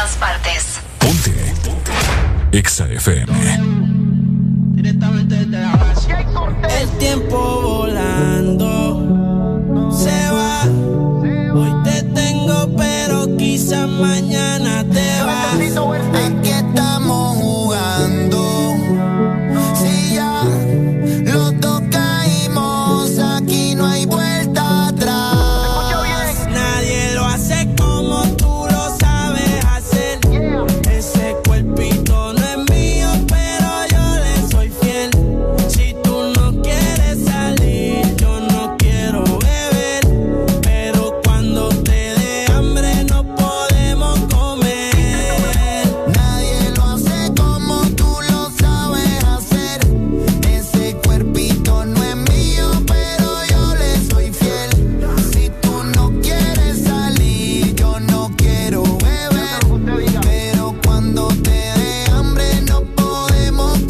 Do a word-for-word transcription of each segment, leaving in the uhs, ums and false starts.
todas partes. Ponte. Exa F M. Directamente desde la base. El tiempo volando se va. Hoy te tengo, pero quizás mañana te vas. Aquí estamos jugando. Si ya los dos caímos, aquí no hay vuelta atrás. Nadie lo hace como tú lo sabes hacer. Ese cuerpito no es mío, pero yo le soy fiel. Si tú no quieres salir, yo no quiero beber. Pero cuando te dé hambre no podemos comer. Nadie lo hace como tú lo sabes hacer. Ese cuerpito no es mío, pero yo le soy fiel. Si tú no quieres salir, yo no quiero beber. Pero cuando te dé hambre no podemos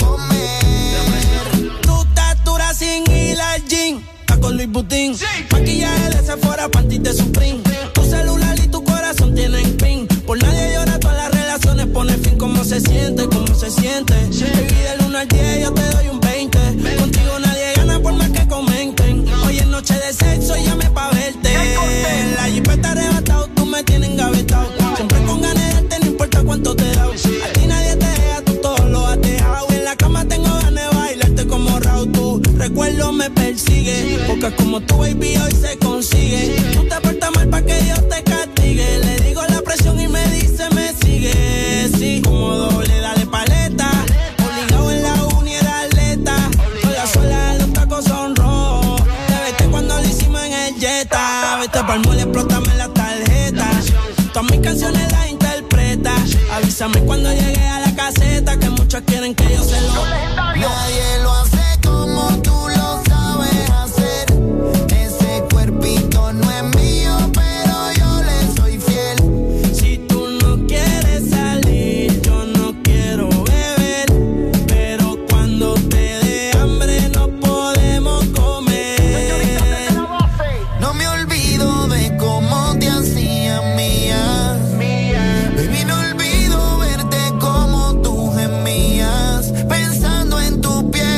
comer. Tu estatura sin ir al gym, está con Louis Vuitton. Maquillaje de Sephora, panties de Supreme. Tu celular y tu corazón tienen pin. Por nadie llora, todas las relaciones pone fin. ¿Cómo se siente? ¿Cómo se siente? Baby, del uno al diez yo te doy un veinte. Contigo nadie gana por más que comenten. Hoy es noche de sexo y llame pa' verte. La jipeta arrebatado, tú me tienes engavetado. Siempre con ganas de darte, no importa cuánto te da. A ti nadie te deja, tú todo lo has dejado. En la cama tengo ganas de bailarte como Raúl. Tu recuerdo me persigue, porque como tu baby hoy se consigue. Tú te portas mal pa' que Dios te castigue. Le digo la presión y me dice me sigue. Sí, como doble, dale paleta. Obligado en la uni era atleta. Toda sola los tacos son rojos. Te vete cuando lo hicimos en el Jetta. Vete pa'l mall, explótame la tarjeta. Todas mis canciones las interpreta. Avísame cuando llegue a la caseta, que muchos quieren que yo se lo. Nadie lo hace como tú lo sabes hacer. Ese cuerpito no es mío, pero yo le soy fiel. Si tú no quieres salir, yo no quiero beber. Pero cuando te dé hambre no podemos comer. No me olvido de cómo te hacía mía. Baby, no olvido verte como tú gemías, pensando en tu piel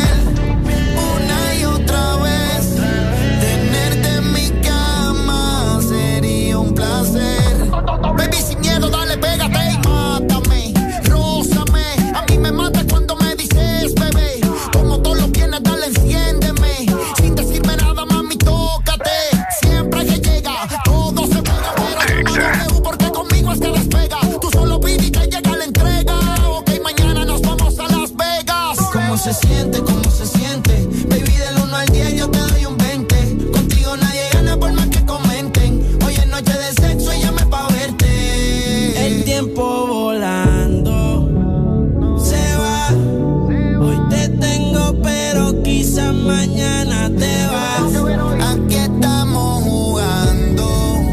una y otra vez. Tenerte en mi cama sería un placer. Baby, sin miedo, dale, pégate y mátame. Rózame, a mí me mata cuando me dices, bebé. Como todos los viernes, dale, enciéndeme. Sin decirme nada, mami, tócate. Siempre que llega, todo se pega. Pero porque conmigo es que despega. Tú solo pide y te llega la entrega. Ok, mañana nos vamos a Las Vegas. ¿Cómo se siente? ¿Cómo se siente? Baby, del uno al diez yo te doy un veinte. Contigo nadie gana por más que comenten. Hoy es noche de sexo y llame pa' verte. El tiempo volando se va. Hoy te tengo, pero quizás mañana te vas. Aquí estamos jugando.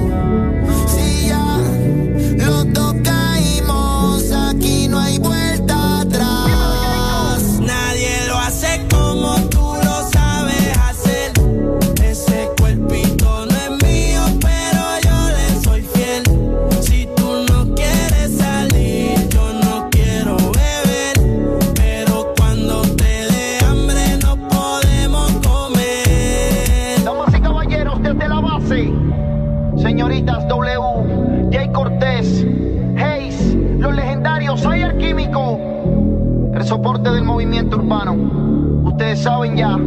Si ya los dos caímos, aquí no hay vuelta atrás. Nadie lo hace como tú lo sabes hacer. Ese cuerpito no es mío, pero yo le soy fiel. Si tú no quieres salir, yo no quiero beber. Pero cuando te dé hambre no podemos comer. Damas y caballeros, desde la base, señoritas W, Jay Cortés, Hayes, los legendarios, soy el químico, el soporte del movimiento urbano. Ustedes saben ya.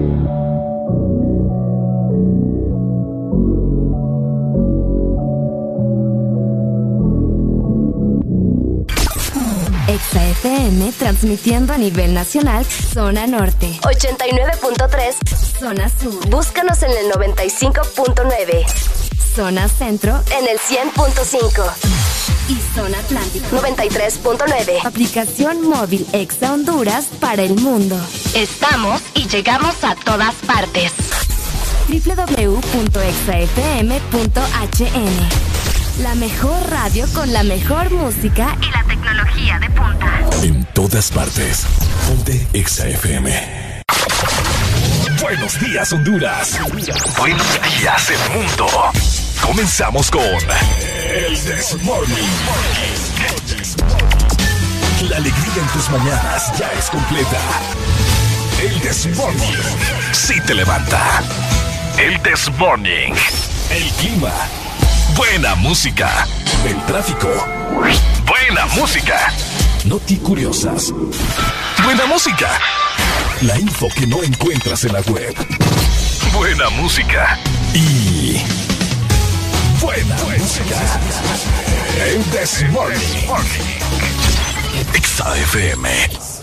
Exa F M transmitiendo a nivel nacional, zona norte. ochenta y nueve punto tres. Zona sur. Búscanos en el noventa y cinco punto nueve. Zona centro. En el cien punto cinco. Y zona atlántica. noventa y tres punto nueve. Aplicación móvil Exa Honduras para el mundo. Estamos y llegamos a todas partes. doble u doble u doble u punto exa f m punto h n. La mejor radio con la mejor música Y la tecnología de punta. En todas partes. Ponte Exa F M. Buenos días, Honduras. Buenos días, el mundo. Comenzamos con El This Morning. La alegría en tus mañanas ya es completa. El This Morning sí te levanta. El This Morning. El clima. Buena música. El tráfico. Buena música. Noti curiosas. Buena música. La info que no encuentras en la web. Buena música. Y buena, buena música. El This Morning. X A F M.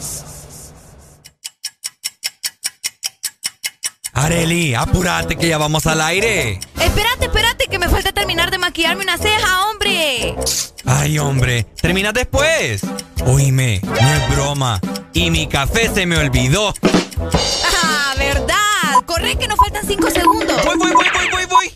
Arely, apúrate que ya vamos al aire. Espérate, espérate, que me falta terminar de maquillarme una ceja, hombre. Ay, hombre, terminas después. Oíme, no es broma. Y mi café se me olvidó. Ah, ¿verdad? Corre, que nos faltan cinco segundos. Voy, voy, voy, voy, voy, voy.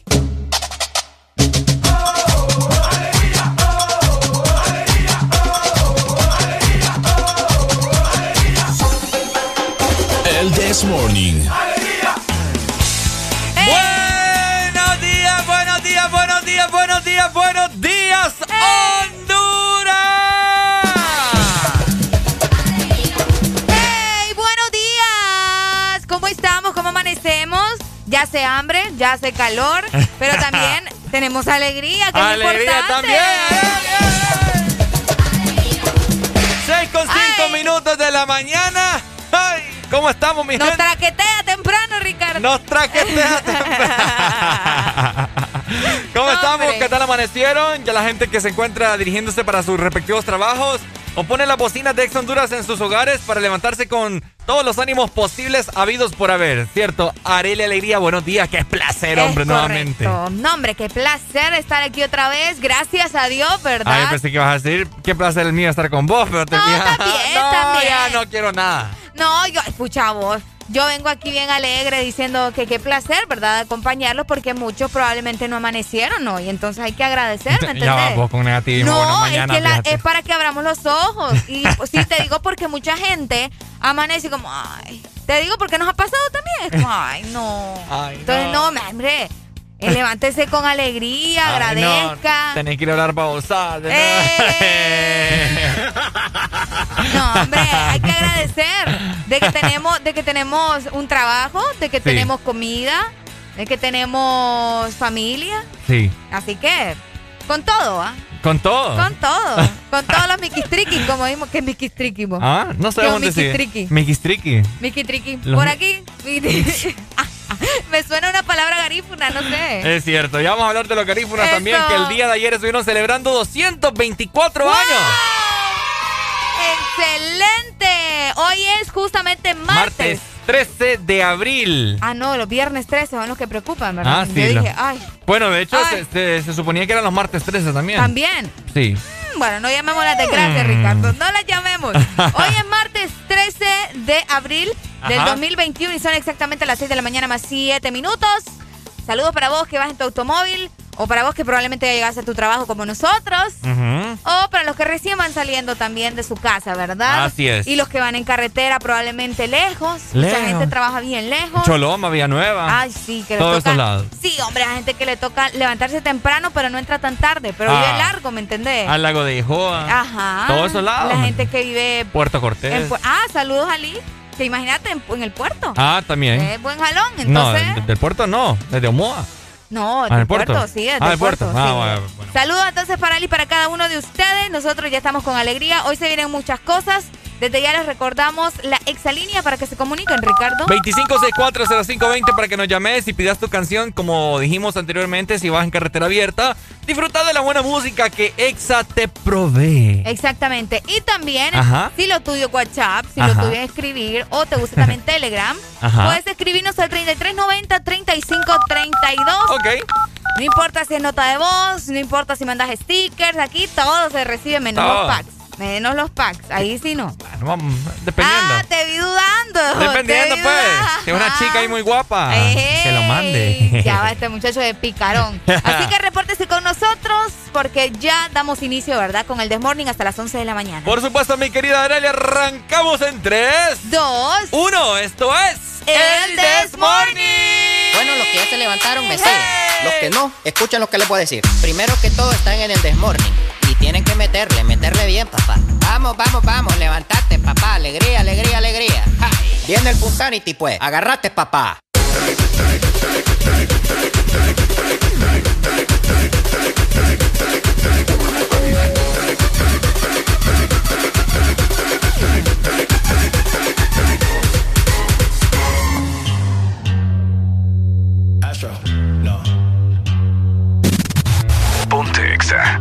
El This Morning. Buenos días, buenos días, buenos días, buenos días, buenos días, Honduras. ¡Hey! ¡Buenos días! ¿Cómo estamos? ¿Cómo amanecemos? Ya hace hambre, ya hace calor, pero también tenemos alegría, que es Alegría importante. también. Seis con cinco Ay. minutos de la mañana. Ay, ¿cómo estamos, mi Nos gente? traquetea temprano, Ricardo. Nos traquetea temprano. ¿Cómo No, estamos? hombre. ¿Qué tal amanecieron? Ya la gente que se encuentra dirigiéndose para sus respectivos trabajos o pone las bocinas de Ex Honduras en sus hogares para levantarse con todos los ánimos posibles habidos por haber, ¿cierto? Arely Alegría, buenos días. Qué placer, hombre, Es nuevamente. correcto. No, hombre, qué placer estar aquí otra vez. Gracias a Dios, ¿verdad? Ay, pensé que ibas a decir, qué placer el mío estar con vos, pero te No, fijas. también, no, también. ya no quiero nada. No, yo, escucha vos. Yo vengo aquí bien alegre diciendo que qué placer, ¿verdad? Acompañarlos porque muchos probablemente no amanecieron hoy. Entonces hay que agradecer, ¿me entendés? Ya vas vos con negativismo. No, bueno, mañana, es que la- fíjate. es para que abramos los ojos. Y pues, sí, te digo porque mucha gente amanece como, ay. Te digo porque nos ha pasado también. Es como, ay, no. Ay, Entonces, no. no, hombre. eh, Levántese con alegría, Ay, agradezca. No, tenés que ir a hablar babosadas. ¡Eh! No, hombre, hay que agradecer de que tenemos, de que tenemos un trabajo, de que Sí. tenemos comida, de que tenemos familia. Sí, Así que, con todo, ¿ah? con todo. Con todo. Con todos los miquistriquis, como dijimos que es miquistriqui, vos. Ah, no sé Yo, dónde sí. miquistriqui. Miquistriqui. Miquitriqui. Los Por mi- aquí. Me suena una palabra garífuna, no sé. Es cierto, ya vamos a hablar de los garífunas Eso. también, que el día de ayer estuvieron celebrando doscientos veinticuatro ¡Wow! años. ¡Excelente! Hoy es justamente martes. Martes trece de abril. Ah, no, los viernes trece son los que preocupan, ¿verdad? Ah, sí, Yo dije, lo- ay, Bueno, de hecho, Ay. se, se- se suponía que eran los martes trece también. también. Sí. Mm, Bueno, no llamemos las desgracias, Mm. Ricardo. No las llamemos. Hoy es martes trece de abril del Ajá. dos mil veintiuno y son exactamente las seis de la mañana más siete minutos. Saludos para vos que vas en tu automóvil o para vos que probablemente ya llegaste a tu trabajo como nosotros. Ujú. O para los que recién van saliendo también de su casa, ¿verdad? Así es. Y los que van en carretera probablemente lejos. Lejos. Mucha gente trabaja bien lejos. Choloma, Villanueva. Ay, sí, que le Todos toca. esos lados. Sí, hombre, hay gente que le toca levantarse temprano, pero no entra tan tarde. Pero Ah. vive largo, ¿me entendés? Al lago de Ijoa. Ajá. Todos esos lados. La gente que vive Puerto Cortés. en pu- Ah, saludos a Liz. Que imagínate en, en el puerto. Ah, también. Es buen jalón, no, entonces. del, del puerto no, desde Omoa. No, Ah, del ¿del puerto? puerto? sí, del Ah, del puerto. puerto. Ah, sí. bueno, bueno. Saludos entonces para Ali y para cada uno de ustedes. Nosotros ya estamos con alegría. Hoy se vienen muchas cosas. Desde ya les recordamos la exalínea para que se comuniquen, Ricardo. veinticinco sesenta y cuatro cero cinco veinte para que nos llames y pidas tu canción, como dijimos anteriormente, si vas en carretera abierta. Disfruta de la buena música que Exa te provee. Exactamente. Y también, Ajá. si lo tuyo es WhatsApp, si Ajá. lo tuyo es escribir o te gusta también Telegram, Ajá. puedes escribirnos al treinta y tres noventa, treinta y cinco treinta y dos. Ok. No importa si es nota de voz, no importa si mandas stickers, aquí todo se recibe menos Todo. los packs. Menos los packs, ahí sí no. Bueno, vamos, dependiendo. Ah, te vi dudando. Dependiendo, te vi pues. dudando. Si es una chica ahí muy guapa, Ey, que lo mande. Ya va este muchacho de picarón. Así que repórtese con nosotros porque ya damos inicio, ¿verdad? Con el This Morning hasta las once de la mañana. Por supuesto, mi querida Arely, arrancamos en tres, Dos. uno. Esto es El This Morning. Bueno, los que ya se levantaron me siguen. Los que no, escuchen lo que les voy a decir. Primero que todo, están en el This Morning. Y Tienen que meterle, meterle bien, papá. Vamos, vamos, vamos, levantate, papá. Alegría, alegría, alegría. ¡Ja! Viene el Punsanity, pues. Agarrate, papá. Astro, no. Ponte Exa.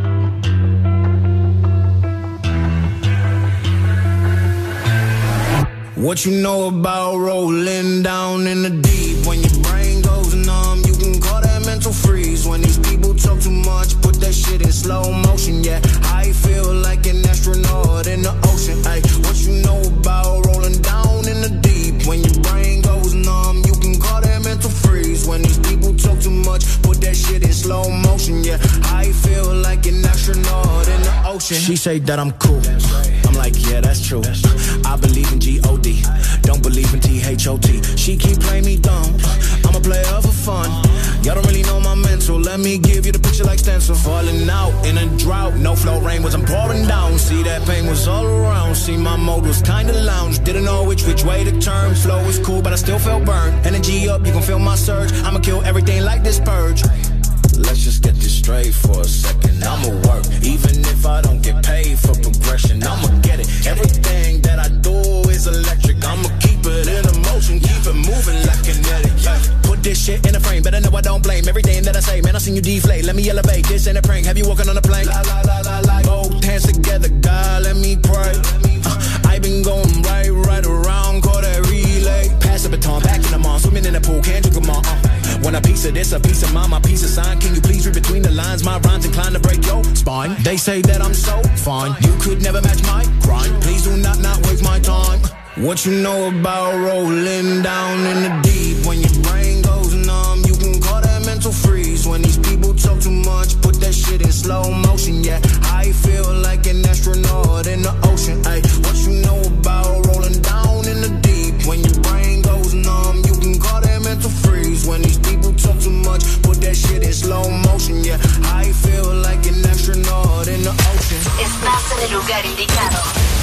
What you know about rolling down in the deep? When your brain goes numb, you can call that mental freeze. When these people talk too much, put that shit in slow motion. Yeah, I feel like an astronaut in the ocean. Ay, what you know about rolling down in the deep? When your brain goes numb, you can call that mental freeze. When these people talk too much, put that shit in slow motion. Yeah, I feel like an astronaut in the ocean. She say that I'm cool. I'm like, yeah, that's true. I believe in G O D, don't believe in T H O T. She keep playing me dumb, I'm a player for fun. Y'all don't really know my mental, let me give you the picture like stencil. Falling out in a drought, no flow rain was I'm pouring down. See that pain was all around, see my mode was kinda lounge. Didn't know which which way to turn, flow was cool but I still felt burned. Energy up, you can feel my surge, I'ma kill everything like this purge. Let's just get this straight for a second. I'ma work, even if I don't get paid for progression. I'ma get it. Everything that I do is electric. I'ma keep it in motion, keep it moving like kinetic. Yeah. Put this shit in a frame, better know I don't blame everything that I say. Man, I seen you deflate. Let me elevate. This ain't a prank. Have you walking on a plane? La la la la la. Both hands together, God, let me pray. Uh, I been going right, right around, call that relay. Pass the baton, back in the mall, swimming in the pool, can't drink them all. Uh. Want a piece of this, a piece of mine, my piece of sign. Can you please read between the lines? My rhymes inclined to break your spine. They say that I'm so fine, you could never match my grind. Please do not, not waste my time. What you know about rolling down in the deep? When your brain goes numb, you can call that mental freeze. When these people talk too much, put that shit in slow motion. Yeah, I feel like an astronaut in the ocean. Ay, what you know about rolling down in the deep? When your brain goes numb, you can call that mental freeze. When these people talk too much, put that shit in slow motion. Yeah, I feel like an astronaut in the ocean. Estás en el lugar indicado.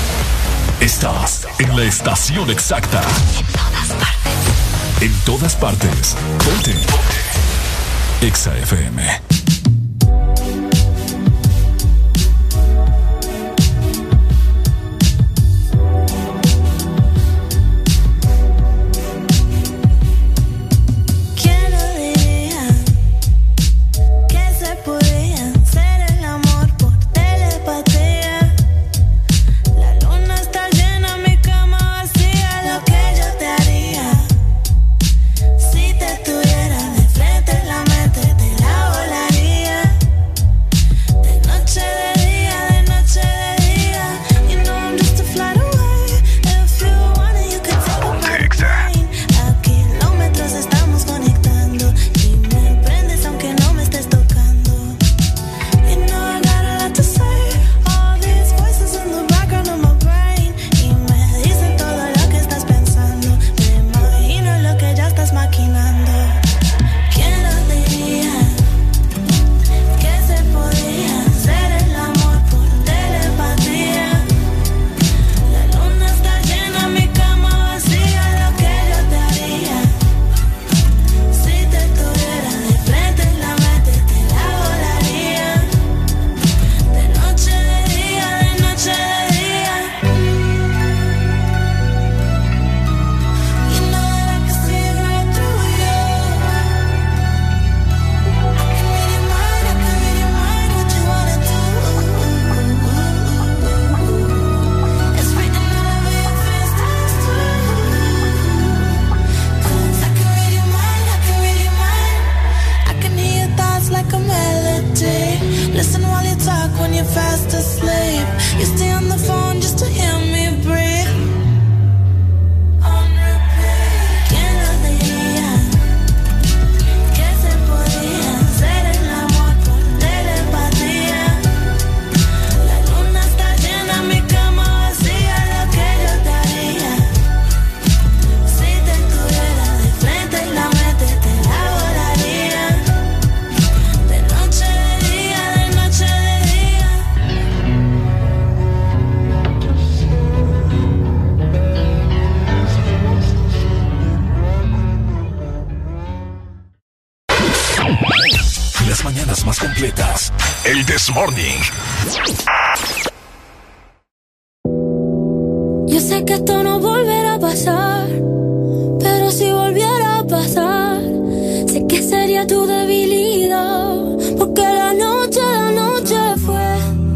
Estás en la estación exacta. En todas partes. En todas partes. Ponte. Ponte. Exa F M. Si te tuviera de frente, la mente te la volaría. mañanas más completas. El This Morning. Yo sé que esto no volverá a pasar, pero si volviera a pasar, sé que sería tu debilidad, porque la noche, la noche fue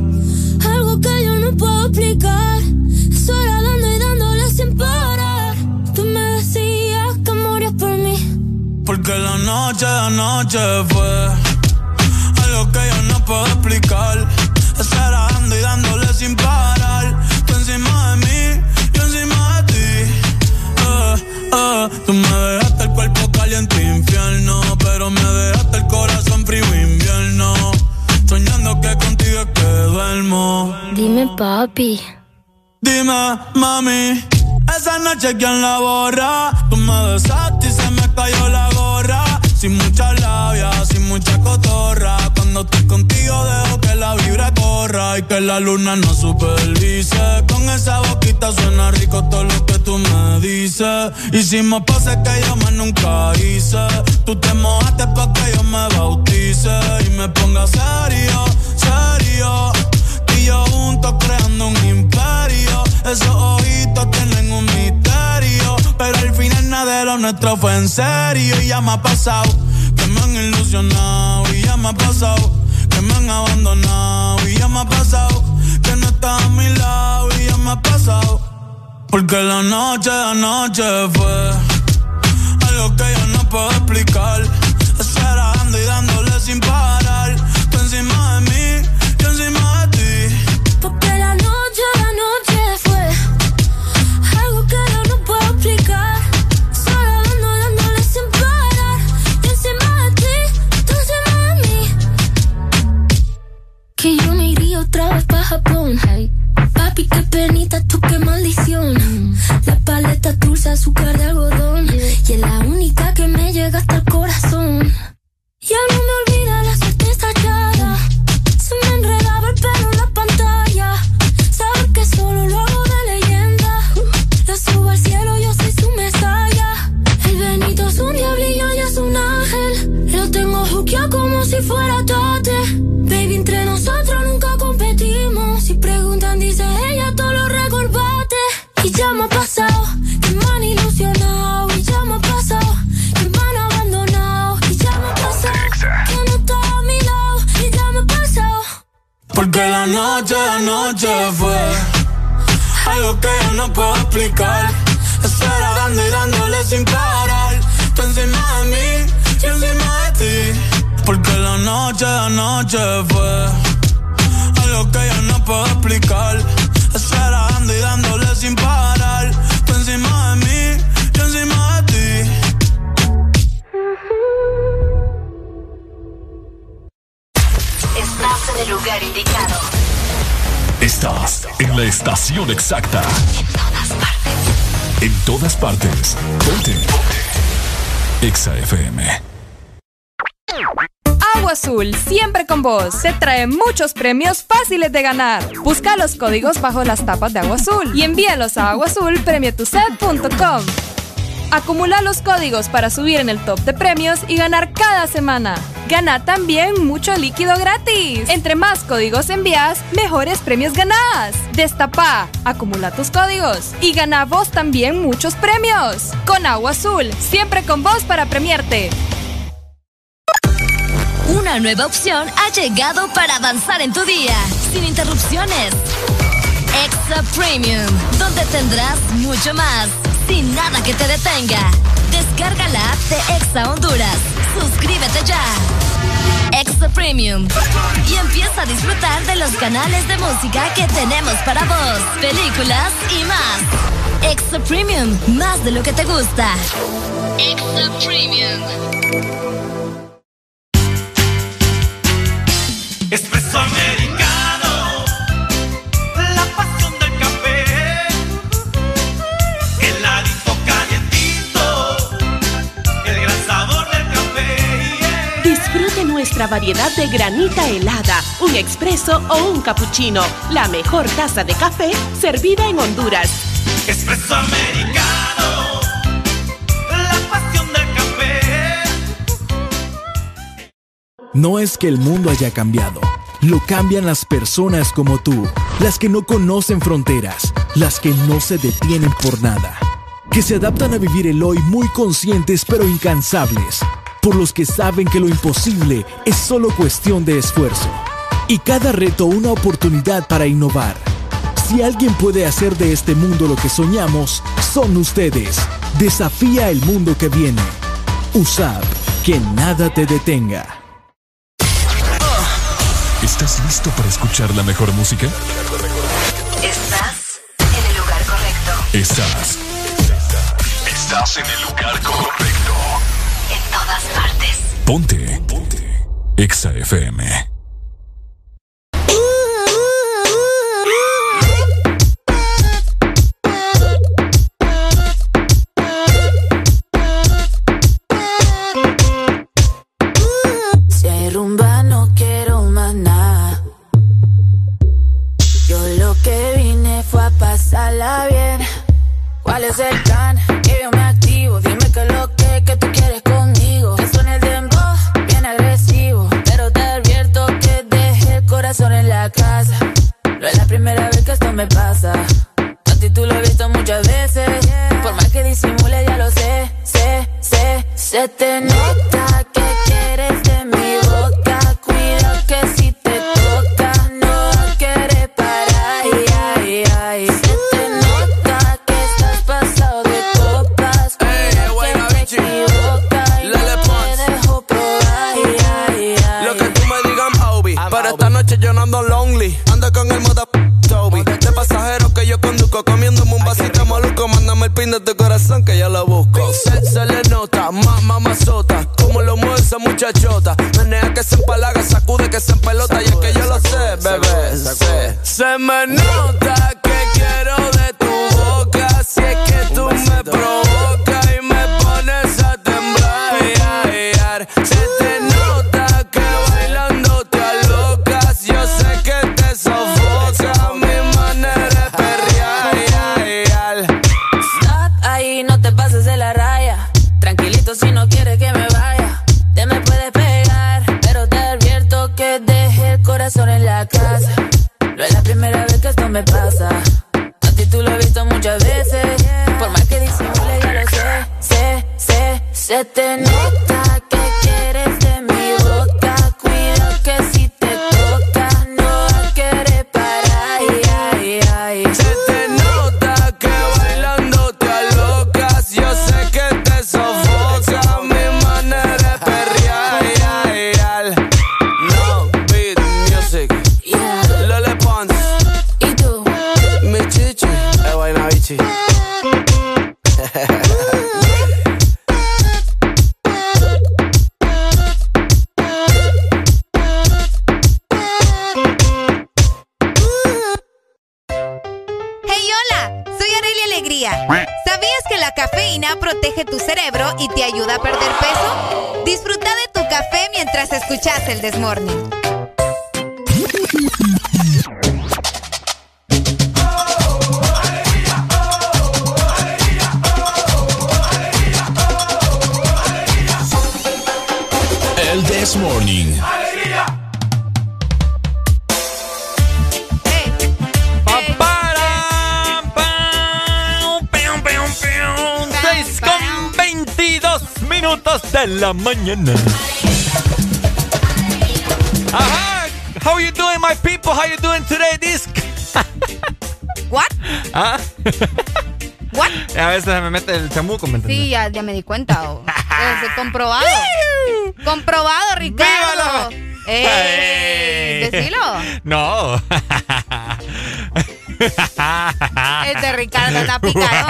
algo que yo no puedo explicar. Eso era dando y dándole sin parar. Tú me decías que morías por mí, porque la noche, la noche fue algo que yo no puedo explicar. Eso era dando y dándole sin parar. Tú encima de mí, yo encima de ti. Uh, uh, tú me dejaste el cuerpo caliente infierno, pero me dejaste el corazón frío invierno. Soñando que contigo es que duermo. Dime, papi. Dime, mami. Esa noche quién la borra. Tú me besaste y se me cayó la gorra. Sin mucha labia, sin mucha cotorra. Cuando estoy contigo dejo que la vibra corra y que la luna no supervise. Con esa boquita suena rico todo lo que tú me dices. Hicimos poses que yo más nunca hice. Tú te mojaste pa' que yo me bautice y me ponga serio, serio. Y yo juntos creando un imperio. Esos ojitos tienen un misterio, pero al final nada de lo nuestro fue en serio. Y ya me ha pasado que me han ilusionado, y ya me ha pasado que me han abandonado, y ya me ha pasado que no estás a mi lado, y ya me ha pasado. Porque la noche, la noche fue algo que yo no puedo explicar. Eso era dando y dándole sin parar. Tú encima de mí, yo encima de ti. Porque la noche, la noche fue algo que yo no puedo explicar. Solo dando, dándole sin parar. Yo encima de ti, tú encima de mí. Que yo me iría otra vez pa' Japón. Hey. Papi, qué penita, tú qué maldición. Mm. La paleta dulce, azúcar de algodón. Yeah. Y es la única que me llega hasta el corazón. Ya no me olvida la suerte estallada. Se me enredaba el pelo en la pantalla. Saber que solo lo hago de leyenda. Lo subo al cielo, yo soy su mesaya. El Benito es un diablillo y es un ángel. Lo tengo juqueado como si fuera Tate. Baby, entre nosotros nunca competimos. Si preguntan, dice ella, todo lo recorbate. Y ya me ha pasado que me han ilusionado. Y ya me ha pasado que me han abandonado. Y ya me ha pasado que no está a mi lado. Y ya me ha pasado. Porque la noche, la noche fue algo que yo no puedo explicar. Eso era dando y dándole sin parar. Tú encima de mí, yo encima de ti. Porque la noche, la noche fue algo que yo no puedo explicar. Eso era dando y dándole sin parar. Tú encima de mí, yo encima de ti. Estás en el lugar indicado. Estás en la estación exacta. En todas partes. En todas partes. Ponte. Ponte. Exa F M. Agua Azul, siempre con vos. Te trae muchos premios fáciles de ganar. Busca los códigos bajo las tapas de Agua Azul y envíalos a aguaazul premio tu set punto com. Acumula los códigos para subir en el top de premios y ganar cada semana. Gana también mucho líquido gratis. Entre más códigos envías, mejores premios ganás. Destapa, acumula tus códigos y gana vos también muchos premios. Con Agua Azul, siempre con vos para premiarte. Una nueva opción ha llegado para avanzar en tu día, sin interrupciones. Exa Premium, donde tendrás mucho más, sin nada que te detenga. Descarga la app de Exa Honduras. Suscríbete ya. Exa Premium. Y empieza a disfrutar de los canales de música que tenemos para vos, películas y más. Exa Premium, más de lo que te gusta. Exa Premium. Espresso americano, la pasión del café, heladito calientito, el gran sabor del café. Yeah. Disfrute nuestra variedad de granita helada, un expreso o un cappuccino, la mejor taza de café servida en Honduras. Espresso americano, la pasión del café. No es que el mundo haya cambiado, lo cambian las personas como tú, las que no conocen fronteras, las que no se detienen por nada, que se adaptan a vivir el hoy muy conscientes pero incansables, por los que saben que lo imposible es solo cuestión de esfuerzo, y cada reto una oportunidad para innovar. Si alguien puede hacer de este mundo lo que soñamos, son ustedes. Desafía el mundo que viene. U S A P, que nada te detenga. ¿Estás listo para escuchar la mejor música? Estás en el lugar correcto. Estás. Estás en el lugar correcto. En todas partes. Ponte. Ponte. Exa F M. Si hay rumba no quiero más nada. Yo lo que vine fue a pasarla bien. ¿Cuál es el plan? Que yo me activo. Dime que lo que, que tú quieres conmigo. Que suene el dembow, bien agresivo. Pero te advierto que dejé el corazón en la casa. No es la primera vez que esto me pasa. A ti tú lo he visto muchas veces. Por más que disimule ya lo sé, sé, sé. Se te nota que quieres de mi boca. Cuidado que si te toca no va a querer parar. Ay, ay, ay. Se te nota que estás pasado de copas. Cuidado que te equivocas y no te dejo probar. Ay, ay, ay. Lo que tú me digas, Obi. Pero esta noche yo no ando lonely. Ando con el moda Toby. De pasajero que yo conduzco. Comiéndome un vasito de maluco. Mándame el pin de tu corazón que yo lo busco. Se, se le nota, más mamazota. Como lo mueve esa muchachota. Menea que se empalaga, sacude que se empelota. Y es que yo lo sé, bebé, sé. Se me nota que quiero de tu boca. Si es que tú me provocas y me pones a temblar. Se te nota que bailando te alocas. Yo sé que te sofoca mi manera de perrear. Stop ahí, no te pases de la raya. Tranquilito si no quieres que me vaya. Te me puedes pegar, pero te advierto que dejé el corazón en la casa. No es la primera vez que esto me pasa. A ti tú lo he visto muchas veces. Por más que disimule ya lo sé, sé, sé. Se te nota que quieres de mi boca. Cuidado que si te toca no va a querer parar. Ay, ay, ay. Se te nota que bailando te alocas. Yo sé que te sofoca mi manera de perrear. No beat music. Yeah. Lele Pons. ¿Y tú? Mi chichi. Es buena bichi. Hey, hola, soy Arelia Alegría. ¿Sabías que la cafeína protege tu cerebro y te ayuda a perder peso? Disfruta de tu café mientras escuchas el This Morning. El This Morning. seis con veintidós minutos de la mañana. Ajá. How you doing, my people? How you doing today, disc? What? ¿Ah? What? A veces me mete el chamuco, ¿me entiendes? Sí, ya, ya me di cuenta. Oh. Es comprobado. Comprobado, Ricardo. ¡Eh! Decilo. No. Este Ricardo está picado.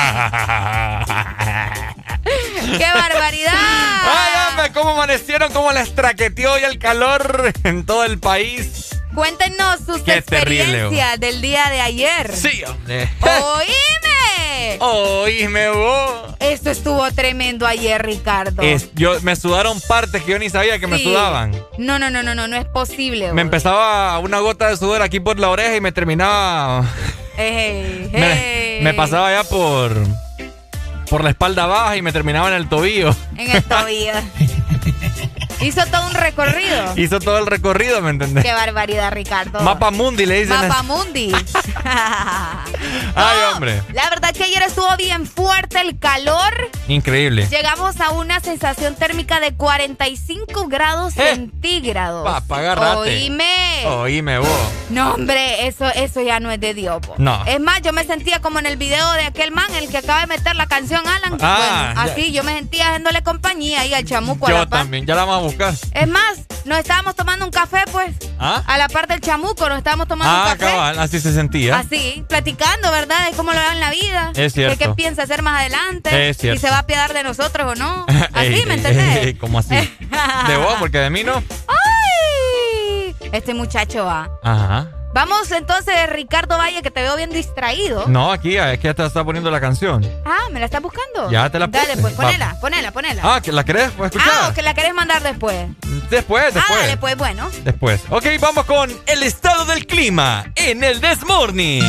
¡Qué barbaridad! ¡Ay, hombre! ¿Cómo amanecieron? ¿Cómo les traqueteó hoy el calor en todo el país? Cuéntenos sus Qué experiencias terrible, del día de ayer. Sí, hombre. ¡Oíme! Oíme vos. Esto estuvo tremendo ayer, Ricardo. Es, yo, me sudaron partes que yo ni sabía que Sí. me sudaban. No, no, no, no, no, no es posible. Me vos. empezaba una gota de sudor aquí por la oreja y me terminaba... Hey, Me, hey. me pasaba ya por... Por la espalda baja y me terminaba en el tobillo. En el tobillo. Hizo todo un recorrido. Hizo todo el recorrido, ¿me entendés? Qué barbaridad, Ricardo. Mapa Mundi le dicen. Mapa Mundi. Ay, No, hombre. La verdad que ayer estuvo bien fuerte el calor. Increíble. Llegamos a una sensación térmica de cuarenta y cinco grados ¿Eh? centígrados. Papá, agárrate. Oíme. Oíme vos. No, hombre, eso, eso ya no es de Dios. Po. No. Es más, yo me sentía como en el video de aquel man, el que acaba de meter la canción Alan. Ah, bueno, ya. así yo me sentía haciéndole compañía ahí al chamuco. a Yo la par. también, ya la vamos a buscar. Es más, nos estábamos tomando un café, pues. ¿Ah? A la par del chamuco, nos estábamos tomando Ah, un café. cabal, así se sentía. Así, platicando, ¿verdad? De cómo lo va en la vida. Es cierto. De qué piensa hacer más adelante. Es cierto. Si se va a apiadar de nosotros o no. Así, Ey, ¿me ey, entendés? ey, ¿cómo así? De vos, porque de mí no. ¡Ay! Este muchacho va. Ajá. Vamos entonces, Ricardo Valle, que te veo bien distraído. No, aquí, es que ya te está poniendo la canción. Ah, ¿me la estás buscando? Ya te la puse. Dale, pues, Va. ponela, ponela, ponela. Ah, ¿que la querés escuchar? Ah, o que la querés mandar después. Después, después. Ah, dale, pues, bueno. Después. Ok, vamos con el estado del clima en el This Morning.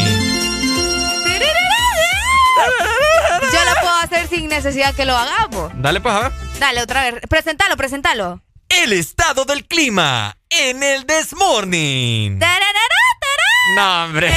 Yo lo puedo hacer sin necesidad que lo hagamos. Dale, pues, a ver. Dale, otra vez. Presentalo, presentalo. El estado del clima en el This Morning. No, hombre.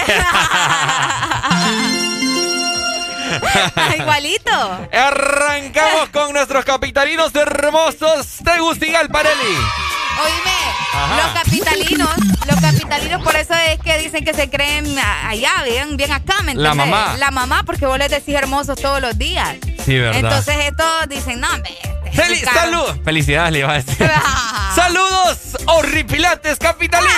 Igualito. Arrancamos con nuestros capitalinos hermosos de Tegucigalparelli. Oíme, Ajá. los capitalinos, los capitalinos por eso es que dicen que se creen allá, bien, bien acá, ¿me entiendes? La mamá. La mamá, porque vos les decís hermosos todos los días. Sí, verdad. Entonces estos dicen, no, hombre. Feliz salud. Felicidades, le iba a decir. Saludos, horripilantes capitalinos.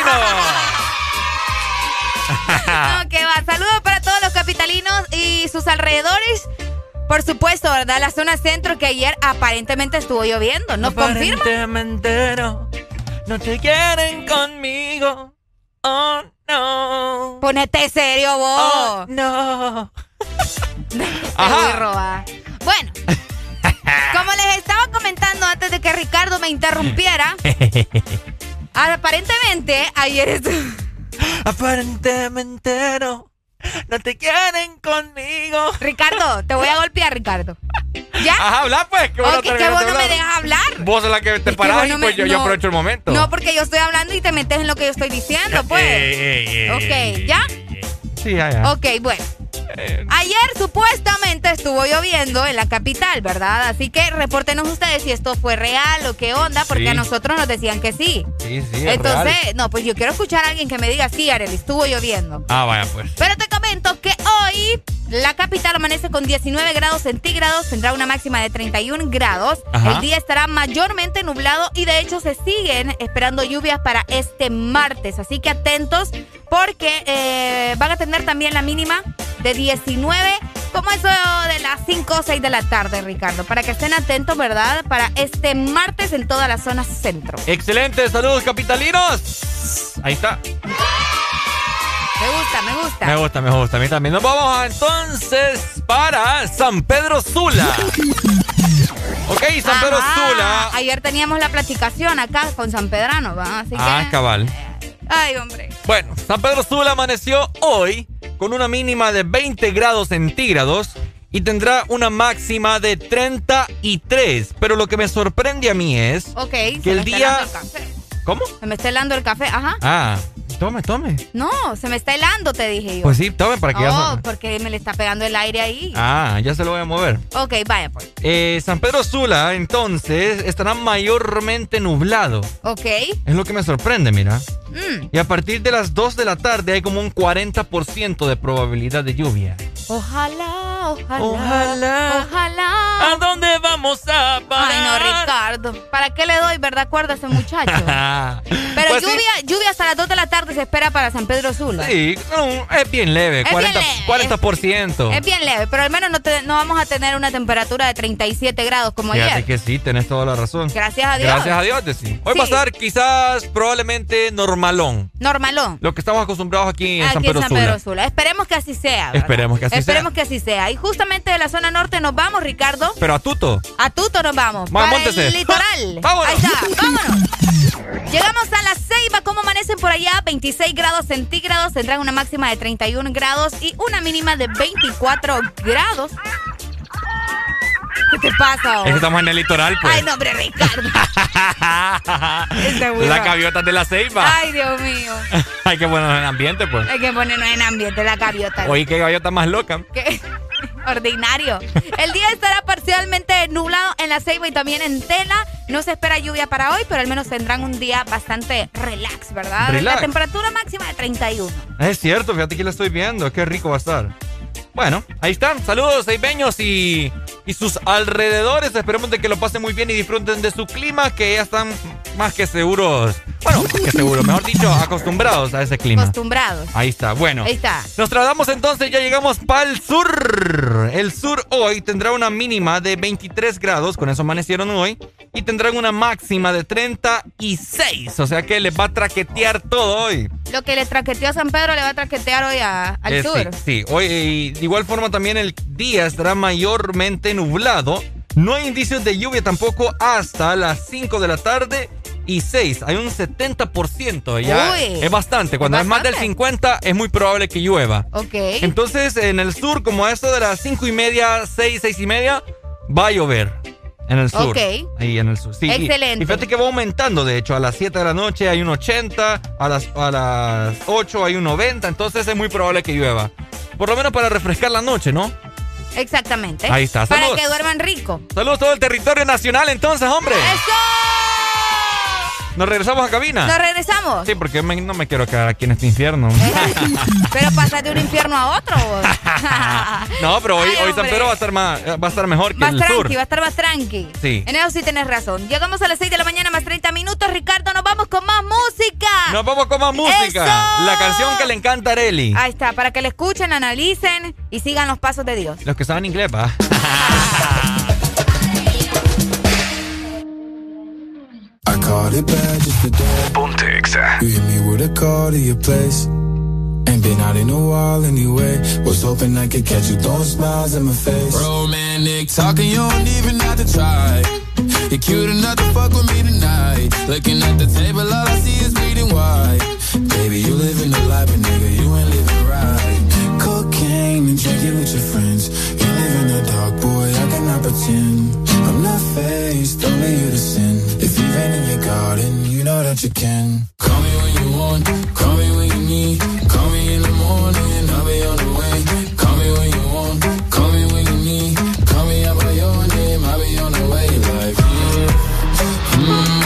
No, que va. Saludos para todos los capitalinos y sus alrededores. Por supuesto, ¿verdad? La zona centro que ayer aparentemente estuvo lloviendo. ¿Nos confirma? Aparentemente no, no te quieren conmigo. Oh, no. Ponete serio, vos. Oh, no. Ajá. Bueno, como les estaba comentando antes de que Ricardo me interrumpiera, aparentemente ayer estuvo... Aparentemente no, no te quieren conmigo. Ricardo, te voy a golpear, Ricardo. ¿Ya? Ajá, habla pues. Que Ok, que vos no me dejas hablar. Vos sos la que te Es que parás vos y no pues me- yo, yo no. aprovecho el momento. No, porque yo estoy hablando y te metes en lo que yo estoy diciendo, pues. Ey, ey, ey, Ok, ey, ¿ya? ey, ey. Sí, ya, ya. Ok, bueno. Ayer supuestamente estuvo lloviendo en la capital, ¿verdad? Así que repórtenos ustedes si esto fue real o qué onda, porque Sí. a nosotros nos decían que sí. Sí, sí, es Entonces, real. no, pues yo quiero escuchar a alguien que me diga, sí, Arely, estuvo lloviendo. Ah, vaya pues. Pero te comento que hoy la capital amanece con diecinueve grados centígrados, tendrá una máxima de treinta y un grados. Ajá. El día estará mayormente nublado y de hecho se siguen esperando lluvias para este martes. Así que atentos porque eh, van a tener también la mínima de diecinueve, como eso de las cinco o seis de la tarde, Ricardo. Para que estén atentos, ¿verdad? Para este martes en toda la zona centro. Excelente, saludos capitalinos. Ahí está. Me gusta, me gusta. Me gusta, me gusta. A mí también. Nos vamos a, entonces para San Pedro Sula. Ok, San Pedro Ajá. Sula. Ayer teníamos la platicación acá con San Pedrano, ¿va? Así Ah, que... cabal. Ay, hombre. Bueno, San Pedro Sula amaneció hoy con una mínima de veinte grados centígrados y tendrá una máxima de treinta y tres. Pero lo que me sorprende a mí es Ok, que se el me está día... helando el café. ¿Cómo? Se me está helando el café, ajá. Ah, tome, tome. No, se me está helando, te dije yo. Pues sí, tome para que ya... Oh, se- porque me le está pegando el aire ahí. Ah, ya se lo voy a mover. Ok, vaya pues. Eh, San Pedro Sula, entonces, estará mayormente nublado. Ok. Es lo que me sorprende, mira. Mm. Y a partir de las dos de la tarde hay como un cuarenta por ciento de probabilidad de lluvia. Ojalá, ojalá. Ojalá. Ojalá. ¿A dónde vamos a parar? Ay, no, Ricardo. ¿Para qué le doy, verdad? Cuerda a ese muchacho. Pero Pues sí. lluvia, lluvia hasta las dos de la tarde se espera para San Pedro Sula. Sí, no, es bien leve, Es cuarenta, bien leve. cuarenta por ciento. Es bien leve, pero al menos no, te- no vamos a tener una temperatura de treinta y siete grados como Fíjate ayer. que sí, tenés toda la razón. Gracias a Dios. Gracias a Dios, de sí. Hoy Sí. va a estar quizás probablemente normalón. Normalón. Lo que estamos acostumbrados aquí en Aquí San Pedro en San Sula. Pedro Sula. Esperemos que así sea. ¿verdad? Esperemos que así Esperemos sea. que así sea. Y justamente de la zona norte nos vamos, Ricardo. Pero a Tuto. A Tuto nos vamos. Ma, para móntese. el litoral. Vámonos. Ahí está, vámonos. Llegamos a La Ceiba. ¿Cómo amanecen por allá? veintiséis grados centígrados. Tendrán una máxima de treinta y un grados y una mínima de veinticuatro grados. ¿Qué te pasa? Es que estamos en el litoral, pues. Ay, no, hombre, Ricardo. La gaviota de la Ceiba. Ay, Dios mío. Hay que ponernos en ambiente, pues. Hay que ponernos en ambiente, la gaviota. Oye, qué gaviota más loca. ¿Qué? Ordinario. El día estará parcialmente nublado en la Ceiba y también en Tela. No se espera lluvia para hoy, pero al menos tendrán un día bastante relax, ¿verdad? Relax. La temperatura máxima de treinta y uno. Es cierto, fíjate que la estoy viendo. Qué rico va a estar. Bueno, ahí están. Saludos, ceibeños y, y sus alrededores. Esperemos de que lo pasen muy bien y disfruten de su clima, que ya están más que seguros. Bueno, más que seguros, mejor dicho, acostumbrados a ese clima. Acostumbrados. Ahí está, bueno. Ahí está. Nos trasladamos entonces, ya llegamos para el sur. El sur hoy tendrá una mínima de veintitrés grados, con eso amanecieron hoy. Y tendrán una máxima de treinta y seis, o sea que les va a traquetear todo hoy. Lo que le traqueteó a San Pedro le va a traquetear hoy a, al eh, sur. Sí, sí. Hoy, eh, de igual forma también el día estará mayormente nublado. No hay indicios de lluvia tampoco hasta las cinco de la tarde y seis. Hay un setenta por ciento. Ya Uy, es bastante. Cuando es, es más del cincuenta es muy probable que llueva. Ok. Entonces en el sur, como a eso de las cinco y media, seis, seis y media, va a llover. En el sur. Ok. Ahí en el sur. Sí, excelente. Y, y fíjate que va aumentando, de hecho. A las siete de la noche hay un ochenta, a las, a las ocho hay un noventa, entonces es muy probable que llueva. Por lo menos para refrescar la noche, ¿no? Exactamente. Ahí está. Para Saludos. que duerman rico. Saludos a todo el territorio nacional entonces, hombre. ¡Eso! ¿Nos regresamos a cabina? ¿Nos regresamos? Sí, porque me, no me quiero quedar aquí en este infierno. Pero pasas de un infierno a otro. No, pero hoy, Ay, hoy San hombre. Pedro va a estar más, va a estar mejor que Más el tranqui, sur. va a estar más tranqui. Sí. En eso sí tenés razón. Llegamos a las seis de la mañana más treinta minutos. Ricardo, nos vamos con más música. Nos vamos con más música. ¡Eso! La canción que le encanta a Arely. Ahí está, para que la escuchen, analicen y sigan los pasos de Dios. Los que saben inglés, va. I caught it bad just today. Ponte Exa. You hit me with a call to your place. Ain't been out in a while anyway. Was hoping I could catch you throwing smiles in my face. Romantic talking, you don't even have to try. You're cute enough to fuck with me tonight. Looking at the table, all I see is bleeding white. Baby, you living the life, but nigga, you ain't living right. Cocaine and drinking with your friends. You live in the dark, boy, I cannot pretend. I'm not faced, only you to sin. If you've been in your garden, you know that you can. Call me when you want, call me when you need. Call me in the morning, I'll be on the way. Call me when you want, call me when you need. Call me out by your name, I'll be on the way. Like, mm, mm,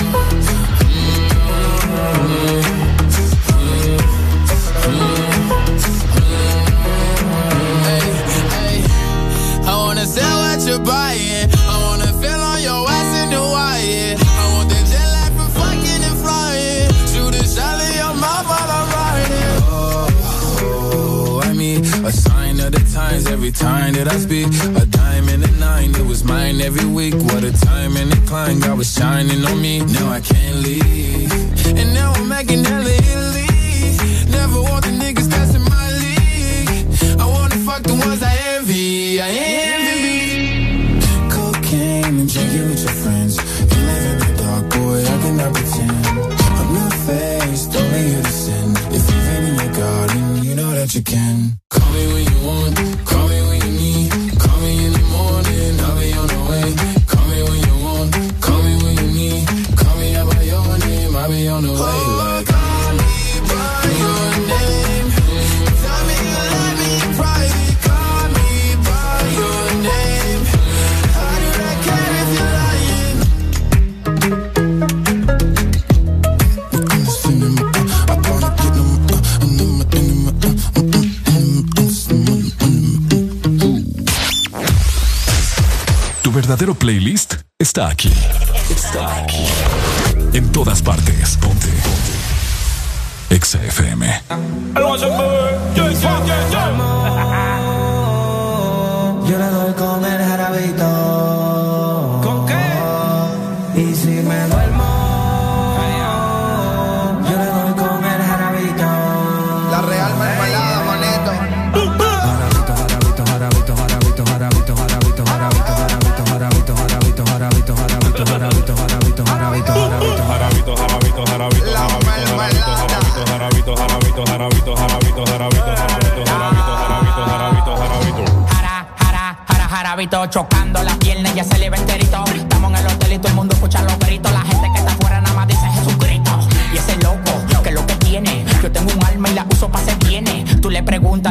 mm, hey, hey. I wanna sell what you're buying. I wanna feel on your ass in Hawaii. I want that jet lag from fucking and flying. Shoot a shot in your mouth while I'm riding. Oh, oh, I mean, a sign of the times every time that I speak. A diamond and a nine, it was mine every week. What a time and a climb, God was shining on me. Now I can't leave. And now I'm making hella Italy. Never want the niggas that's in my league. I wanna fuck the ones I envy. I envy. Cocaine and drinking with your friends. You live in the dark, boy, I cannot pretend. I'm not faced, only you to sin. If you've been in your garden, you know that you can. Call me when you want, call me when you need. Call me in the morning, I'll be on the way. Call me when you want, call me when you need. Call me out by your name, I'll be on the way. Like, call me by your name. Tell me you love me in private. Call me by your name. How do I care if you're lying? I'm just feeling my, I wanna get them, uh, in them, in them, uh, mm, mm, mm, mm. Tu verdadero playlist está aquí. Está aquí. En todas partes. Ponte. Ponte. Exa F M. Yo le doy con el jarabito. ¿Con qué? Y si me duermo, yo le doy con el jarabito. La real mermelada, manito. Jarabito, jarabito, jarabito, jarabito, jarabito, jarabito, jarabito, jarabito, jarabito, jarabito, jarabito, jarabito, jarabito, jarabito, jarabito, jarabito, jarabito, jarabito, jarabito, La mermelada. jarabito, jarabito, jarabito, jarabito, jarabito, jarabito, jarabito, jarabito, jarabito, jarabito. Jara, jara, jara, jarabito, chocando las piernas, ya se le ve enterito. Estamos en el hotel y todo el mundo escucha los gritos. La gente que está afuera nada más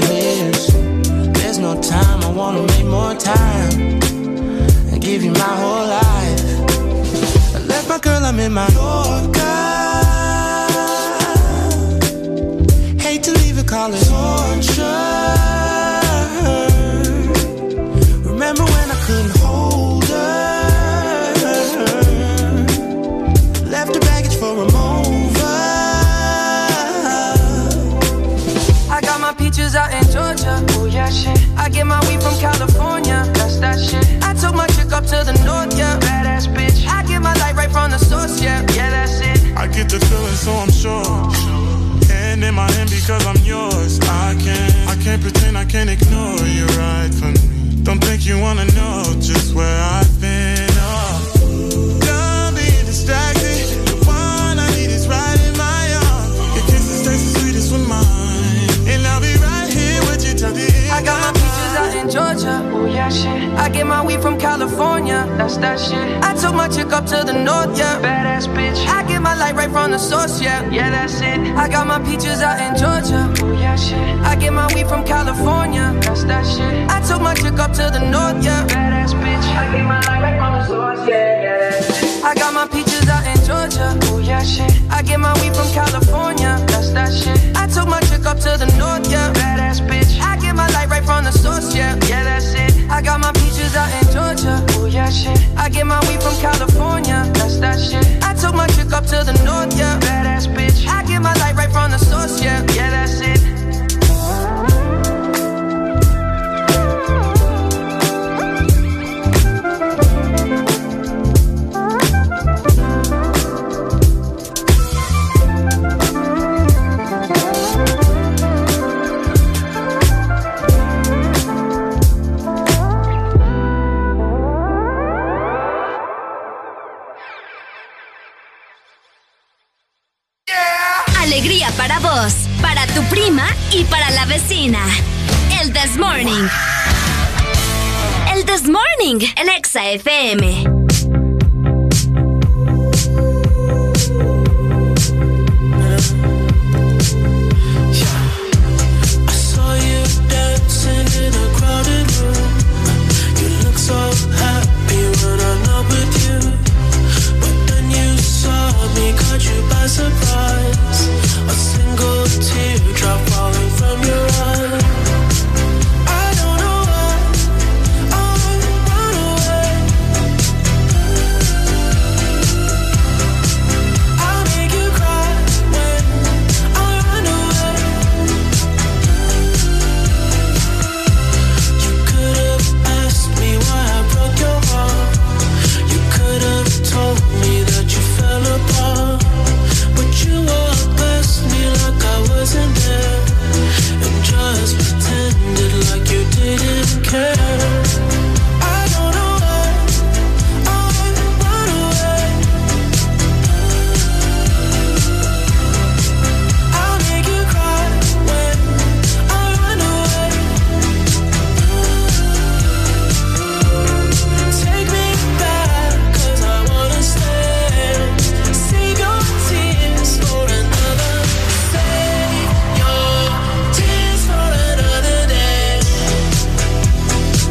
it is. There's no time, I wanna make more time and give you my whole life. I left my girl, I'm in my Yorker. Hate to leave it, call it torture. Remember when I couldn't hold her? Left her baggage for a mover. I got my peaches out in Georgia. Oh yeah, shit. I get my weed from California. That's that shit. I took my chick up to the north, yeah. Badass bitch. I get my light right from the source, yeah. Yeah, that's it. I get the feeling, so I'm sure. Hand in my hand because I'm yours. I can't, I can't pretend, I can't ignore you right from me. Don't think you wanna know just where I've been. Oh, don't be distracted. The one I need is right in my arms. Your kisses taste the sweetest with mine, and I'll be right here with you till the end. I got my peaches out in Georgia. Oh yeah, shit. I get my weed from California. That's that shit. I took my chick up to the north, yeah. Badass bitch. I get my light right from the source, yeah. Yeah, that's it. I got my peaches out in Georgia. Oh yeah, shit. I get my weed from California. That's that shit. I took my chick up to the north, yeah. Badass bitch. I get my light right from the source, yeah. Yeah, that's it. I got my peaches out in Georgia. Oh yeah, shit. I get my weed from California. That's that shit. I took my chick up to the north, yeah. Badass bitch. I get my light right from the source, yeah. Yeah, that's it. I got my peaches out in Georgia. Oh yeah, shit. I get my weed from California. That's that shit. I took my chick up to the north, yeah. Badass bitch. I get my light right from the source, yeah. Yeah, that's it. Alegría para vos, para tu prima y para la vecina. El This Morning. El This Morning en Exa F M. Caught you by surprise. A single teardrop falling from your eye. I don't know why I run away. I'll make you cry when I run away. You could have asked me why I broke your heart. You could have told me that you fell apart. You walked past me like I wasn't there, and just pretended like you didn't care. I don't know why I run away. I'll make you cry when I run away. Take me back, 'cause I wanna stay. Save your tears for another. Save your tears for another day.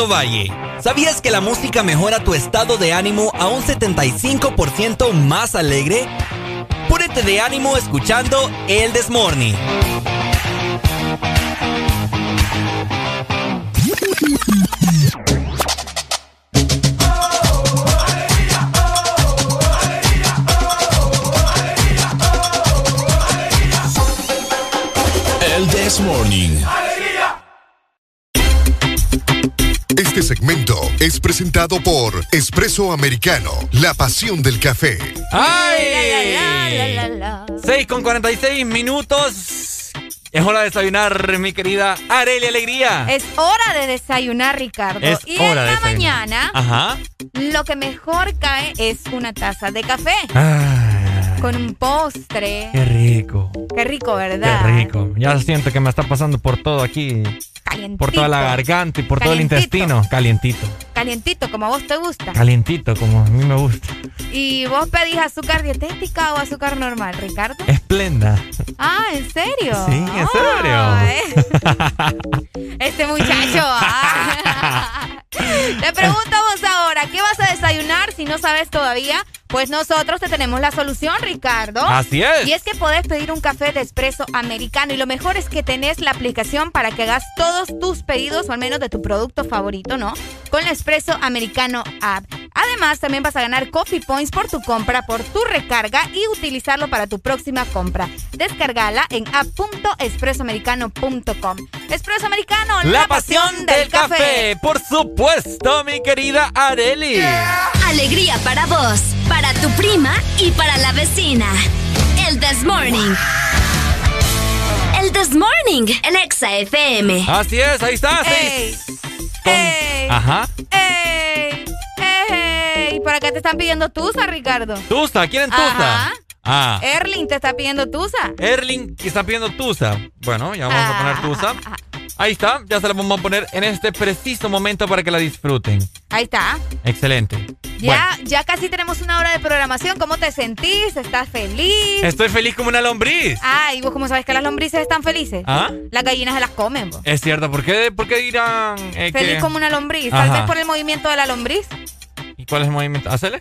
Valle, ¿sabías que la música mejora tu estado de ánimo a un setenta y cinco por ciento más alegre? Ponete de ánimo escuchando El This Morning. El This Morning. Este segmento es presentado por Espresso Americano, la pasión del café. ¡Ay! La, la, la, la. seis con cuarenta y seis minutos. Es hora de desayunar, mi querida Arely Alegría. Es hora de desayunar, Ricardo. Es y hora en de la mañana, Ajá. lo que mejor cae es una taza de café. Ah. Con un postre. Qué rico. Qué rico, ¿verdad? Qué rico. Ya siento que me está pasando por todo aquí. Calientito. Por toda la garganta y por Calientito. todo el intestino. Calientito. Calientito, como a vos te gusta. Calientito, como a mí me gusta. ¿Y vos pedís azúcar dietética o azúcar normal, Ricardo? Esplenda. Ah, ¿en serio? Sí, en serio. Oh, eh. Este muchacho. Ah. Te preguntamos ahora, ¿qué vas a desayunar si no sabes todavía? Pues nosotros te tenemos la solución, Ricardo. Así es. Y es que podés pedir un café de espresso americano. Y lo mejor es que tenés la aplicación para que hagas todos tus pedidos, o al menos de tu producto favorito, ¿no? Con la Espresso Americano App. Además, también vas a ganar Coffee Points por tu compra, por tu recarga y utilizarlo para tu próxima compra. Descárgala en app punto espresso americano punto com. Espresso Americano, la, la pasión, pasión del, del café. café. Por supuesto, mi querida Arely. Yeah. Alegría para vos, para tu prima y para la vecina. El This Morning. El This Morning en Exa F M. Así es, ahí está. Ey, Con... ey, Ajá. Ey, ey, ¿para qué te están pidiendo tusa, Ricardo? Tusa, ¿quieren tusa? Ajá. Ah. Erling te está pidiendo tusa. Erling está pidiendo tusa. Bueno, ya vamos ah. a poner tusa. Ahí está, ya se la vamos a poner en este preciso momento para que la disfruten. Ahí está. Excelente. Ya, bueno. ya casi tenemos una hora de programación. ¿Cómo te sentís? ¿Estás feliz? Estoy feliz como una lombriz. Ah, ¿y vos cómo sabes que las lombrices están felices? ¿Ah? Las gallinas se las comen, vos. Es cierto, ¿por qué, por qué dirán eh, feliz que... como una lombriz? Tal Ajá. vez por el movimiento de la lombriz. ¿Y cuál es el movimiento? ¿Hacele?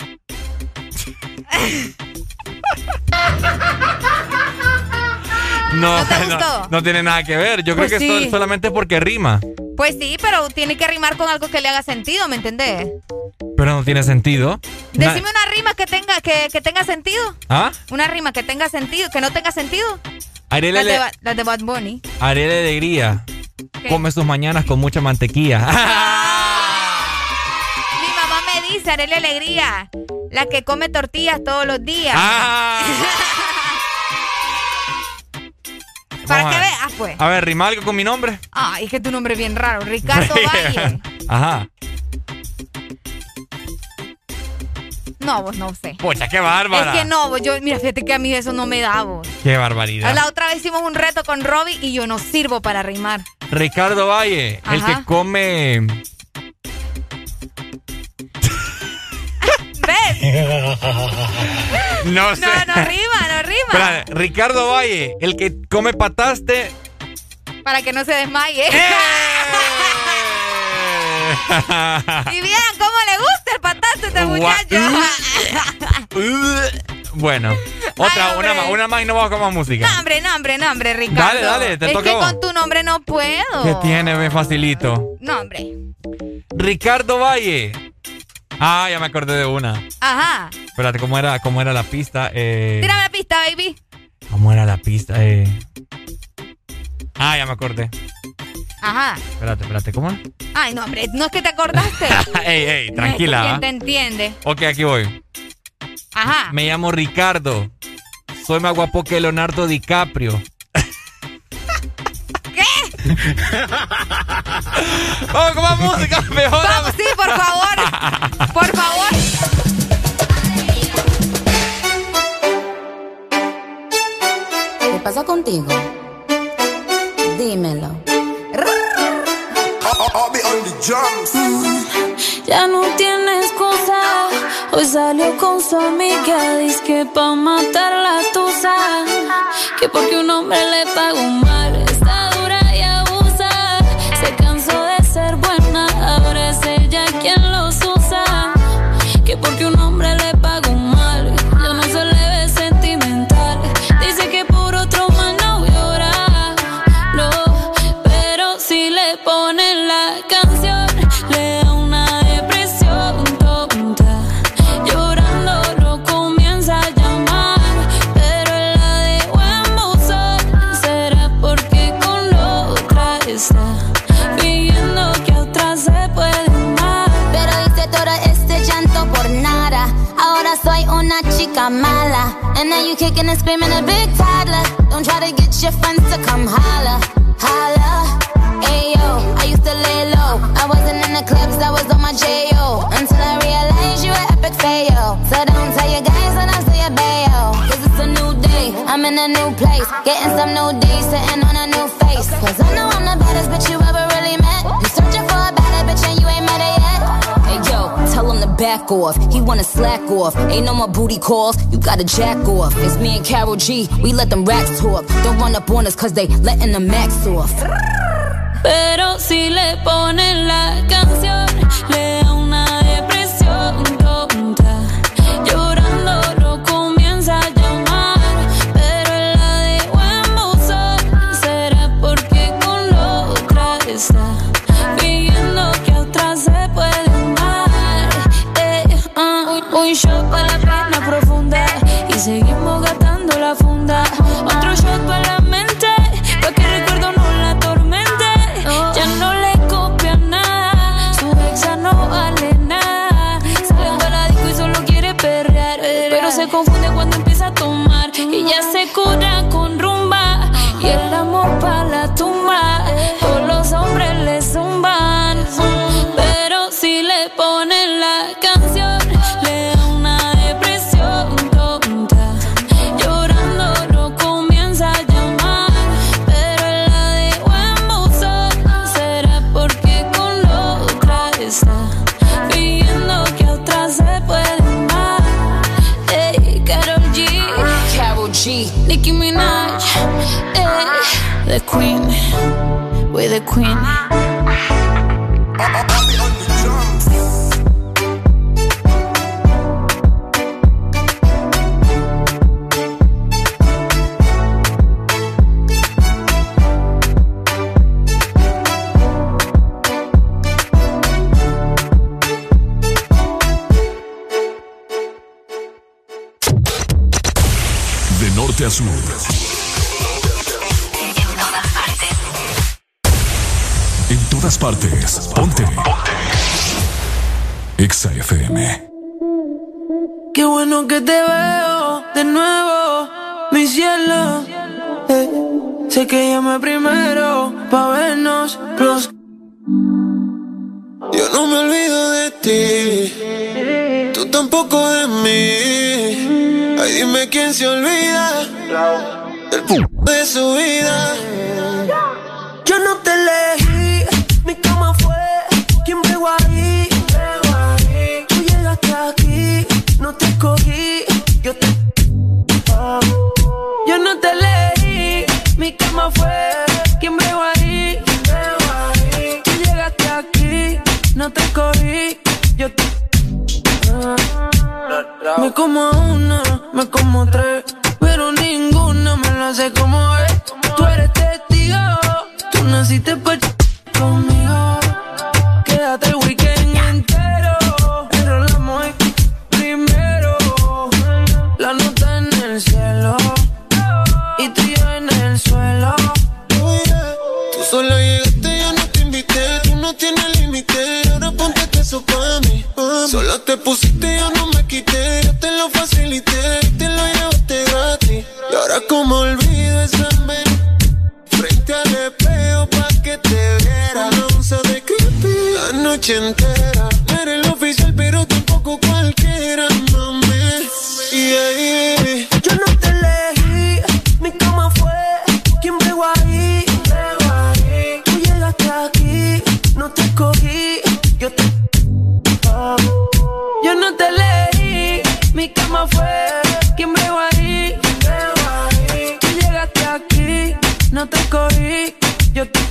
No, ¿No te no, gustó? no tiene nada que ver. Yo pues creo que sí. esto solamente porque rima. Pues sí, pero tiene que rimar con algo que le haga sentido, ¿me entendés? Pero no tiene sentido. Decime Na una rima que tenga, que, que tenga sentido. ¿Ah? Una rima que tenga sentido, que no tenga sentido. Arely Las de, la de Bad Bunny. Arely Alegría. Come sus mañanas con mucha mantequilla. Mi mamá me dice, Arely Alegría, la que come tortillas todos los días. Ah. Para que veas, pues. A ver, rima algo con mi nombre. Ay, es que tu nombre es bien raro. Ricardo Valle. Ajá. No, vos no sé. Pocha, qué bárbara. Es que no, vos, yo, mira, fíjate que a mí eso no me da, vos. Qué barbaridad. La otra vez hicimos un reto con Robbie y yo no sirvo para rimar. Ricardo Valle, Ajá. el que come... ¿Ves? No sé. No, no rima, no rima. Espera, Ricardo Valle, el que come pataste... Para que no se desmaye. ¡Eh! Y vean cómo le gusta el pataste a este muchacho. Bueno, otra, Ay, una más, una más y no vamos con más música. No, hombre, no, hombre, no, hombre, Ricardo. Dale, dale, te es toca que vos. con tu nombre no puedo. ¿Qué tiene? Me facilito. No, hombre. Ricardo Valle. Ah, ya me acordé de una. Ajá. Espérate, ¿cómo era, cómo era la pista? Eh, Tírame la pista, baby. ¿Cómo era la pista? Eh... Ah, ya me acordé. Ajá. Espérate, espérate, ¿cómo? Ay, no, hombre, no es que te acordaste. Ey, ey, tranquila. ¿Quién ¿ah? te entiende? Ok, aquí voy. Ajá. Me llamo Ricardo. Soy más guapo que Leonardo DiCaprio. ¿Qué? Vamos con más música, mejor. Vamos, sí, por favor. Por favor. ¿Qué pasa contigo? Dímelo. Mm, ya no tienes excusa. Hoy salió con su amiga, dice que pa' matar la tusa. Que porque un hombre le pagó mal, está dura y abusa. Se cansó de ser buena, ahora es una chica mala. And now you kicking and screaming a big toddler. Don't try to get your friends to come holla, holla. Ayo, I used to lay low. I wasn't in the clubs, I was on my J O. Until I realized you were epic fail. So don't tell your guys when I say a bail. Cause it's a new day, I'm in a new place. Getting some new days, sitting on a new face. Cause I know I'm the baddest bitch you ever really met. You searching for a better bitch and you ain't met her yet. Hey yo, tell him to back off. He wanna slack off. Ain't no more booty calls, you gotta jack off. It's me and Karol G, we let them racks talk. Don't run up on us cause they letting the max off. Pero si le ponen la canción, le da una depresión tonta. Llorando lo comienza a llamar, pero él la dejó en buzón. ¿Será porque con la otra está fingiendo que a otra se puede amar? Eh, uh, un shot para la pena profunda y seguimos gastando la funda. Otro shot para la mente, pa' que recuerdo no la atormente. Ya no le copia nada, su exa no vale nada. Sale para la disco y solo quiere perrear, pero se confunde cuando empieza a tomar. Y ya se cura con rumba y el amor pa' la tumba. Todos los hombres le zumban, pero si le ponen la canción, le da una depresión tonta. Llorando lo comienza a llamar, pero él la dejó en buzón. ¿Será porque con la otra está fingiendo que a otra se puede amar? Ey, Karol G, Karol G, Nicki Minaj, ey, the queen, we're the queen. De norte a sur. En todas partes. Ponte. Ponte. Exa F M. Qué bueno que te veo de nuevo, mi cielo. Eh, sé que llamé primero pa' vernos los. Yo no me olvido de ti, tú tampoco de mí. Ay, dime quién se olvida del p*** de su vida. Yo no te elegí, mi cama fue quien pegó ahí. Tú llegaste aquí, no te escogí, yo te... Yo no te elegí, mi cama fue quien pegó ahí. Tú llegaste aquí, no te escogí, yo te... Me como una, me como tres, pero ninguna me la hace como es. Tú eres testigo, tú naciste pa' ch- conmigo. Quédate el weekend entero, enrolamos primero. La nota en el cielo y tú y yo en el suelo. Oh, yeah. Tú sola llegaste, yo no te invité. Tú no tienes límite, ahora ponte eso pa' mí, pa' mí. Solo te pusiste, yo no me quité. Yo te lo facilité, te lo llevaste gratis. Y ahora como olvido esa vez frente al espejo pa' que te viera. No usa de creepy la noche entera. No eres el oficial, pero tampoco cualquiera, mami. Yeah, yeah. Yo no te elegí, mi cama fue quien pegó ahí. Tú llegaste aquí, no te escogí, yo te... Yo no te elegí, mi cama fue quien pegó ahí. Tú llegaste aquí, no te escogí, yo te...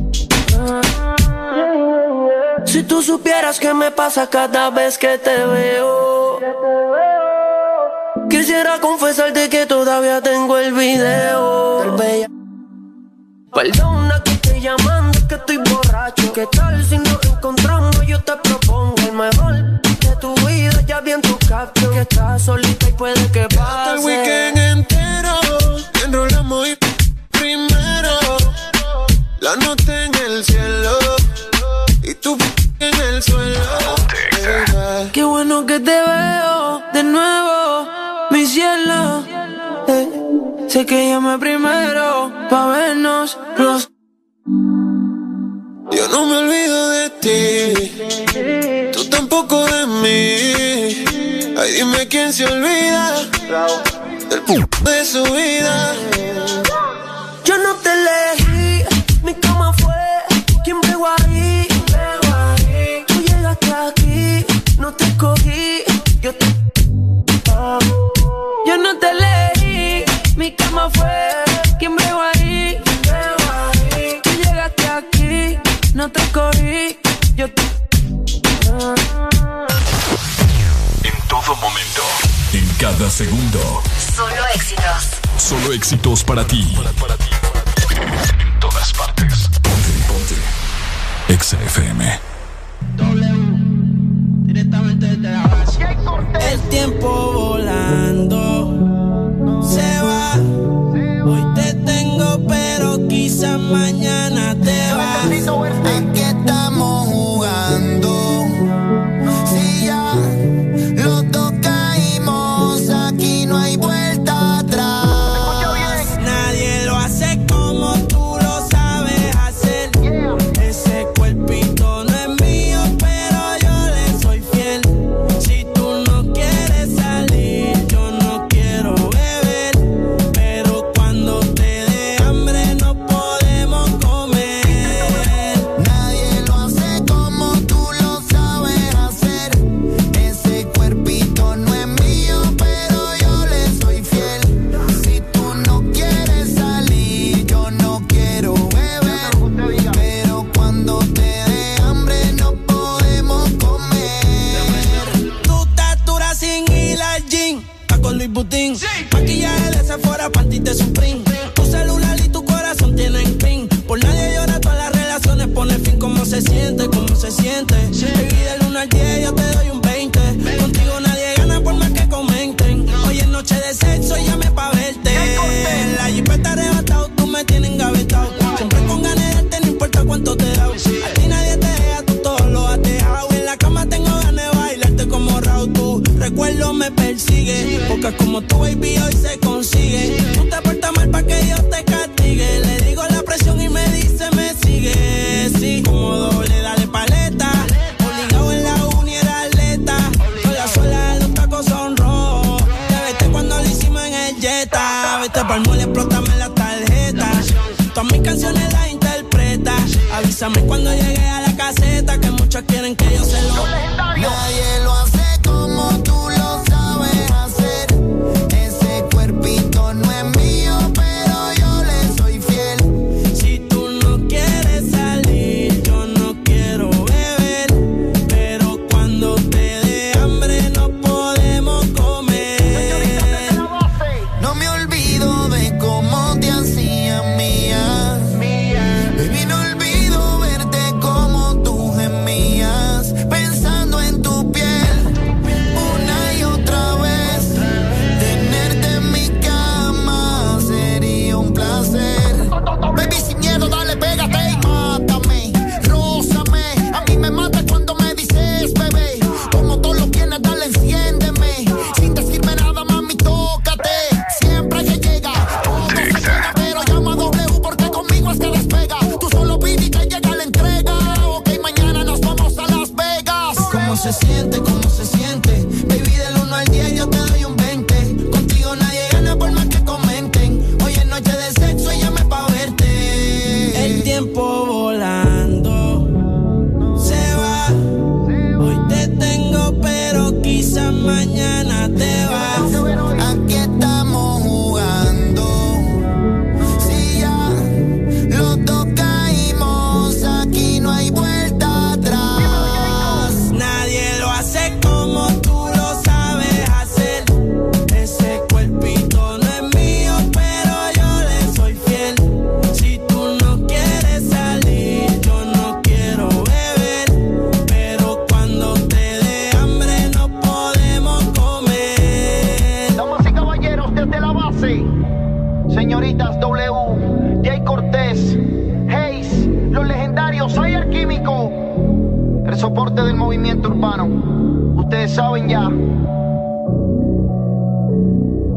Si tú supieras qué me pasa cada vez que te veo, quisiera confesarte que todavía tengo el video. Perdona que estoy llamando, que estoy borracho. ¿Qué tal si nos encontramos? Yo te propongo el mejor de tu vida. Ya vi en tu caption que estás solita y puede que pase el weekend entero, enrolamos y primero. La nota en el cielo y tú en el suelo. Qué bueno que te veo de nuevo, cielo. Eh, sé que llamé primero pa' vernos los. Yo no me olvido de ti, tú tampoco de mí. Ay, dime quién se olvida del p*** de su vida. Yo no te elegí, mi cama fue quien pegó ahí. Tú llegaste aquí, no te escogí, yo te... Yo no te elegí, mi cama fue quien pegó ahí. Tú llegaste aquí, no te escogí, yo te... En todo momento, en cada segundo. Solo éxitos. Solo éxitos para ti. Para, ti, para ti. En todas partes. Ponte, ponte. Exa F M. Directamente desde la base. El tiempo volando se va. Hoy te tengo, pero quizás mañana te vas. Aquí estamos jugando. Si ya los dos caímos, aquí no hay vuelta atrás. Nadie lo hace como tú lo sabes hacer. Ese cuerpito no es mío, pero yo le soy fiel. Si tú no quieres salir, yo no quiero beber. Pero cuando te dé hambre no podemos comer. Nadie lo hace como tú lo sabes hacer. Ese cuerpito no es mío, pero yo le soy fiel. Si tú no quieres salir, yo no quiero beber. Pero cuando te dé hambre no podemos comer. Tu estatura sin ir al gym, está con Luis Butín. Maquillaje de Sephora, panty de Supreme. Tu celular y tu corazón tienen pin. Por nadie llora, todas las relaciones pone fin. ¿Cómo se siente? ¿Cómo se siente? Baby, del uno al diez yo te doy un veinte. Contigo nadie gana por más que comenten. Hoy es noche de sexo, llame pa' verte. La jipeta arrebatado, tú me tienes engavetado. Siempre con ganas de darte, no importa cuánto te da. A ti nadie te deja, tú todo lo has dejado. En la cama tengo ganas de bailarte como Raúl. Tu recuerdo me persigue, porque como tu baby hoy se consigue. Tú te portas mal pa' que Dios te castigue. Le digo la presión y me dice me sigue. Sí, como doble, dale paleta. Obligado en la uni era atleta. Con la suela de los tacos son rojos. Ya vete cuando lo hicimos en el Jetta. Vete pa'l mall, explótame la tarjeta. Todas mis canciones las interpreta. Avísame cuando llegue a la caseta, que muchos quieren que yo se lo... Nadie lo hace como tú lo sabes hacer. Ese cuerpito no es mío, pero yo le soy fiel. Si tú no quieres salir, yo no quiero beber. Pero cuando te dé hambre no podemos comer. No me olvido de cómo te hacía mía. Baby, no olvido verte como tú gemías, pensando en tu piel una y otra vez. Tenerte en mi cama sería un placer. Baby, sin miedo, dale, pégate y mátame. Rózame, a mí me mata cuando me dices, bebé. Como tú lo tienes, dale, enciéndeme. Sin decirme nada, mami, tócate. Siempre que llega, todo se pega, pero llama a W porque conmigo es que despega. Tú solo pide y te llega la entrega. Ok, mañana nos vamos a Las Vegas. ¿Cómo se siente? ¿Cómo se siente? Baby, del uno al diez yo te doy un veinte. Contigo nadie gana por más que comenten. Hoy es noche de sexo y llame pa' verte. El tiempo volando se va. Hoy te tengo, pero quizás mañana te vas. Aquí estamos jugando. Si ya los dos caímos, aquí no hay vuelta atrás. Nadie lo hace como tú lo sabes hacer. Ese cuerpito no es mío, pero yo le soy fiel. Si tú no quieres salir, yo no quiero beber. Pero cuando te dé hambre no podemos comer. Damas y caballeros, desde la base, señoritas W, Jay Cortés, Hayes, los legendarios, soy el químico, el soporte del movimiento urbano. Ustedes saben ya.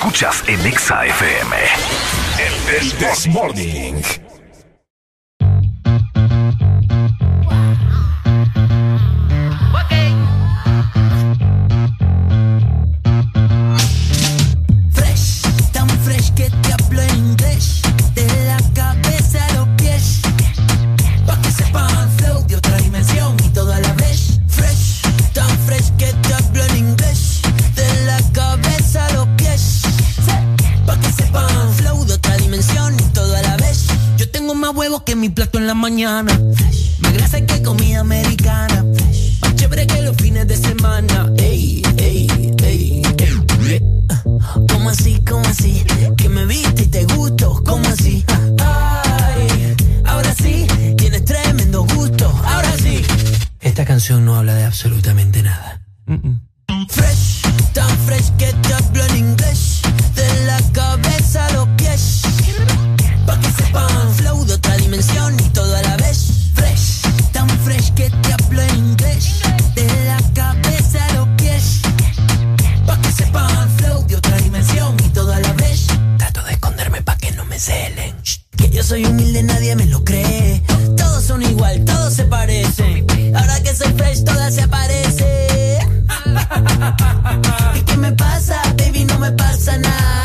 escuchas en Exa F M. El This Morning. Fresh, tan fresh que te hablo en inglés. De la cabeza a los pies. Pa' que sepan flow de otra dimensión y todo a la vez. Fresh, tan fresh que te hablo en inglés. De la cabeza a los pies. Pa' que sepan flow de otra dimensión y todo a la vez. Yo tengo más huevos que mi plato en la mañana. Más grasa que comida americana. Más chévere que los fines de semana. Ey, ey, ey, ey. ¿Cómo así, cómo así? Que me viste y te gusto. ¿Cómo así? Ay, ahora sí, tienes tremendo gusto. Ahora sí. Esta canción no habla de absolutamente nada. Mm-mm. Fresh, tan fresh que te hablo en inglés. De la cabeza a los pies. Pa' que sepan flow de otra dimensión y todo a la vez. Fresh, tan fresh que te hablo en inglés. De la cabeza a los pies. Pa' que sepan flow de otra dimensión y todo a la vez. Trato de esconderme pa' que no me celen. Shh, que yo soy humilde, nadie me lo cree. Todos son igual, todos se parecen. Ahora que soy fresh, todas se aparecen. ¿Y qué me pasa, baby? No me pasa nada.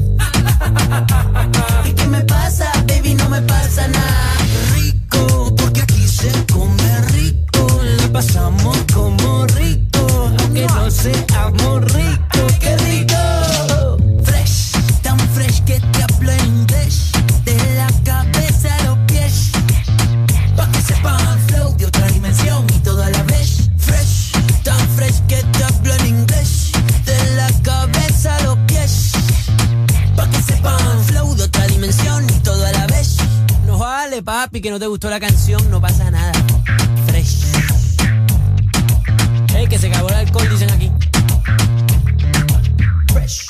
¿Y qué me pasa, baby? No me pasa nada. Rico, porque aquí se come rico. La pasamos como rico, aunque no seamos ricos. ¡Qué rico! Fresh, tan fresh que te hablo en inglés. De la cabeza a los pies. Pa' que sepan flow de otra dimensión y todo a la vez. Fresh, tan fresh que te hablo en inglés. De la cabeza a los pies. Pa' que sepan flow de otra dimensión y todo a la vez. No vale, papi, que no te gustó la canción, no pasa nada. Fresh. Ey, que se acabó el alcohol, dicen aquí. Fresh.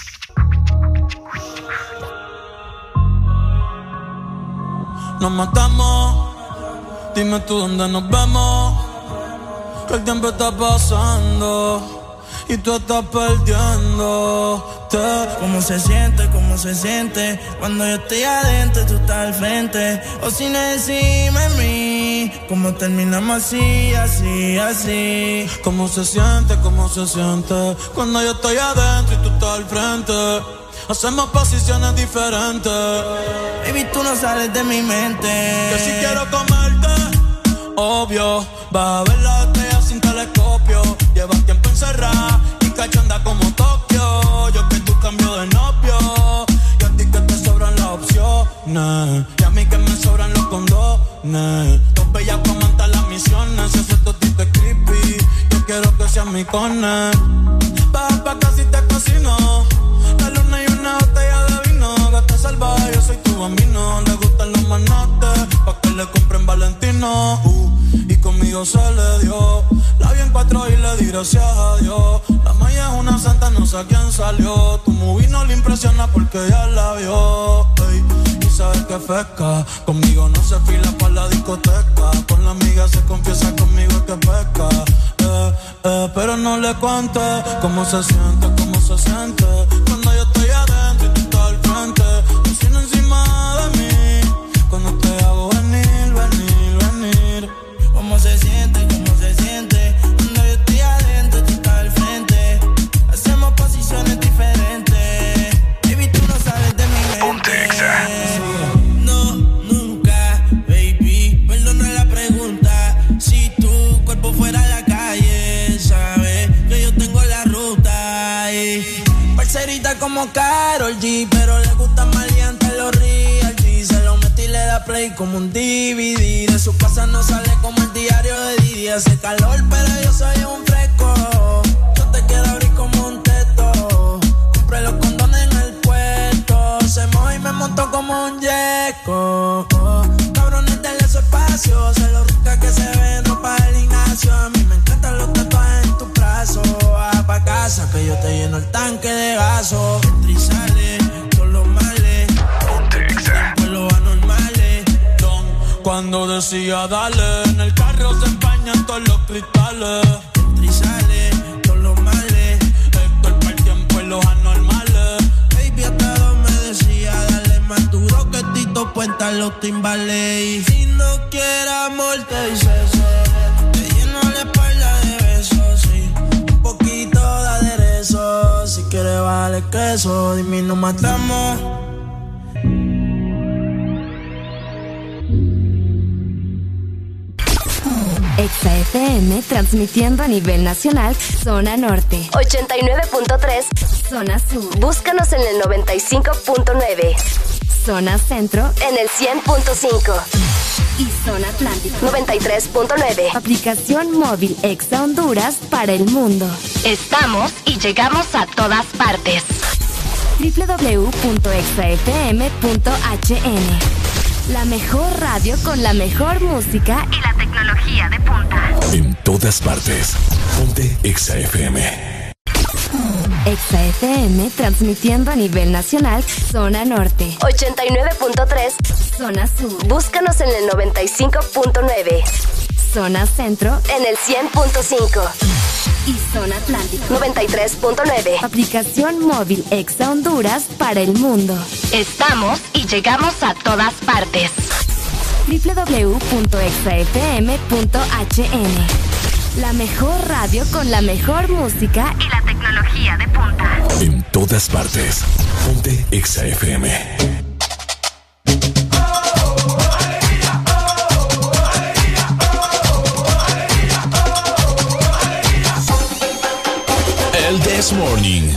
Nos matamos, dime tú dónde nos vemos. Que el tiempo está pasando y tú estás perdiéndote. ¿Cómo se siente? ¿Cómo se siente? Cuando yo estoy adentro, tú estás al frente. O sin encima de mí. ¿Cómo terminamos así, así, así? ¿Cómo se siente? ¿Cómo se siente? Cuando yo estoy adentro y tú estás al frente. Hacemos posiciones diferentes. Baby, tú no sales de mi mente. Que si quiero comerte, obvio. Vas a ver la estrella sin telescopio. Llevas tiempo encerrada y cachonda como Tokio. Yo que tú cambio de novio. Y a ti que te sobran las opciones. Y a mí que me sobran los condones. Dos bellas para montar las misiones. Si ese totito es creepy, yo quiero que seas mi cone. Baja pa' casi te cocino. La luna y una botella de vino. Gata salvaje, yo soy tu bambino. Le gustan los manotes, pa' que le compren Valentino. Uh, y conmigo se le dio. La vi en cuatro y le di gracias a Dios. La maya es una santa, no sé a quién salió. Tu movie no le impresiona porque ya la vio. Ey, y sabes que fresca. Conmigo no se fila pa' la discoteca. Con la amiga se confiesa, conmigo es que pesca. Eh, eh, pero no le cuente cómo se siente, cómo se siente. Cuando yo estoy adentro y tú estás al frente. Cocina encima de mí. Cuando te hago venir, venir, venir. ¿Cómo se siente? ¿Cómo se siente? Cuando yo estoy adentro, tú estás al frente. Hacemos posiciones diferentes. Baby, tú no sales de mi mente. No, nunca, baby. Perdona la pregunta. Si tu cuerpo fuera a la calle, sabes que yo tengo la ruta. Y parcerita como Karol G, pero le gusta maleante los real G. Se lo metí y le da play como un D V D. De su casa no sale como el diario de Didi. Hace calor, pero yo soy un fresco. Yo te quiero abrir como un teto. Compré los condones en el puerto. Se mojó y me montó como un yeco. Oh, cabrones, denle su espacio. Se lo rica que se ven ropa del gimnasio. A mí me encantan los tatuajes en tu brazo. Va pa' casa que yo te lleno el tanque de gaso. Entra y sale con los males. Con los anormales. Don, cuando decía dale, en el carro se empañan todos los cristales. Entra y sale con los males. Héctor, para el tiempo y los anormales. Baby, cuentan los timbales. Y si no quieres amor, te dice sí. Te lleno la espalda de besos, sí. Un poquito de aderezo. Si quieres vale queso, dime y nos matamos. Exa F M transmitiendo a nivel nacional, zona norte. ochenta y nueve punto tres. Zona sur. Búscanos en el noventa y cinco punto nueve. Zona centro. En el cien punto cinco. Y zona atlántica. noventa y tres punto nueve. Aplicación móvil Exa Honduras para el mundo. Estamos y llegamos a todas partes. doble u doble u doble u punto exa f m punto h n. La mejor radio con la mejor música y la tecnología de punta. En todas partes. Ponte Exa F M. Exa F M transmitiendo a nivel nacional, zona norte. ochenta y nueve punto tres. Zona sur. Búscanos en el noventa y cinco punto nueve. Zona centro. En el cien punto cinco. Y zona atlántica. noventa y tres punto nueve. Aplicación móvil Exa Honduras para el mundo. Estamos y llegamos a todas partes. doble u doble u doble u punto exa f m punto h n. La mejor radio con la mejor música y la tecnología de punta. En todas partes. Ponte Exa F M. El This Morning.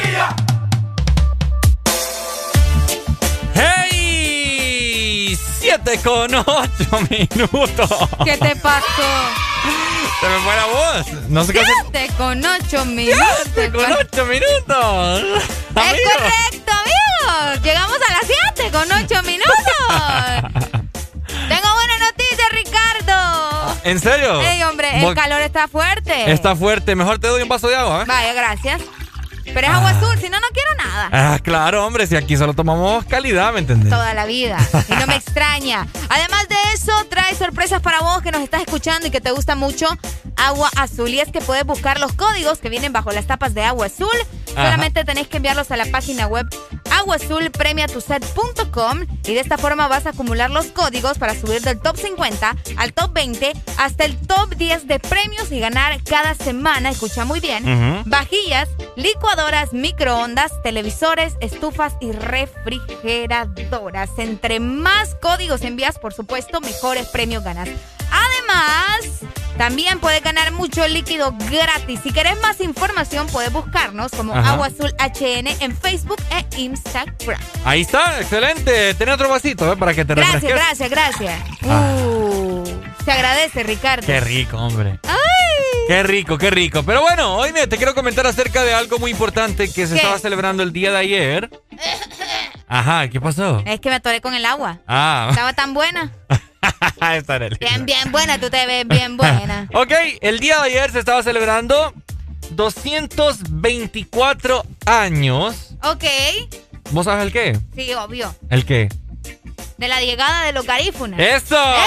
¡Hey! siete con ocho minutos. ¿Qué te pasó? Se me fue la voz. No sé qué hacer. siete con ocho minutos. siete con ocho minutos. Es amigo. Correcto, amigo. Llegamos a las siete con ocho minutos. Tengo buena noticia, Ricardo. ¿En serio? Ey, hombre, el calor está fuerte. Está fuerte. Mejor te doy un vaso de agua, ¿eh? Vaya, gracias. Pero es agua ah. azul, si no, no quiero nada. Ah, claro, hombre, si aquí solo tomamos calidad, ¿me entendés? Toda la vida. Y no me extraña. Además de eso, trae sorpresas para vos que nos estás escuchando y que te gusta mucho Agua Azul. Y es que puedes buscar los códigos que vienen bajo las tapas de Agua Azul. Ajá. Solamente tenés que enviarlos a la página web agua azul premia tu set punto com y de esta forma vas a acumular los códigos para subir del top cincuenta al top veinte hasta el top diez de premios y ganar cada semana, escucha muy bien, uh-huh. vajillas, licuadoras, microondas, televisores, estufas y refrigeradoras. Entre más códigos envías, por supuesto, mejores premios ganas. Además, también puedes ganar mucho líquido gratis. Si querés más información, puedes buscarnos como Ajá. Agua Azul H N en Facebook e Instagram. Ahí está, excelente. Tenés otro vasito, ¿eh? Para que te Gracias, refresques. gracias, gracias. Ah. Uh, se agradece, Ricardo. Qué rico, hombre. ¡Ay! Qué rico, qué rico. Pero bueno, hoy me, te quiero comentar acerca de algo muy importante que se ¿Qué? estaba celebrando el día de ayer. Ajá, ¿qué pasó? Es que me atoré con el agua. Ah. Estaba tan buena. Bien, bien buena, tú te ves bien buena. Ok, el día de ayer se estaba celebrando doscientos veinticuatro años. Ok. ¿Vos sabes el qué? Sí, obvio. ¿El qué? De la llegada de los garífunas. ¡Eso! ¡Eh!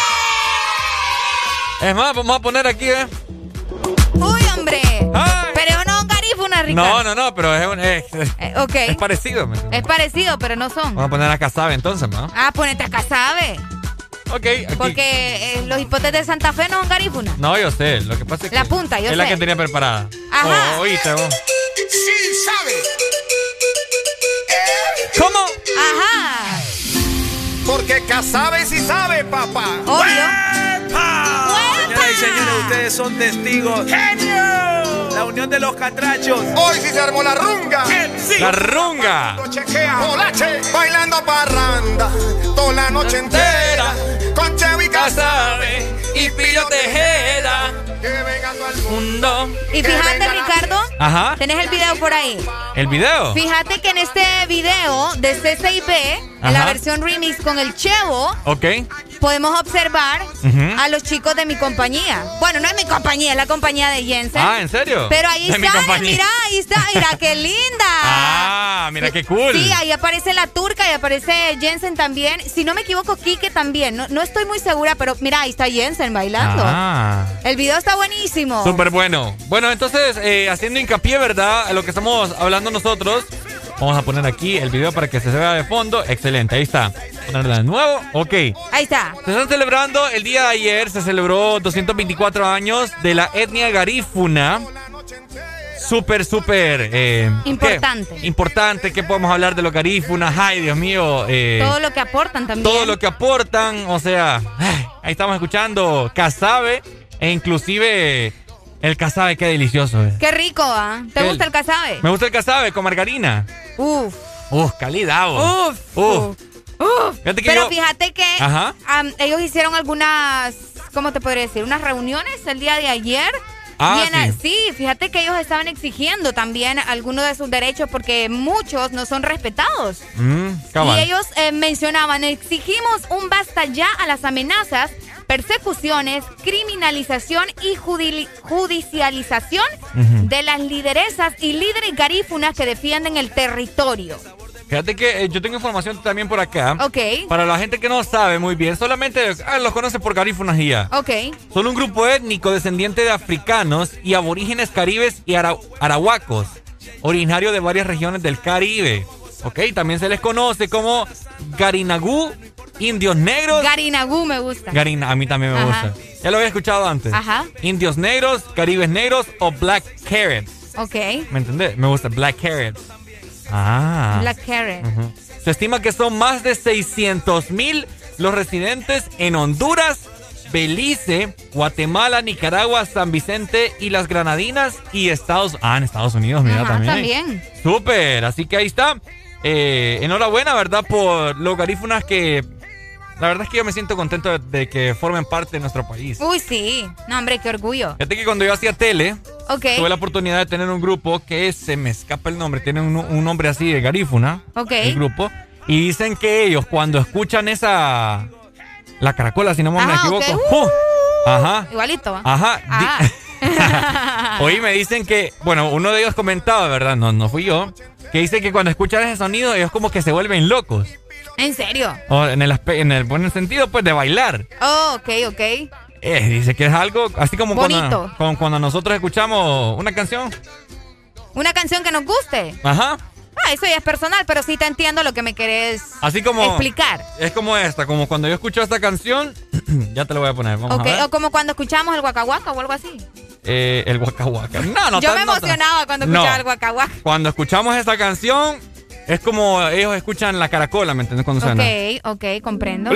Es más, vamos a poner aquí, ¿eh? ¡Uy, hombre! ¡Ay! Pero no garífunas, Ricardo. No, no, no, pero es un... Es, eh, ok. Es parecido. ¿Me es parecido, pero no son. Vamos a poner a Casabe entonces, ¿no? Ah, ponete a Casabe. Ok, aquí. Porque eh, los hipotes de Santa Fe no son garífunas. No, yo sé. Lo que pasa es que... La punta, yo es sé. Es la que tenía preparada. Ajá. Oh, oíste, vos. Sí, sabe. ¿Cómo? Ajá. Porque Casabe sí sabe, papá. Obvio. Señoras y señores, ustedes son testigos. ¡Genio! La unión de los catrachos. Hoy sí se armó la runga. Sí. La runga. Polache, bailando parranda toda la noche entera. Con Chevy Casabe y Pillo Tejeda. Que vengan al mundo. Y fíjate, Ricardo. Ajá. ¿Tenés el video por ahí? ¿El video? Fíjate que en este video de C C I B, en la versión remix con el Chevo, ok, podemos observar uh-huh. a los chicos de mi compañía. Bueno, no es mi compañía, es la compañía de Jensen. Ah, ¿en serio? Pero ahí está, mira, ahí está, mira qué linda. Ah, mira qué cool. Sí, ahí aparece la turca y aparece Jensen también. Si no me equivoco, Kike también. No, no estoy muy segura, pero mira, ahí está Jensen bailando. Ah. El video está buenísimo. Súper bueno. Bueno, entonces, eh, haciendo hincapié, ¿verdad? A lo que estamos hablando nosotros. Vamos a poner aquí el video para que se vea de fondo. Excelente, ahí está. Ponerla de nuevo. Ok. Ahí está. Se están celebrando, el día de ayer se celebró doscientos veinticuatro años de la etnia garífuna. Súper, súper... Eh, importante. ¿qué? Importante. ¿Qué podemos hablar de los garífunas? Ay, Dios mío. Eh, todo lo que aportan también. Todo lo que aportan. O sea, ahí estamos escuchando casabe e inclusive... El casabe, qué delicioso. Eh. Qué rico, ¿ah? ¿eh? ¿Te el, gusta el casabe? Me gusta el casabe con margarina. Uf. Uf, calidad, vos. Uf. Uf. Uf. Fíjate que Pero yo... fíjate que um, ellos hicieron algunas, ¿cómo te podría decir? Unas reuniones el día de ayer. Ah, Bien, sí. sí, fíjate que ellos estaban exigiendo también algunos de sus derechos porque muchos no son respetados. Mm, y ellos eh, mencionaban, exigimos un basta ya a las amenazas, persecuciones, criminalización y judi judicialización uh-huh. de las lideresas y líderes garífunas que defienden el territorio. Fíjate que eh, yo tengo información también por acá. Ok. Para la gente que no sabe muy bien, solamente ah, los conoce por garífunas y ya. Ok. Son un grupo étnico descendiente de africanos y aborígenes caribes y ara arahuacos, originario de varias regiones del Caribe. Ok, también se les conoce como Garinagú, indios negros. Garinagú me gusta. Garina, a mí también me Ajá. gusta. Ya lo había escuchado antes. Ajá. Indios negros, caribes negros o black carrots. Ok. ¿Me entendés? Me gusta black carrots. Ah. Black carrot. Uh-huh. Se estima que son más de seiscientos mil los residentes en Honduras, Belice, Guatemala, Nicaragua, San Vicente y las Granadinas y Estados... Ah, en Estados Unidos, mira, Ajá, también. también. Súper, así que ahí está. Eh, enhorabuena, ¿verdad? Por los garífunas que... La verdad es que yo me siento contento de, de que formen parte de nuestro país. Uy, sí. No, hombre, qué orgullo. Fíjate que cuando yo hacía tele, okay. tuve la oportunidad de tener un grupo que se me escapa el nombre. Tiene un, un nombre así de garífuna. Ok. El grupo. Y dicen que ellos cuando escuchan esa... La caracola, si no me Ajá, equivoco. Okay. Uh, ajá. Igualito. Ajá. Ah. Oí, me dicen que... Bueno, uno de ellos comentaba, ¿verdad? No, no fui yo. Que dice que cuando escuchan ese sonido, ellos como que se vuelven locos. ¿En serio? O en el, en el buen sentido, pues, de bailar. Oh, ok, ok. Eh, dice que es algo así como bonito. Cuando, cuando nosotros escuchamos una canción. Una canción que nos guste. Ajá. Ah, eso ya es personal, pero sí te entiendo lo que me querés así como, explicar. Es como esta, como cuando yo escucho esta canción, ya te lo voy a poner. Vamos okay, a ver. O como cuando escuchamos el guacahuaca o algo así. Eh, el guacahuaca. No, no. Yo tan, me emocionaba no, cuando escuchaba no. el guacahuaca. Cuando escuchamos esta canción, es como ellos escuchan la caracola, ¿me entiendes? Cuando suena. Ok, ok, comprendo.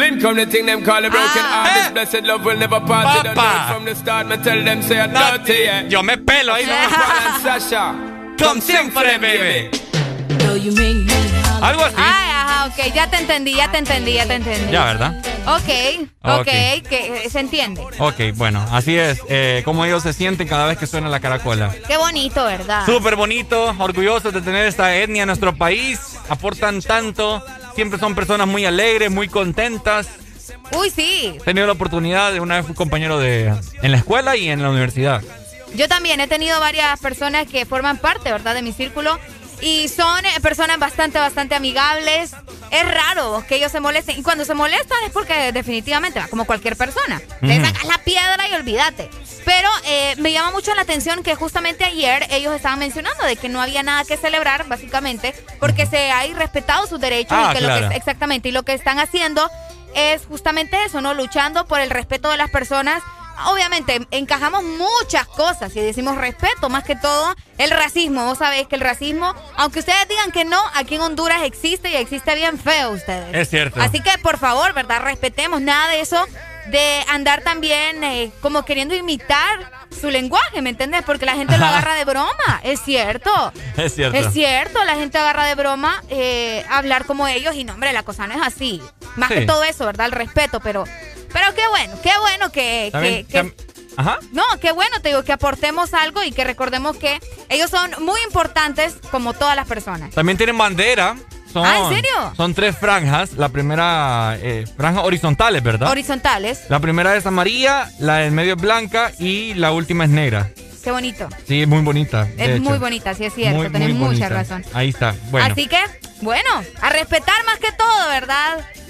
Yo me pelo ahí. Como siempre, baby. Algo así. Ay, ajá, ok, ya te entendí, ya te entendí, ya te entendí. Ya, ¿verdad? Ok, ok, okay. que se entiende. Ok, bueno, así es, eh, como ellos se sienten cada vez que suena la caracola. Qué bonito, ¿verdad? Súper bonito, orgullosos de tener esta etnia en nuestro país, aportan tanto, siempre son personas muy alegres, muy contentas. Uy, sí. He tenido la oportunidad de una vez fui compañero de en la escuela y en la universidad. Yo también he tenido varias personas que forman parte, ¿verdad?, de mi círculo. Y son personas bastante, bastante amigables. Es raro que ellos se molesten. Y cuando se molestan es porque definitivamente va como cualquier persona. Uh-huh. Le sacas la piedra y olvídate. Pero eh, me llama mucho la atención que justamente ayer ellos estaban mencionando de que no había nada que celebrar, básicamente, porque se ha irrespetado sus derechos. Ah, y que claro. lo que, exactamente. Y lo que están haciendo es justamente eso, ¿no? Luchando por el respeto de las personas. Obviamente, encajamos muchas cosas y decimos respeto, más que todo el racismo. Vos sabéis que el racismo, aunque ustedes digan que no, aquí en Honduras existe y existe bien feo ustedes. Es cierto. Así que, por favor, ¿verdad? Respetemos nada de eso, de andar también eh, como queriendo imitar su lenguaje, ¿me entiendes? Porque la gente lo agarra de broma, es cierto. Es cierto. Es cierto, la gente agarra de broma eh, hablar como ellos y no, hombre, la cosa no es así. Más sí. que todo eso, ¿verdad? El respeto, pero... Pero qué bueno, qué bueno que... que, que Ajá. No, qué bueno, te digo, que aportemos algo y que recordemos que ellos son muy importantes como todas las personas. También tienen bandera. Son, ah, ¿en serio? Son tres franjas. La primera, eh, franjas horizontales, ¿verdad? Horizontales. La primera es amarilla, la del medio es blanca y la última es negra. Qué bonito. Sí, muy bonita. Es hecho. muy bonita, sí es cierto, muy, tenés muy mucha bonita. razón. Ahí está, bueno. Así que, bueno, a respetar más que todo, ¿verdad?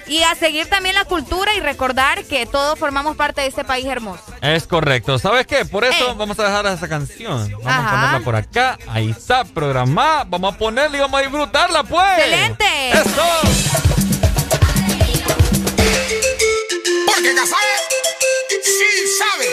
Y a seguir también la cultura y recordar que todos formamos parte de este país hermoso. Es correcto. ¿Sabes qué? Por eso eh. vamos a dejar esa canción. Vamos Ajá. a ponerla por acá. Ahí está, programada. Vamos a ponerla y vamos a disfrutarla, pues. ¡Excelente! ¡Eso! Porque Casabe sí sabe.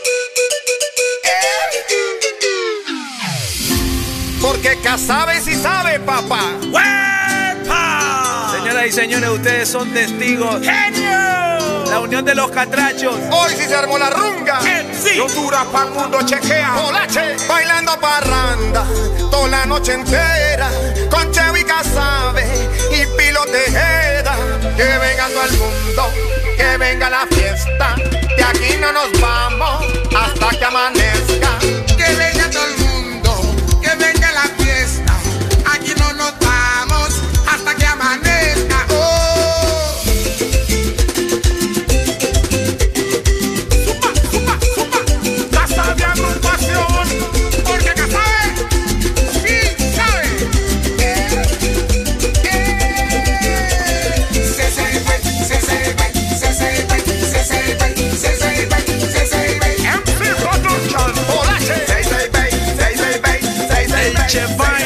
Porque Casabe sí sabe, papá. ¡Huepa! Señoras y señores, ustedes son testigos. ¡Genio! La unión de los catrachos. Hoy sí se armó la runga. Sí. Honduras pa'l mundo chequea. Polache. Bailando parranda toda la noche entera. Con Cheo y Casabe y Pilo Tejeda. Que venga todo el mundo, que venga la fiesta. De aquí no nos vamos hasta que amanezca. Que venga todo el mundo, que venga la fiesta. Aquí no nos vamos hasta que amanezca. Oh. Supa, supa, supa. Casabe agrupación. Porque Casabe sí sabe. Eh, eh. Se sabe, se sabe, se sabe, se sabe, se sabe, se sabe. M C Production. Polache. Say, say, bay, say, say, bay, say, say, bay. El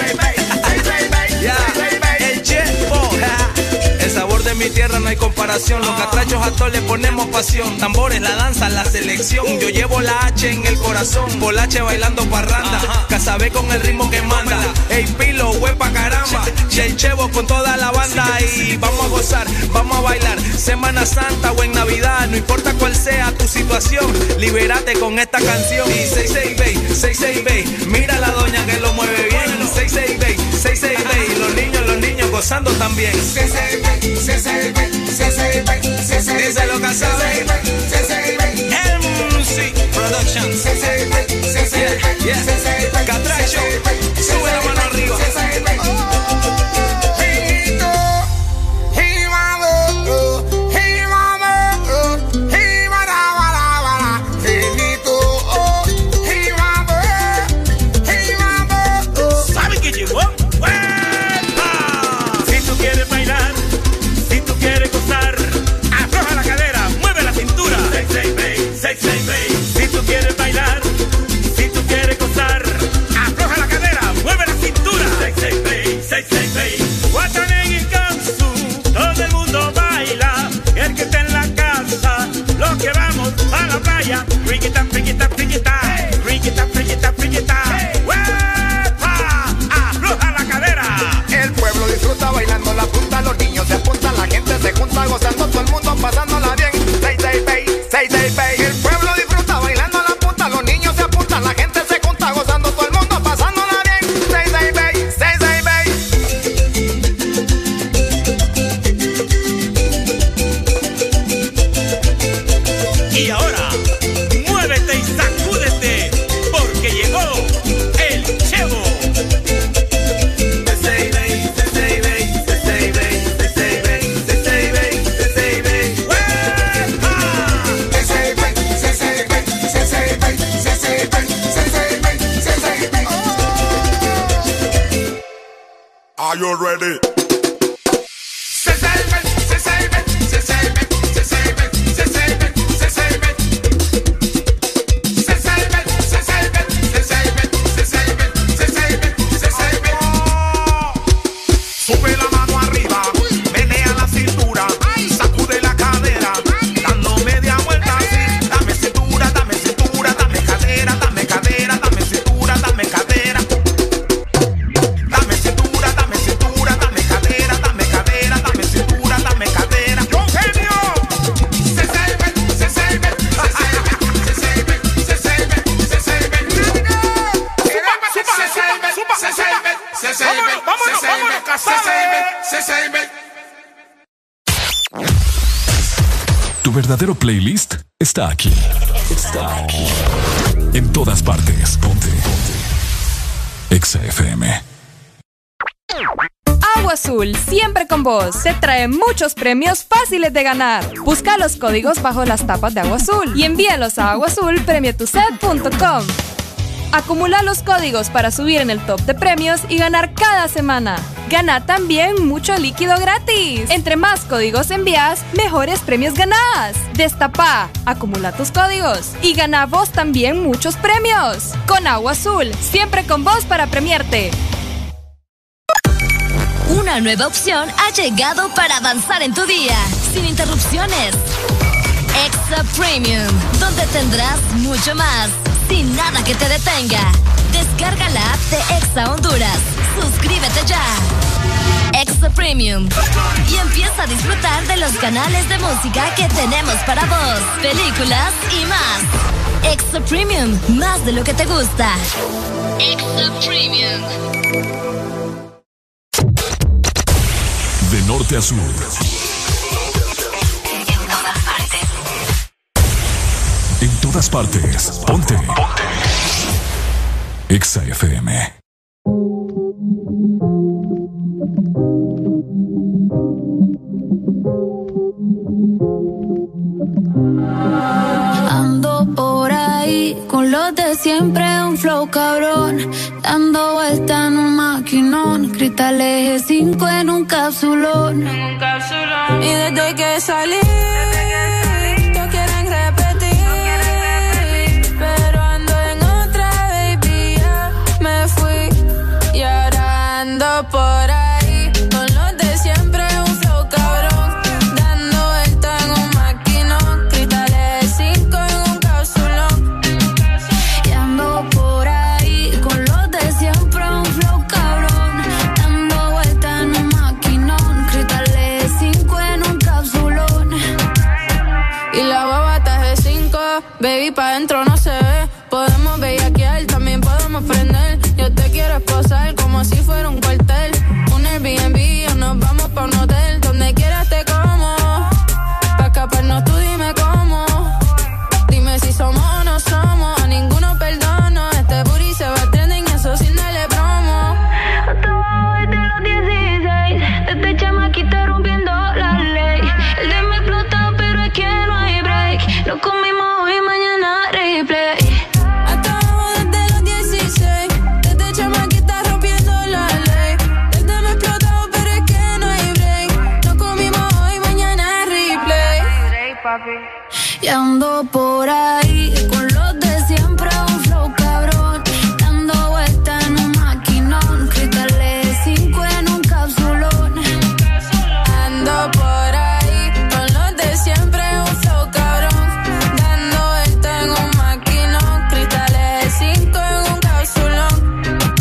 Chepo. El sabor de mi tierra no hay comparación. Los catrachos a todos le ponemos pasión. Tambores, la danza, la selección. Yo llevo la H en el corazón. Polache bailando parranda. Casabe con el ritmo que manda. Ey, Pilo, huepa, caramba. El Chevo con toda la banda. Y vamos a gozar, vamos a bailar. Semana Santa o en Navidad. No importa cuál sea tu situación. Libérate con esta canción. Y seis seis bay, seis seis bay. Mira la doña que lo mueve bien. seis seis bay, seis seis bay. Los niños, los niños gozando también. Se sabe, se sabe, se sabe, se sabe. Díselo, Casabe. Se sabe, M C Productions. se sabe, se sabe, Yeah, se sabe. Catracho, sube la mano arriba. Se sabe. Finito, jimado, jimado, jimarabara, finito, jimado, jimado. ¿Sabe qué llegó? Si tú quieres bailar, si tú quieres gozar, afloja la cadera, mueve la cintura. Say, say, babe, say, say, babe. Si tú quieres bailar, si tú quieres gozar, afloja la cadera, mueve la cintura. Say, say, babe, say, say, babe. Guatanegui y Kansu, todo el mundo baila. El que está en la casa, los que vamos a la playa. Friquita, friquita, friquita, friquita, friquita, friquita. ¡Huepa! Afloja la cadera. El pueblo disfruta bailando la punta, los niños se apuntan, la gente se junta gozando, todo el mundo pasándola bien. Say, say, bay, say, say, bay. El pueblo disfruta bailando la punta, los niños se apuntan, la gente se junta gozando, todo el mundo pasándola bien. Say, say, bay, say, say, bay. Y ahora, muévete y sacúdete, porque llegó el Chevo. Are you ready? Se sabe, se sabe, se sabe, se sabe, se sabe, se sabe. Se sabe, se sabe, se sabe, se sabe, se sabe, se sabe. Sube la mano arriba, menea la cintura, sacude la cadera, dando media vuelta así. Dame cintura, dame cintura, dame cadera, dame cadera, dame cintura, dame cadera. Dame cintura, dame cintura, dame cadera, dame cadera, dame cintura, dame cadera. ¡Yo genio! Se sabe, se sabe, se sabe, se sabe, se sabe, se sabe. Se sabe, se sabe, se sabe, Vámonos, se vámonos, sabe, Casabe. se sabe. Tu verdadero playlist está aquí. Está aquí. En todas partes. Ponte. Ponte. Exa F M. Agua Azul, siempre con vos. Te trae muchos premios fáciles de ganar. Busca los códigos bajo las tapas de Agua Azul y envíalos a aguaazul premio tu set punto com. Acumula los códigos para subir en el top de premios y ganar cada semana. Gana también mucho líquido gratis. Entre más códigos envías, mejores premios ganás. Destapa, acumula tus códigos y gana vos también muchos premios. Con Agua Azul, siempre con vos para premiarte. Una nueva opción ha llegado para avanzar en tu día, sin interrupciones. Extra Premium, donde tendrás mucho más, sin nada que te detenga. Descarga la app de Exa Honduras. Suscríbete ya. Extra Premium. Y empieza a disfrutar de los canales de música que tenemos para vos, películas y más. Extra Premium, más de lo que te gusta. Extra Premium. De norte a sur. En todas partes. Ponte. Ponte. Exa F M. Ando por ahí con los de siempre, un flow cabrón, dando vuelta en un maquinón, cristales G cinco en un capsulón. Y desde que salí, todos quieren repetir, pero ando en otra, baby, ya me fui. Y ahora ando por ahí con los de siempre, un flow cabrón, dando vuelta en un maquinón, cristales cinco en un capsulón. Y ando por ahí con los de siempre, un flow cabrón, dando vuelta en un maquinón, cristales cinco en un capsulón. Y la baba está de cinco, baby, pa' dentro no se ve. Podemos bellaquear, también podemos prender. Yo te quiero esposar como si fuera un cuartel. Un Airbnb o nos vamos pa' un hotel. Donde quieras te como, pa' escaparnos tú dime cómo. Dime si somos o no somos, a ninguno perdono. Este booty se va trending, eso sin darle promo. Hasta abajo desde los dieciséis, desde chamaquita rompiendo la ley. El de me explotó, pero es que no hay break. Lo comimos hoy, mañana replay. Hasta abajo desde los dieciséis, desde chamaquita rompiendo la ley. Desde me explotó, pero es que no hay break. Lo comimos hoy, mañana replay. Y ando por ahí con los de siempre, un flow cabrón, dando vuelta en un maquinón, cristales cinco en un capsulón. Ando por ahí con los de siempre, un flow cabrón, dando vuelta en un maquinón, cristales cinco en un capsulón.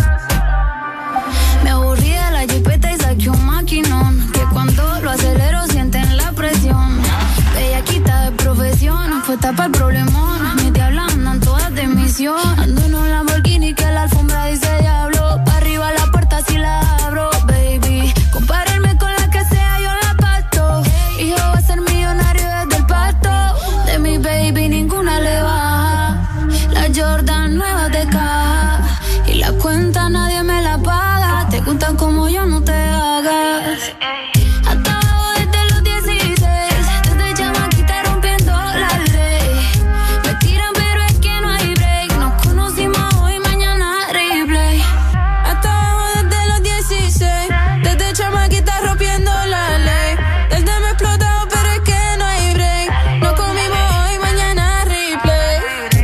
Me aburrí de la jipeta y saqué un maquinón, que cuando lo acelero sienten la presión. Bellaquita de profesión, fue tapa el problemón. Mis diablas andan todas de misión. Ando en un Lamborghini que la alfombra dice diablo. Pa' arriba la puerta si la abro, baby. Compararme con la que sea, yo la parto. Y yo voy a ser millonario desde el pasto. De mi baby ninguna le baja. La Jordan nueva de caja. Y la cuenta nadie me la paga. Te gustan como yo, no te hagas. Hasta abajo desde los dieciséis, desde chamaquita rompiendo la ley. Me tiran pero es que no hay break. Nos conocimos hoy, mañana replay. Hasta abajo desde los dieciséis, desde chamaquita rompiendo la ley. Desde me explotó pero es que no hay break. Nos comimos hoy, mañana replay.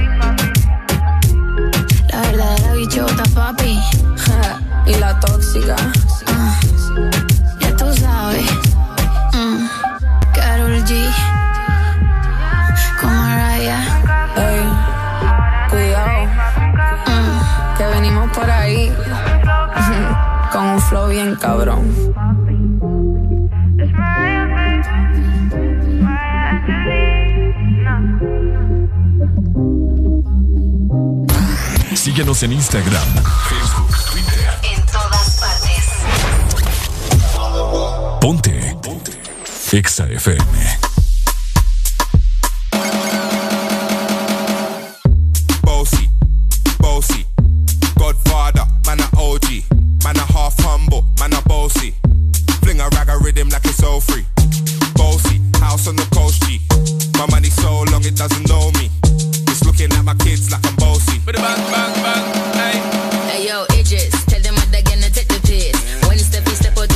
La verdadera bichota, papi. Y la tóxica. Ah, ya tú sabes. Mm. Karol G. Con Mariah. Ey, cuidado. Mm. Que venimos por ahí. Con un flow bien cabrón. Síguenos en Instagram, Facebook, Twitter. En todas partes. Ponte. Ponte. Exa F M. Bossy, bossy, Godfather, man a O G, man a half humble, man a bossy. Fling a rag a rhythm like it's all free. Bossy, house on the coast G. My money so long it doesn't know me. It's looking at my kids like I'm bossy. Bang, bang, bang, hey. Hey yo, Idris, tell them what they're gonna take the piss. When step, step out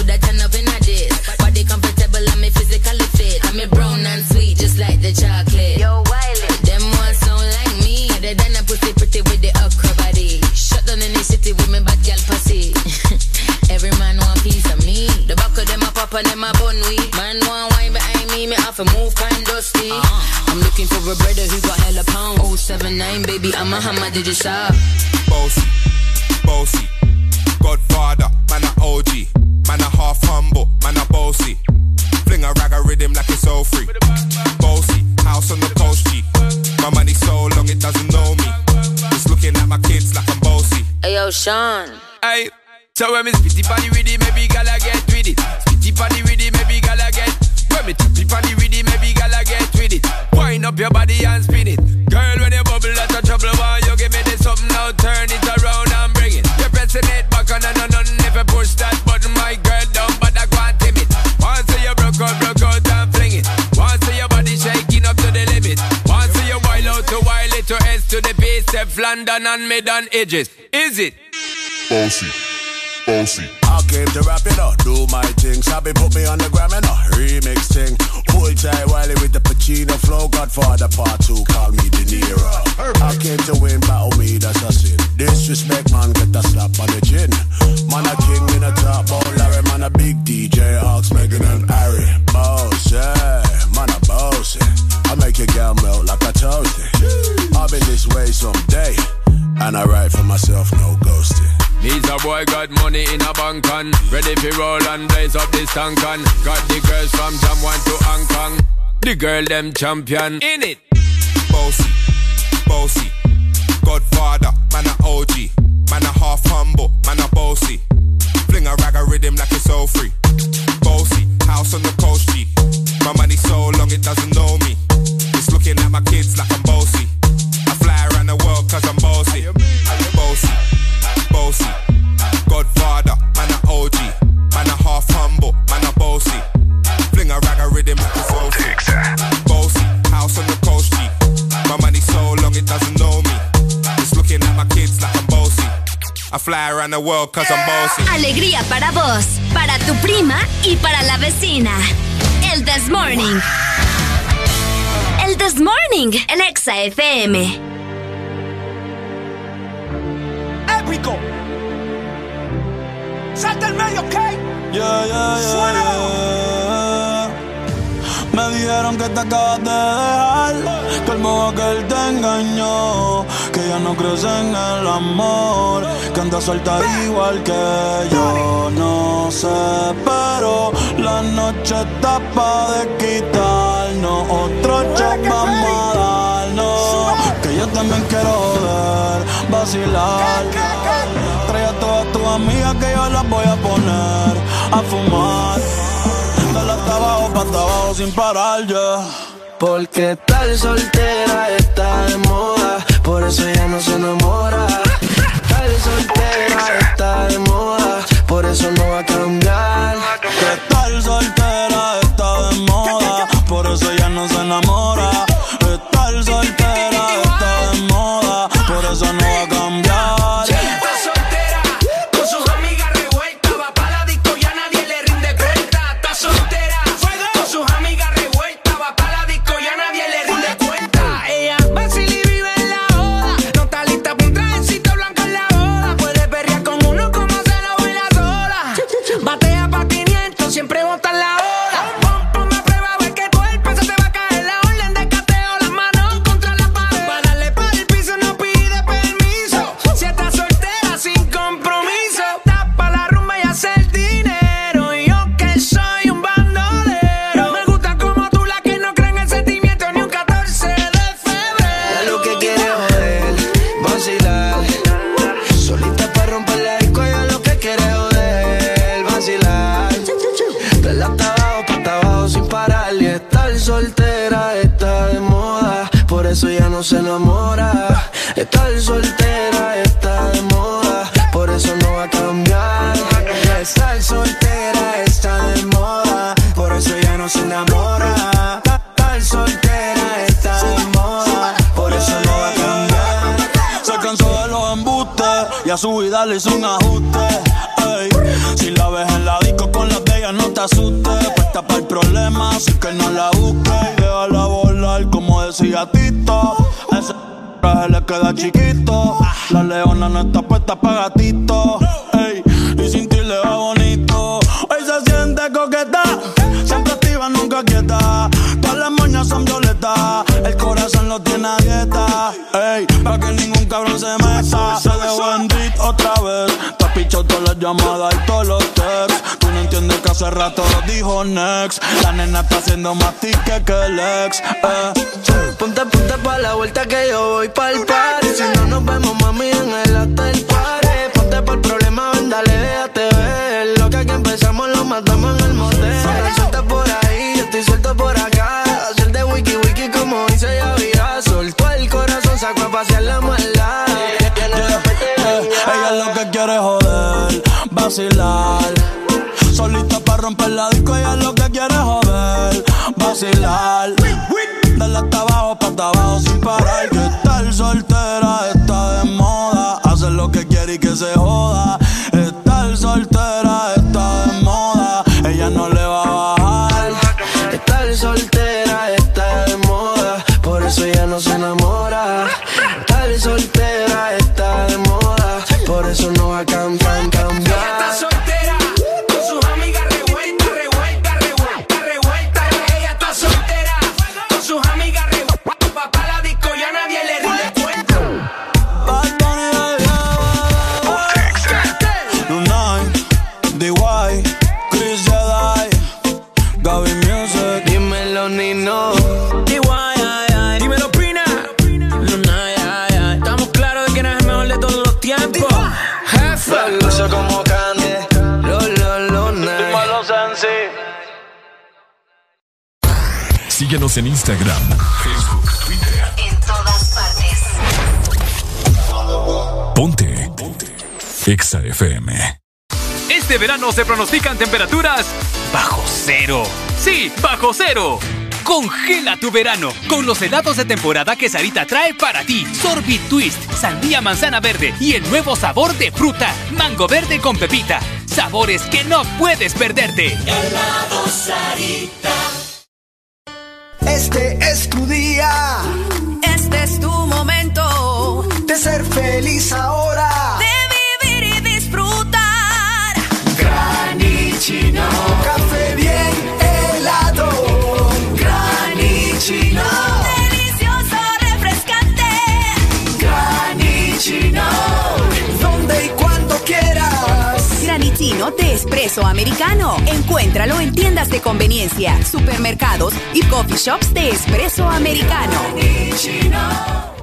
the chocolate. Yo, Wiley. Them ones sound like me. They done a pussy pretty with the okra body. Shut down in the city with me bad gal pussy. Every man want piece of me. The back of them a pop and them a bun weed. Man want wine behind me, me have to move kind dusty. Uh-huh. I'm looking for a brother who got hella pound. oh seven nine, baby, I'm a hammer, did you shop? Bossy, bossy, Godfather, man a O G. Man a half humble, man a bossy. Fling a rag a rhythm like it's all free. Bossy, house on the coast G. My money so long it doesn't know me. Just looking at my kids like I'm bossy. Hey yo, Sean. Hey, so when me spitty party with it, maybe gala get with it. Spitty party with it, maybe gala get. When me tappy party with it, maybe gala get with it. Wind up your body and spin it. Girl, when you bubble, that's a trouble. Why you give me this something now? Turn it around and bring it. You're pressing it back on and on and if you push that button, my girl down, but I can't tame it. Once you broke out, broke out and fling it. Once your body shaking up to the limit. Once you wild out to wild it to S to the base, Steph London and mid on edges. Is it? Bossy, bossy. I came to rap it up, do my thing. Sabi put me on the gram and a remix thing. Hold tight Wiley with the Pacino flow. Godfather part two, call me De Niro. I came to win, battle me, that's a sin. Disrespect, man, get a slap on the chin. Man a king in a top, oh Larry, man a big D J, Ox, Megan and Harry. Boss, yeah, man a boss. I make your girl melt like a toasty. I'll be this way someday, and I write for myself, no ghosting. Needs a boy got money in a bank on. Ready for roll and blaze up this tank on. Got the girls from Jamwan to Hong Kong. The girl them champion. In it. Bossy, bossy, Godfather, man a O G. Man a half humble, man a bossy. Fling a rag a rhythm like it's all free. Bossy, house on the coast G. My money so long it doesn't know me. It's looking at my kids like I'm bossy. I fly around the world cause I'm bossy. Bossy, bossy, Godfather, man a O G. Man a half humble, man a bossy. Fling a rag a rhythm like it's all free. Bossy, house on the coast G. My money so long it doesn't know me. It's looking at my kids like I'm bossy. I fly around the world cause I'm bossy. Alegría para vos, para tu prima y para la vecina. El This Morning. El This Morning en Exa F M. Épico. Salta el medio, ¿ok? Yeah, yeah, yeah, yeah. Me dijeron que te acabas de dejar, que el modo que él te engañó, que ya no crees en el amor, que andas suelta igual que yo. No sé, pero la noche está pa' de quitarnos. Otro shot vamos a darnos, que yo también quiero ver, vacilar. Trae a todas tus amigas que yo las voy a poner a fumar. Dale hasta abajo, pa' hasta abajo sin parar, yeah. Porque tal soltera está de moda, por eso ya no se enamora. Tal soltera está de moda, por eso no va a cambiar. Que tal soltera está de moda, por eso ya no se enamora. Que tal soltera está de moda, por eso no va a cambiar. Siempre botan la hora. Pon, ponme a prueba a ver que tu cuerpo se te va a caer la orden de cateo, las manos contra la pared. Para darle para el piso no pide permiso. Si estás soltera sin compromiso, tapa la rumba y hace el dinero. Y yo que soy un bandolero, me gusta como tú, la que no cree en el sentimiento ni un catorce de febrero. Ya lo que quiere joder, vacilar. Solita para romper la disco, ya lo que quiere joder, vacilar. Dale hasta abajo, pa' hasta abajo sin parar. Y estar soltera está de moda, por eso ya no se enamora. Estar soltera está de moda, por eso no va a cambiar. Estar soltera está de moda, por eso ya no se enamora. Estar soltera está de moda, por eso no va a cambiar. Se cansó de los embustes y a su vida le hizo un ajuste. Ey, si la ves en la disco con las de ella no te asuste, puesta para el problema, así que no la busques y déjala volar, como decía Tito. Ese traje le queda chiquito, la leona no está puesta para gatito. Ey, y sin ti le va bonito. Hoy se siente coqueta, siempre activa, nunca quieta. Todas las moñas son violetas, el corazón lo tiene a dieta. Ey, pa' que ningún cabrón se meta. Se dejó en beat otra vez, te has pichado todas las llamadas y todos los texts. Tú no entiendes que hace rato dijo next. La nena está haciendo más tique que el ex. Eh. Ponte, ponte pa' la vuelta que yo voy pa'l party. Si no nos vemos, mami, en el after party. Ponte pa'l problema, ven, dale, déjate ver. Lo que aquí empezamos lo matamos en el motel. Suelta por ahí, yo estoy suelto por acá. Hacer de wiki wiki como dice Yavira. Soltó el corazón, sacó a pasear la maldad. Ella lo que quiere es joder, vacilar. Solita pa' romper la disco, ella lo que quiere es joder, vacilar. Dale hasta abajo, pa' hasta abajo sin parar. Que estar soltera está de moda. Hacer lo que quiere y que se joda. Estar soltera está de moda. Ella no le va a bajar. Estar soltera está de moda, por eso ella no se enamora. Estar soltera está de moda, por eso no va a cambiar, cambiar. Ella está soltera, con sus amigas revuelta, revuelta, revuelta, revuelta. Ella está soltera, con sus amigas revuelta. Papá la disco ya nadie le rinde cuenta. Bad Bunny, Lunay, D Y, Chris Jedi, Gaby Music. Dímelo, Nino. D Y, ay, ay, dímelo, Pina. Lunay, ay, ay. Estamos claros de que no es el mejor de todos los tiempos. Jefe. Luce como Candy. Lo, lo, lo, nice. Dímelo, Sensi. Síguenos en Instagram, Facebook, Twitter. En todas partes. Ponte. Ponte. Exa F M. Este verano se pronostican temperaturas bajo cero. Sí, bajo cero. Congela tu verano con los helados de temporada que Sarita trae para ti. Sorbit Twist, sandía manzana verde y el nuevo sabor de fruta, mango verde con pepita. Sabores que no puedes perderte. Helado Sarita. Este es tu día. Este es tu momento de ser feliz ahora. De vivir y disfrutar. Granichino. Café bien helado. Granichino. Delicioso, refrescante. Granichino. Donde y cuando quieras. Granichino de espresso americano. Encuéntralo en tiendas de conveniencia, supermercados y coffee shops de espresso americano. Granichino.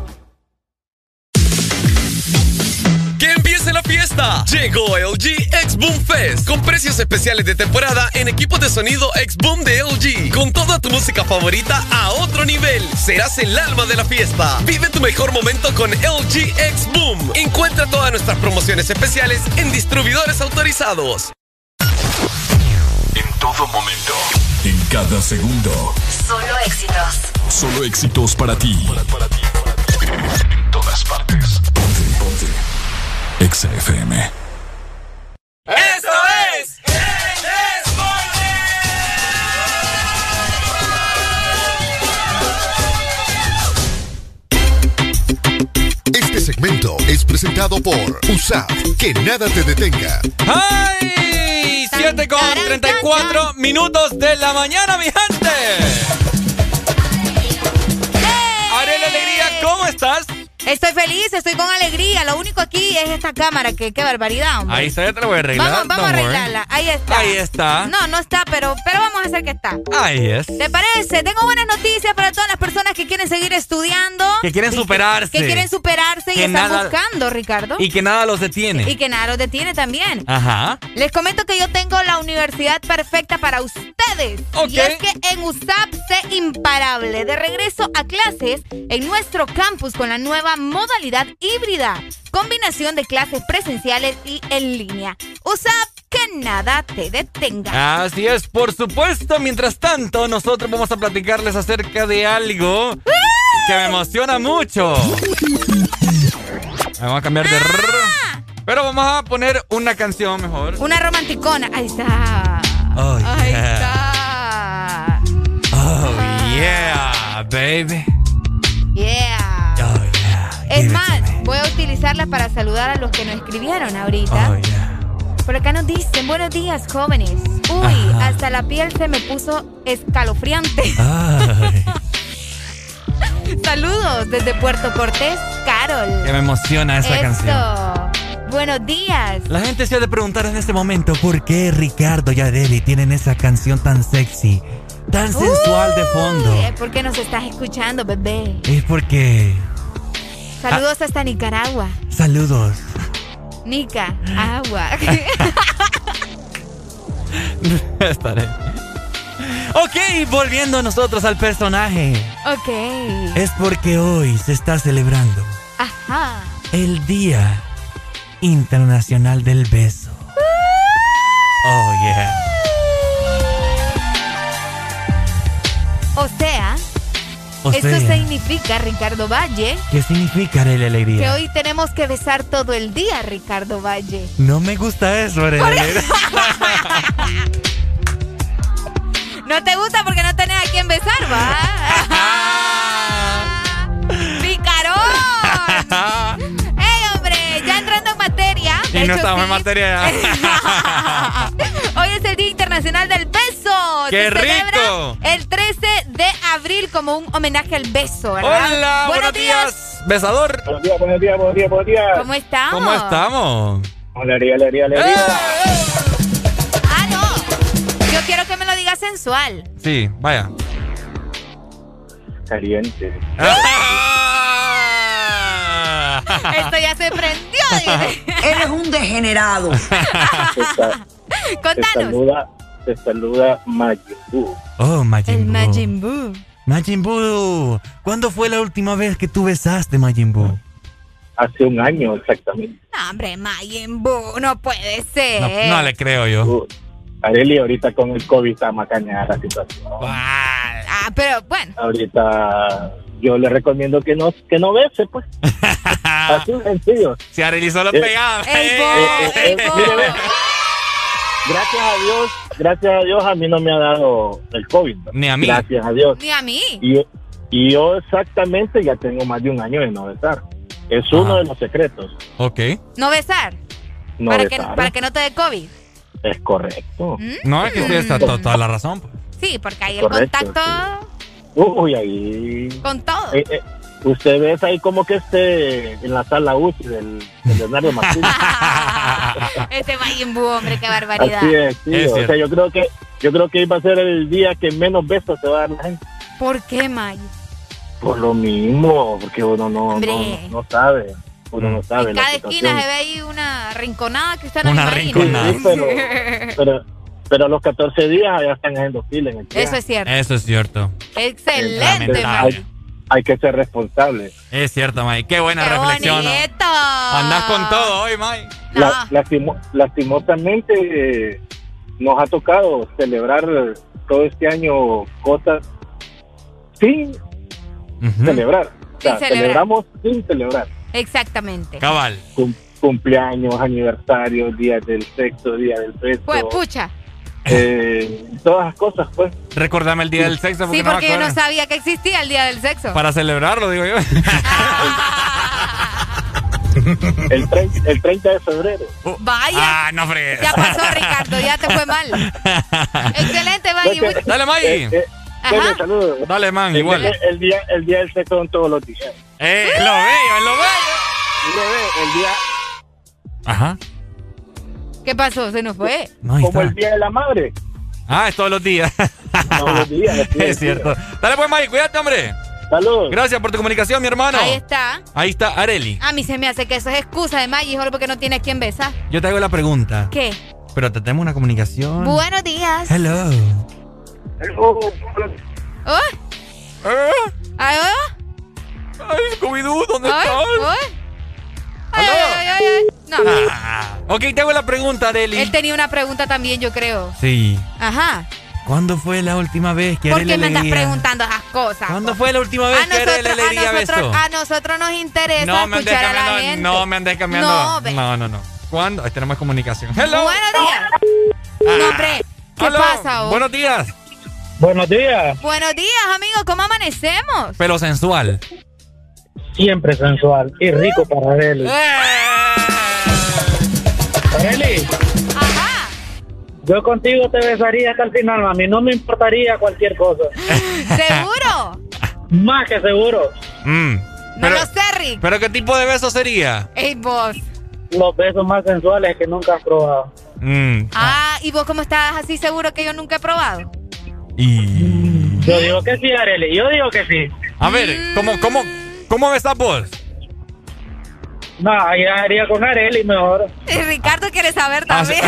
¡Que empiece la fiesta! Llegó L G X-Boom Fest con precios especiales de temporada en equipos de sonido X-Boom de L G. Con toda tu música favorita a otro nivel. Serás el alma de la fiesta. Vive tu mejor momento con L G X-Boom. Encuentra todas nuestras promociones especiales en distribuidores autorizados. En todo momento, en cada segundo. Solo éxitos. Solo éxitos para ti. Para, para ti, para ti. En todas partes. Ponte, ponte. Exa F M. ¡Esto es El Desmorning! Este segmento es presentado por U S A P. Que nada te detenga. ¡Ay! siete con treinta y cuatro minutos de la mañana, mi gente. Arely Alegría, ¿cómo estás? Estoy feliz, estoy con alegría. Lo único aquí es esta cámara, que qué barbaridad, hombre. Ahí está, ya te la voy a arreglar. Vamos, vamos a arreglarla. Ahí está. Ahí está. No, no está, pero, pero vamos a hacer que está. Ahí es. ¿Te parece? Tengo buenas noticias para todas las personas que quieren seguir estudiando. Que quieren superarse. Que, que quieren superarse que y están nada, buscando, Ricardo. Y que nada los detiene. Y que nada los detiene también. Ajá. Les comento que yo tengo la universidad perfecta para ustedes. Ok. Y es que en U S A P sé imparable. De regreso a clases en nuestro campus con la nueva modalidad híbrida. Combinación de clases presenciales y en línea. U S A P, que nada te detenga. Así es, por supuesto. Mientras tanto, nosotros vamos a platicarles acerca de algo ¡Uy! Que me emociona mucho. Vamos a cambiar de... ¡Ah! Pero vamos a poner una canción mejor. Una romanticona. Ahí está. Oh, Ahí yeah. está. Oh, yeah, baby. Yeah. Oh, yeah. Es Give it más, to me. voy a utilizarla para saludar a los que nos escribieron ahorita. Oh, yeah. Por acá nos dicen, buenos días, jóvenes. Uy, Ajá. hasta la piel se me puso escalofriante. Ay, Saludos desde Puerto Cortés, Carol. que me emociona esa Esto. canción. Buenos días. La gente se ha de preguntar en este momento por qué Ricardo y Arely tienen esa canción tan sexy, tan sensual de fondo. Uy, ¿por qué nos estás escuchando, bebé? Es porque... Saludos hasta Nicaragua. Saludos. Nica, agua. Estaré. Ok, volviendo nosotros al personaje. Ok. Es porque hoy se está celebrando Ajá. el Día Internacional del Beso. Oh, yeah. O sea, O eso sea, significa, Ricardo Valle, ¿qué significa Arely que Alegría? hoy tenemos que besar todo el día, Ricardo Valle. No me gusta eso, Arely Alegría. No te gusta porque no tenés a quién besar, ¿va? ¡Picarón! ¡Ey, hombre! Ya entrando en materia. Y no estamos en materia. Hoy es el Día Internacional del Beso. ¡Qué Se celebra rico! el trece de abril como un homenaje al beso, ¿verdad? Hola, buenos días, besador. Buenos días, buenos días, buenos días, buenos días. ¿Cómo estamos? ¿Cómo estamos? Alegría, alegría, alegría. Ah, no. Yo quiero que me lo digas sensual. Sí, vaya. Caliente. Esto ya se prendió. Dice. Eres un degenerado. Te, sa- te Contanos. saluda, te saluda Majin Buu. Oh, Majin El Buu. Majin Buu. Majin Buu. ¿Cuándo fue la última vez que tú besaste, Majin Buu? Hace un año exactamente. No, hombre, Majin Buu, no puede ser. No, no le creo yo. Uh, Arely, ahorita con el COVID está macañada la situación. Ah, pero bueno. Ahorita yo le recomiendo que no, que no bese, pues. Así de sencillo. Si Arely solo Eh, pegaba. El Eh, bo, eh, el eh, bo. mire, ve. Gracias a Dios, gracias a Dios a mí no me ha dado el COVID. ¿no? Ni a mí. Gracias a Dios. Ni a mí. Y, y yo exactamente ya tengo más de un año de no besar. Es uno Ajá. de los secretos. Ok. No besar. No para, besar. que, para que no te dé COVID. Es correcto. No, es que usted está to- toda la razón. Pues. Sí, porque ahí Correcto, el contacto Uy, ahí. con todo. Eh, eh, usted ves ahí como que esté en la sala U C I del, del Leonardo Martínez. Ese Majin Buu, hombre, qué barbaridad. Así es, sí. Es O sea, cierto. yo creo que yo creo que va a ser el día que menos besos se va a dar la gente. ¿Por qué, Majin? Por lo mismo, porque uno no, Hombre. no, no sabe. Uno no sabe En la cada situación. esquina se ve ahí una rinconada que usted no Una imagina. rinconada. Sí, pero, pero, pero a los catorce días ya están haciendo fila en el Eso es cierto. Eso es cierto. Excelente, Lamentable. Majin. Hay que ser responsable. Es cierto, May. Qué buena Qué reflexión. ¿no? bonito. Andás con todo hoy, May. No. La- lastimo- lastimosamente eh, nos ha tocado celebrar todo este año cosas sin Ujú. celebrar. O sea, Sin celebrar. celebramos sin celebrar. Exactamente. Cabal. Cum- cumpleaños, aniversarios, días del sexo, día del beso, Pues, pucha. eh, todas las cosas, pues. Recordame el día del sexo. Porque Sí, no me porque yo no acuerdo. sabía que existía el día del sexo. Para celebrarlo, digo yo. El, trein- el treinta de febrero. Vaya. Ah, no fregues. Ya pasó, Ricardo, ya te fue mal. Excelente, Majin. Pues, Dale, May. Eh, eh, Ajá. bueno, saludos. Dale, man, El, igual. día- el día el día del sexo son todos los días. Eh, lo bello, lo bello. Mire, ve, el día Ajá. ¿Qué pasó? ¿Se nos fue? No, ahí como está. el día de la madre. Ah, es todos los días. Todos los días. así Es cierto. Dale, pues, May, cuídate, hombre. Saludos. Gracias por tu comunicación, mi hermano. Ahí está. Ahí está, Arely. A mí se me hace que eso es excusa de Maggi, solo porque no tiene a quién besar. Yo te hago la pregunta. ¿Qué? Pero te tenemos una comunicación. Buenos días. Hello. Hello. ¿Oh? ¿Eh? ¿Ay, Ay, Scooby-Doo, ¿dónde ay, estás? ay? Ay, ay, ay, ay. No, Ah, ok, te hago la pregunta, Arely. él tenía una pregunta también, yo creo. Sí. Ajá. ¿Cuándo fue la última vez que ¿Por Arely qué me andas Alegría- preguntando esas cosas? ¿Cuándo fue la última vez A que Arely nosotros, a, Alegría besó? nosotros, a nosotros nos interesa No me andes escuchar a la cambiando, gente. no me andes cambiando. No, ve. No, no, no. ¿Cuándo? Ahí tenemos comunicación. Hello. Buenos días. Ah. No, hombre. ¿Qué Aló. pasa vos? Buenos días. Buenos días. Buenos días, amigo. ¿Cómo amanecemos? Pero sensual. Siempre sensual y rico para Arely. Arely. Ajá. Yo contigo te besaría hasta el final, mami. No me importaría cualquier cosa. ¿Seguro? Más que seguro. Mm. No Pero, lo sé, Rick. ¿Pero qué tipo de beso sería? Ey, vos. Los besos más sensuales que nunca has probado. Mm. Ah, ¿y vos cómo estás así seguro que yo nunca he probado? Y... Yo digo que sí, Arely. Yo digo que sí. A ver, ¿cómo, cómo, cómo besas vos? No, ya haría con Arely mejor. Y Ricardo quiere saber también.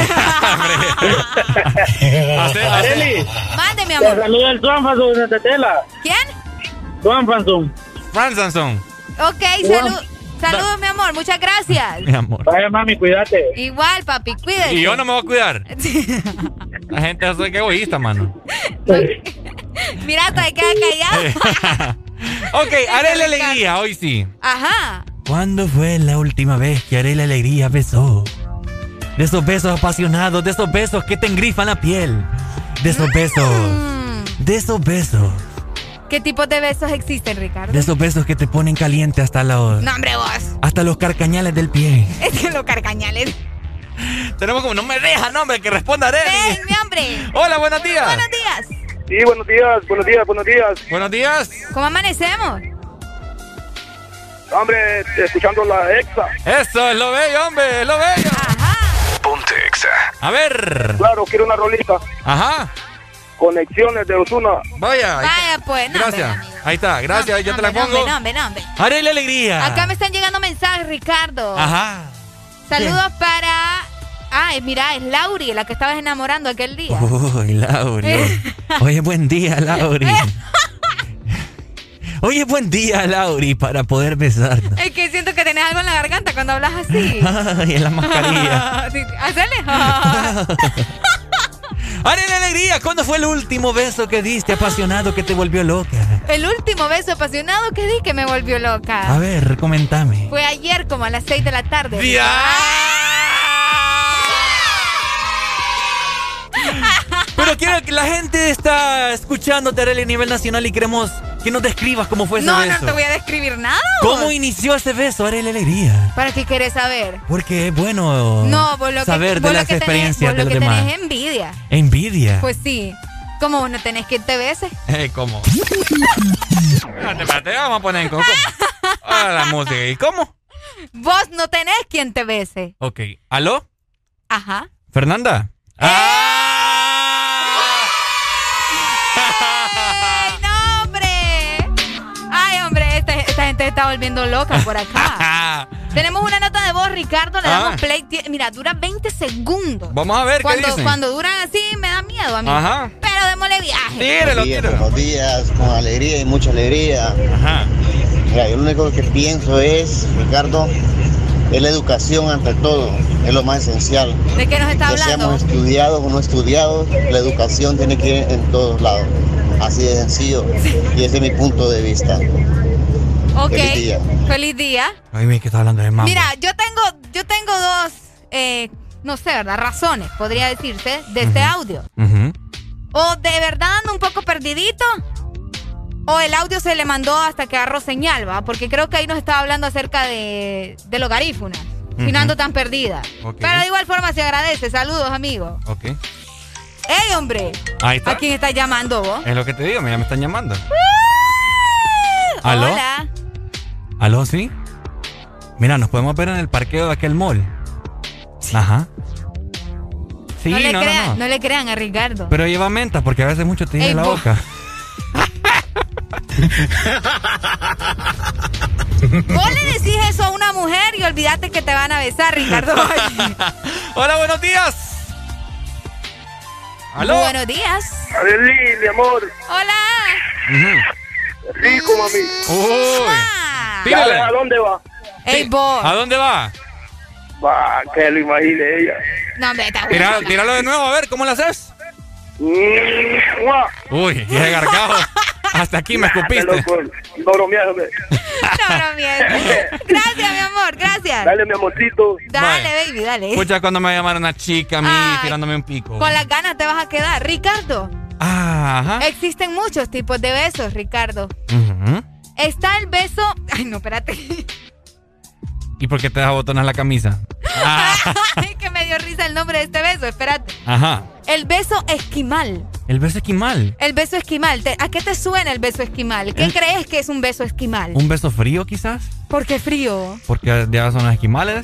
Arely. Mande, mi Te amor. saluda el Juan Fanzón de Tetela. ¿Quién? Juan Fanzón. Fran Sansón. Ok, salud. Saludos, mi amor. Muchas gracias. Mi amor. Vaya, mami, cuídate. Igual, papi, cuídate. Y yo no me voy a cuidar. La gente soy que egoísta, mano. Mira, hasta ahí queda callado. Ok, Arely Alegría, hoy sí. Ajá. ¿Cuándo fue la última vez que Arely Alegría besó? De esos besos apasionados, de esos besos que te engrifan la piel. De esos Mm. besos. De esos besos. ¿Qué tipos de besos existen, Ricardo? De esos besos que te ponen caliente hasta los... No, hombre, vos. Hasta los carcañales del pie. Es que los carcañales. Tenemos como... No me deja, no, hombre, que responda Arely. ¡Ey, mi hombre! Hola, buenos días. Buenos días. Sí, buenos días, buenos días, buenos días. Buenos días. ¿Cómo amanecemos? Hombre, escuchando la Exa. Eso es lo bello, hombre, es lo bello. Ajá. Ponte Exa. A ver. Claro, quiero una rolita. Ajá. Conexiones de Ozuna. Vaya. ahí Vaya, pues. está. No, Gracias. hombre, amigo. Ahí está, gracias, No, ya te la hombre, pongo. No, hombre, no, hombre, no, hombre. Arely Alegría. Acá me están llegando mensajes, Ricardo. Ajá. Saludos para... Ah, mira, es Lauri, la que estabas enamorando aquel día. Uy, Lauri. Oye, buen día, Lauri. Oye, buen día, Lauri, para poder besarnos. Es que siento que tenés algo en la garganta cuando hablas así. Ay, en la mascarilla. Sí, hacele. Arely Alegría, ¿cuándo fue el último beso que diste apasionado que te volvió loca? El último beso apasionado que di que me volvió loca. A ver, coméntame. Fue ayer como a las seis de la tarde. ¡Dia! Pero quiero que la gente está escuchándote, Arely, a nivel nacional y queremos que nos describas cómo fue ese No, beso. no te voy a describir nada. vos. ¿Cómo inició ese beso, Arely Alegría? ¿Para qué querés saber? Porque es bueno No, vos lo saber que, de vos las lo que experiencias tenés, de vos los lo que demás. tenés envidia. Envidia. Pues sí. ¿Cómo vos no tenés quien te bese? Eh, ¿cómo? Espérate, espérate, vamos a poner en cómo. Ah, la música. ¿Y cómo? Vos no tenés quien te bese. Ok. ¿Aló? Ajá. ¿Fernanda? ¡Ay, no, hombre! Ay, hombre, esta, esta gente se está volviendo loca por acá. Tenemos una nota de voz, Ricardo, le Ah. damos play. Tie- Mira, dura veinte segundos. Vamos a ver qué Cuando, dicen. cuando duran así, me da miedo a mí. Ajá. Pero démosle viaje. Tírelo, Buenos días, tírelo. buenos días, con alegría y mucha alegría. Ajá. Mira, yo lo único que pienso es, Ricardo, es la educación ante todo, es lo más esencial. ¿De qué nos está Ya hablando? seamos estudiados o no estudiados, la educación tiene que ir en todos lados. Así de sencillo. Y ese es mi punto de vista. Ok. Feliz día. Feliz día. Ay, mira que está hablando de mamá. Mira, yo tengo, yo tengo dos, eh, no sé, ¿verdad? Razones, podría decirse, de este audio. O de verdad anda un poco perdidito, o el audio se le mandó hasta que agarró señal, ¿va? Porque creo que ahí nos estaba hablando acerca de, de los garífunas. Si Ujú. no ando tan perdida. Ok. Pero de igual forma se agradece. Saludos, amigo. Ok. ¡Ey, hombre! Ahí está. ¿A quién estás llamando vos? Es lo que te digo, ya me están llamando. ¿Aló? Hola. ¿Aló, sí? Mira, nos podemos ver en el parqueo de aquel mall. Ajá. Sí, no, le no, crean, no, no. no. le crean a Ricardo. Pero lleva menta porque a veces mucho te Ey, llena la vos. boca. Vos le decís eso a una mujer y olvídate que te van a besar, Ricardo. Hola, buenos días. ¿Aló? Buenos días. Arely, mi amor. Hola. Rico, mami. Uy. Ah. Dígale. ¿A dónde va? Ey, vos. ¿A dónde va? Va, que lo imagine ella. No, hombre, está Tira- bueno. tíralo de nuevo, a ver, ¿cómo lo haces? Mm, guau. Uy, y de gargajo. Hasta aquí me escupiste. No bromeas, hombre. No, no, mierda. Gracias, mi amor, gracias. gracias. Dale, mi amorcito. Dale, baby, dale. Escucha cuando me llamaron una chica a mí Ay, tirándome un pico. Con las ganas te vas a quedar. Ricardo. Ajá. Existen muchos tipos de besos, Ricardo. Uh-huh. Está el beso... Ay, no, espérate. ¿Y por qué te das botones la camisa? Ah. Ay, que me dio risa el nombre de este beso, espérate. Ajá. El beso esquimal. El beso esquimal. El beso esquimal. ¿A qué te suena el beso esquimal? ¿Qué ¿Eh? crees que es un beso esquimal? ¿Un beso frío quizás? ¿Por qué frío? Porque ya son los esquimales.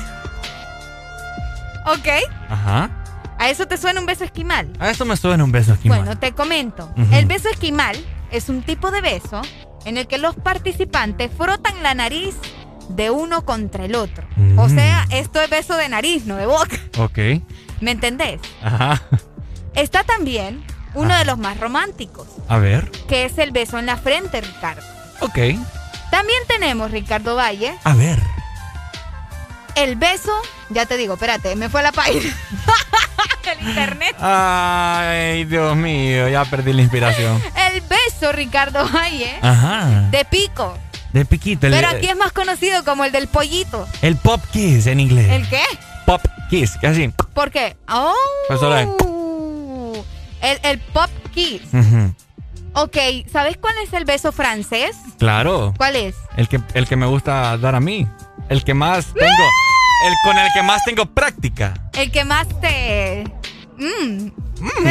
Ok. Ajá. ¿A eso te suena un beso esquimal? A eso me suena un beso esquimal. Bueno, te comento. Uh-huh. El beso esquimal es un tipo de beso en el que los participantes frotan la nariz de uno contra el otro. Mm. O sea, esto es beso de nariz, no de boca. Ok. ¿Me entendés? Ajá. Está también uno Ajá. de los más románticos. A ver. Que es el beso en la frente, Ricardo. Ok. También tenemos, Ricardo Valle. A ver. El beso, ya te digo, espérate, me fue la página. El internet. Ay, Dios mío, ya perdí la inspiración. El beso, Ricardo Valle. Ajá. De pico. De piquito. El, Pero aquí es más conocido como el del pollito. El pop kiss en inglés. ¿El qué? Pop kiss, que así. ¿Por qué? Oh. Pues ahora es. El, el pop kiss. Uh-huh. Ok, ¿sabes cuál es el beso francés? Claro. ¿Cuál es? El que, el que me gusta dar a mí. El que más tengo. El con el que más tengo práctica. El que más te... Mm. Mm.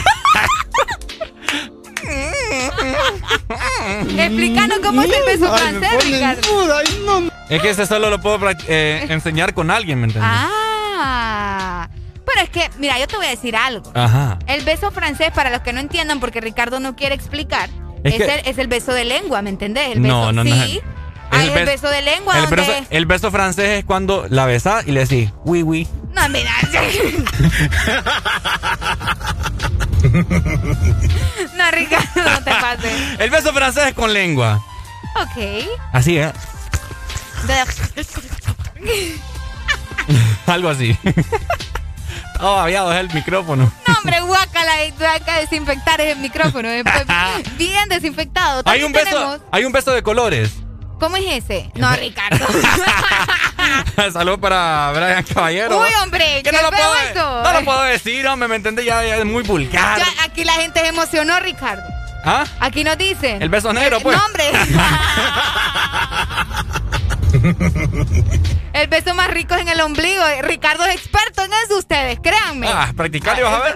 Explícanos cómo es el beso francés, Ricardo. Es que ese solo lo puedo eh, enseñar con alguien, ¿me entiendes? Ah, pero es que, mira, yo te voy a decir algo. Ajá. El beso francés, para los que no entiendan, porque Ricardo no quiere explicar, es, es, que... el, es el beso de lengua, ¿me entendés? El beso, no, no, no. sí. Es Hay el, el, beso, beso de lengua. El, donde... beso, el beso francés es cuando la besás y le decís, oui, oui. No, mira. No, Ricardo, no te pases. El beso francés es con lengua. Ok. Así, ¿eh? Algo así. Oh, aviado es el micrófono. No, hombre, guácala, y tú acá desinfectar el micrófono. Bien desinfectado. Hay un beso, tenemos... hay un beso de colores. ¿Cómo es ese? No, Ricardo. Saludos para Brian Caballero. Uy, hombre, que ¿qué no lo puedo, esto? No lo puedo decir, hombre, ¿me entendés? Ya, ya es muy vulgar. Ya, aquí la gente se emocionó, Ricardo. ¿Ah? Aquí nos dicen. El beso negro, el, pues. No, hombre. El beso más rico es en el ombligo. Ricardo es experto en eso, ustedes, créanme. Ah, practicar y vas a ver.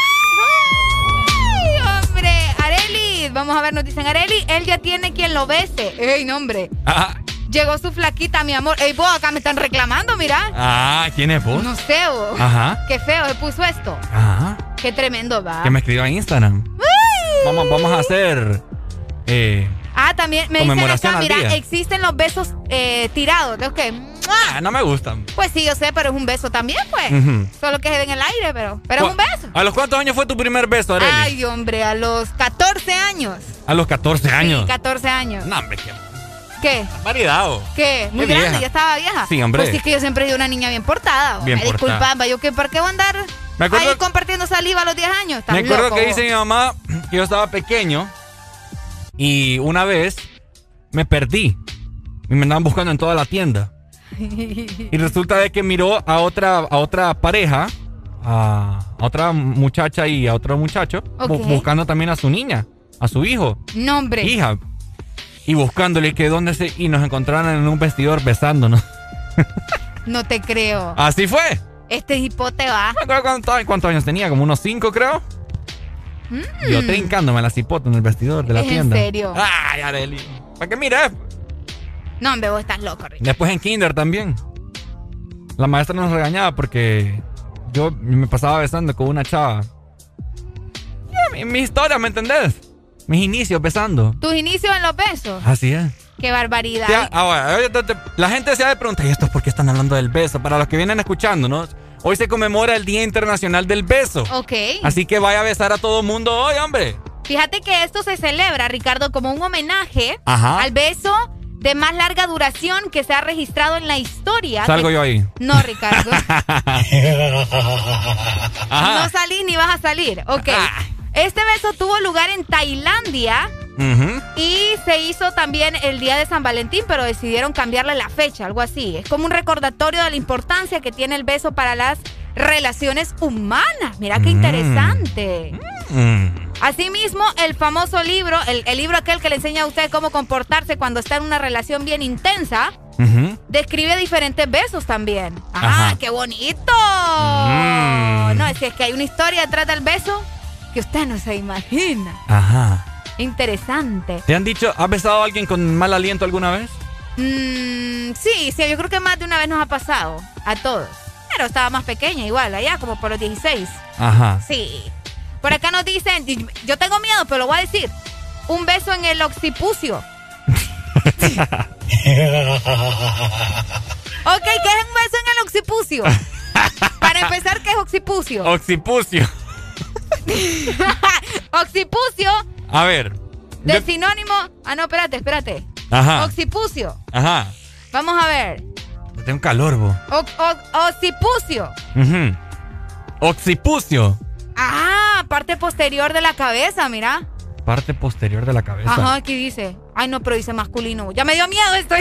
¡Uy, hombre! Areli, vamos a ver, nos dicen Areli, él ya tiene quien lo bese. ¡Ey, no, hombre! Ajá. Llegó su flaquita, mi amor. Ey, vos, acá me están reclamando, mira. Ah, ¿quién es vos? No sé, vos. Ajá. Qué feo se puso esto. Ajá. Qué tremendo va. Que me escribió en Instagram. ¡Uy! Vamos, vamos a hacer... Eh, ah, también me dicen acá, mira, día. existen los besos eh, tirados. ¿De qué? Ah, no me gustan. Pues sí, yo sé, pero es un beso también, pues. Uh-huh. Solo que se ve en el aire, pero, pero es un beso. ¿A los cuántos años fue tu primer beso, Arely? Ay, hombre, a los catorce años. A los catorce años. Sí, catorce años. No, hombre, qué... ¿Qué? Variedad. ¿Qué? Muy qué grande, vieja. ya estaba vieja. Sí, hombre. Pues sí, que yo siempre he sido una niña bien portada. Bien Me portada. disculpaba, yo que por qué voy a andar me acuerdo, ahí compartiendo saliva a los diez años. ¿Estás me acuerdo loco, que vos? dice mi mamá que yo estaba pequeño y una vez me perdí y me andaban buscando en toda la tienda. Y resulta de que miró a otra, a otra pareja, a, a otra muchacha y a otro muchacho, okay. bu- buscando también a su niña, a su hijo. No, hombre. Hija. Y buscándole que dónde se... Y nos encontraron en un vestidor besándonos. No te creo. Así fue. Este hipote va. ¿Cuántos, ¿Cuántos años tenía? Como unos cinco, creo. Mm. Yo trincándome la cipota en el vestidor de la ¿Es tienda. en serio? Ay, Arely. ¿Para qué mires? No, hombre, vos estás loco, Ricardo. Después en kinder también. La maestra nos regañaba porque yo me pasaba besando con una chava. Mi, mi historia, ¿me entendés? Mis inicios besando. Tus inicios en los besos. Así es. Qué barbaridad. Ya, ahora, la gente se ha de preguntar, ¿y esto es por qué están hablando del beso? Para los que vienen escuchándonos, hoy se conmemora el Día Internacional del Beso. Ok. Así que vaya a besar a todo mundo hoy, hombre. Fíjate que esto se celebra, Ricardo, como un homenaje Ajá. al beso de más larga duración que se ha registrado en la historia. Salgo que... yo ahí. No, Ricardo. Ajá. No salís ni vas a salir. Ok. Este beso tuvo lugar en Tailandia Uh-huh. Y se hizo también el día de San Valentín, pero decidieron cambiarle la fecha, algo así. Es como un recordatorio de la importancia que tiene el beso para las relaciones humanas. Mira qué interesante. Mm. Asimismo, el famoso libro, el, el libro aquel que le enseña a usted cómo comportarse cuando está en una relación bien intensa, uh-huh. describe diferentes besos también. ¡Ah, Ajá. qué bonito! Mm. No, es que, es que hay una historia detrás del beso que usted no se imagina. Ajá. Interesante. ¿Te han dicho, has besado a alguien con mal aliento alguna vez? Mm, sí, sí, yo creo que más de una vez nos ha pasado. A todos. Pero estaba más pequeña igual, allá como por los dieciséis. Ajá. Sí. Por acá nos dicen, yo tengo miedo, pero lo voy a decir. Un beso en el occipucio. Ok, ¿qué es un beso en el occipucio? Para empezar, ¿qué es occipucio? Occipucio. Occipucio. A ver. De yo... sinónimo. Ah, no, espérate, espérate. Ajá. Occipucio. Ajá. Vamos a ver. Tengo un calor, bo. O, o, occipucio. Uh-huh. Occipucio. Ah, parte posterior de la cabeza, mira. Parte posterior de la cabeza. Ajá, aquí dice. Ay, no, pero dice masculino. Ya me dio miedo esto.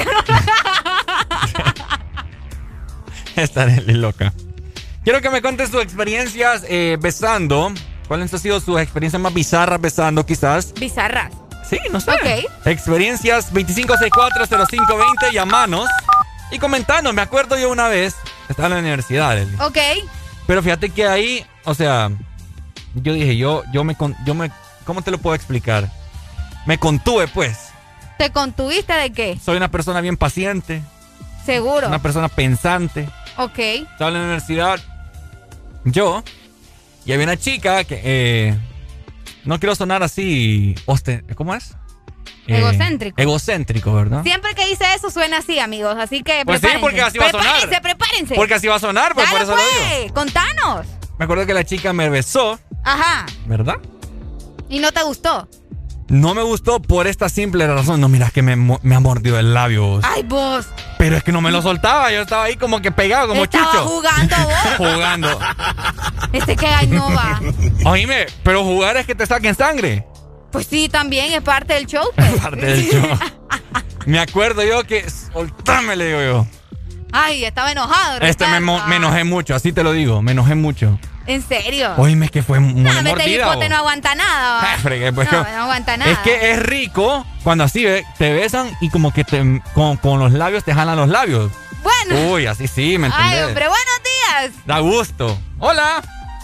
Estaré loca. Quiero que me cuentes tus experiencias eh, besando. ¿Cuáles han sido sus experiencias más bizarras besando, quizás? Bizarras. Sí, no sé. Ok. Experiencias veinticinco sesenta y cuatro cero cinco veinte, llamanos y comentanos. Me acuerdo yo una vez, estaba en la universidad, Eli. Ok. Pero fíjate que ahí, o sea, yo dije, yo, yo me, yo me, ¿cómo te lo puedo explicar? Me contuve, pues. ¿Te contuviste de qué? Soy una persona bien paciente. Seguro. Una persona pensante. Ok. Estaba en la universidad, yo, y había una chica que, eh, no quiero sonar así, osten, ¿cómo es? Eh, egocéntrico. Egocéntrico, ¿verdad? Siempre que dice eso suena así, amigos, así que pues prepárense. Sí, porque así va a sonar. Prepárense, prepárense. Porque así va a sonar, pues, Dale, por eso pues, lo digo. Contanos. Me acuerdo que la chica me besó. Ajá. ¿Verdad? ¿Y no te gustó? No me gustó por esta simple razón. No, mira que me, me ha mordido el labio. Vos. Ay, vos. Pero es que no me lo soltaba. Yo estaba ahí como que pegado, como estaba chucho. jugando vos. Jugando. Este que ay no va. Oíme, pero jugar es que te saquen sangre. Pues sí, también es parte del show. Pues. Es parte del show. Me acuerdo yo que... Soltame, le digo yo. Ay, estaba enojado. Ricardo. Este me, me enojé mucho, así te lo digo. Me enojé mucho. ¿En serio? Oíme, que fue muy no, mordida. Vete hipote, no aguanta nada. Ah, fregué, pues, no, no aguanta nada. Es que es rico cuando así ve, te besan y como que te, con, con los labios te jalan los labios. Bueno. Uy, así sí, ¿me entendés? Ay, hombre, buenos días. Da gusto. Hola.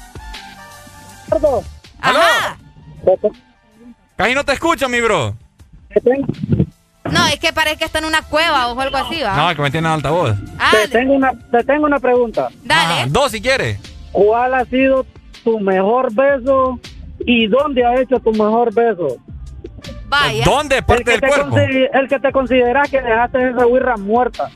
Perdón. ¿Aló? Casi no te escucho, mi bro. No, es que parece que está en una cueva o algo así, ¿va? No, que me tiene en altavoz. Ah, te, tengo una, te tengo una pregunta. Dale. Ah, dos si quieres. ¿Cuál ha sido tu mejor beso y dónde has hecho tu mejor beso? Vaya. ¿Dónde? Parte del cuerpo. El que te consideras que dejaste esa huirra muerta.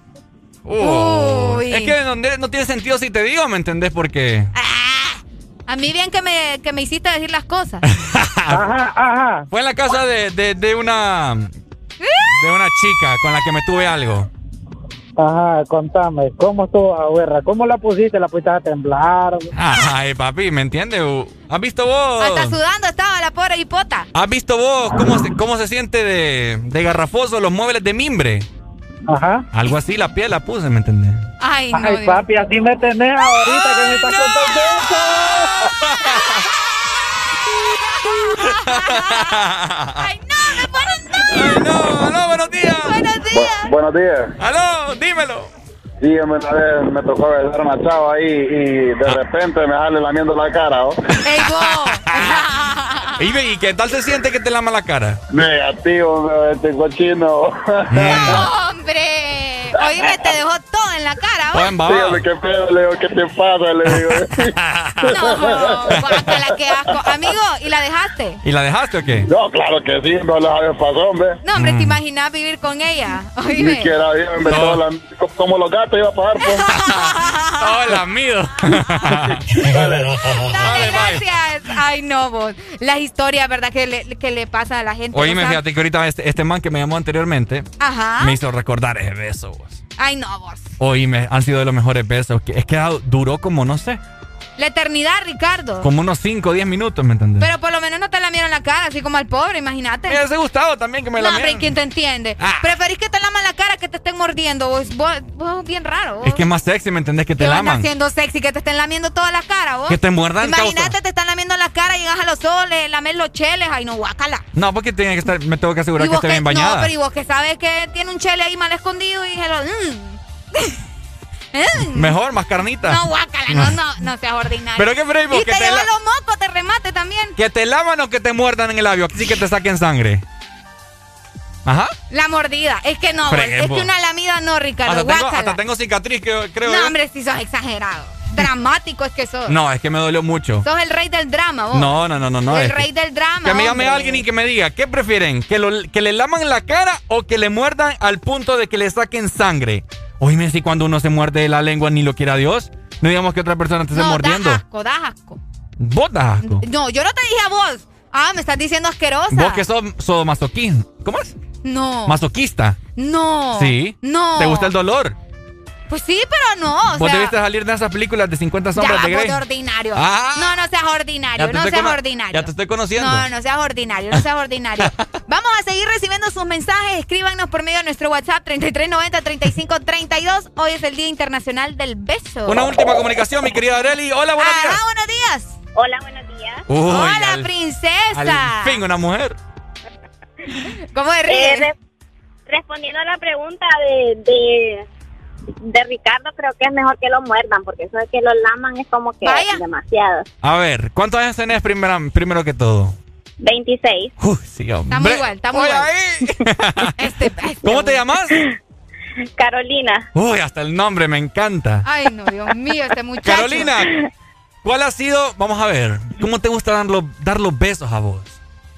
Uh, Uy. Es que no, no tiene sentido si te digo, ¿me entendés? Porque... Ah, a mí bien que me, que me hiciste decir las cosas. Ajá, ajá. Fue en la casa de, de, de una... De una chica con la que me tuve algo. Ajá, contame, ¿cómo estuvo la guerra? ¿Cómo la pusiste? ¿La pusiste a temblar? Ay, papi, ¿me entiendes? ¿Has visto vos? Hasta sudando estaba la pobre hipota. ¿Has visto vos cómo se, cómo se siente de, de garrafoso los muebles de mimbre? Ajá. Algo así, la piel la puse, ¿me entendés? Ay, no, Ay, Dios. papi, así me tenés ahorita. Ay, que me estás no. contando Ay, no, me ponen no. Ay, no, aló, buenos días. Buenos días. Bu buenos días. Aló, dímelo. Sí, me, me, me tocó besar a una chava ahí y de repente me sale lamiendo la cara, ¿oh? ¡Ey, vos! ¿Y, ¿Y qué tal se siente que te lama la cara? Negativo, este cochino. ¡No, hombre! Oíme, te dejó todo en la cara, ¿vos? Dígame, ¿qué pedo? Le digo, ¿qué te pasa? Le digo. No, guácala, qué asco. Amigo, ¿y la dejaste? ¿Y la dejaste o qué? No, claro que sí, no la pasó, hombre. No, hombre, Mm. ¿te imaginas vivir con ella? Oíme. Ni siquiera bien, hombre, No. la, como los gatos iba a pagar, pues. Hola, amigo. Dale, gracias. Ay, no, vos. Las historias, ¿verdad? Que le, que le pasan a la gente. Oíme, o sea, fíjate que ahorita este, este man que me llamó anteriormente Ajá. me hizo recordar ese beso, vos. Ay, no, vos. Oíme, han sido de los mejores besos. Que, es que ha- duró como, no sé. La eternidad, Ricardo. Como unos cinco o diez minutos, ¿me entendés? Pero por lo menos no te lamieron la cara, así como al pobre, imagínate. Me hubiese gustado también que me no, lamieran. No, hombre, ¿quién te entiende? Ah. Preferís que te laman la cara que te estén mordiendo. Vos, vos, vos bien raro. Vos. Es que es más sexy, ¿me entendés? Que te ¿Qué laman. Haciendo sexy, que te estén lamiendo toda la cara, vos. Que te muerdan. Imagínate, causa. te están lamiendo la cara, llegas a los ojos, le lames los cheles, ay no, guácala. No, porque tiene que estar, me tengo que asegurar que esté que, bien bañada. No, pero y vos que sabes que tiene un chele ahí mal escondido y se lo... Mm. Mejor, más carnita. No, guácala, no, no, no seas ordinario. ¿Pero qué freímos? Y que te, te llevan la... los mocos, te remate también. ¿Que te lavan o que te muerdan en el labio? Así que te saquen sangre. Ajá. La mordida. Es que no, Freguebo. Es que una lamida no, Ricardo. Hasta tengo, hasta tengo cicatriz, que, creo. No, yo. hombre, si sos exagerado. Dramático es que sos. No, es que me dolió mucho. Sos el rey del drama, vos. No, no, no, no. no el rey que, del drama, Que me llame hombre. alguien y que me diga, ¿qué prefieren? ¿Que, lo, ¿Que le laman la cara o que le muerdan al punto de que le saquen sangre? Oíme, si cuando uno se muerde la lengua ni lo quiera Dios, no digamos que otra persona te esté no, mordiendo. Da asco, da asco. ¿Vos das asco? No, yo no te dije a vos. Ah, me estás diciendo asquerosa. ¿Vos que sos, sos masoquista? ¿Cómo es? No. ¿Masoquista? No. Sí. No. ¿Te gusta el dolor? Pues sí, pero no. O Vos sea, debiste salir de esas películas de cincuenta sombras ya, de Grey. Ya, ordinario. Ah, no, no seas ordinario, no seas ordinario. Ya te estoy conociendo. No, no seas ordinario, no seas ordinario. Vamos a seguir recibiendo sus mensajes. Escríbanos por medio de nuestro WhatsApp treinta y tres noventa, treinta y cinco treinta y dos. Hoy es el Día Internacional del Beso. Una última comunicación, mi querida Arely. Hola, buenos Ajá, días. buenos días. Hola, buenos días. Uy, Hola, al, princesa. Al fin, una mujer. ¿Cómo de ríe? Eh, re respondiendo a la pregunta de... de... de Ricardo, creo que es mejor que lo muerdan, porque eso de que lo laman es como que Vaya. demasiado. A ver, ¿cuántos años tenés primero, primero que todo? veintiséis. Uy, sí, hombre. Está muy igual, está muy igual. este, este, ¿Cómo te llamas? Carolina. Uy, hasta el nombre me encanta. Ay, no, Dios mío, este muchacho. Carolina, ¿cuál ha sido? Vamos a ver, ¿cómo te gusta dar los, dar los besos a vos?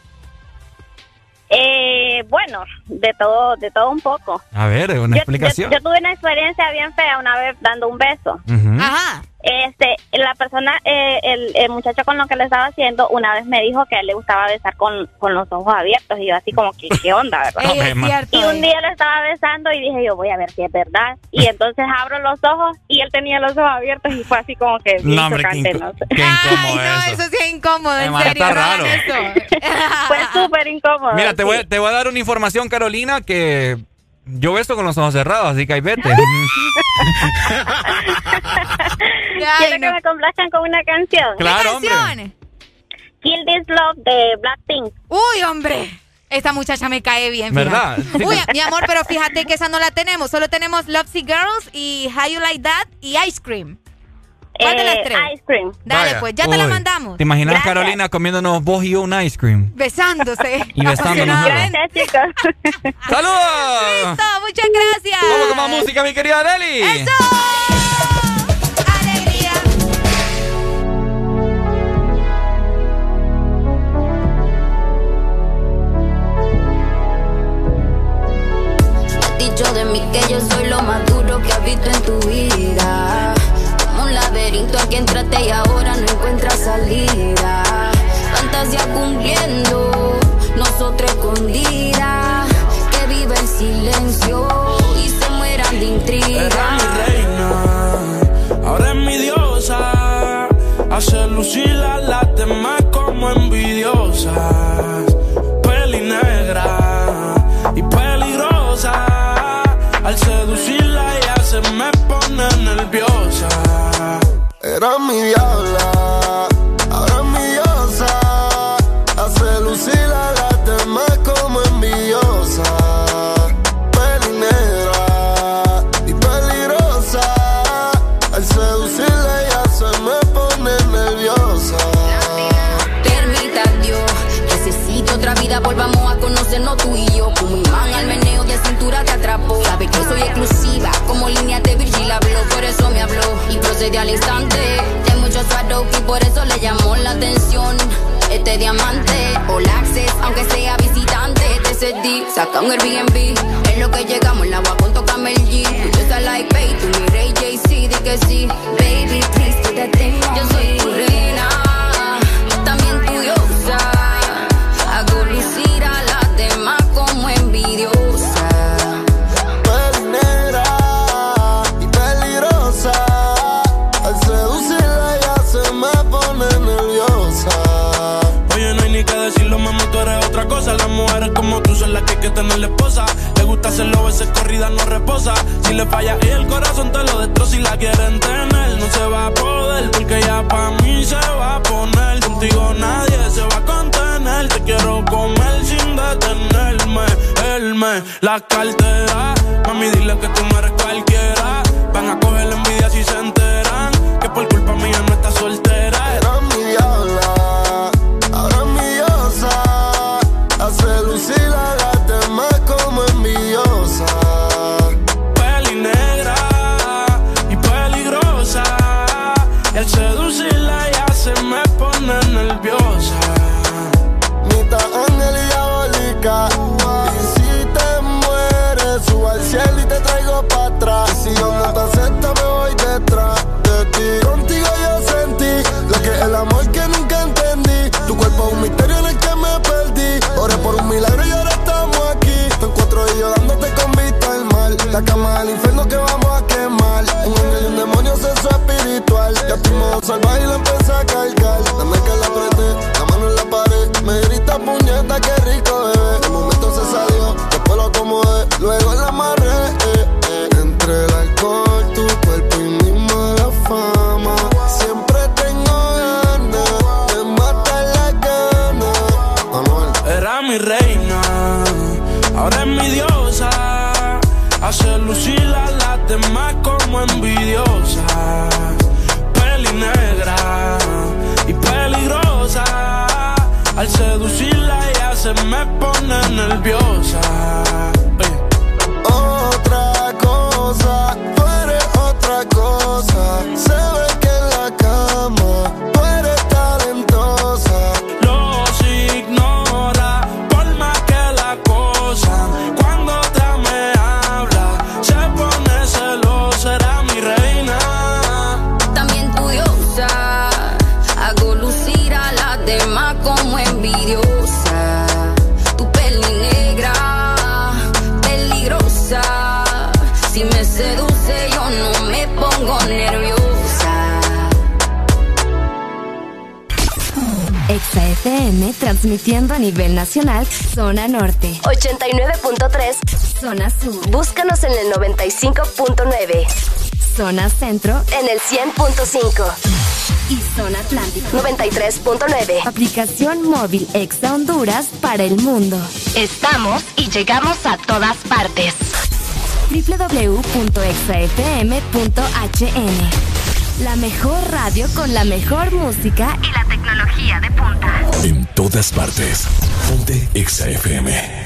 Eh, bueno, de todo, de todo un poco. A ver, una yo, explicación. Yo, yo tuve una experiencia bien fea una vez dando un beso. Uh-huh. Ajá. Este, la persona, eh, el, el muchacho con lo que le estaba haciendo, una vez me dijo que a él le gustaba besar con, con los ojos abiertos y yo así como que, ¿qué onda, verdad? Ey, es cierto, y un día lo estaba besando y dije yo, voy a ver si es verdad. Y entonces abro los ojos y él tenía los ojos abiertos y fue así como que no, hombre, chocante, qué, no sé. qué incómodo. Ay, no, eso. eso sí es incómodo, en Me serio. está no raro. hagan eso. Fue súper incómodo. Mira, te, sí. voy, te voy a dar una información, Carolina, que yo beso con los ojos cerrados, así que ahí vete. Quiero no. que me complazcan con una canción. Claro, ¿Qué canción? hombre. Kill This Love de Blackpink. Uy, hombre. Esta muchacha me cae bien, ¿verdad? Sí. Uy, mi amor, pero fíjate que esa no la tenemos. Solo tenemos Lovesy Girls y How You Like That y Ice Cream. ¿Cuál de las tres? Ice Cream. Dale, Vaya. pues, ya te Uy. la mandamos. ¿Te imaginas, Gracias. Carolina, comiéndonos vos y yo un ice cream? Besándose. Y besándonos. Gracias, chicos. ¡Saludos! Listo, muchas gracias. Vamos con más música, mi querida Arely. ¡Eso! ¡Alegría! Dicho de mí que yo soy lo más duro que has visto en tu vida. Como un laberinto al que entraste y ahora no encuentras salida. Fantasía cumpliendo, nosotros escondidas. Que vive el silencio y se mueran de intriga. Era mi reina, ahora es mi diosa. Hace lucir a las demás como envidiosas. Peli negra y peligrosa. Al seducirla ella se me pone nerviosa. Era mi diabla, ahora es mi diosa. Hace lucir a las demás como envidiosa. Peli negra y peligrosa. Al seducirla ella se me pone nerviosa. Permita Dios que necesito otra vida, volvamos a conocernos tú y yo. Como imán al meneo de cintura te atrapó. Sabe que soy exclusiva, como línea de Virgil habló. Por eso me habló y procede al instante. De muchos suaros y por eso le llamó la atención este diamante. All access, aunque sea visitante. T C D, saca un Airbnb. Es lo que llegamos, el agua con toca Mel G. Tú estás like, baby, tú mi Ray J C, di que sí. Baby, please, tú te tengo. Yo soy tu reina, también tu diosa. Hago lucir a las demás como envidiosa. Peli negra y peligrosa. Al seducirla ella se tenerle esposa. Le gusta hacerlo, veces corrida no reposa. Si le falla y el corazón te lo destroza y la quieren tener, no se va a poder, porque ya pa' mí se va a poner. Contigo nadie se va a contener. Te quiero comer sin detenerme. Él me la cartera. Mami, dile que tú no eres cualquiera. Van a coger la envidia si se enteran que por culpa mía no está soltera. Era mi diabla, ahora es mi diosa. Hace lucir a las demás como envidiosa. Peli negra y peligrosa, y al seducirla ya se me pone nerviosa. Mitad ángel y diabólica. Y si te mueres, subo al cielo y te traigo pa' atrás. Y si yo no te acepto, me voy detrás de ti. Contigo yo sentí lo que es el amor que nunca entendí. Tu cuerpo es un misterio en el que me perdí. Oré por un milagro y ahora estamos aquí. Tú en cuatro y yo dándote con vista al mal. La cama del infierno que vamos a quemar. Un ángel y un demonio, sexo espiritual. Ya tu modo salvaje y la empecé a cargar. Dame que la apreté, la mano en la pared. Me grita puñeta, qué rico bebé. El momento se salió, después lo acomodé. Luego la amarré, eh, eh. Entre el alcohol, tu cuerpo y mi mala fama. Siempre tengo ganas de matar las ganas. Amor. Era mi reina, ahora es mi diosa. Hace lucir a las demás como envidiosa. Peli negra y peligrosa, al seducirla ya se me pone nerviosa. Oye. Otra cosa, tú eres otra cosa. Se ve que en la cama tú eres talentosa. Los ignora por más que la cosa. Cuando te me habla se pone celosa. Era mi reina, también tu diosa. Hago lucir a las demás como envidiosa. Tu peli negra, peligrosa. Si me seduce yo no me pongo nerviosa. Exa F M transmitiendo a nivel nacional, zona norte. ochenta y nueve punto tres. Zona sur. Búscanos en el noventa y cinco punto nueve. Zona centro. En el cien punto cinco. Y zona atlántica. noventa y tres punto nueve. Aplicación móvil Exa Honduras para el mundo. Estamos y llegamos a todas partes. doble u doble u doble u punto exa f m punto h n. La mejor radio con la mejor música y la tecnología de punta. En todas partes. Ponte Exa F M.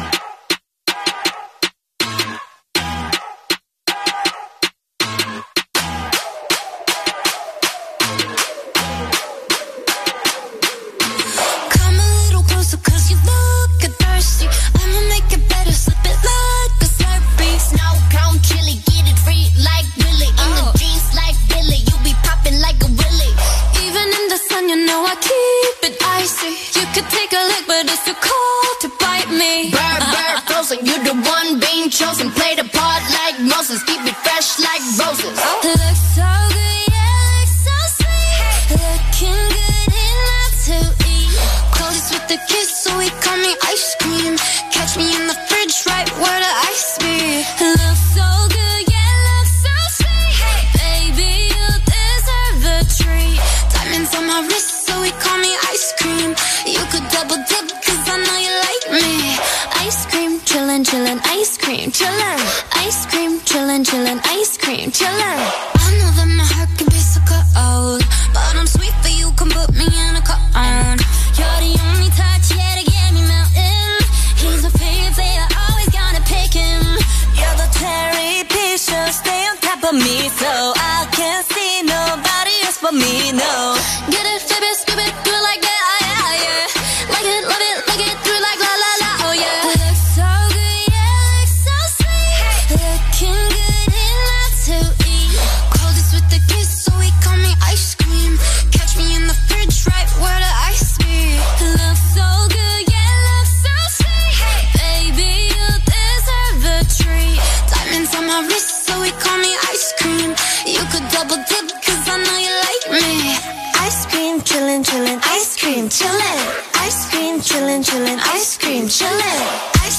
Chosen, play the part like Moses, keep it fresh like roses. Oh. Looks so good, yeah, looks so sweet. Looking good enough to eat. Close with the kiss, so he call me ice cream. Catch me in the fridge, right where the ice be. Looks so good, yeah, looks so sweet. Hey, baby, you deserve a treat. Diamonds on my wrist, so he call me ice cream. You could double dip, cause I know you like me. Ice cream, chillin', chillin', ice cream, chillin'. Ice cream, chillin', chillin', ice cream, chillin'. I know that my heart can be so cold, but I'm sweet for you, come put me in a cone. You're the only touch, yeah, to get me melting. He's my favorite, always gonna pick him. You're the cherry piece, stay on top of me, so I can't see nobody else but me, no. Get it, flip it, skip it, do it like that, yeah, yeah. Like it, love it, like it, through like la la la, oh yeah. Looks so good, yeah, looks so sweet. Looking good enough to eat. Coldest with the kiss, so he call me ice cream. Catch me in the fridge, right where the ice be. Looks so good, yeah, looks so sweet. Baby, you deserve a treat. Diamonds on my wrist, so he call me ice cream. You could double dip, cause I know you like me. Ice cream, chillin', chillin', ice cream, chillin'. Ice cream, chillin', chillin', ice cream, chillin'. Ice cream,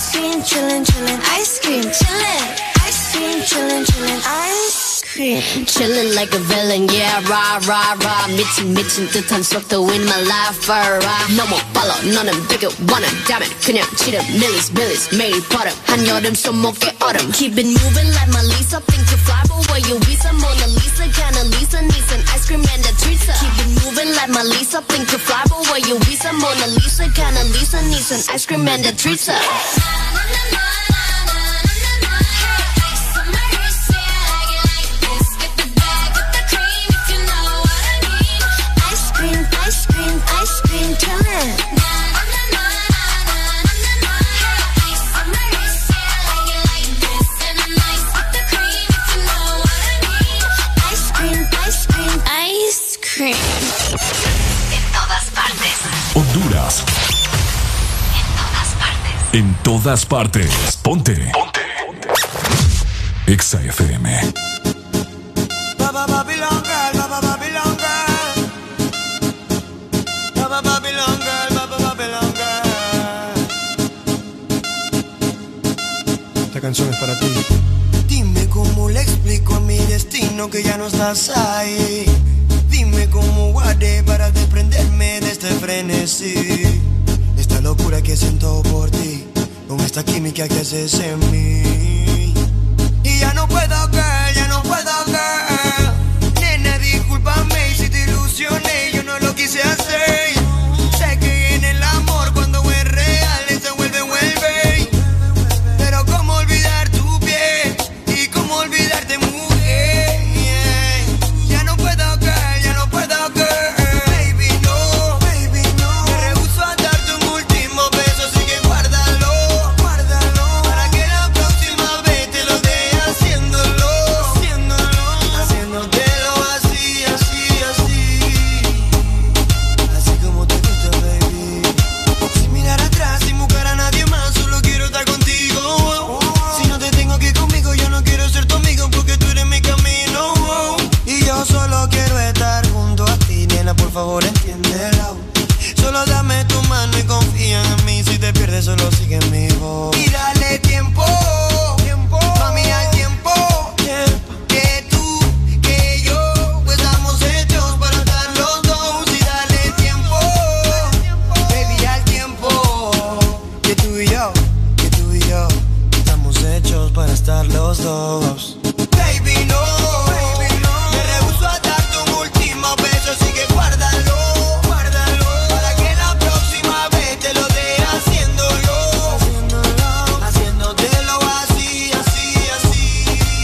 chillin', chillin', ice cream, chillin', ice cream, chillin', chillin', ice cream. Chillin' like a villain, yeah, rah, rah, rah. 미친, 미친 듯한 속도 in my life, rah. 너무 빨라, 너는 bigger, 원한다면 그냥 치름, millies, billies, 매일 버릇. 한여름 손목에 얼음. Keep it moving like my Lisa, think you fly, but where you visa? Mona Lisa, kinda Lisa, Nissan, ice cream and a treat. Keep it moving like my Lisa, think you fly, but where you visa? Mona Lisa, kinda Lisa, Nissan, ice cream and a treat. Ice cream, ice cream, chillin'. Ice cream, ice cream, ice cream. En todas partes. Honduras. En todas partes. En todas partes. Ponte. Ponte. Exa F M. Baba Babylon girl, Baba Babylon girl. Baba Babylon girl, Baba Babylon girl. Esta canción es para ti. Dime cómo le explico a mi destino que ya no estás ahí. Dime cómo guardé para desprenderme de este frenesí. Esta locura que siento por ti, con esta química que haces en mí. Y ya no puedo, girl, ya no puedo, girl. Nena, discúlpame si te ilusioné, yo no lo quise hacer. Sé que en el amor cuando es real se vuelve, vuelve. Pero cómo olvidar tu piel y cómo olvidarte, mujer. Yeah. Ya no puedo, girl, ya no puedo, girl. Baby, no, baby, no. Me rehúso a darte un último beso, así que guárdalo, guárdalo. Para que la próxima vez te lo dé haciéndolo, haciéndolo, haciéndotelo así, así, así. Así como te gusta, baby. Sin mirar atrás, sin buscar a nadie más, solo quiero estar contigo. Si no te tengo aquí conmigo, yo no quiero ser tu amigo porque tú eres mi camino. Y yo solo quiero estar junto a ti, nena, por favor entiéndelo. Solo dame tu mano y confía en mí. Si te pierdes, solo sigue mi voz. Y dale tiempo, tiempo, mami, al tiempo. Que tú, que yo, pues estamos hechos para estar los dos. Y dale tiempo, baby, al tiempo. Que tú y yo, que tú y yo, estamos hechos para estar los dos. Baby, no, baby, no. Me rehúso a darte un último beso, así que guárdalo, guárdalo. Para que la próxima vez te lo dé haciéndolo, haciéndolo, haciéndotelo así, así, así.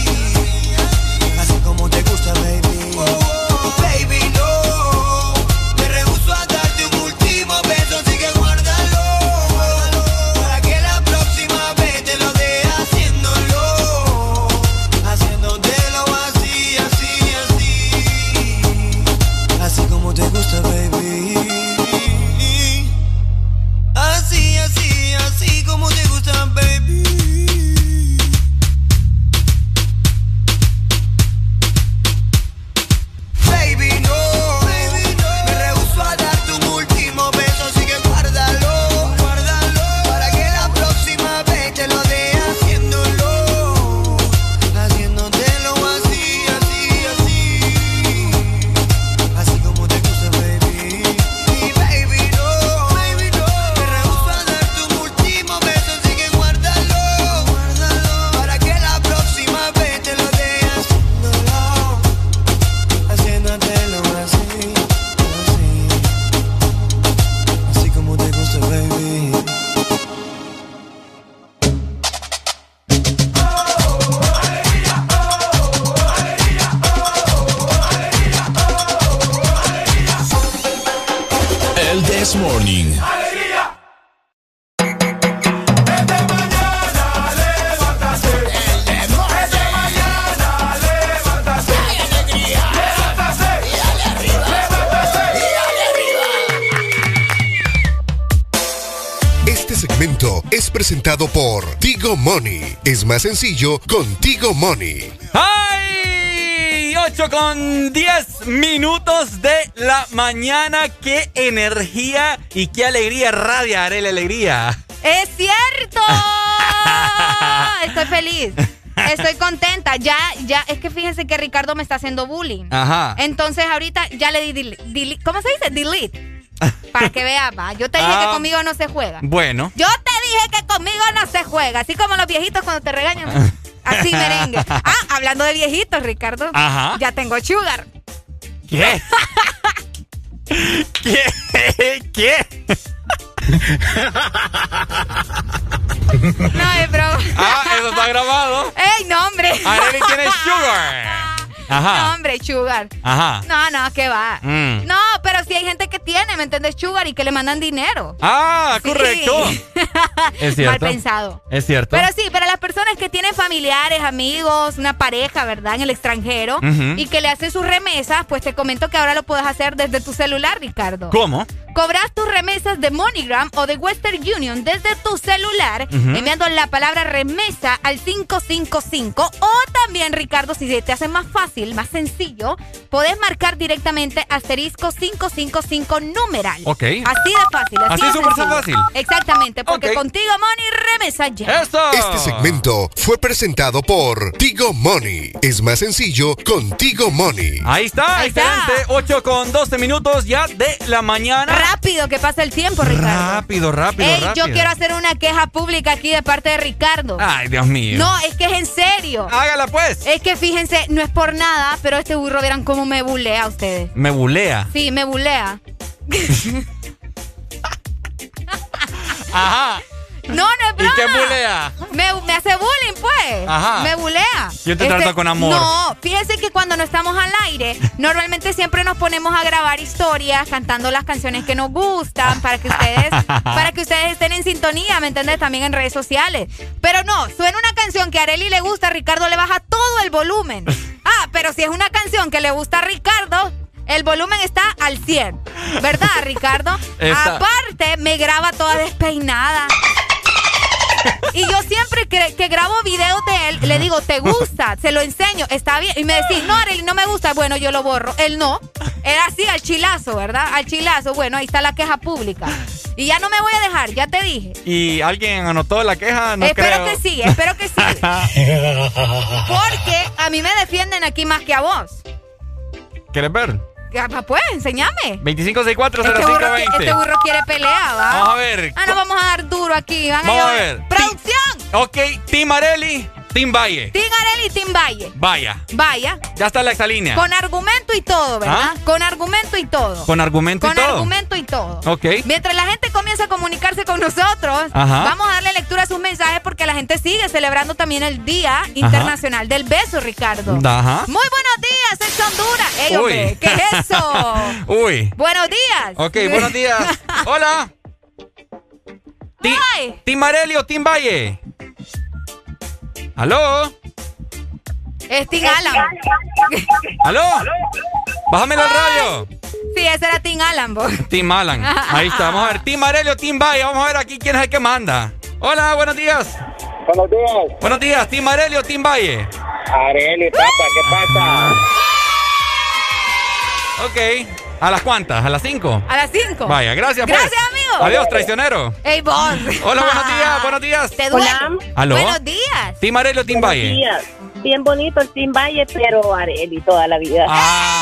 Así como te gusta, baby. Baby, no. Me rehúso a darte un último beso, así que guárdalo, guárdalo. Para que la próxima vez te lo dé haciéndolo, haciéndotelo así, así, así. Así como te gusta, baby. Así, así, así como te gusta, baby. Baby, no, baby, no. Me rehúso a darte un último beso, así que guárdalo, guárdalo. Para que la próxima vez te lo dé haciéndolo, haciéndotelo así, así, así. Así como te gusta, baby. Y baby, no, baby, no. Me rehúso a darte un último beso, así que guárdalo, guárdalo. Para que la próxima vez te lo dé haciéndolo, haciéndotelo así, así. Así como te gusta, baby. El This Morning. Este segmento es presentado por Tigo Money. Es más sencillo con Tigo Money. ¡Ay! ocho con diez minutos de la mañana. ¡Qué energía y qué alegría radia, Arely Alegría! ¡Es cierto! Estoy feliz. Estoy contenta. Ya, ya, es que fíjense que Ricardo me está haciendo bullying. Ajá. Entonces ahorita ya le di delete. delete ¿Cómo se dice? Delete. Para que veas, va. Yo te dije Ah, que conmigo no se juega. Bueno. Yo te dije que conmigo no se juega. Así como los viejitos cuando te regañan. Así merengue. Ah, hablando de viejitos, Ricardo. Ajá. Ya tengo sugar. ¿Qué? ¿Qué? ¿Qué? No, es broma. Ah, eso está grabado. ¡Ey, no, hombre! Arely tiene sugar. Ajá. No, hombre, sugar. Ajá. No, no, ¿qué va? Mm. No, pero si hay gente que tiene, ¿me entiendes? Sugar y que le mandan dinero. Ah, Sí. correcto. Es cierto. Mal pensado. Es cierto. Pero sí, para las personas que tienen familiares, amigos, una pareja, ¿verdad? En el extranjero Ujú. y que le hacen sus remesas, pues te comento que ahora lo puedes hacer desde tu celular, Ricardo. ¿Cómo? Cobras tus remesas de MoneyGram o de Western Union desde tu celular, Ujú. enviando la palabra remesa al cinco cinco cinco. O también, Ricardo, si se te hace más fácil, más sencillo, podés marcar directamente asterisco cinco cinco cinco numeral. Ok. Así de fácil. Así, Así de súper sencillo. fácil. Exactamente, porque Ok. contigo Money remesa ya. ¡Eso! Este segmento fue presentado por Tigo Money. Es más sencillo con Tigo Money. Ahí está, Ahí está. excelente. ocho con doce minutos ya de la mañana. Rápido que pasa el tiempo, Ricardo. Rápido, rápido, Ey, rápido. yo quiero hacer una queja pública aquí de parte de Ricardo. Ay, Dios mío. No, es que es en serio. Hágala pues. Es que fíjense, no es por nada, pero este burro, verán cómo me bulea a ustedes. Me bulea. Sí, me bulea. Ajá. No, no es broma. ¿Y qué bulea? Me, me hace bullying, pues. Ajá. Me bulea. Yo te trato con amor. No, fíjense que cuando no estamos al aire, normalmente siempre nos ponemos a grabar historias cantando las canciones que nos gustan para que ustedes, para que ustedes estén en sintonía, ¿me entiendes? También en redes sociales. Pero no, suena una canción que a Arely le gusta, Ricardo le baja todo el volumen. Ah, pero si es una canción que le gusta a Ricardo, el volumen está al cien. ¿Verdad, Ricardo? Está. Aparte, me graba toda despeinada. Y yo siempre que, que grabo videos de él, le digo, ¿te gusta? Se lo enseño, está bien. Y me decís, no, Arely, no me gusta. Bueno, yo lo borro. Él no. Era así, al chilazo, ¿verdad? Al chilazo. Bueno, ahí está la queja pública. Y ya no me voy a dejar, ya te dije. ¿Y alguien anotó la queja? No espero creo. que sí, espero que sí. Porque a mí me defienden aquí más que a vos. ¿Quieres ver? Ya, Pues, enséñame. veinticinco sesenta y cuatro cero Este cinco burro, veinte. este burro quiere pelea, ¿va? Vamos a ver. Ah, no, vamos a dar duro aquí. Van Vamos a llover. ver. ¡Producción! Ok, Team Arely, Team Valle. Team Arely y Team Valle. Vaya. Vaya. Ya está la exalínea. Con argumento y todo, ¿verdad? ¿Ah? Con argumento y todo. Con argumento Con y todo. argumento y todo. Ok. Mientras la gente comienza a comunicarse con nosotros, Ajá. vamos a darle lectura a sus mensajes porque la gente sigue celebrando también el Día Internacional del Beso, Ricardo. Ajá. Muy buenos días, Ex Honduras. ¡Ey, Uy. hombre! ¿Qué es eso? Uy. Buenos días. Ok, buenos días. Hola. Ti- Ay. ¿Team Arely o Team Valle? ¿Aló? Es Team Alan. ¿Aló? Bájamelo al radio. Sí, ese era Team Alan, vos. Team Alan. Ahí está. Vamos a ver. Team Arely o Team Valle. Vamos a ver aquí quién es el que manda. Hola, buenos días. Buenos días. Buenos días. ¿Team Arely o Team Valle? Arely, papá, ¿qué pasa? Ok. ¿A las cuántas? ¿A las cinco? A las cinco. Vaya, gracias, pues. Gracias, amigo. Adiós, traicionero. Ey, vos. Hola, buenos días, buenos días. ¿Te duele? Hola. ¿Aló? Buenos días. ¿Team Arely o Team Buenos Valle? días. Bien bonito el Team Valle, pero Arely toda la vida. Ah.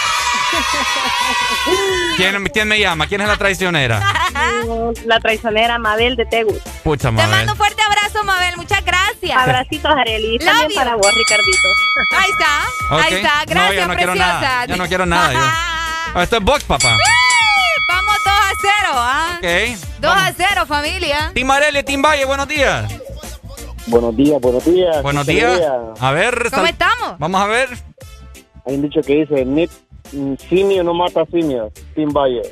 ¿Quién, ¿Quién me llama? ¿Quién es la traicionera? La traicionera Mabel de Tegus. Pucha, Te Mabel. mando un fuerte abrazo, Mabel. Muchas gracias. Abracitos, Arely. Love También you. para vos, Ricardito. Ahí está. Ok. Ahí está. No, Gracias, yo no quiero preciosa. nada. Yo no quiero nada. Yo. Ah, esto es box, papá. Vamos dos a cero, ¿ah? Ok. dos a cero, familia. Team Arely, Team Valle, buenos días. Buenos días, buenos días. Buenos Qué días. alegría. A ver. ¿Cómo sal- estamos? Vamos a ver. Hay un dicho que dice, "Nip, mm, simio no mata simio, Team Valle".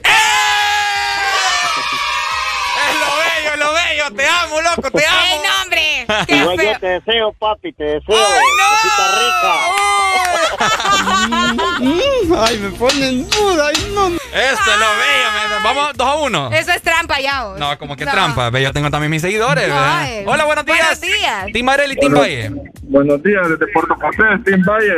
Es lo bello, es lo bello. Te amo, loco, te amo. ¡Ey, no, hombre! ¡Qué Igual feo! yo te deseo, papi, te deseo. ¡Ay, Cosita Ay, me ponen duda. Ay, no. Esto es lo bello. me- Vamos dos a uno. Eso es trampa ya, vos. No, como que No. trampa. Ve, yo tengo también mis seguidores. No, ¿verdad? eh. Hola, buenos días. Buenos días. Team Arely, Team Bueno. Valle. Buenos días, desde Puerto Cortés, Team Valle.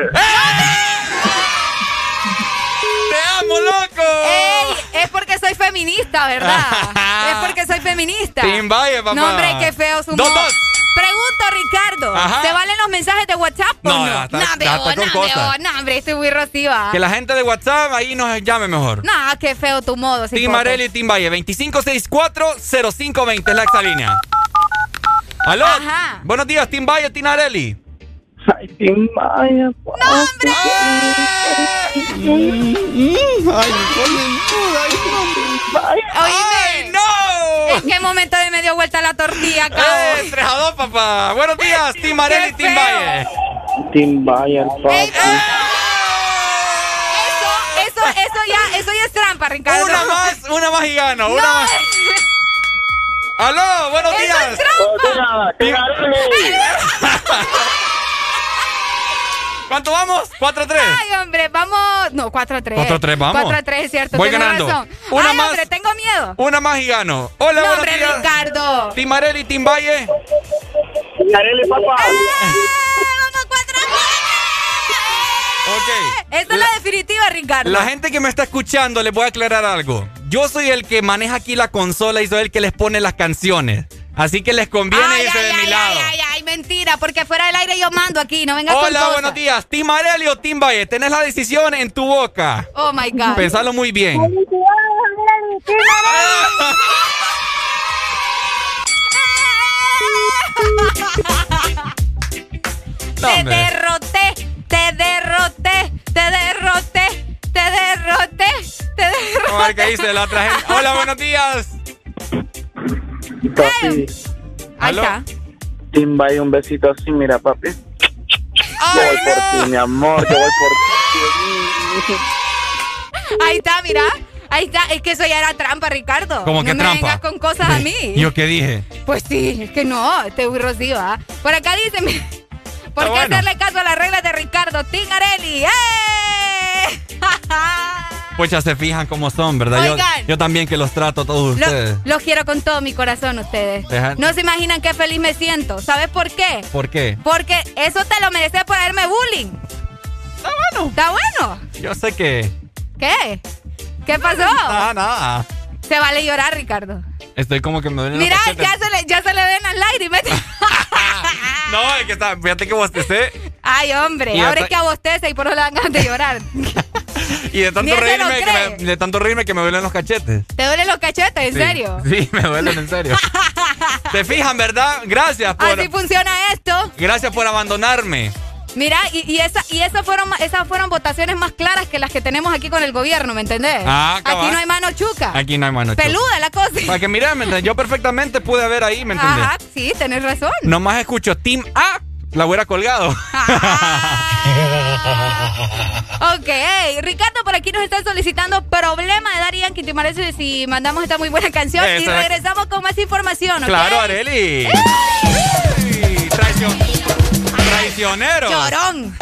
¡Te amo, loco! ¡Ey! Es porque soy feminista, ¿verdad? Es porque soy feminista. Team Valle, papá. No, hombre, qué feo su Dos, humor. dos. Pregunto, Ricardo. Ajá. ¿Te valen los mensajes de WhatsApp o No, no? ya está- no, ya veo, está con no, cosas. veo, no, hombre, estoy muy rociva. Que la gente de WhatsApp ahí nos llame mejor. No, qué feo tu modo. Team cipote. Areli y Team Valle. veinticinco sesenta y cuatro cero cinco veinte es la exalínea. ¿Aló? Ajá. Buenos días, Team Valle, Team Areli. Ay, Team Valle. ¡No, hombre! Ay, ponen duda, ay, no. Oíme. ¡No! ¿En qué momento de me dio vuelta la tortilla, cabrón? ¡Eh, tres a dos, papá! Buenos días, Team Areli y Team Valle. Team Valle, papi. Eso, eso, eso ya, eso ya es trampa, Ricardo. Una más, una más y gano, una No. más. ¡Aló! ¡Buenos ¡Eso días! es trampa! Team Areli. ¿Cuánto vamos? ¿cuatro a tres? Ay, hombre, vamos. No, cuatro a tres. cuatro a tres, vamos. cuatro a tres, es cierto. Voy tienes ganando. razón. Una Ay, más. hombre, tengo miedo. Una más y gano. Hola, No, buenos hombre, días. Ricardo. Team Areli y Team Valle. Team Areli, papá. ¡Vamos, cuatro a tres! Ok. Esta es la definitiva, Ricardo. La gente que me está escuchando, les voy a aclarar algo. Yo soy el que maneja aquí la consola y soy el que les pone las canciones. Así que les conviene Ay, irse ay, de ay, mi lado. Ay, ay, ay, mentira, porque fuera del aire yo mando aquí, no vengas con Hola, cosas. buenos días. Team Areli o Team Valle. Tenés la decisión en tu boca. Oh, my God. Pensalo muy bien. No, Te hombre. derroté, te derroté, te derroté, te derroté, te derroté. Vamos a ver qué dice la otra gente. Hola, buenos días. Papi, Ahí ¿Aló? está. Team Valle, un besito así, mira, papi. Yo voy por ti, mi amor, yo voy por ti. Ahí está, mira. Ahí está. Es que eso ya era trampa, Ricardo. ¿Cómo no que me trampa? vengas con cosas a mí. ¿Yo qué dije? Pues sí, es que no, este es rocío. Por acá dice, mi- ¿por qué bueno. hacerle caso a las reglas de Ricardo? Team Areli. ¡Eh! Pues ya se fijan cómo son, ¿verdad? Yo, Oigan. yo también que los trato a todos Lo- ustedes. los quiero con todo mi corazón ustedes. Deja- No se imaginan qué feliz me siento. ¿Sabes por qué? ¿Por qué? Porque eso te lo mereces por hacerme bullying. Está bueno. ¿Está bueno? Yo sé que... ¿Qué? ¿Qué pasó? Nada, nada. Se vale llorar, Ricardo. Estoy como que me duelen Mira, los cachetes. ya se, le, ya se le ven al lágrimas. No, es que está... Fíjate que bostecé. Ay, hombre, Y ahora hasta- es que abostece y por eso le dan ganas de llorar. Y de Ni tanto él se lo reírme que cree. me, de tanto reírme que me duelen los cachetes. ¿Te duelen los cachetes? ¿En Sí. serio? Sí, me duelen en serio. ¿Te fijan, verdad? Gracias por... Así funciona esto. Gracias por abandonarme. Mira, y, y, esa, y esas, fueron, ma- esas fueron votaciones más claras que las que tenemos aquí con el gobierno, ¿me entendés? Ah, aquí cabal. no hay mano chuca. Aquí no hay mano chuca. Peluda la cosa. Para que miren, ¿me entendés? Yo perfectamente pude haber ahí, ¿me entendés? Ajá, sí, tenés razón. Nomás escucho Team A, la hubiera colgado. Ok, Ricardo, por aquí nos están solicitando Problema de Daddy Yankee. ¿Te parece si mandamos esta muy buena canción? Esa y es la- regresamos con más información, ¿ok? Claro, Areli. ¡Ey! Traicion... Traicionero. Llorón.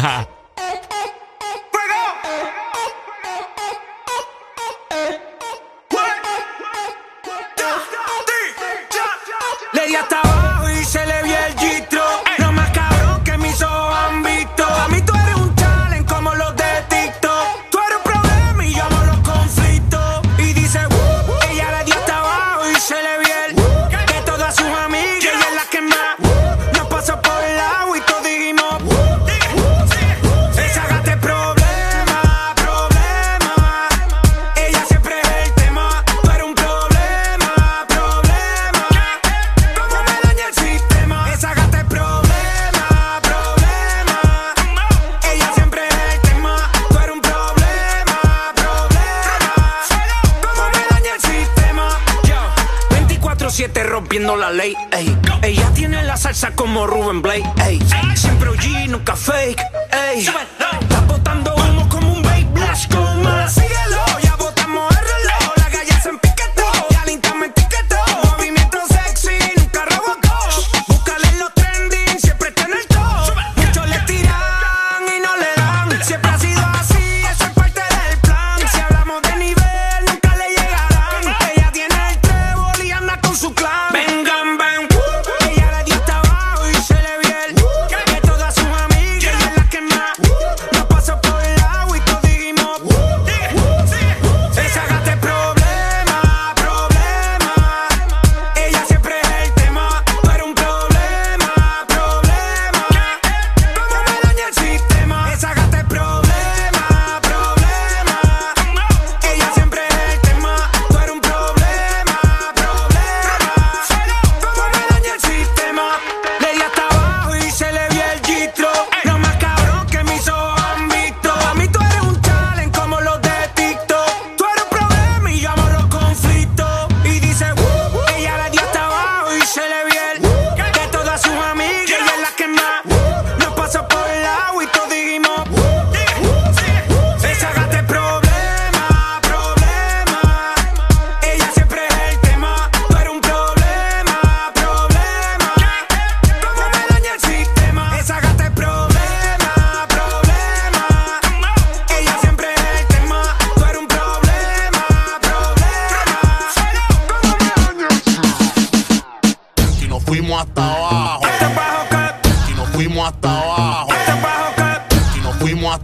Le di hasta abajo y se le vio el gistro. No más cabrón que mis ojos han visto. A mí tú eres un challenge como los de TikTok. Tú eres un problema y yo amo los conflictos. Y dice, uh, ella le dio hasta abajo y se le vio el uh, de todas sus amigas. Ella es la que más uh, nos pasó por el agua y todos dijimos, uh, esa gata es problema, problema. Ella siempre es el tema. Tú eres un problema, problema. ¿Cómo me daña el sistema? Esa gata es problema, problema. Ella siempre es el tema. Tú eres un problema, problema. ¿Cómo me daña el sistema? Yo, veinticuatro siete rompiendo la ley, ey. Ella tiene la salsa como Rubén Blade, ey. Siempre O G, nunca fake, ey. Está botando humo como un babe blast con más. Síguelo, ya botamos el reloj. La galla se empiquetó, ya linda me etiquetó. Movimiento sexy, nunca robocó. Búscale en los trending, siempre está en el top. Muchos le tiran y no le dan. Siempre ha sido así, eso es parte del plan. Si hablamos de nivel, nunca le llegarán. Ella tiene el trébol y anda con su clan. Vengan, ven, ella le dio hasta abajo y se le vio el de todas sus amigas. Ella es la que más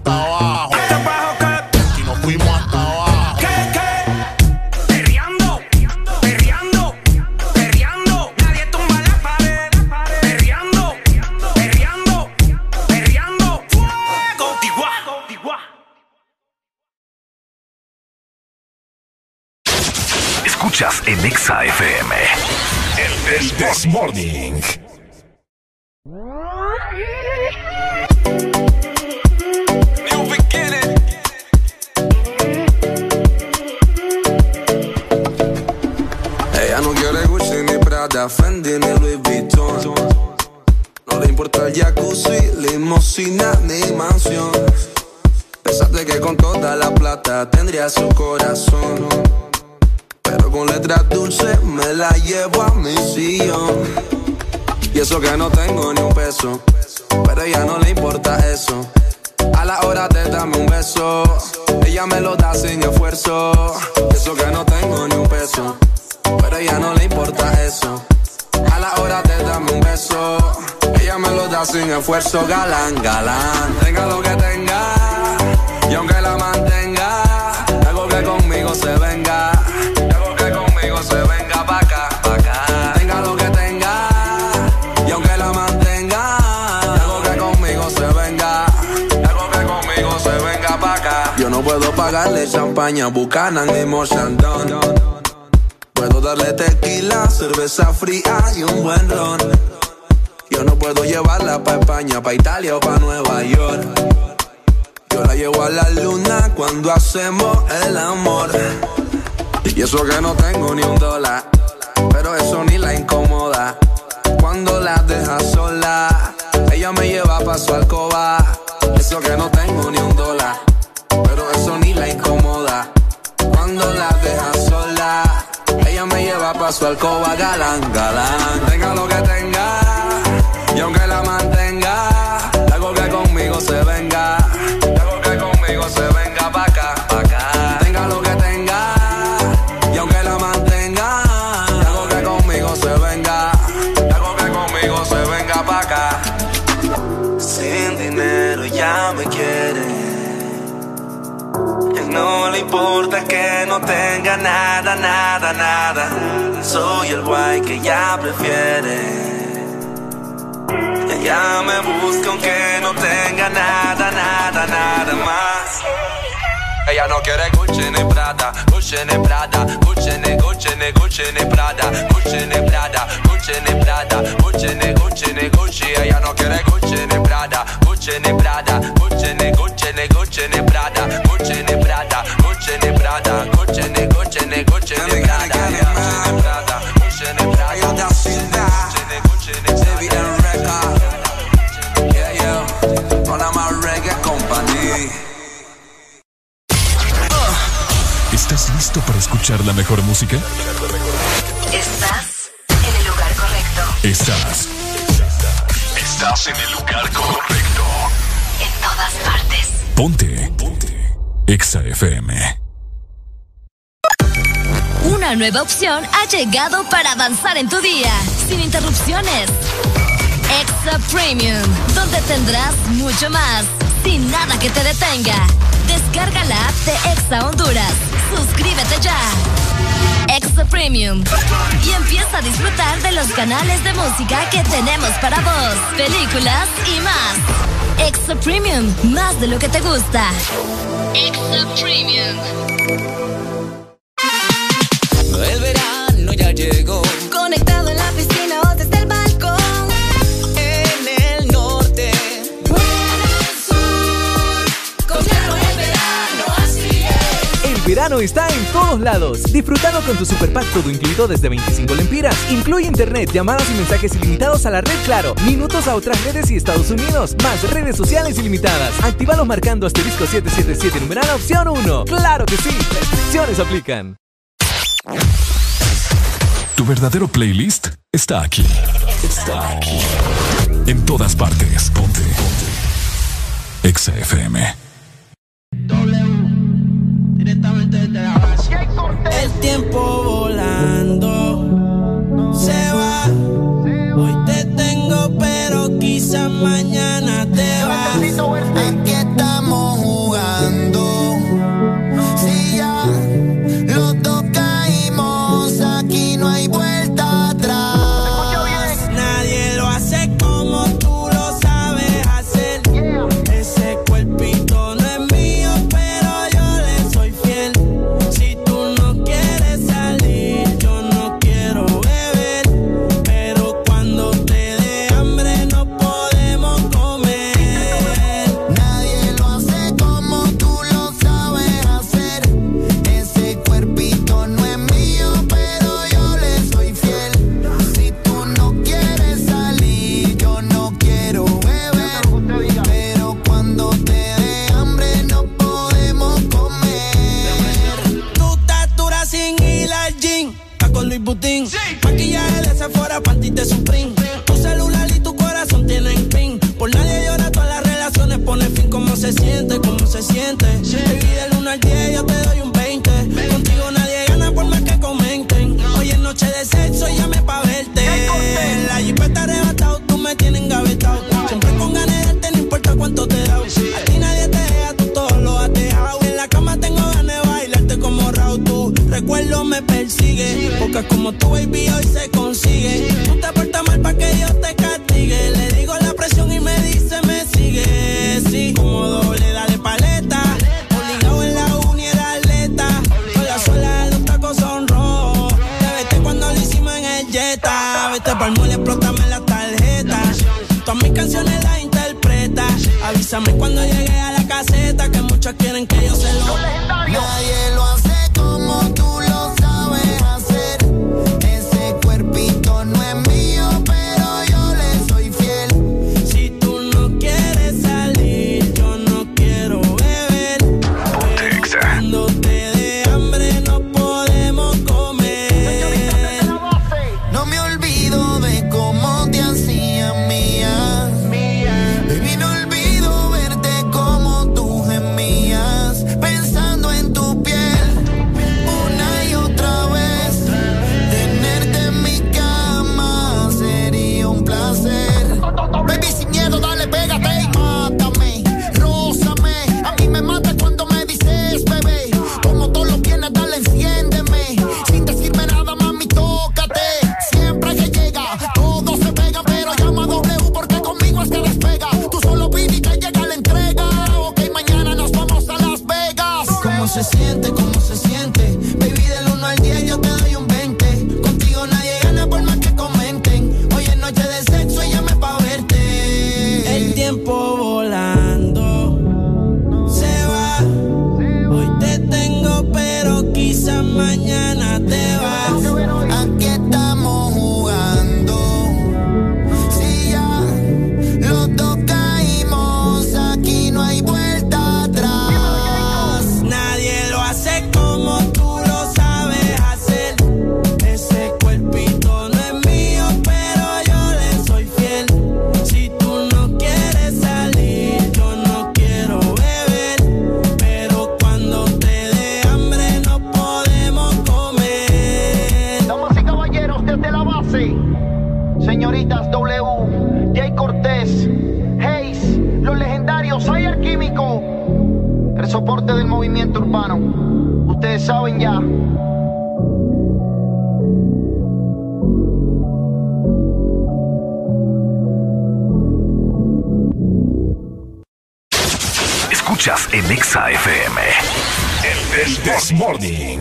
hasta abajo. Hasta abajo que aquí nos fuimos hasta abajo. ¿Qué, qué? Perreando, perreando, perreando. Nadie tumba la pared. Perreando, perreando, perreando. Fuego, tigua, tigua. Escuchas en Exa F M el This Morning. Ella no quiere Gucci ni Prada, Fendi ni Louis Vuitton. No le importa el jacuzzi, limosina ni mansión. Pensaste que con toda la plata tendría su corazón, pero con letras dulces me la llevo a mi sillón. Y eso que no tengo ni un peso, pero a ella no le importa eso. A la hora de darme un beso, ella me lo da sin esfuerzo. Y eso que no tengo ni un peso, pero a ella no le importa eso. A la hora de darme un beso, ella me lo da sin esfuerzo. Galán, galán, tenga lo que tenga, y aunque la mantenga, algo que conmigo se venga, algo que conmigo se venga pa' acá, pa' acá. Tenga lo que tenga, y aunque la mantenga, algo que conmigo se venga, algo que conmigo se venga pa' acá. Yo no puedo pagarle champaña, Buchanan ni Mochandon. Puedo darle tequila, cerveza fría y un buen ron. Yo no puedo llevarla pa' España, pa' Italia o pa' Nueva York. Yo la llevo a la luna cuando hacemos el amor. Y eso que no tengo ni un dólar, pero eso ni la incomoda. Cuando la deja sola, ella me lleva pa' su alcoba. Eso que no tengo ni un dólar, pero eso ni la incomoda. Cuando la deja sola, ella me lleva pa' su alcoba. Galán, galán, tenga lo que tenga, y aunque la mantenga, algo que conmigo se venga, algo que conmigo se venga pa' acá, pa' acá. Tenga lo que tenga, y aunque la mantenga, algo que conmigo se venga, algo que conmigo se venga pa' acá. Sin dinero ya me quiere, y no le importa que no tenga nada, nada, nada. Soy el guay que ella prefiere. Ella me busca aunque no tenga nada, nada, nada más. Ella no quiere Gucci ni Prada, Gucci ni Prada, Gucci ni, Gucci ni, Gucci ni Prada, Gucci ni Prada, Gucci ni Prada, Gucci ni, Gucci ni, Gucci. Ella no quiere Gucci ni Prada, Gucci ni Prada, Gucci ni, Gucci ni, Gucci ni Prada, Gucci ni Prada, Gucci ni Prada, Gucci ni, Gucci ni, Gucci ni Prada, Gucci ni Prada, Gucci ni Prada, Gucci ni, Gucci ni, David and Record. Yeah, yeah, on my reggae company. ¿Estás listo para escuchar la mejor música? Estás en el lugar correcto. Estás. Estás en el lugar correcto. En todas partes. Ponte. Ponte. Exa F M. Una nueva opción ha llegado para avanzar en tu día, sin interrupciones. Exa Premium, donde tendrás mucho más, sin nada que te detenga. Descarga la app de Exa Honduras. Suscríbete ya. Exa Premium. Y empieza a disfrutar de los canales de música que tenemos para vos, películas y más. Exa Premium, más de lo que te gusta. Exa Premium. El verano ya llegó. Conectado en la piscina o desde el balcón. En el norte o en el sur. Con Claro el verano, así es. El verano está en todos lados. Disfrutando con tu super pack todo incluido desde veinticinco lempiras. Incluye internet, llamadas y mensajes ilimitados a la red Claro, minutos a otras redes y Estados Unidos, más redes sociales ilimitadas. Actívalos marcando asterisco siete siete siete numeral opción uno. ¡Claro que sí! Restricciones aplican. Tu verdadero playlist está aquí. Está aquí. En todas partes. Ponte. Ponte. Exa F M. El tiempo volando se va. Hoy te tengo, pero quizás mañana te vas. Aquí estamos Dime fin cómo se siente, cómo se siente. Baby, del uno al diez yo te doy un veinte. Contigo nadie gana por más que comenten. Hoy es noche de sexo y llame pa' verte. La jipeta arrebatado, tú me tienes engavetado. Siempre con ganas de darte, no importa cuánto te da. A ti nadie te deja, tú todo lo has dejado. En la cama tengo ganas de bailarte como Raúl. Tu recuerdo me persigue, porque como tu baby hoy se consigue. Tú te portas mal pa' que yo te castigue. Le digo la presión y me dice me sigue. Sí, como doble, dale paleta. Obligado en la uni era atleta. Con la suela de los tacos son rojos. Te vete cuando lo hicimos en el Jetta. Vete pa'l mole, explótame la tarjeta. Todas mis canciones las interpreta. Avísame cuando llegue a la caseta, que muchos quieren que yo se lo. Nadie lo hace como tú lo sabes hacer. Ese cuerpito no es mío, pero yo le soy fiel. Si tú no quieres salir, yo no quiero beber. Cuando te dé hambre no podemos comer. No me olvido de cómo te hacía mía. Baby, no olvido verte como tú gemías, pensando en tu piel una y otra vez. Tenerte en mi cama sería un placer. Baby, sin miedo, dale, pégate y mátame, rózame. A mí me mata cuando me dices, bebé. Como tú lo tienes, dale, enciéndeme. Sin decirme nada, mami, tócate. Siempre que llega, todos se pegan, pero llama a W porque conmigo es que despega. Tú solo pide que llega la entrega. Ok, mañana nos vamos a Las Vegas. ¿Cómo se siente? ¿Cómo se siente? Baby, del uno al diez yo te doy un veinte. Contigo nadie gana por más que comenten. Hoy es noche de sexo y llame pa' verte. El tiempo volando se va. Hoy te tengo, pero quizás mañana te vas. Aquí estamos jugando. Si ya los dos caímos, aquí no hay vuelta atrás. Nadie lo hace como tú lo sabes hacer. Ese cuerpito no es mío, pero yo le soy fiel. Si tú no quieres salir, yo no quiero beber. Pero cuando te dé hambre no podemos comer. Damas y caballeros, desde la base, señoritas W, Jay Cortés, Hayes, los legendarios, soy el químico, el soporte del movimiento urbano. Ustedes saben ya. Escuchas en Exa F M el, el This Morning.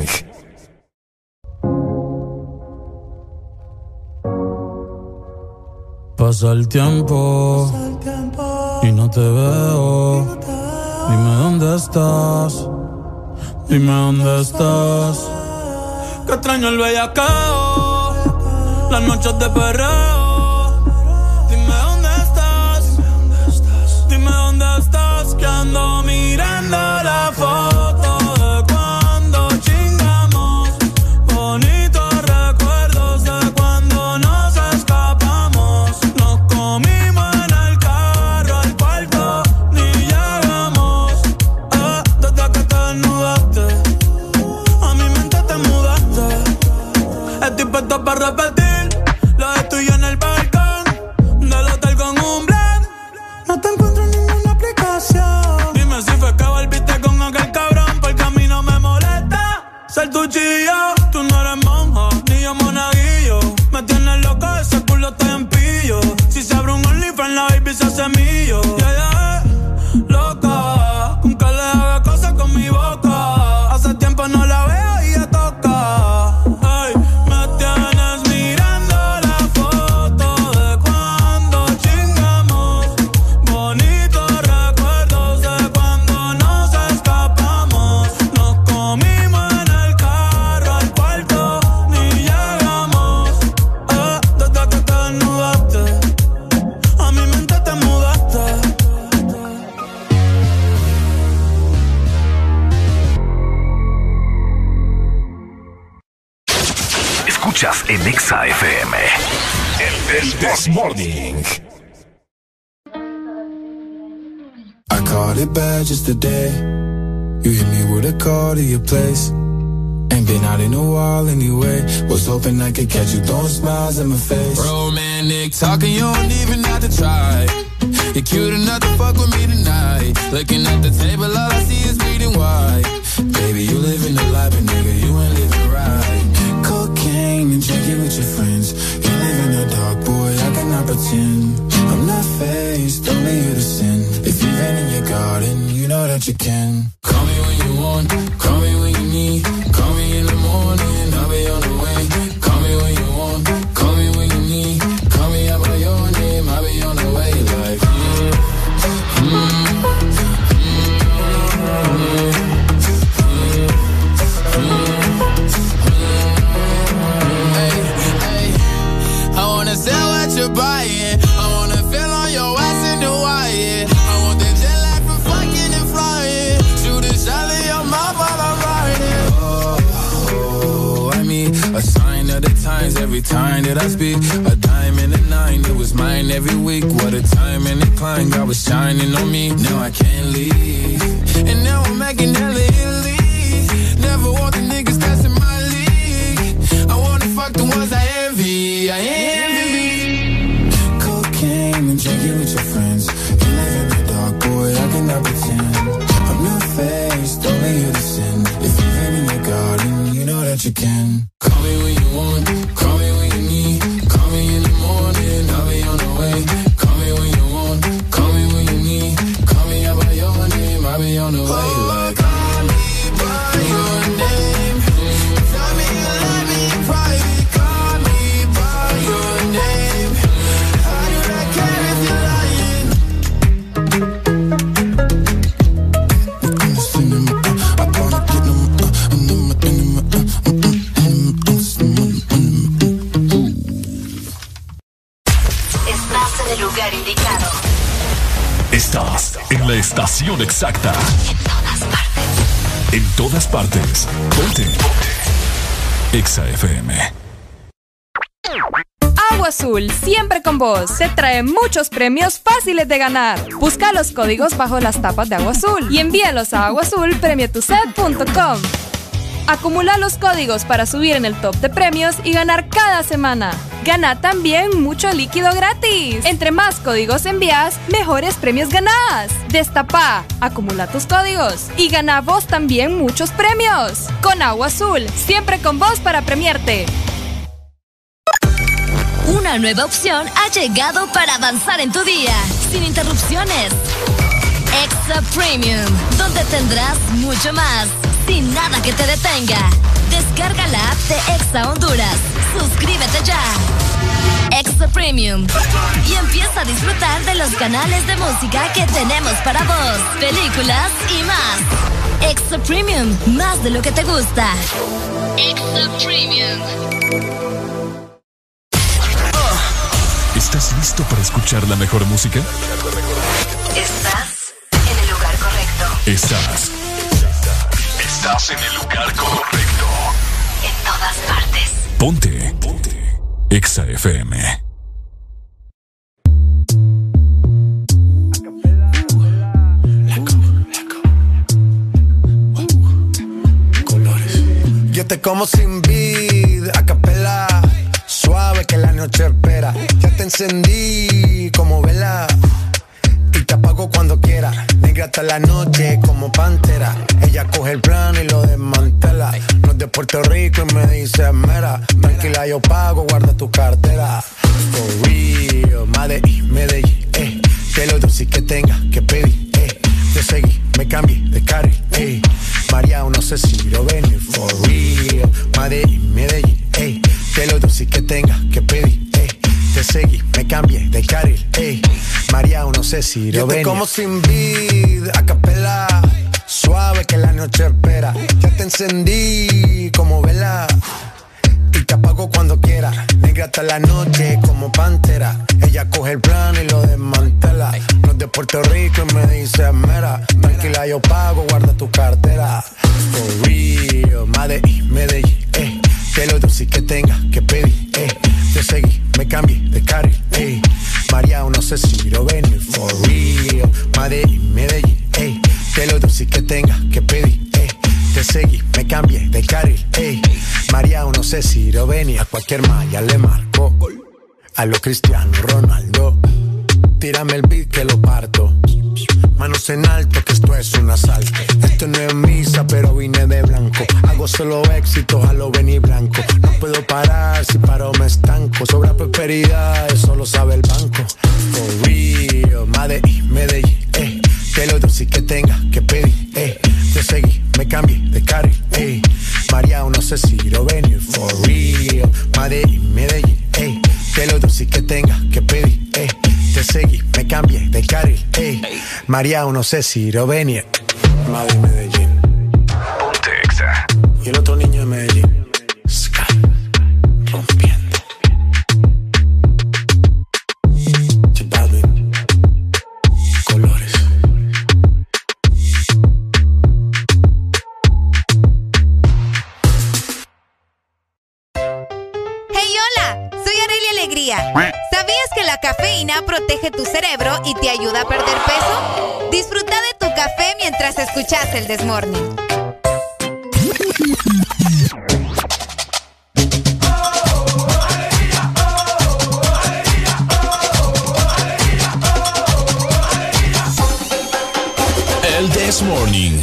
Pasa el tiempo y no te veo. Dime dónde estás. Dime dónde estás. Que extraño el bellaqueo, las noches de perreo. Dime dónde estás. Dime dónde estás. Que ando mirando la foto de cuando chingamos. Bonitos recuerdos de cuando nos escapamos. Nos comimos en el carro, al cuarto ni llegamos. Eh, desde que te desnudaste, a mi mente te mudaste. Estoy puesto para repetir lo de tuyo en el balcón del hotel con un blend. No te encuentro en ninguna aplicación. Dime si fue que volviste con aquel cabrón, porque a mí no me molesta ser tu chillo. Tú no eres monja, ni yo monaguillo. Me tienes loco, ese culo estoy en pillo. Si se abre un OnlyFans, la baby se hace millo. Ya, ya, loca, con que le haga cosas con mi boca. Hace tiempo no la veo y ya toca. Ay, me tienes mirando la foto de cuando chingamos. Bonitos recuerdos de cuando nos escapamos. Nos comimos en el carro, al cuarto ni llegamos. Eh, desde que te desnudaste, a mi mente te mudaste. Escuchas en Exa F M el, el This Morning. I call started bad just today. You hit me with a call to your place. Ain't been out in a while anyway. Was hoping I could catch you throwing smiles in my face. Romantic talking, you don't even have to try. You're cute enough to fuck with me tonight. Looking at the table, all I see is bleeding white. Baby, you living the life, but nigga, you ain't living right. Cocaine and drinking with your friends. You live in the dark, boy, I cannot pretend. I'm not faced, only you to sin. If you've been in your garden, you know that you can. Call me when you want, call me when you need. Call me in the morning, I'll be on the way. Call me when you want, call me when you need. Call me out by your name, I'll be on the way. Like, mm, mm, mm, hey, hey. I wanna sell what you're buying. I wanna feel on your ass in Hawaii. I want the jet lag from fucking and flying. Shoot a shot in your mouth while I'm riding. Oh, oh, I mean, a sign of the times every time that I speak. A dime and a nine, it was mine every week. What a time and a climb, God was shining on me. Now I can't leave, and now I'm making hella Italy. Never want the niggas that's in my league. I wanna fuck the ones I envy, I envy. Cocaine and drinking with your friends. You live in the dark, boy, I cannot pretend. I'm not faced, only you to sin. If you've been in your garden, you know that you can. Call me when you want, call me when you need. Call me in the morning, I'll be on the way. Call me when you want, call me when you need. Call me out by your name, I'll be on the way. Like, call me by your name. Tell me you love me in private. Call me by your name. How do I care if you're lying? Estás en el lugar indicado. Estás en la estación exacta. En todas partes. En todas partes. Ponte. Exa F M. Agua Azul, siempre con vos, te trae muchos premios fáciles de ganar. Busca los códigos bajo las tapas de Agua Azul y envíalos a aguaazul premio tu sed punto com. Acumula los códigos para subir en el top de premios y ganar cada semana. Gana también mucho líquido gratis. Entre más códigos envías, mejores premios ganás. Destapá, acumula tus códigos y gana vos también muchos premios. Con Agua Azul, siempre con vos para premiarte. Una nueva opción ha llegado para avanzar en tu día, sin interrupciones. Exa Premium, donde tendrás mucho más, sin nada que te detenga. Descarga la app de Exa Honduras. Suscríbete ya. Exa Premium. Y empieza a disfrutar de los canales de música que tenemos para vos, películas y más. Exa Premium, más de lo que te gusta. Exa Premium. ¿Estás listo para escuchar la mejor música? Estás en el lugar correcto. Estás. Estás en el lugar correcto. En todas partes. Ponte. Ponte. Exa F M. Yo te como sin vid, a capela. Suave que la noche espera. Ya te encendí como vela. Y te apago cuando quiera. Negra hasta la noche como pantera. Ella coge el plano y lo desmantela. No es de Puerto Rico y me dice mera. Tranquila, yo pago, guarda tu cartera. For real, Medellín, Medellín, eh. Que lo dulce que tenga que pedir, eh. Te seguí, me cambié de carril, eh. María, no sé si lo venir. For real, Medellín, Medellín, eh. Que lo dulce que tenga que pedir, eh. Te seguí, me cambié de carril, eh. María, no sé si lo venir. Yo te como sin vid, a capela. Suave que la noche espera. Ya te encendí como vela. Y te apago cuando quiera. Negra hasta la noche como pantera. Ella coge el plano y lo desmantela. No es de Puerto Rico y me dice mera. Tranquila, yo pago, guarda tu cartera. For real, Medellín, Medellín, eh. Que lo dulce que tenga que pedir, eh. Te seguí, me cambié de carril, eh. María, no sé si lo venir. For real, Medellín, Medellín, eh. sí que tenga que pedir, ey. Te seguí, me cambié de carril, ey. María, no sé si lo venía, a cualquier malla le marcó. A lo Cristiano Ronaldo, tírame el beat que lo parto. Manos en alto, que esto es un asalto. Esto no es misa, pero vine de blanco. Hago solo éxitos a lo Benny Blanco. No puedo parar, si paro me estanco. Sobra prosperidad, eso lo sabe el banco. For real, Medellín, Medellín, eh. Que lo sí que tenga que pedir, eh. Te seguí, me cambié de carril, eh. María, no sé si lo venir. For real, Medellín, Medellín, eh. Que lo sí que tenga que pedir, eh. Te seguí, me cambié de carril, ey. María, no sé si lo venía. Madrid, Medellín. Ponte Exa. Y el otro niño de Medellín. Sky. Rompiendo. J Balvin. Colores. Hey, hola. Soy Arelia Alegría. ¿Sabías que la cafeína protege tu cerebro y te ayuda a perder peso? Disfruta de tu café mientras escuchas el This Morning. El This Morning.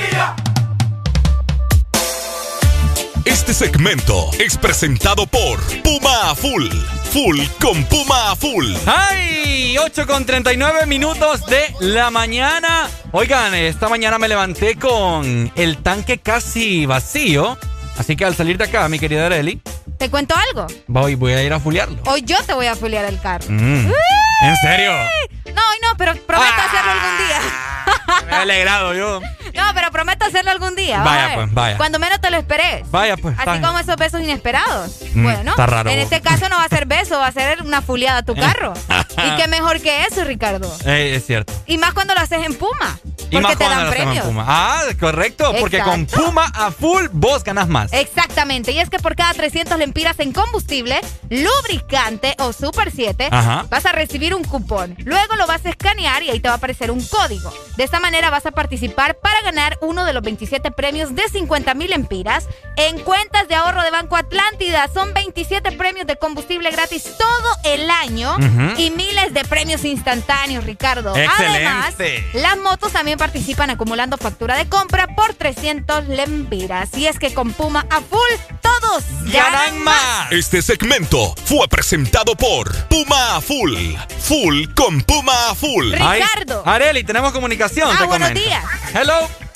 Este segmento es presentado por Puma Full. Full con Puma Full. ¡Ay! ocho con treinta y nueve minutos de la mañana. Oigan, esta mañana me levanté con el tanque casi vacío. Así que al salir de acá, mi querida Arely, ¿te cuento algo? Voy, voy a ir a fulearlo. Hoy yo te voy a fulear el carro. Mm. ¿En serio? No, hoy no, pero prometo ah, hacerlo algún día. Me he alegrado yo. No, pero prometo hacerlo algún día. Vaya, pues, vaya. Cuando menos te lo esperes. Vaya, pues. Así vaya. como esos besos inesperados. Mm, bueno, está raro. En este caso no va a ser beso, va a ser una fuleada a tu carro. Y qué mejor que eso, Ricardo. Eh, es cierto. Y más cuando lo haces en Puma. Y porque más te dan lo premios. Puma. Ah, correcto. Exacto. Porque con Puma a full vos ganas más. Exactamente. Y es que por cada trescientos lempiras en combustible, lubricante o Super siete, Ajá. vas a recibir un cupón. Luego lo vas a escanear y ahí te va a aparecer un código. De esta manera vas a participar para ganar uno de los veintisiete premios de cincuenta mil lempiras en cuentas de ahorro de Banco Atlántida. Son veintisiete premios de combustible gratis todo el año. Uh-huh. Y miles de premios instantáneos, Ricardo. Excelente. Además, las motos también participan acumulando factura de compra por trescientos lempiras. Y es que con Puma a full, todos ganan más. Este segmento fue presentado por Puma a full. Full con Puma a full. Ricardo. Ay, Arely, tenemos comunicación. Ah, te buenos comento. días. Hello.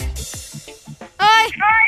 Ay.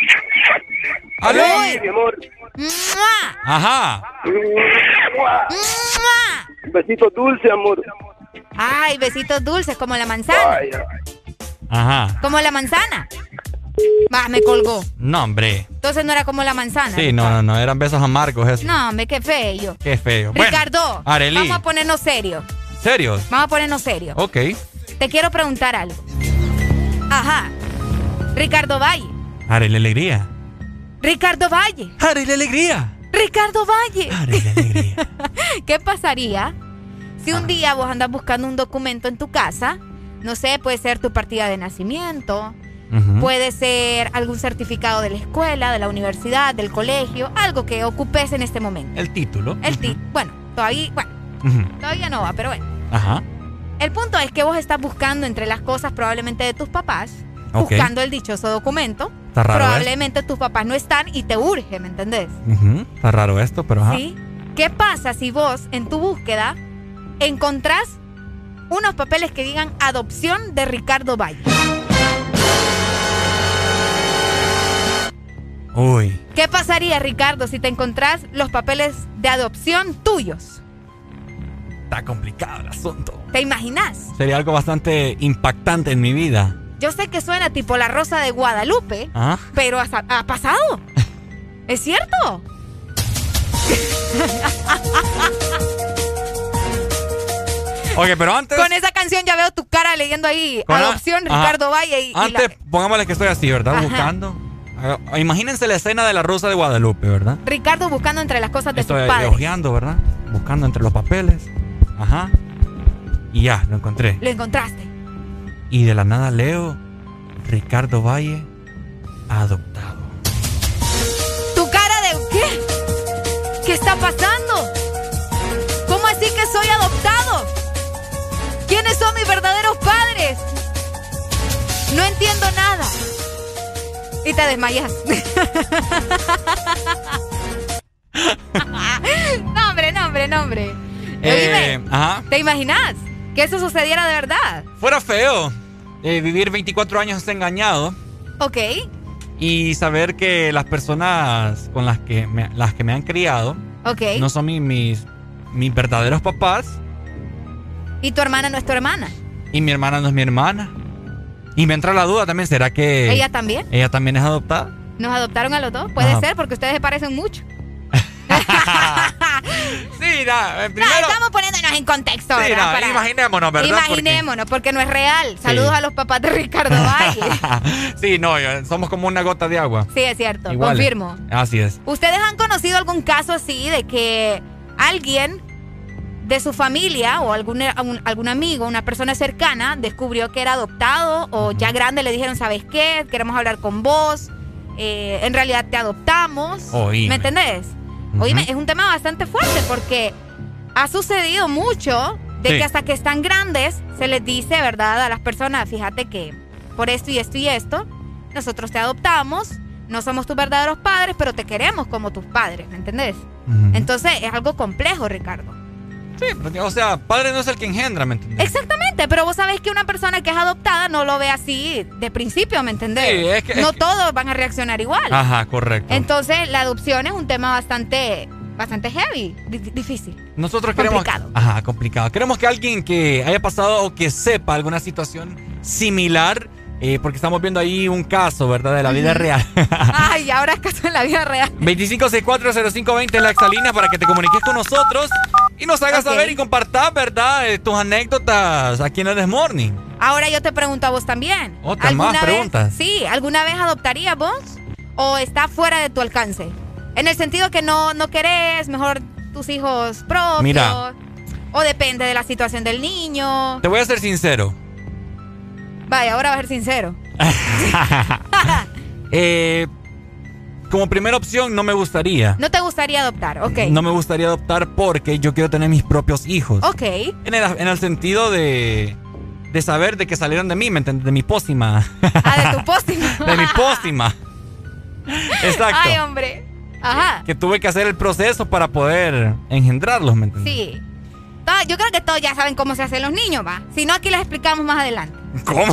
Aló. Ay, mi amor. ¡Mua! Ajá. ¡Mua! Besitos dulces, amor. Ay, besitos dulces, como la manzana. Vaya. Ajá. Como la manzana. Va, me colgó. No, hombre. Entonces no era como la manzana. Sí, no, no, no, eran besos amargos eso. No, hombre, qué feo. Qué feo. Ricardo, bueno, Arely. vamos a ponernos serios. ¿Serios? Vamos a ponernos serios. Ok. Te quiero preguntar algo. Ajá. Ricardo Valle. Arely Alegría. Ricardo Valle. Arely Alegría. Ricardo Valle. Arely Alegría. ¿Qué pasaría si un día vos andas buscando un documento en tu casa? No sé, puede ser tu partida de nacimiento, uh-huh. puede ser algún certificado de la escuela, de la universidad, del colegio, algo que ocupes en este momento. El título. El título. Uh-huh. Bueno, todavía, bueno, uh-huh. todavía no va, pero bueno. Ajá. El punto es que vos estás buscando entre las cosas probablemente de tus papás, okay. buscando el dichoso documento. Está raro. Probablemente esto. tus papás no están y te urge, ¿me entendés? Uh-huh. Está raro esto, pero ajá. ¿Sí? ¿Qué pasa si vos en tu búsqueda encontrás unos papeles que digan adopción de Ricardo Valle? Uy. ¿Qué pasaría, Ricardo, si te encontrás los papeles de adopción tuyos? Está complicado el asunto. ¿Te imaginas? Sería algo bastante impactante en mi vida. Yo sé que suena tipo La Rosa de Guadalupe, ¿Ah? pero ha, ha pasado. ¿Es cierto? Ok, pero antes... Con esa canción ya veo tu cara leyendo ahí adopción a... Ricardo Valle. Y, antes, y la... pongámosle que estoy así, ¿verdad? Ajá. Buscando. Imagínense la escena de La Rosa de Guadalupe, ¿verdad? Ricardo buscando entre las cosas de estoy sus padres. Ojeando, ¿verdad? Buscando entre los papeles. Ajá. Y ya, lo encontré. Lo encontraste. Y de la nada leo Ricardo Valle adoptado. ¿Tu cara de qué? ¿Qué está pasando? ¿Cómo así que soy adoptado? ¿Quiénes son mis verdaderos padres? No entiendo nada. Y te desmayas. No, hombre, no, hombre, no, hombre. Eh, Dime, ajá. ¿te imaginas que eso sucediera de verdad? Fuera feo eh, vivir veinticuatro años engañado. Ok. Y saber que las personas con las que me, las que me han criado Ok. no son mi- mis, mis verdaderos papás. Y tu hermana no es tu hermana. Y mi hermana no es mi hermana. Y me entra la duda también, ¿será que ¿Ella también? ella también es adoptada? ¿Nos adoptaron a los dos? Puede Ajá. ser, porque ustedes se parecen mucho. Sí, nada, primero... No, estamos poniéndonos en contexto, Sí, ¿verdad? nada, Para- imaginémonos, ¿verdad? Imaginémonos, porque... no es real. Saludos Sí. a los papás de Ricardo Valle. Sí, no, yo- somos como una gota de agua. Sí, es cierto, Iguales. confirmo. Así es. ¿Ustedes han conocido algún caso así de que alguien de su familia o algún, un- algún amigo, una persona cercana, descubrió que era adoptado o ya grande le dijeron, ¿sabes qué? Queremos hablar con vos. Eh, en realidad te adoptamos. Oíme. ¿Me entendés? Ujú. Oíme, es un tema bastante fuerte porque ha sucedido mucho de Sí. que hasta que están grandes se les dice, ¿verdad? A las personas, fíjate que por esto y esto y esto, nosotros te adoptamos, no somos tus verdaderos padres, pero te queremos como tus padres, ¿me entendés? Ujú. Entonces es algo complejo, Ricardo. Sí, porque, o sea, padre no es el que engendra, ¿me entiendes? Exactamente, pero vos sabés que una persona que es adoptada no lo ve así de principio, ¿me entendés? Sí, es que- no es que- todos van a reaccionar igual. Ajá, correcto. Entonces la adopción es un tema bastante, bastante heavy, di- difícil. Nosotros queremos... complicado. Ajá, complicado. Queremos que alguien que haya pasado o que sepa alguna situación similar, eh, porque estamos viendo ahí un caso, ¿verdad? De la vida Ujú. real. Ay, ahora es caso en la vida real. veinticinco sesenta y cuatro cero cinco veinte es la exalina para que te comuniques con nosotros y nos hagas Ok. saber y compartas, ¿verdad? Eh, tus anécdotas aquí en el This Morning. Ahora yo te pregunto a vos también. Otras más vez- preguntas. Sí, ¿alguna vez adoptarías vos? ¿O está fuera de tu alcance? En el sentido que no, no querés, mejor tus hijos propios. Mira. O depende de la situación del niño. Te voy a ser sincero. Vaya, ahora va a ser sincero. Eh, como primera opción, no me gustaría. No te gustaría adoptar, ok. No me gustaría adoptar porque yo quiero tener mis propios hijos. Ok. En el, en el sentido de, de saber de que salieron de mí, ¿me entiendes? De mi pócima. Ah, de tu póstimo. De mi pócima. Exacto. Ay, hombre. Ajá. Que tuve que hacer el proceso para poder engendrarlos, ¿me entiendes? Sí. No, yo creo que todos ya saben cómo se hacen los niños, va. Si no, aquí les explicamos más adelante. ¿Cómo?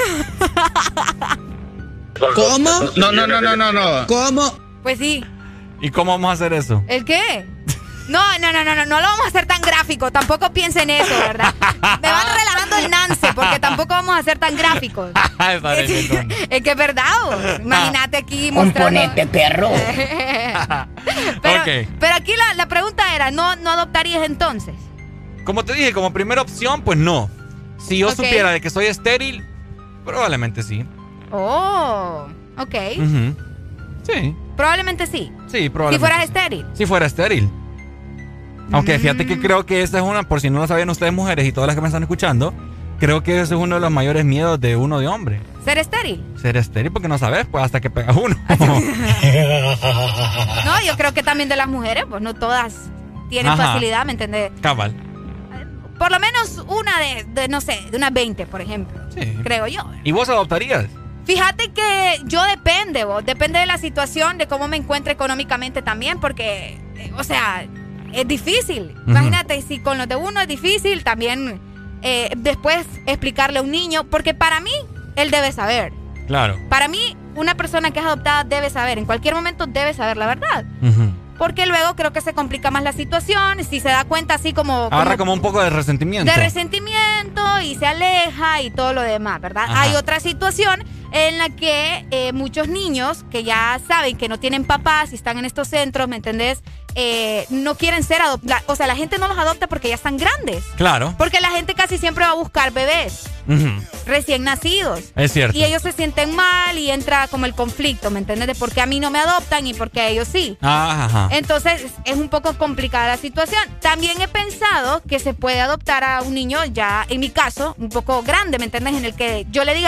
¿Cómo? No, no, no, no, no, no. ¿Cómo? Pues sí. ¿Y cómo vamos a hacer eso? ¿El qué? No, no, no, no, no, no lo vamos a hacer tan gráfico. Tampoco piensen eso, ¿verdad? Me van relajando el Nance, porque tampoco vamos a ser tan gráficos. Es que es verdad, vos. Imagínate aquí mostrando... Componente, perro. pero, Ok. pero aquí la, la pregunta era, ¿no, ¿no adoptarías entonces? Como te dije, como primera opción, pues no. Si yo Ok. supiera de que soy estéril, probablemente sí. Oh, ok. Ujú. Sí, Probablemente sí. sí, Si probablemente. fueras estéril. Si fuera estéril. Aunque fíjate que creo que esa es una, por si no lo sabían ustedes mujeres y todas las que me están escuchando, creo que ese es uno de los mayores miedos de uno de hombre. ¿Ser estéril? Ser estéril porque no sabes, pues hasta que pegas uno. No, yo creo que también de las mujeres, pues no todas tienen Ajá. facilidad, ¿me entendés? Cabal. Por lo menos una de, de, no sé, de unas veinte, por ejemplo. Sí. Creo yo. ¿Y vos adoptarías? Fíjate que yo depende, vos. Depende de la situación, de cómo me encuentre económicamente también, porque, eh, o sea, es difícil. Ujú. Imagínate, si con los de uno es difícil, también eh, después explicarle a un niño, porque para mí, él debe saber. Claro. Para mí, una persona que es adoptada debe saber, en cualquier momento debe saber la verdad. Ujú. Porque luego creo que se complica más la situación, si se da cuenta así como... Agarra como un poco de resentimiento. de resentimiento y se aleja y todo lo demás, ¿verdad? Ajá. Hay otra situación en la que eh, muchos niños que ya saben que no tienen papás y están en estos centros, ¿me entendés? Eh, no quieren ser adoptados. O sea, la gente no los adopta porque ya están grandes. Claro. Porque la gente casi siempre va a buscar bebés Ujú. recién nacidos. Es cierto. Y ellos se sienten mal y entra como el conflicto, ¿me entiendes? De por qué a mí no me adoptan y por qué a ellos sí. Ah, ajá. Entonces es un poco complicada la situación. También he pensado que se puede adoptar a un niño ya, en mi caso, un poco grande, ¿me entiendes? En el que yo le diga,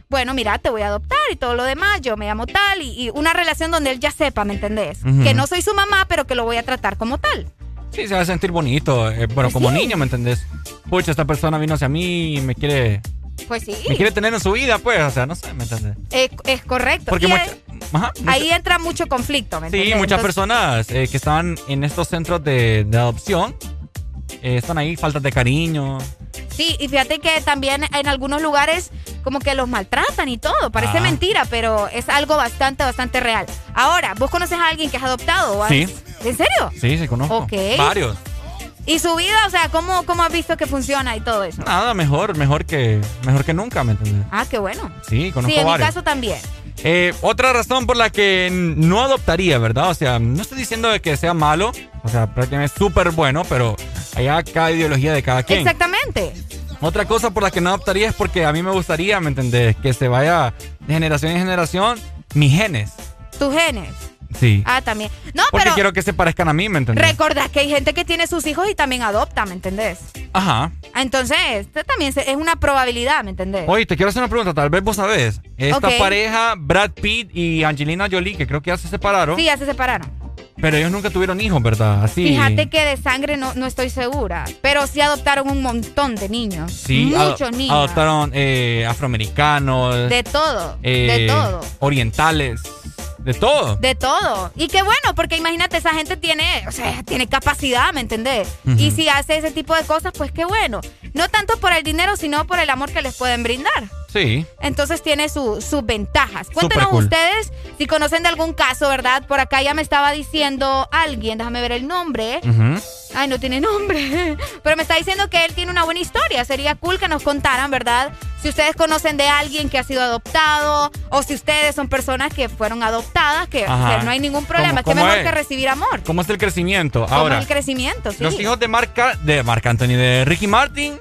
bueno, mira, te voy a adoptar y todo lo demás, yo me llamo tal, y, y una relación donde él ya sepa, ¿me entendés? Uh-huh. Que no soy su mamá, pero que lo voy a tratar como tal. Sí, se va a sentir bonito, eh, bueno, como sí. niño, ¿me entendés? Pucha, esta persona vino hacia mí y me quiere... Pues sí. Me quiere tener en su vida, pues, o sea, no sé, ¿me entiendes? Es, es correcto. Porque y mucha, es, ajá, ahí mucha, entra mucho conflicto, ¿me entiendes? Sí, muchas Entonces, personas eh, que estaban en estos centros de, de adopción eh, están ahí, faltas de cariño. Sí, y fíjate que también en algunos lugares como que los maltratan y todo. Parece ah. mentira, pero es algo bastante, bastante real. Ahora, ¿vos conoces a alguien que has adoptado? ¿O has... Sí. ¿En serio? Sí, sí, conozco. Ok. Varios. ¿Y su vida? O sea, ¿cómo, cómo has visto que funciona y todo eso? Nada, mejor, mejor que, mejor que nunca, ¿me entiendes? Ah, qué bueno. Sí, conozco Sí, en varios. mi caso también. Eh, otra razón por la que no adoptaría, ¿verdad? O sea, no estoy diciendo de que sea malo, o sea, prácticamente es súper bueno, pero allá cada ideología de cada quien. Exactamente. Otra cosa por la que no adoptaría es porque a mí me gustaría, ¿me entendés? Que se vaya de generación en generación mis genes. ¿Tus genes? Sí. Ah, también. No, porque pero quiero que se parezcan a mí, ¿me entendés? recordás que hay gente que tiene sus hijos y también adopta, ¿me entendés? Ajá. Entonces, esto también es una probabilidad, ¿me entendés? Oye, te quiero hacer una pregunta, tal vez vos sabés. Esta Ok. pareja, Brad Pitt y Angelina Jolie, que creo que ya se separaron. Sí, ya se separaron. Pero ellos nunca tuvieron hijos, ¿verdad? Así. Fíjate que de sangre no, no estoy segura, pero sí adoptaron un montón de niños. Sí, Muchos ado- niños. adoptaron eh, afroamericanos. De todo, eh, de todo. Orientales. De todo. De todo. Y qué bueno, porque imagínate, esa gente tiene, o sea, tiene capacidad, ¿me entendés? Ujú. Y si hace ese tipo de cosas, pues qué bueno. No tanto por el dinero, sino por el amor que les pueden brindar. Sí. Entonces tiene su- sus ventajas. Cuéntenos Súper cool. ustedes si conocen de algún caso, ¿verdad? Por acá ya me estaba diciendo alguien, déjame ver el nombre. Ujú. Ay, no tiene nombre. Pero me está diciendo que él tiene una buena historia. Sería cool que nos contaran, ¿verdad? Si ustedes conocen de alguien que ha sido adoptado o si ustedes son personas que fueron adoptadas, que, Ajá. que no hay ningún problema. ¿Cómo- Que cómo mejor es? que recibir amor. ¿Cómo es el crecimiento? Como Ahora, el crecimiento, sí. los hijos de Marc, de Marc Anthony, de Ricky Martin,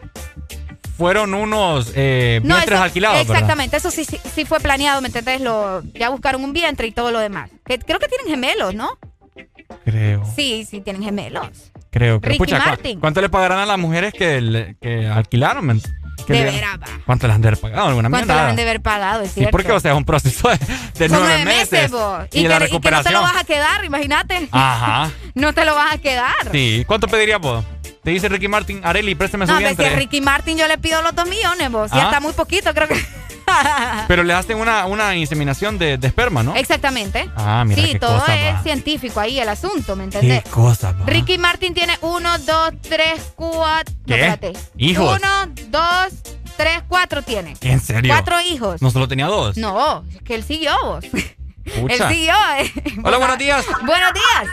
fueron unos eh, No, vientres eso- alquilados, ¿verdad? exactamente, eso sí, sí, sí fue planeado, ¿me entendés? Lo, ya buscaron un vientre y todo lo demás. Que, creo que tienen gemelos, ¿no? Creo, Sí, sí, tienen gemelos. creo. creo. Ricky Pucha, ¿cu- Martin. ¿cuánto le pagarán a las mujeres que, le- que alquilaron? men? Que De le- veras, va. ¿Cuánto les han de haber pagado? ¿Alguna ¿Cuánto les mierda? han de haber pagado? Es Sí, cierto. porque, o sea, es un proceso de, de Son nueve meses. vos. Y, que, la y que no te recuperación. lo vas a quedar, imagínate. Ajá. No te lo vas a quedar. Sí. ¿Cuánto pedirías vos? Te dice Ricky Martin, Arely, préstame su No, pues si vientre. a Ricky Martin yo le pido los dos millones, vos. Ya Ah. está muy poquito, creo que. Pero le hacen una, una inseminación de, de esperma, ¿no? Exactamente. Ah, mira Sí, qué todo cosa, es va. científico ahí, el asunto, ¿me entendés? Qué cosa, va. Ricky Martin tiene uno, dos, tres, cuatro. ¿Qué? No, espérate. Hijos. Uno, dos, tres, cuatro tiene. ¿En serio? Cuatro hijos. ¿No solo tenía dos? No, es que él siguió vos. Pucha. Él siguió. eh. Hola, buenos días. Buenos días.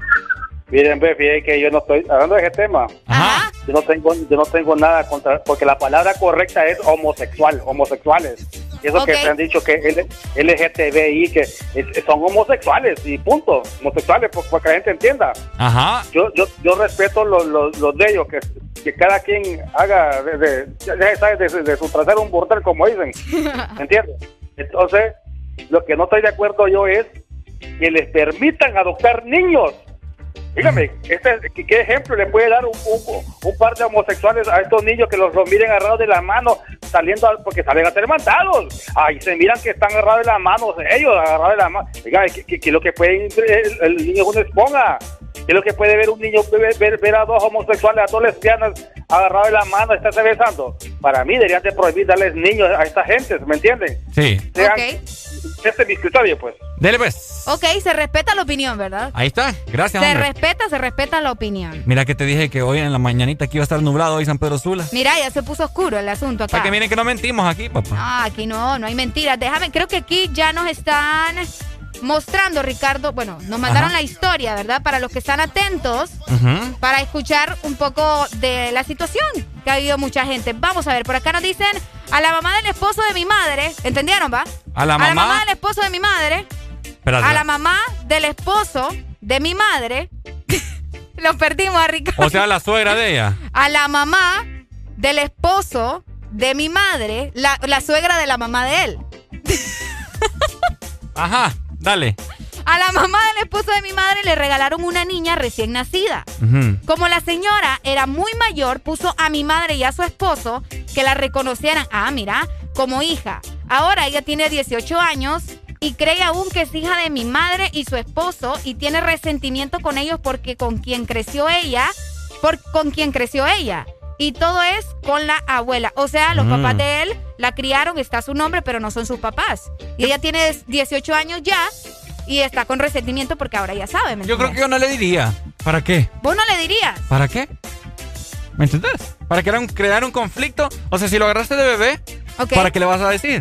Miren, ve, fíjate que yo no estoy hablando de ese tema. Ajá. Yo no tengo, yo no tengo nada contra, porque la palabra correcta es homosexual, homosexuales. Y eso Ok. que se han dicho que L- L G T B I, que es- son homosexuales y punto, homosexuales, por- para que la gente entienda. Ajá. Yo, yo, yo respeto los, los, los de ellos, que, que cada quien haga de, de, ya- ya sabes, de, de su trasero un bordel, como dicen. ¿Me entiendes? Entonces, lo que no estoy de acuerdo yo es que les permitan adoptar niños. Dígame, este, ¿qué, qué ejemplo le puede dar un, un, un par de homosexuales a estos niños que los, los miren agarrados de la mano, saliendo, a- porque salen a ser mandados? Ahí se miran que están agarrados de la mano, ellos agarrados de la mano. Dígame, ¿qué, qué, qué es lo que puede, el, el niño es una esponja? ¿Qué es lo que puede ver un niño, ver, ver, ver a dos homosexuales, a dos lesbianas agarrados de la mano, estarse besando? Para mí deberían de prohibir darles niños a esta gente, ¿me entienden? Sí. Sean, Ok. Este es mi criterio, pues. Dele, pues. Ok, se respeta la opinión, ¿verdad? Ahí está. Gracias, Se hombre. respeta, se respeta la opinión. Mira que te dije que hoy en la mañanita que iba a estar nublado hoy San Pedro Sula. Mira, ya se puso oscuro el asunto acá. Para que miren que no mentimos aquí, papá. Ah, aquí no, no hay mentiras. Déjame, creo que aquí ya nos están mostrando, Ricardo. Bueno, nos mandaron Ajá. la historia, ¿verdad? Para los que están atentos, Ujú. para escuchar un poco de la situación que ha habido mucha gente. Vamos a ver, por acá nos dicen a la mamá del esposo de mi madre. ¿Entendieron, va? A la A la mamá. mamá del esposo de mi madre. Espérate. A la mamá del esposo de mi madre. Lo perdimos a Ricardo. O sea, la suegra de ella. A la mamá del esposo de mi madre, la, la suegra de la mamá de él. Ajá, dale. A la mamá del esposo de mi madre le regalaron una niña recién nacida. Ujú. Como la señora era muy mayor, puso a mi madre y a su esposo que la reconocieran, ah, mira, como hija. Ahora ella tiene dieciocho años y cree aún que es hija de mi madre y su esposo y tiene resentimiento con ellos porque con quien creció ella, por, con quien creció ella. Y todo es con la abuela. O sea, los mm. papás de él la criaron, está su nombre, pero no son sus papás. Y ella tiene dieciocho años ya y está con resentimiento porque ahora ya sabe. ¿Me yo creo que yo no le diría. ¿Para qué? ¿Vos no le dirías? ¿Para qué? ¿Me entiendes? ¿Para crear un, crear un conflicto? O sea, si lo agarraste de bebé, okay. ¿para qué le vas a decir?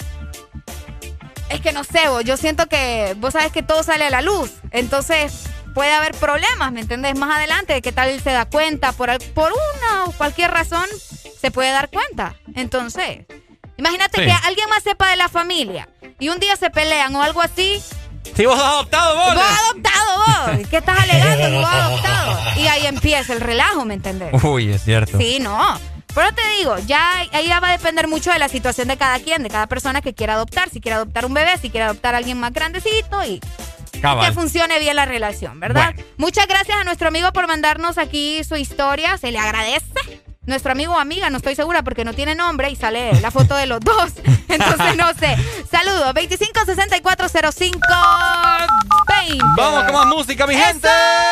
Es que no sé, vos, yo siento que vos sabes que todo sale a la luz. Entonces puede haber problemas, ¿me entendés? Más adelante, ¿qué tal él se da cuenta? Por, por una o cualquier razón se puede dar cuenta. Entonces, imagínate sí. que alguien más sepa de la familia y un día se pelean o algo así. Si vos has adoptado, vos. Vos has adoptado, vos. ¿Qué estás alegando? Vos has adoptado. Y ahí empieza el relajo, ¿me entendés? Uy, es cierto. Sí, no. Pero te digo, ya ahí ya va a depender mucho de la situación de cada quien, de cada persona que quiera adoptar. Si quiere adoptar un bebé, si quiere adoptar a alguien más grandecito y... Cabal. Que funcione bien la relación, ¿verdad? Bueno. Muchas gracias a nuestro amigo por mandarnos aquí su historia. Se le agradece. Nuestro amigo o amiga, no estoy segura porque no tiene nombre y sale la foto de los dos. Entonces no sé. Saludos. veinticinco sesenta y cuatro cero cinco veinte. Vamos con más música, mi gente.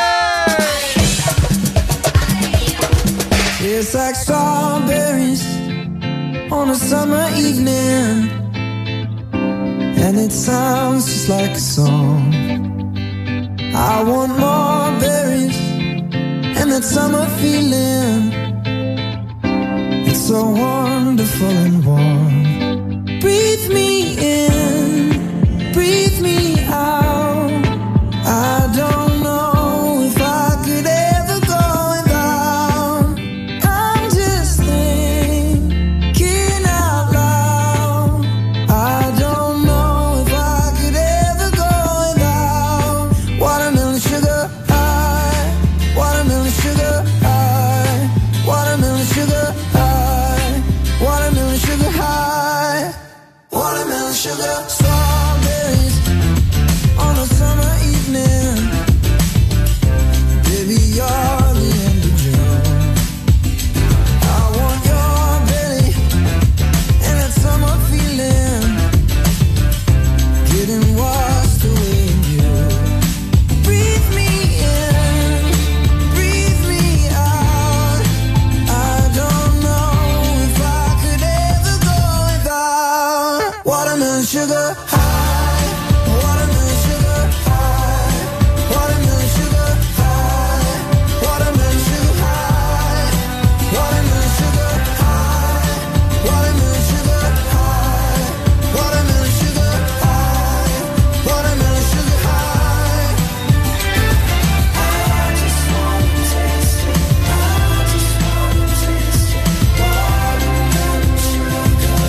It's like strawberries on a summer evening, and it sounds just like a song. I want more berries and that summer feeling. It's so wonderful and warm. Breathe me in, breathe me out. I don't know if I could ever go without. I'm just thinking out loud. I don't know if I could ever go without. Watermelon sugar high, watermelon sugar high, watermelon sugar high, watermelon sugar high, watermelon sugar. Strawberries on a summer evening. Baby, you're the end of June. I want your belly and that summer feeling, getting washed away in you. Breathe me in, breathe me out. I don't know if I could ever go without. Watermelon sugar high, watermelon sugar high, watermelon sugar high, watermelon sugar high, watermelon sugar high, watermelon sugar high, watermelon sugar high, watermelon sugar high. I just wanna taste it, I just wanna taste it. Watermelon sugar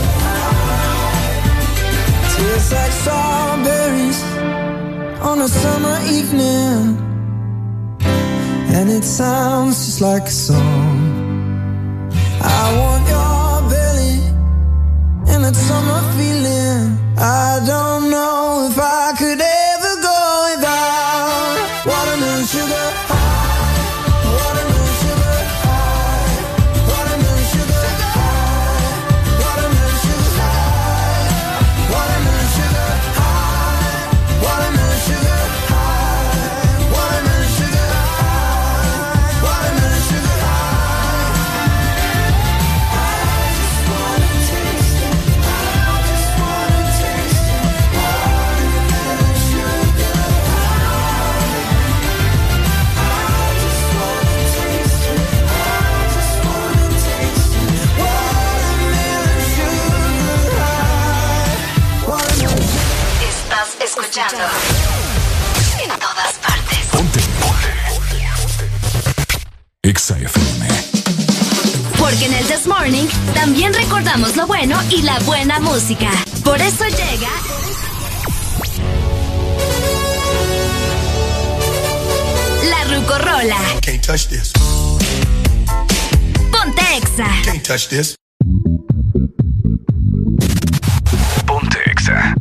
high. Tastes like strawberries on a summer evening, and it sounds just like a song. I want your belly and that summer feeling. I don't know if I could ever go without. Watermelon sugar high, watermelon sugar high, watermelon sugar high, watermelon sugar high, watermelon sugar high, watermelon sugar high, watermelon sugar high, watermelon sugar high. I just wanna taste it, I just wanna taste it. Watermelon sugar high. I just wanna taste it, I just wanna taste it. Watermelon sugar high. Watermelon sugar. Estás escuchando en todas partes. Ponte, ponte. Exa F M. Porque en el This Morning también recordamos lo bueno y la buena música. Por eso llega La Rucorola. Can't touch this. Ponte Exa. Can't touch this. Ponte Exa.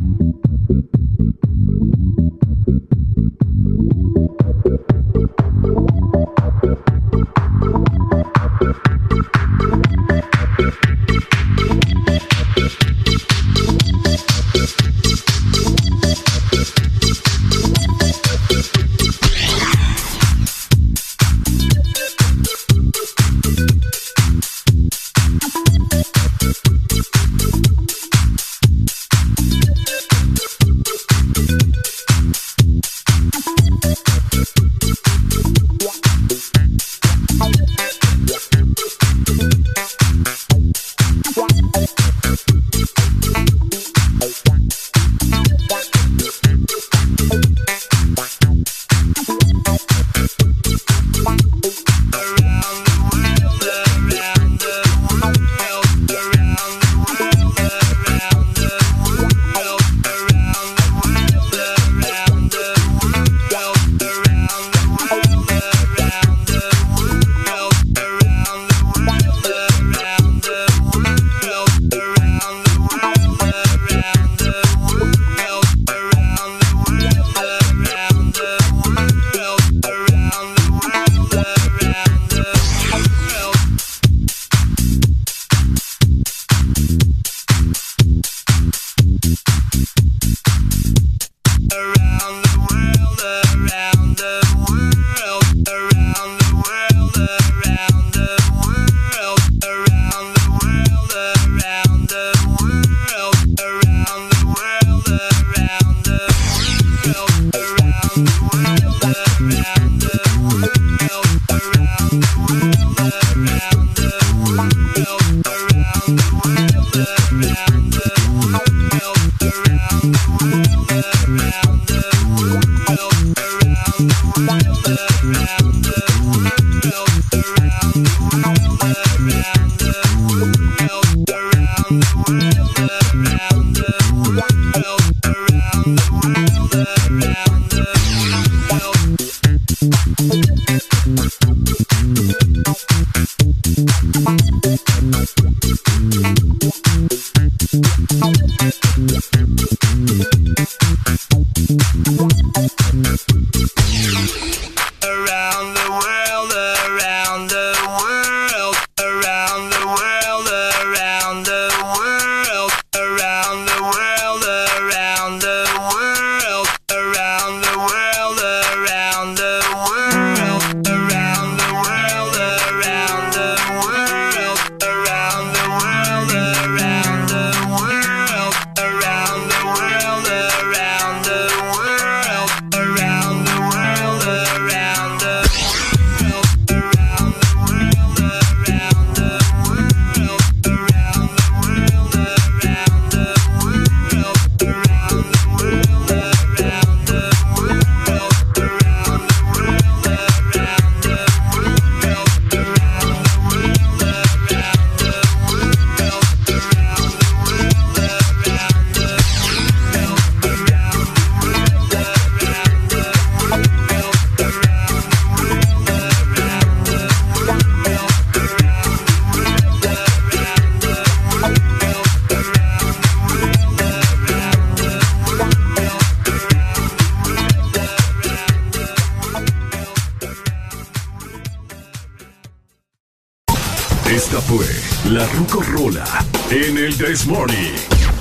Esta fue la Rucorola en el This Morning.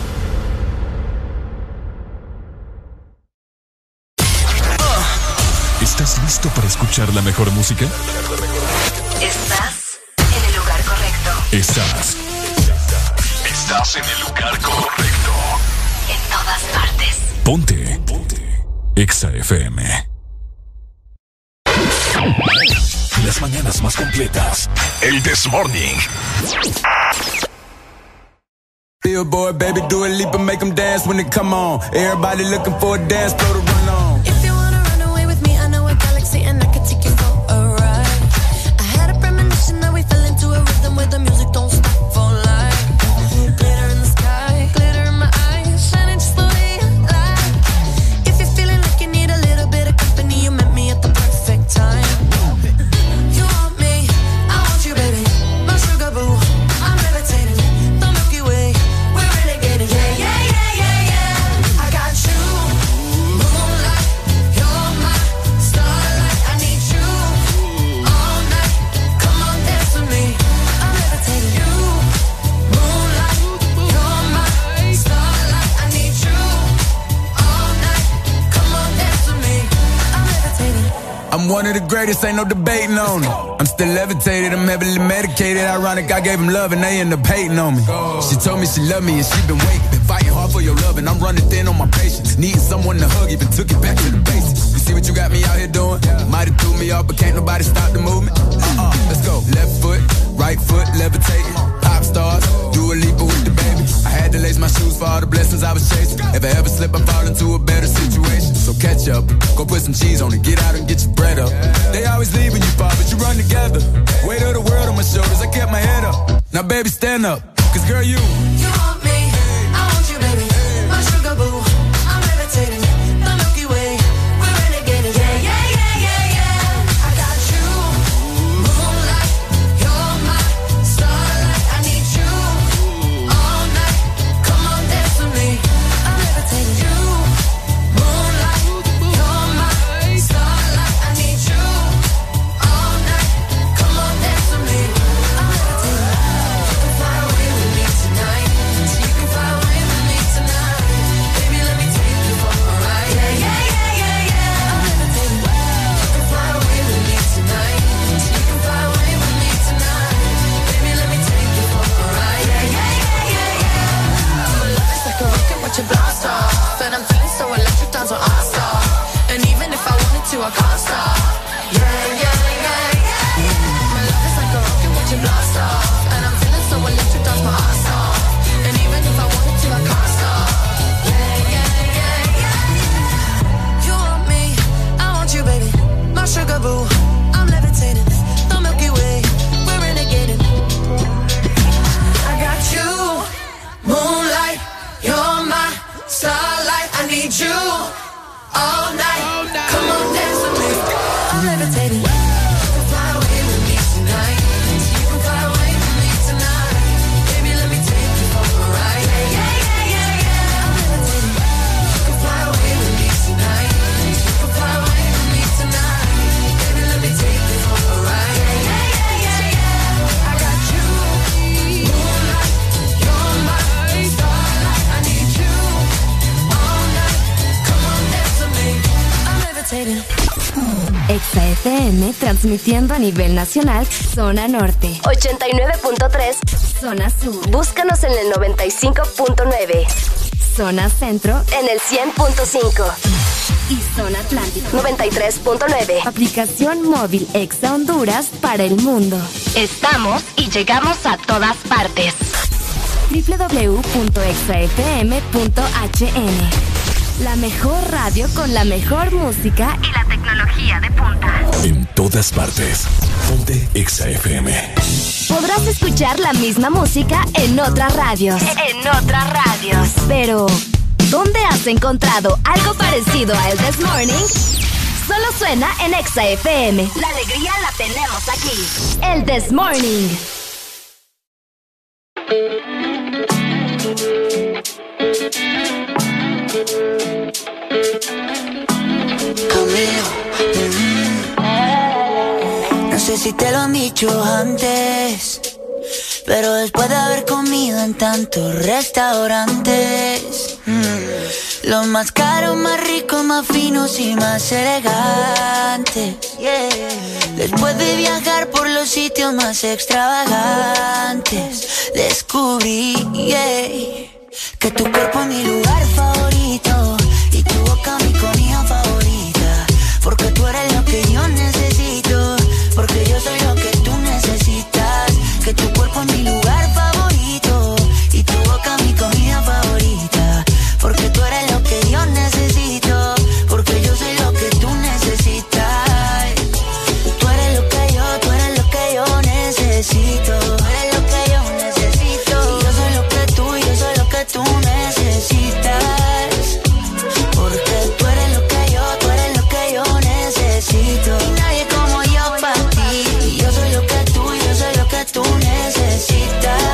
¿Estás listo para escuchar la mejor música? Estás en el lugar correcto. Estás. Estás en el lugar correcto. En todas partes. Ponte. Ponte. Exa F M. Las mañanas más completas. El This Morning. Billboard, baby, do a leap and make them dance when they come on. Everybody looking for a dance floor to run on. If you wanna run away with me, I know a galaxy and I can take you for a ride. I had a premonition that we fell into a rhythm where the music don't stop for life. Glitter in the sky, glitter in my eyes, shining just the way I like. If you're feeling like you need a little bit of company, you met me at the perfect time. You want me, I want you, baby, my sugar boo. I'm levitating, the Milky Way, we're renegading. Yeah, yeah, yeah, yeah, yeah. I got you, moonlight, you're my starlight. I need you all night. Come on, dance with me. I'm levitating. You, moonlight, you're my starlight. I need you all night. Come on, dance with me. I'm levitating. I'm one of the greatest, ain't no debating on it. I'm still levitated, I'm heavily medicated. Ironic, I gave him love and they end up hating on me. She told me she loved me and she been waiting. Been fighting hard for your love and I'm running thin on my patience. Needing someone to hug, even took it back to the basics. You see what you got me out here doing? Might have threw me off, but can't nobody stop the movement. Uh-uh, let's go. Left foot, right foot, levitating. Pop stars, do a leap with the baby. I had to lace my shoes for all the blessings I was chasing. If I ever slip, I fall into a better situation. So catch up, go put some cheese on it, get out and get your bread up. They always leave when you fall, but you run together. Weight of the world on my shoulders, I kept my head up. Now baby, stand up, cause girl, you You want me, I want you, baby, my sugar boo. I'm levitating, the Milky Way, we're renegading. Yeah, yeah, yeah, yeah, yeah. I got you, moonlight, you're my starlight. I need you all night. Come on, dance with me. I'm levitating. You, moonlight, you're my starlight. I need you all night. Come on, dance with me. I'm levitating. You can fly away with me tonight. and I'm feeling so electric, dance on our star. And even if I wanted to, I can't stop. Yeah, yeah, yeah, yeah. My love is like a rocket watching blast off, and I'm feeling so electric, dance my ass off. And even if I wanted to, I can't stop. Yeah, yeah, yeah, yeah. You want me, I want you, baby. My sugar boo, I'm levitating. The Milky Way, we're renegading. I got you, moonlight, you're my starlight. I need you all night. Come on, dance with me. I'm levitating. You can fly away with me tonight. You can fly away with me tonight. Baby, let me take you for a ride. Yeah, yeah, yeah, yeah, yeah. I'm levitating. You can fly away with me tonight. You can fly away with me tonight. Baby, let me take you for a ride. Yeah, yeah, yeah, yeah, yeah. I got you, moonlight, you're my starlight. I need you all night. Come on, dance with me. I'm levitating. Exa F M transmitiendo a nivel nacional, zona norte. ochenta y nueve punto tres. Zona sur. Búscanos en el noventa y cinco punto nueve. Zona centro. En el cien punto cinco. Y zona atlántica. noventa y tres punto nueve. Aplicación móvil Exa Honduras para el mundo. Estamos y llegamos a todas partes. doble u doble u doble u punto exa f m punto h n. La mejor radio con la mejor música y la tecnología de punta. En todas partes. Ponte Exa F M. Podrás escuchar la misma música en otras radios. En otras radios. Pero, ¿dónde has encontrado algo parecido a El This Morning? Solo suena en Exa F M. La alegría la tenemos aquí. El This Morning. Camilo, mm-hmm. No sé si te lo han dicho antes, pero después de haber comido en tantos restaurantes, mm, los más caros, más ricos, más finos y más elegantes, yeah. Después de viajar por los sitios más extravagantes, descubrí, yeah, que tu cuerpo es mi lugar favorito y tu boca mi comida favorita, porque tú eres lo que yo necesito, porque yo soy lo que tú necesitas. Que tu cuerpo es mi lugar favorito y tu boca mi comida favorita, porque tú eres lo que yo necesito, porque yo soy lo que tú necesitas. Tú eres lo que yo, tú eres lo que yo necesito, tú eres lo que yo necesito, y yo soy lo que tú, yo soy lo que tú necesitas, porque tú eres lo que yo, tú eres lo que yo necesito, y nadie como yo para ti, y yo soy lo que tú, yo soy lo que tú necesitas.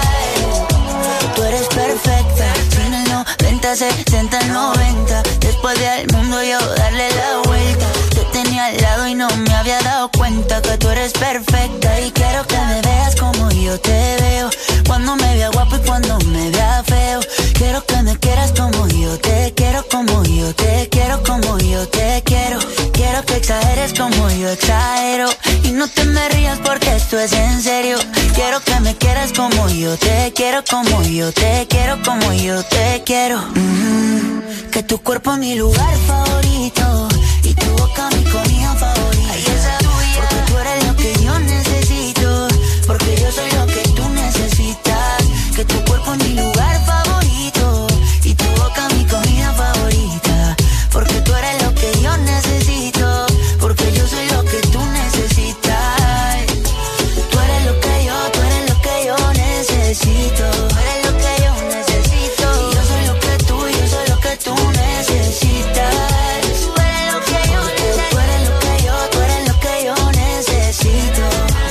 Tú eres perfecta, en el noventa, sesenta, noventa, después del mundo yo darle la vuelta, te tenía al lado y no me había dado cuenta que tú eres perfecta, y quiero que me veas como yo te veo, cuando me vea guapo y cuando me vea feo. Quiero que me quieras como yo te quiero, como yo te quiero, como yo te quiero. Quiero que exageres como yo exagero, y no te me rías porque esto es en serio. Quiero que me quieras como yo te quiero, como yo te quiero, como yo te quiero. Mm-hmm. Que tu cuerpo es mi lugar favorito y tu boca mi comida favorita. Ay, esa tuya. Porque tú eres lo que yo necesito, porque yo soy lo que tú necesitas. Que tu cuerpo es mi lugar favorito y tu boca mi comida favorita, porque tú eres lo que yo necesito, porque yo soy lo que tú necesitas. Tú eres lo que yo, tú eres lo que yo necesito, tú eres lo que yo necesito, y yo soy lo que tú, yo soy lo que tú necesitas. Tú eres lo que yo necesito, tú eres lo que yo, tú eres lo que yo necesito,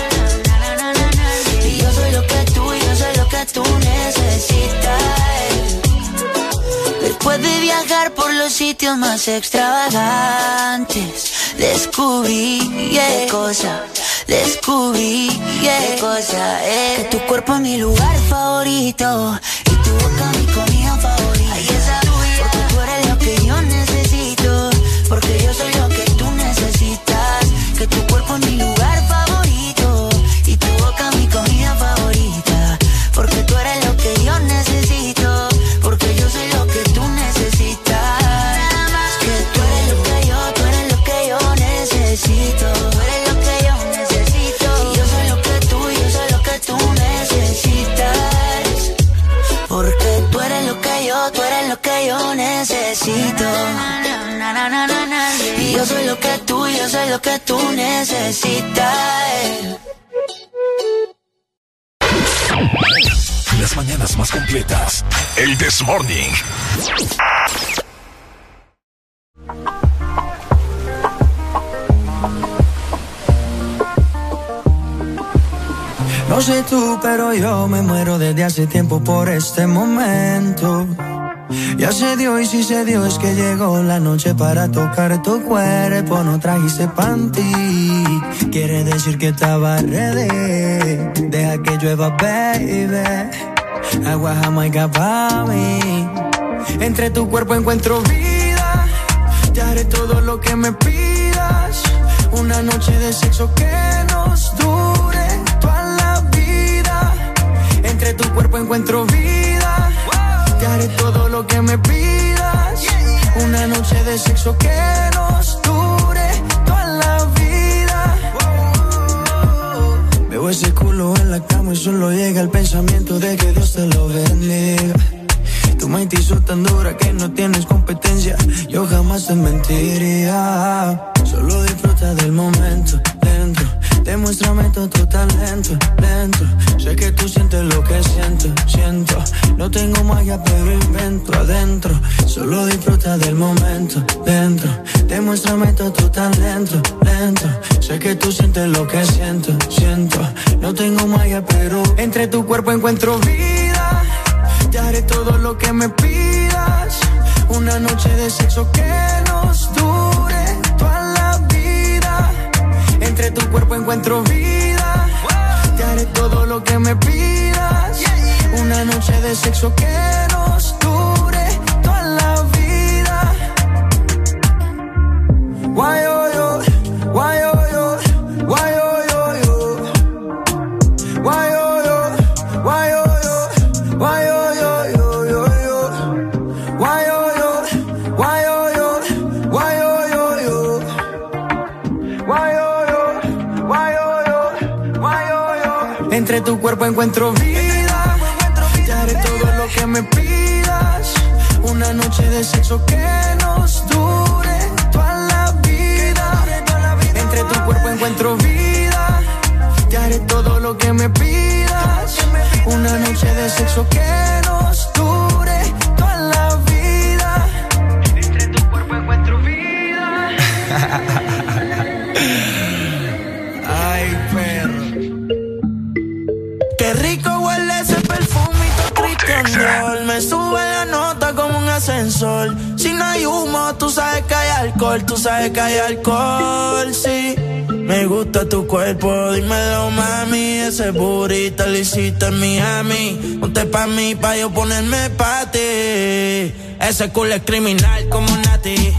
y yo soy lo que tú, yo soy lo que tú necesitas. Después de viajar por los sitios más extravagantes, descubrí, yeah, qué cosa, descubrí, yeah, qué cosa, eh, que tu cuerpo es mi lugar favorito y tu boca mi comida favorita. Ay, esa tuya. Porque tú eres lo que yo necesito, porque yo soy lo que tú necesitas. Que tu cuerpo es mi lugar favorito y tu boca mi comida favorita, porque tú eres lo que yo necesito, porque yo soy lo que tú necesitas. necesito. Y yo soy lo que tú, yo soy lo que tú necesitas. Las mañanas más completas. El This Morning. No sé tú, pero yo me muero desde hace tiempo por este momento. Ya se dio y si se dio es que llegó la noche para tocar tu cuerpo. No trajiste panty, quiere decir que estaba ready. Deja que llueva, baby. Agua jamaica pa' mí. Entre tu cuerpo encuentro vida. Te haré todo lo que me pidas. Una noche de sexo que nos dure toda la vida. Entre tu cuerpo encuentro vida. Te haré todo lo que me pidas. Una noche de sexo que nos dure toda la vida. Veo ese culo en la cama y solo llega el pensamiento de que Dios te lo bendiga. Tu mente hizo tan dura que no tienes competencia. Yo jamás te mentiría. Solo disfruta del momento dentro. Demuéstrame todo tu talento dentro. Sé que tú sientes lo que siento, siento. No tengo magia pero invento adentro. Solo disfruta del momento dentro. Demuéstrame todo tu talento dentro. Sé que tú sientes lo que siento, siento. No tengo magia pero entre tu cuerpo encuentro vida. Te haré todo lo que me pidas. Una noche de sexo que nos dure toda la vida. Entre tu cuerpo encuentro vida. Te haré todo lo que me pidas. Una noche de sexo que nos dure toda la vida. Guay, oh, yo, guay, oh, yo, guay, oh, yo, yo. Guay, oh, yo, guay, oh, yo, guay, oh, yo, yo, yo, yo. Guay, oh, yo, guay, oh, yo, guay, oh, yo, yo. Guay, oh, yo, guay, oh, yo, guay, oh, yo. Entre tu cuerpo encuentro vida. Te haré todo lo que me pidas. Una noche de sexo que nos dure toda la vida. Entre tu cuerpo encuentro vida. Te haré todo lo que me pidas. Una noche de sexo que nos dure toda la vida. Entre tu cuerpo encuentro vida. Ay, perro. Qué rico huele ese perfumito Christian Dior. Me sube la nota como un ascensor. Si no hay humo, tú sabes que hay alcohol. Tú sabes que hay alcohol, sí. Me gusta tu cuerpo, dímelo, mami. Ese burrito lo hiciste en Miami. Ponte pa' mí, pa' yo ponerme pa' ti. Ese culo es criminal como Nati.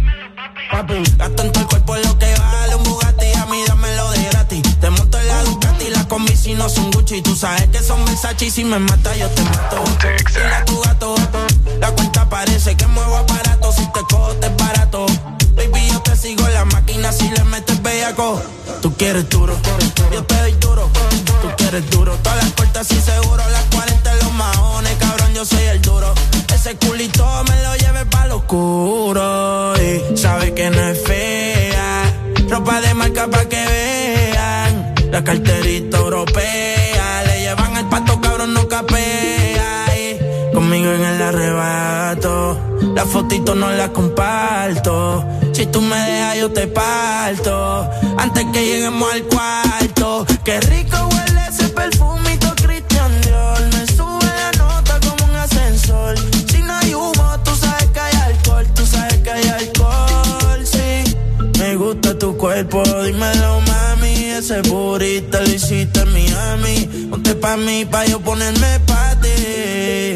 Papi, gasto en todo el cuerpo lo que vale un Bugatti. A mí dámelo de gratis. Te monto en la Ducati, las combi si no son Gucci. Tú sabes que son Versace y si me mata yo te mato. Dile a tu gato, la cuenta parece que muevo aparato. Si te cojo te es barato. Baby, yo te sigo en la máquina si le metes bellaco. Tú quieres duro, yo te doy duro. Tú quieres duro, todas las puertas y seguro. Las cuarenta en los maones, cabrón, yo soy el duro. Ese culito me lo lleve pa' lo oscuro. Y sabe que no es fea. Ropa de marca pa' que vean. La carterita europea. Le llevan al pato, cabrón, no capea. Y conmigo en el arrebato. Las fotitos no las comparto. Si tú me dejas yo te parto. Antes que lleguemos al cuarto. Qué rico huele ese perfumito Christian Dior. Me sube la nota como un ascensor. Si no hay humo, tú sabes que hay alcohol. Tú sabes que hay alcohol, sí. Me gusta tu cuerpo, dímelo, mami. Ese burrito lo hiciste en Miami. Ponte pa' mí, pa' yo ponerme pa' ti.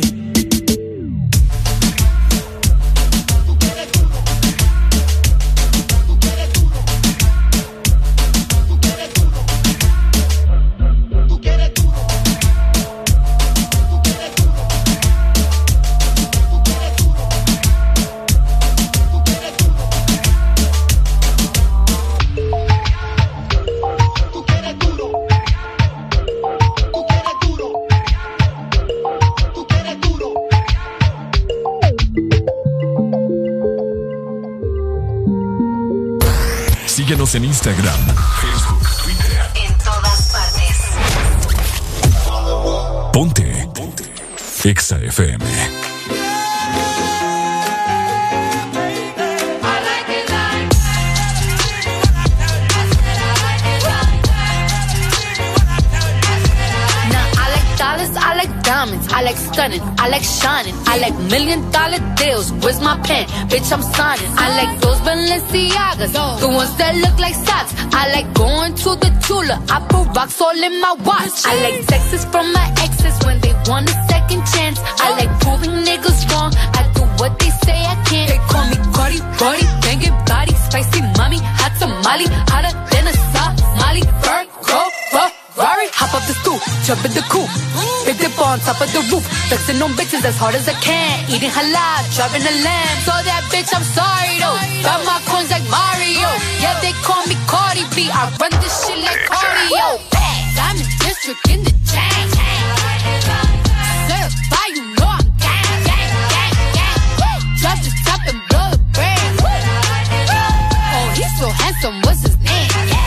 Tú quieres duro. Síguenos en Instagram, Facebook, Twitter. En todas partes. Ponte. Ponte. Exa F M. I like diamonds, I like stunning, I like shining, I like million dollar deals. Where's my pen? Bitch, I'm signing. I like those Balenciagas, the ones that look like socks. I like going to the Tula, I put rocks all in my watch. I like texts from my exes when they want a second chance. I like proving niggas wrong, I do what they say I can't. They call me Cardi, Cardi, banging body, spicy mommy, hot tamale, hotter than a Somali. Virgo, Ferrari, hop up the stoop, jump in the coupe, big dip on top of the roof, flexing on bitches as hard as I can, eating halal, driving a lamb. So that bitch, I'm sorry though, got my coins like Mario. Yeah, they call me Cardi B, I run this shit like cardio. Diamond District in the chain, certified, you know I'm gang, gang, gang, gang. Drop the top and blow the brand. Oh, he's so handsome, what's his name?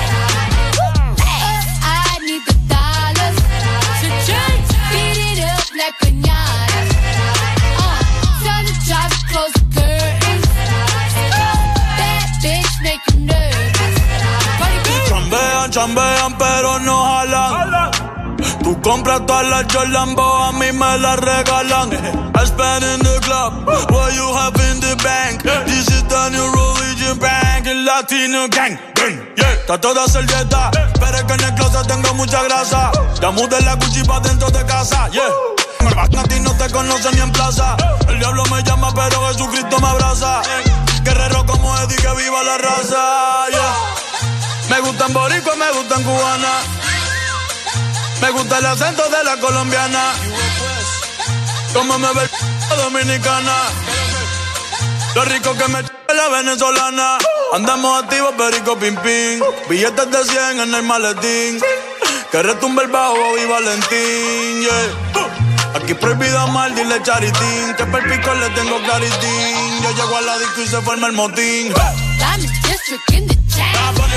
Like piñata. Uh, tell the driver close the curtains. That bitch make you nervous. Chambean, chambean, pero no jalan. Tú compras todas las Jolambo, a mí me las regalan. I spend in the club, what you have in the bank. This is the new religion bank, el Latino gang. Yeah, está toda servieta, pero es que en el closet tengo mucha grasa. Ya mudé la Gucci pa' dentro de casa, yeah. A ti no te conocen ni en plaza. El diablo me llama, pero Jesucristo me abraza. Guerrero como Eddie, que viva la raza, yeah. Me gustan boricua, me gustan cubana. Me gusta el acento de la colombiana. Como me ve dominicana. Lo rico que me ch... la venezolana. Andamos activos, perico, pim, pim. Billetes de cien en el maletín. Que retumbe el bajo y Valentín, yeah. Aquí prohibido mal, dile charitín. Que per pico le tengo claritín. Yo llego a la disco y se forma el motín. Diamond District in the chain.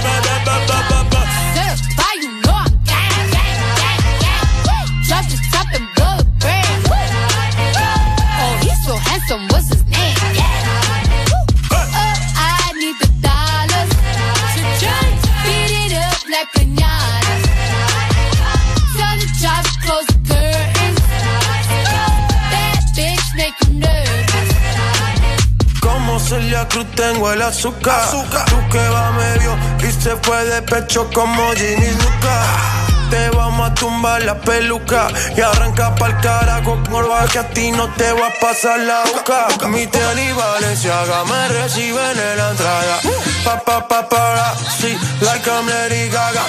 Certified, you know I'm gang, gang, gang, gang. Drop the top and blow the brand. Oh, he's so handsome, what's his name? Oh, I need the dollars to beat it up like piñata. Tell the driver close the curtains. That bitch make you nervous. Como Celia Cruz tengo el azúcar. azúcar. Tú que va medio y se fue de pecho como Ginny Luca. Te vamos a tumbar la peluca y arranca pa'l carajo, morba, que a ti no te va a pasar la boca. Mi tenis y Valenciaga me reciben en la entrada. Pa pa pa para, sí, like I'm Lady Gaga.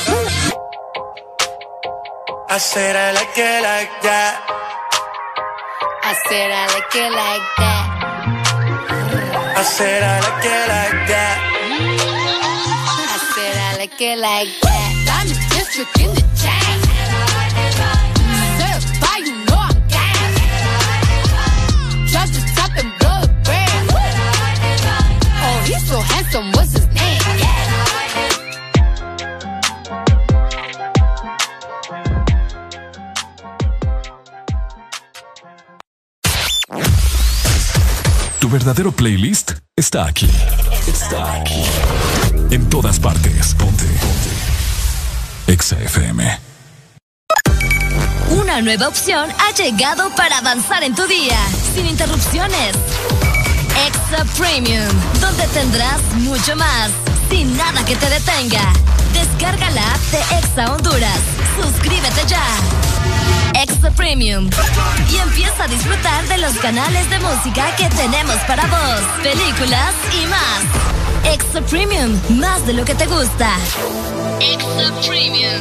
I said I like it like that. I said I like it like that. I said I like it like that. I said I like it like that. Diamond District in the chain. Certified, you know I'm gang. Drop the top and blow the brand. Oh, he's so handsome, what's his name? Tu verdadero playlist está aquí. Está aquí. En todas partes. Ponte. Ponte. Exa F M. Una nueva opción ha llegado para avanzar en tu día, sin interrupciones. Exa Premium, donde tendrás mucho más, sin nada que te detenga. Descarga la app de Exa Honduras. Suscríbete ya. Exa Premium. Y empieza a disfrutar de los canales de música que tenemos para vos, películas y más. Exa Premium, más de lo que te gusta. Exa Premium.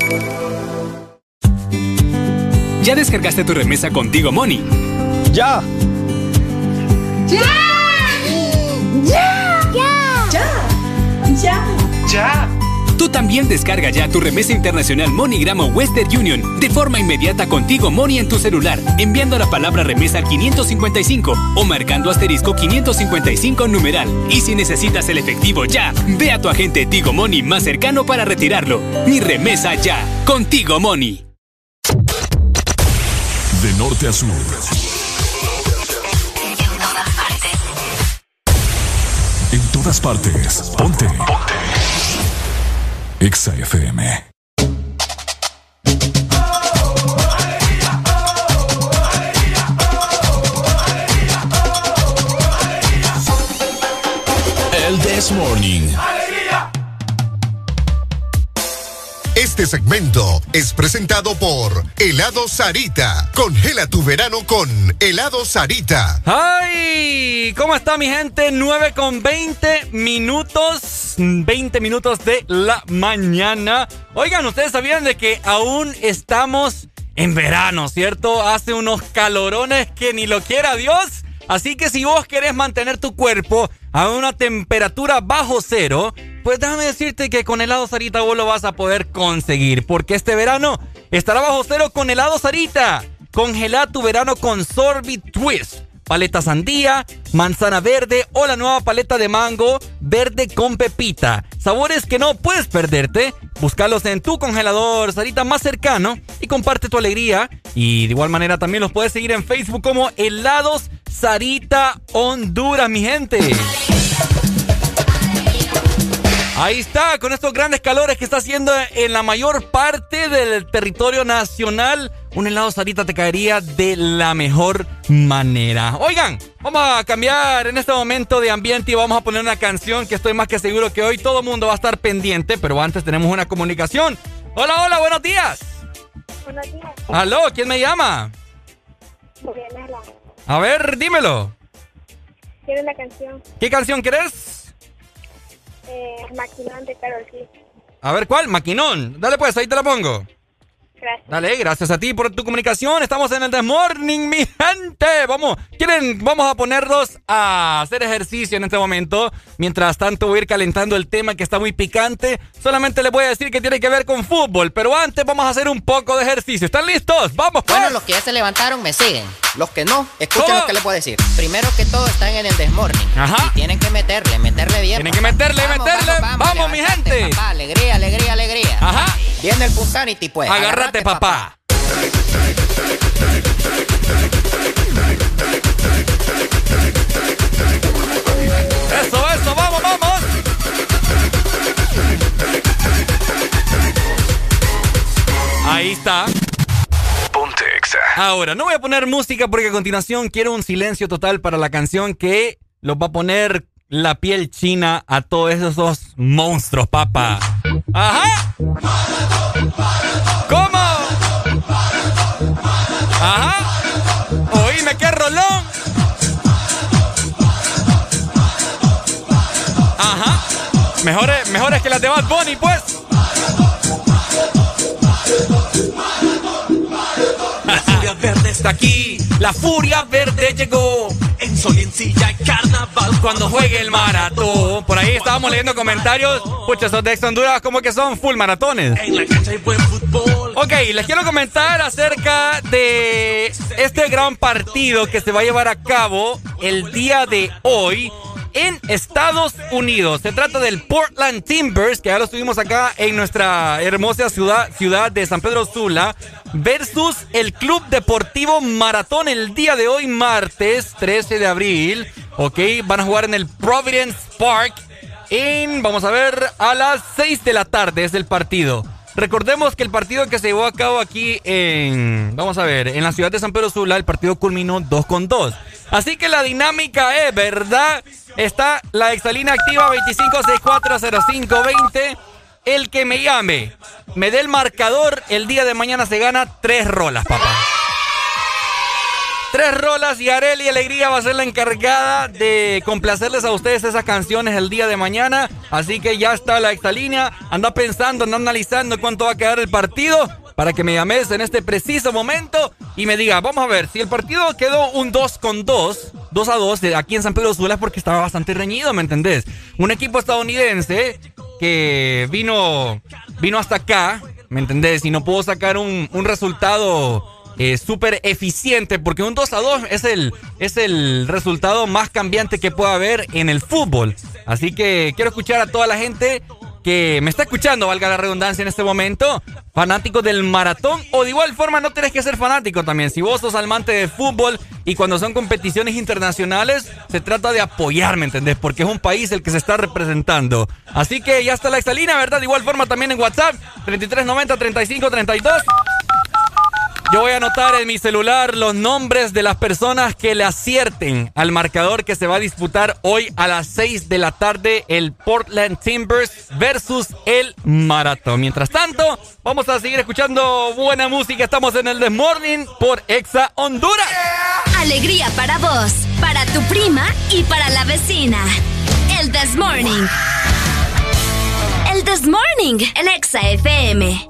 ¿Ya descargaste tu remesa Contigo Money? ¡Ya! ¡Ya! ¡Ya! ¡Ya! ¡Ya! ¡Ya! Tu también descarga ya tu remesa internacional MoneyGram o Western Union de forma inmediata con Tigo Money en tu celular, enviando la palabra remesa al quinientos cincuenta y cinco o marcando asterisco quinientos cincuenta y cinco numeral. Y si necesitas el efectivo ya, ve a tu agente Tigo Money más cercano para retirarlo. Mi remesa ya, con Tigo Money. De norte a sur. En todas partes. Ponte. Ponte. Exa F M. El This Morning. Este segmento es presentado por Helado Sarita. Congela tu verano con Helado Sarita. ¡Ay! ¿Cómo está mi gente? nueve con veinte minutos. veinte minutos de la mañana. Oigan, ¿ustedes sabían de que aún estamos en verano, cierto? Hace unos calorones que ni lo quiera Dios. Así que si vos querés mantener tu cuerpo a una temperatura bajo cero, pues déjame decirte que con Helado Sarita vos lo vas a poder conseguir. Porque este verano estará bajo cero con Helado Sarita. Congela tu verano con Sorbet Twist, paleta sandía, manzana verde o la nueva paleta de mango verde con pepita. Sabores que no puedes perderte. Búscalos en tu congelador Sarita más cercano y comparte tu alegría. Y de igual manera también los puedes seguir en Facebook como Helados Sarita Honduras, mi gente. Ahí está, con estos grandes calores que está haciendo en la mayor parte del territorio nacional, un helado Sarita te caería de la mejor manera. Oigan, vamos a cambiar en este momento de ambiente y vamos a poner una canción que estoy más que seguro que hoy todo el mundo va a estar pendiente, pero antes tenemos una comunicación. Hola, hola, buenos días. Buenos días. Aló, ¿quién me llama? Marianela. A ver, dímelo. ¿Quieres la canción? ¿Qué canción querés? Eh, Maquinón de Karol G. A ver, ¿cuál? Maquinón. Dale pues, ahí te la pongo. Gracias. Dale, gracias a ti por tu comunicación. Estamos en el This Morning, mi gente. Vamos, ¿quieren? Vamos a ponerlos a hacer ejercicio en este momento. Mientras tanto voy a ir calentando el tema que está muy picante. Solamente les voy a decir que tiene que ver con fútbol. Pero antes vamos a hacer un poco de ejercicio. ¿Están listos? ¡Vamos, pues! Bueno, los que ya se levantaron me siguen. Los que no, escuchen ¿Cómo? lo que les puedo decir. Primero que todo están en el This Morning. Ajá. Y tienen que meterle, meterle bien. Tienen que meterle, vamos, meterle. Vamos, Vamos, vamos, mi levantate, gente. Papá, alegría, alegría, alegría. Ajá. Viene el Punsanity, pues. Agárrate, Agárrate papá. papá. Eso, eso, vamos, vamos. Ahí está. Ponte Exa. Ahora, no voy a poner música porque a continuación quiero un silencio total para la canción que los va a poner la piel china a todos esos monstruos, papá. Ajá. ¿Cómo? Ajá. Oíme, qué rolón. Ajá. Mejores, mejores que las de Bad Bunny, pues. La furia verde está aquí. La furia verde llegó. En sol y en silla y carnaval cuando juegue el maratón. Por ahí estábamos leyendo comentarios. Pucha, esos de Ex Honduras como que son full maratones. En la cancha hay buen fútbol. Ok, les quiero comentar acerca de este gran partido que se va a llevar a cabo el día de hoy en Estados Unidos. Se trata del Portland Timbers, que ya lo estuvimos acá en nuestra hermosa ciudad, ciudad de San Pedro Sula, versus el Club Deportivo Maratón el día de hoy, martes trece de abril. Ok, van a jugar en el Providence Park en, vamos a ver, a las seis de la tarde es el partido. Recordemos que el partido que se llevó a cabo aquí en, vamos a ver, en la ciudad de San Pedro Sula, el partido culminó dos con dos. Así que la dinámica es, ¿verdad? Está la exalina activa veinticinco sesenta y cuatro cero cinco veinte. El que me llame, me dé el marcador, el día de mañana se gana tres rolas, papá. Tres rolas y Arely Alegría va a ser la encargada de complacerles a ustedes esas canciones el día de mañana. Así que ya está la exalínea. Anda pensando, anda analizando cuánto va a quedar el partido para que me llames en este preciso momento y me diga, vamos a ver, si el partido quedó un dos con dos, dos a dos aquí en San Pedro Sula es porque estaba bastante reñido, ¿me entendés? Un equipo estadounidense que vino, vino hasta acá, ¿me entendés? Y no pudo sacar un, un resultado eh, súper eficiente, porque un dos a dos es el, es el resultado más cambiante que pueda haber en el fútbol. Así que quiero escuchar a toda la gente que me está escuchando, valga la redundancia en este momento, fanáticos del maratón, o de igual forma no tenés que ser fanático también. Si vos sos amante de fútbol y cuando son competiciones internacionales se trata de apoyar, ¿me entendés? Porque es un país el que se está representando. Así que ya está la exalina, ¿verdad? De igual forma también en WhatsApp, treinta y tres noventa, treinta y cinco treinta y dos. Yo voy a anotar en mi celular los nombres de las personas que le acierten al marcador que se va a disputar hoy a las seis de la tarde, el Portland Timbers versus el Maratón. Mientras tanto, vamos a seguir escuchando buena música. Estamos en el This Morning por Exa Honduras. Alegría para vos, para tu prima y para la vecina. El This Morning. El This Morning en Exa F M.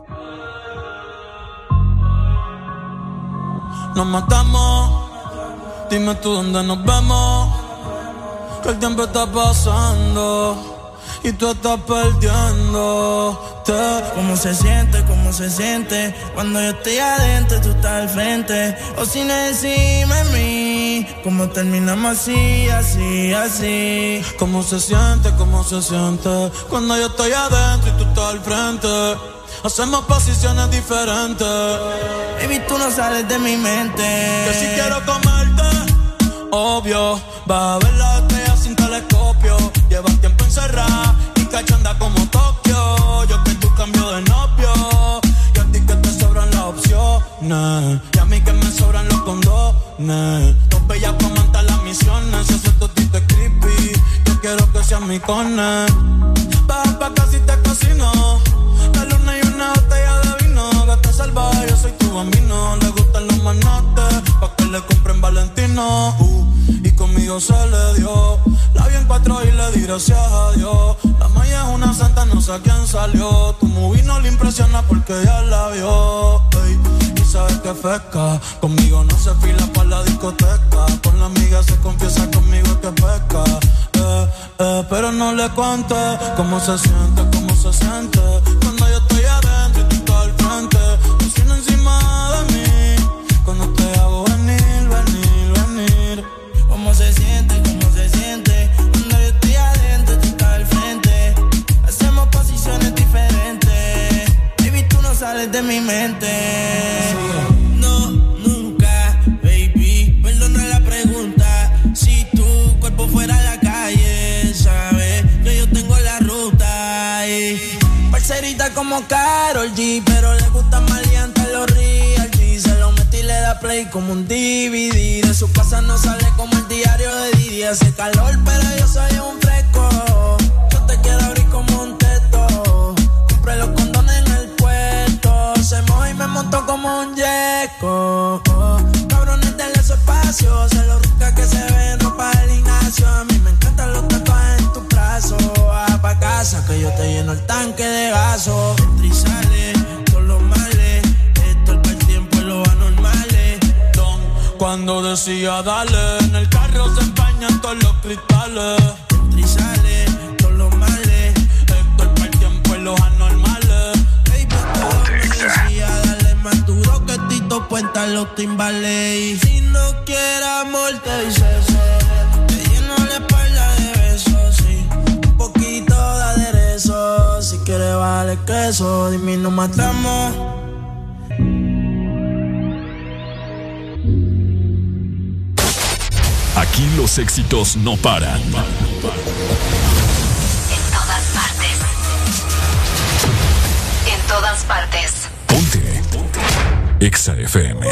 Nos matamos, dime tú dónde nos vemos, que el tiempo está pasando y tú estás perdiéndote. ¿Cómo se siente, cómo se siente cuando yo estoy adentro y tú estás al frente? O sin encima de mí, ¿cómo terminamos así, así, así? ¿Cómo se siente, cómo se siente cuando yo estoy adentro y tú estás al frente? Hacemos posiciones diferentes. Baby, tú no sales de mi mente. Que si quiero comerte, obvio, vas a ver las estrellas sin telescopio. Llevas tiempo encerrada y cachonda como Tokio. Yo que tú cambio de novio y a ti que te sobran las opciones y a mí que me sobran los condones. Dos bellas para montar las misiones. Si eso totito es creepy, yo quiero que seas mi cone. Baja pa' casi te cocino. La luna y una botella de vino. Gata salvaje, yo soy tu bambino. Le gustan los manates, pa' que le compren Valentino. Uh, y conmigo se le dio. La vi en cuatro y le di gracias a Dios. La maya es una santa, no sé a quién salió. Tu movie no le impresiona porque ya la vio. Ey, y sabes que fresca. Conmigo no se fila pa' la discoteca. Con la amiga se confiesa, conmigo que pesca. Eh, eh, pero no le cuente cómo se siente, cómo se siente cuando yo estoy adentro y tú estás al frente. Cocina encima de mí cuando te hago venir, venir, venir. ¿Cómo se siente, cómo se siente cuando yo estoy adentro y tú estás al frente? Hacemos posiciones diferentes. Baby, tú no sales de mi mente. No, nunca, baby, perdona la pregunta. Si tu cuerpo fuera a la calle, sabes que yo tengo la ruta. Y parcerita como Karol G, pero le gusta maleante los real G. Se lo metí y le da play como un D V D. De su casa no sale como el diario de Didi. Hace calor, pero yo soy un fresco. Yo te quiero abrir como un teto. Compré los condones en el puerto. Se moja y me montó como un yeco. Cabrones, denle su espacio. Se lo rica que se ve en ropa del gimnasio. A mí me encantan los tatuajes en tu brazo. Baja pa' casa que yo te lleno el tanque de gaso. Entra y sale, todos los males. Esto es el tiempo y los anormales. Don, cuando decía dale, en el carro se empañan todos los cristales. Entra y sale, todos los males. Esto es el tiempo y los anormales. Baby, cuando decía dale más duro que Tito Puenta los timbales. Y si no quieres amor te dice eso. La espalda de besos, sí. Un poquito de aderezo. Si quieres vale queso, dime y nos matamos. Aquí los éxitos no paran. En todas partes. En todas partes. Ponte. Ponte. Exa F M.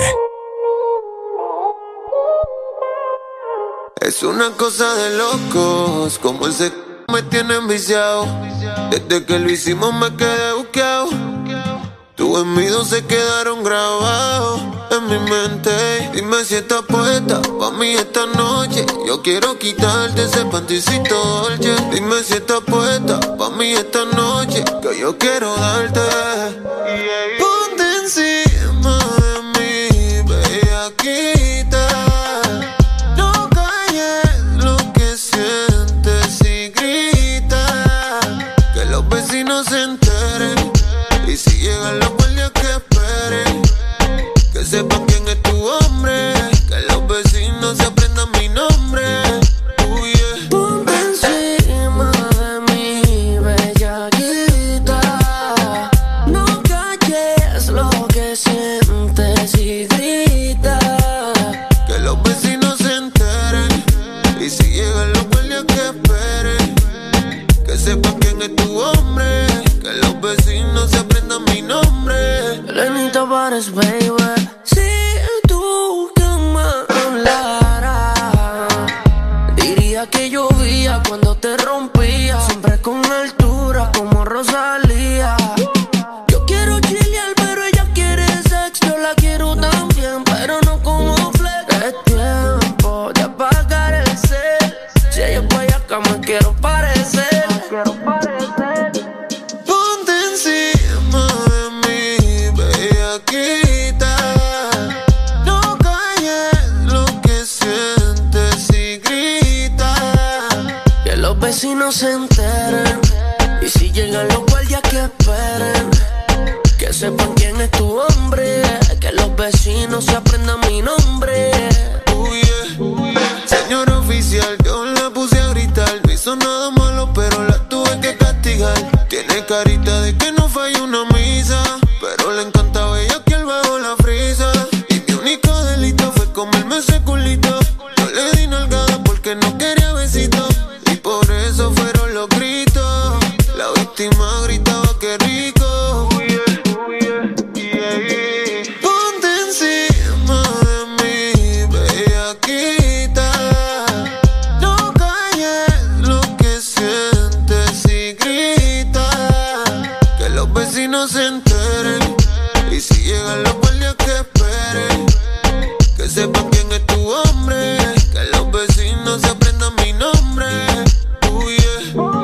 Es una cosa de locos, como ese me tiene enviciado. Desde que lo hicimos me quedé buqueado. Tus envidios se quedaron grabados en mi mente. Dime si estás puesta pa' mí esta noche. Yo quiero quitarte ese panticito dolce. Dime si estás puesta pa' mí esta noche, que yo quiero darte. Ponte encima de mí, bellaquita. sepa quién es tu hombre, que los vecinos se aprendan mi nombre. Lenita Pares, baby. Si tú que me hablaras, diría que llovía cuando te rompía, siempre con altura como Rosalía. Yo quiero chilear, pero ella quiere sex. Yo la quiero también, pero no como flex. Es tiempo de apagar el cel. Si ella es payaca, me quiero parecer. Me quiero parecer. Ponte encima de mí, bellaquita. No calles lo que sientes y grita. Que los vecinos se enteren. Y si llegan los guardias que esperen. Que sepan quién es tu hombre. Que los vecinos se aprendan mi nombre. Uh, yeah. Uh, yeah. Señor oficial, yo la puse a gritar. No hizo nada malo, pero la tuve que castigar. Tiene carita de que no falla una misa, pero le encanta bellaquear bajo la frisa. Y mi único delito fue comerme ese culito. No le di nalgada porque no quería besitos, y por eso fueron los gritos. La víctima gritaba que rico. Ponte encima de mí, bellaquita. No calles lo que sientes y grita. Que los vecinos se enteren. Y si llegan los guardias que esperen. Que sepan quién es tu hombre. Que los vecinos se aprendan mi nombre. Uh, yeah.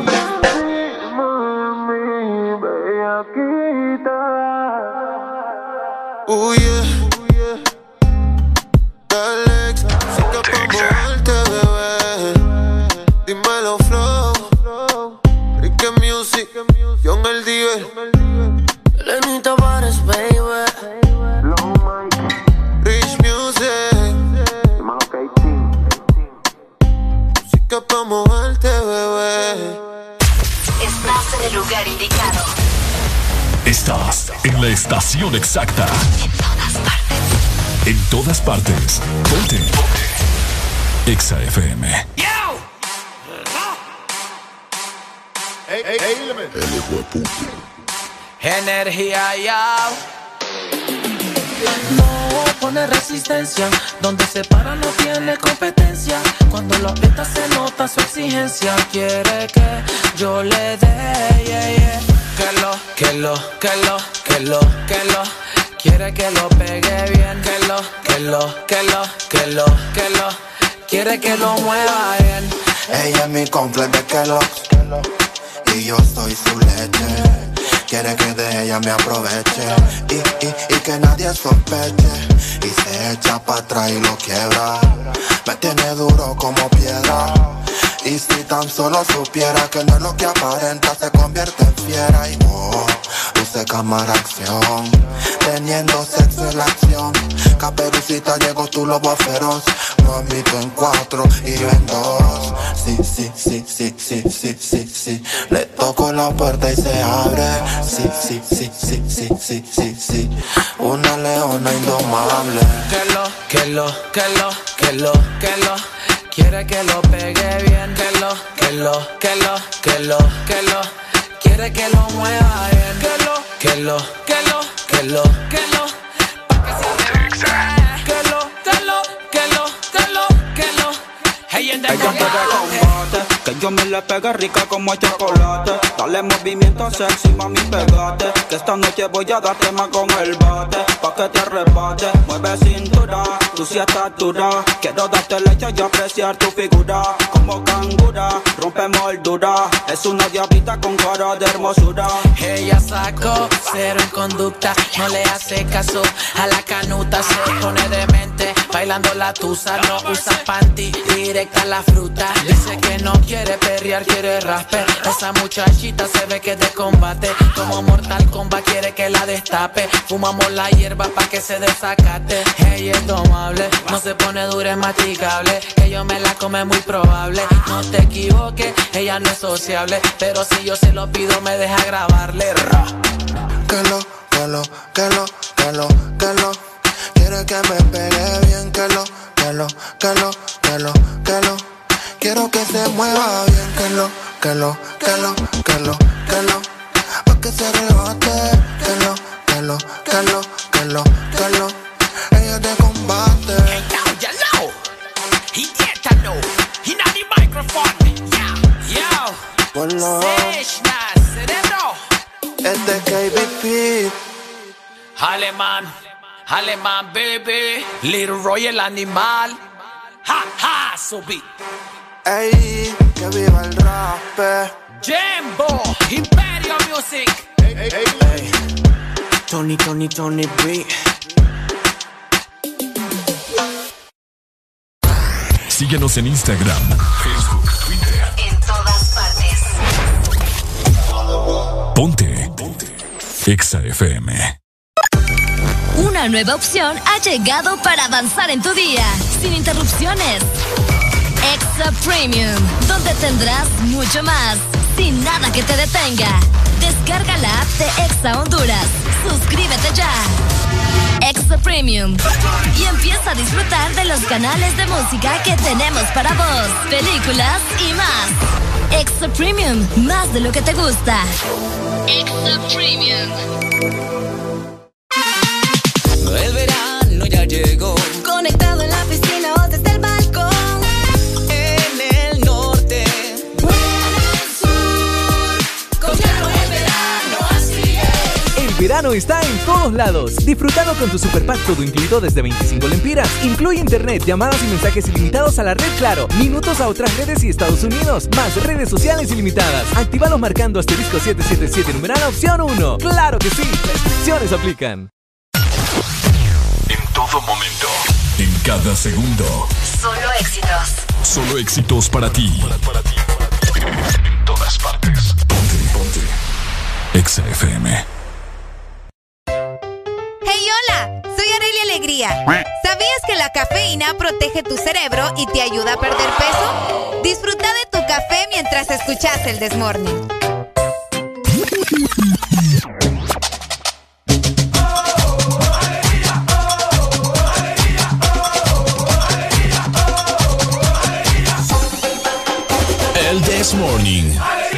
Uh, yeah. Alex, si escapamos moverte, bebé. Dímelo, flow. Ricky Music, John el Diver. Lenita Pares, baby. Rich Music. Si escapamos moverte, bebé. Estás en el lugar indicado. Estás en la estación exacta. En todas partes. Ponte. Exa F M. Energía ya. No pone resistencia. Donde se para no tiene competencia. Cuando lo aprieta se nota su exigencia. Quiere que yo le dé, yeah, yeah. Que lo, que lo, que lo, que lo, que lo. Quiere que lo pegue bien. Que lo, que lo, que lo, que lo, que lo. Quiere que lo mueva bien. Ella es mi complex de Kellogg's y yo soy su leche. Quiere que de ella me aproveche y, y, y que nadie sospeche. Y se echa pa' atrás y lo quiebra. Me tiene duro como piedra. Y si tan solo supiera que no es lo que aparenta, se convierte en fiera. Y oh, luce cámara acción, teniendo sexo en la acción. Caperucita llegó tu lobo feroz. Mamito en cuatro y yo en dos. Sí, sí, sí, sí, sí, sí, sí, sí. Le toco la puerta y se abre. Sí, sí, sí, sí, sí, sí, sí, sí. Una leona indomable. Que lo, que lo, que lo, que lo, que lo. Quiere que lo pegue bien. Que lo, que lo, que lo, que lo, que lo. Quiere que lo mueva bien. Que lo, que lo, que lo, que lo, que lo. Pa' que se mueva. Que lo, que lo, que lo, que lo, que lo. Hey, en ella quiere combate, que yo me le pegue rica como el chocolate. Dale movimiento sexy, mami, pegate. Que esta noche voy a darte más con el bate. Pa' que te arrebate, mueve cintura. Tú sí estás dura. Quiero darte leche y apreciar tu figura. Como cangura, rompe moldura. Es una diablita con cara de hermosura. Ella sacó cero en conducta. No le hace caso a la canuta. Se pone demente, bailando la tusa. No usa panty, directa a la fruta. Dice que no quiere perrear, quiere rasper. Esa muchachita se ve que es de combate. Como Mortal Kombat quiere que la destape. Fumamos la hierba pa' que se desacate. Ella es domable, no se pone dura, es masticable. Que yo me la come muy probable. No te equivoques, ella no es sociable. Pero si yo se lo pido me deja grabarle. Ra. Que lo, que lo, que lo, que lo, que lo. Quiere que me pegue bien. Que lo, que lo, que lo, que lo, que lo. Quiero que se mueva bien. Que lo, que lo, que lo, que lo, que lo, pa' que se rebote, que lo, que lo, que lo, que lo, que lo, ella te combate. Hey, yo, you know, he get to know, he not the microphone, yo, yo, Bueno, Seshna, cerebro, este K B P, Alemán, Alemán, baby, Little Roy el animal, ha, ha, subí. ey, que viva el rap. Jambo, Imperio Music. Ey, ey, ey. Tony, Tony, Tony B. Síguenos en Instagram, Facebook, Twitter. En todas partes. Ponte. Ponte. Exa F M. Una nueva opción ha llegado para avanzar en tu día, sin interrupciones. Exa Premium, donde tendrás mucho más, sin nada que te detenga. Descarga la app de Exa Honduras. Suscríbete ya. Exa Premium. Y empieza a disfrutar de los canales de música que tenemos para vos, películas y más. Exa Premium, más de lo que te gusta. Exa Premium. El verano ya llegó. Conectado en la piscina o desde el balcón. En el norte o en el sur. Contigo el verano, así es. El verano está en todos lados. Disfrutando con tu superpack todo incluido desde veinticinco lempiras. Incluye internet, llamadas y mensajes ilimitados a la red Claro, minutos a otras redes y Estados Unidos, más redes sociales ilimitadas. Actívalos marcando asterisco siete siete siete numeral opción uno. ¡Claro que sí! Restricciones aplican. En todo momento, en cada segundo. Solo éxitos. Solo éxitos para ti. Para ti. En todas partes. Ponte, ponte. Exa F M. Hey, hola, soy Arelia Alegría. ¿Sabías que la cafeína protege tu cerebro y te ayuda a perder peso? Disfruta de tu café mientras escuchas el This Morning. El This Morning.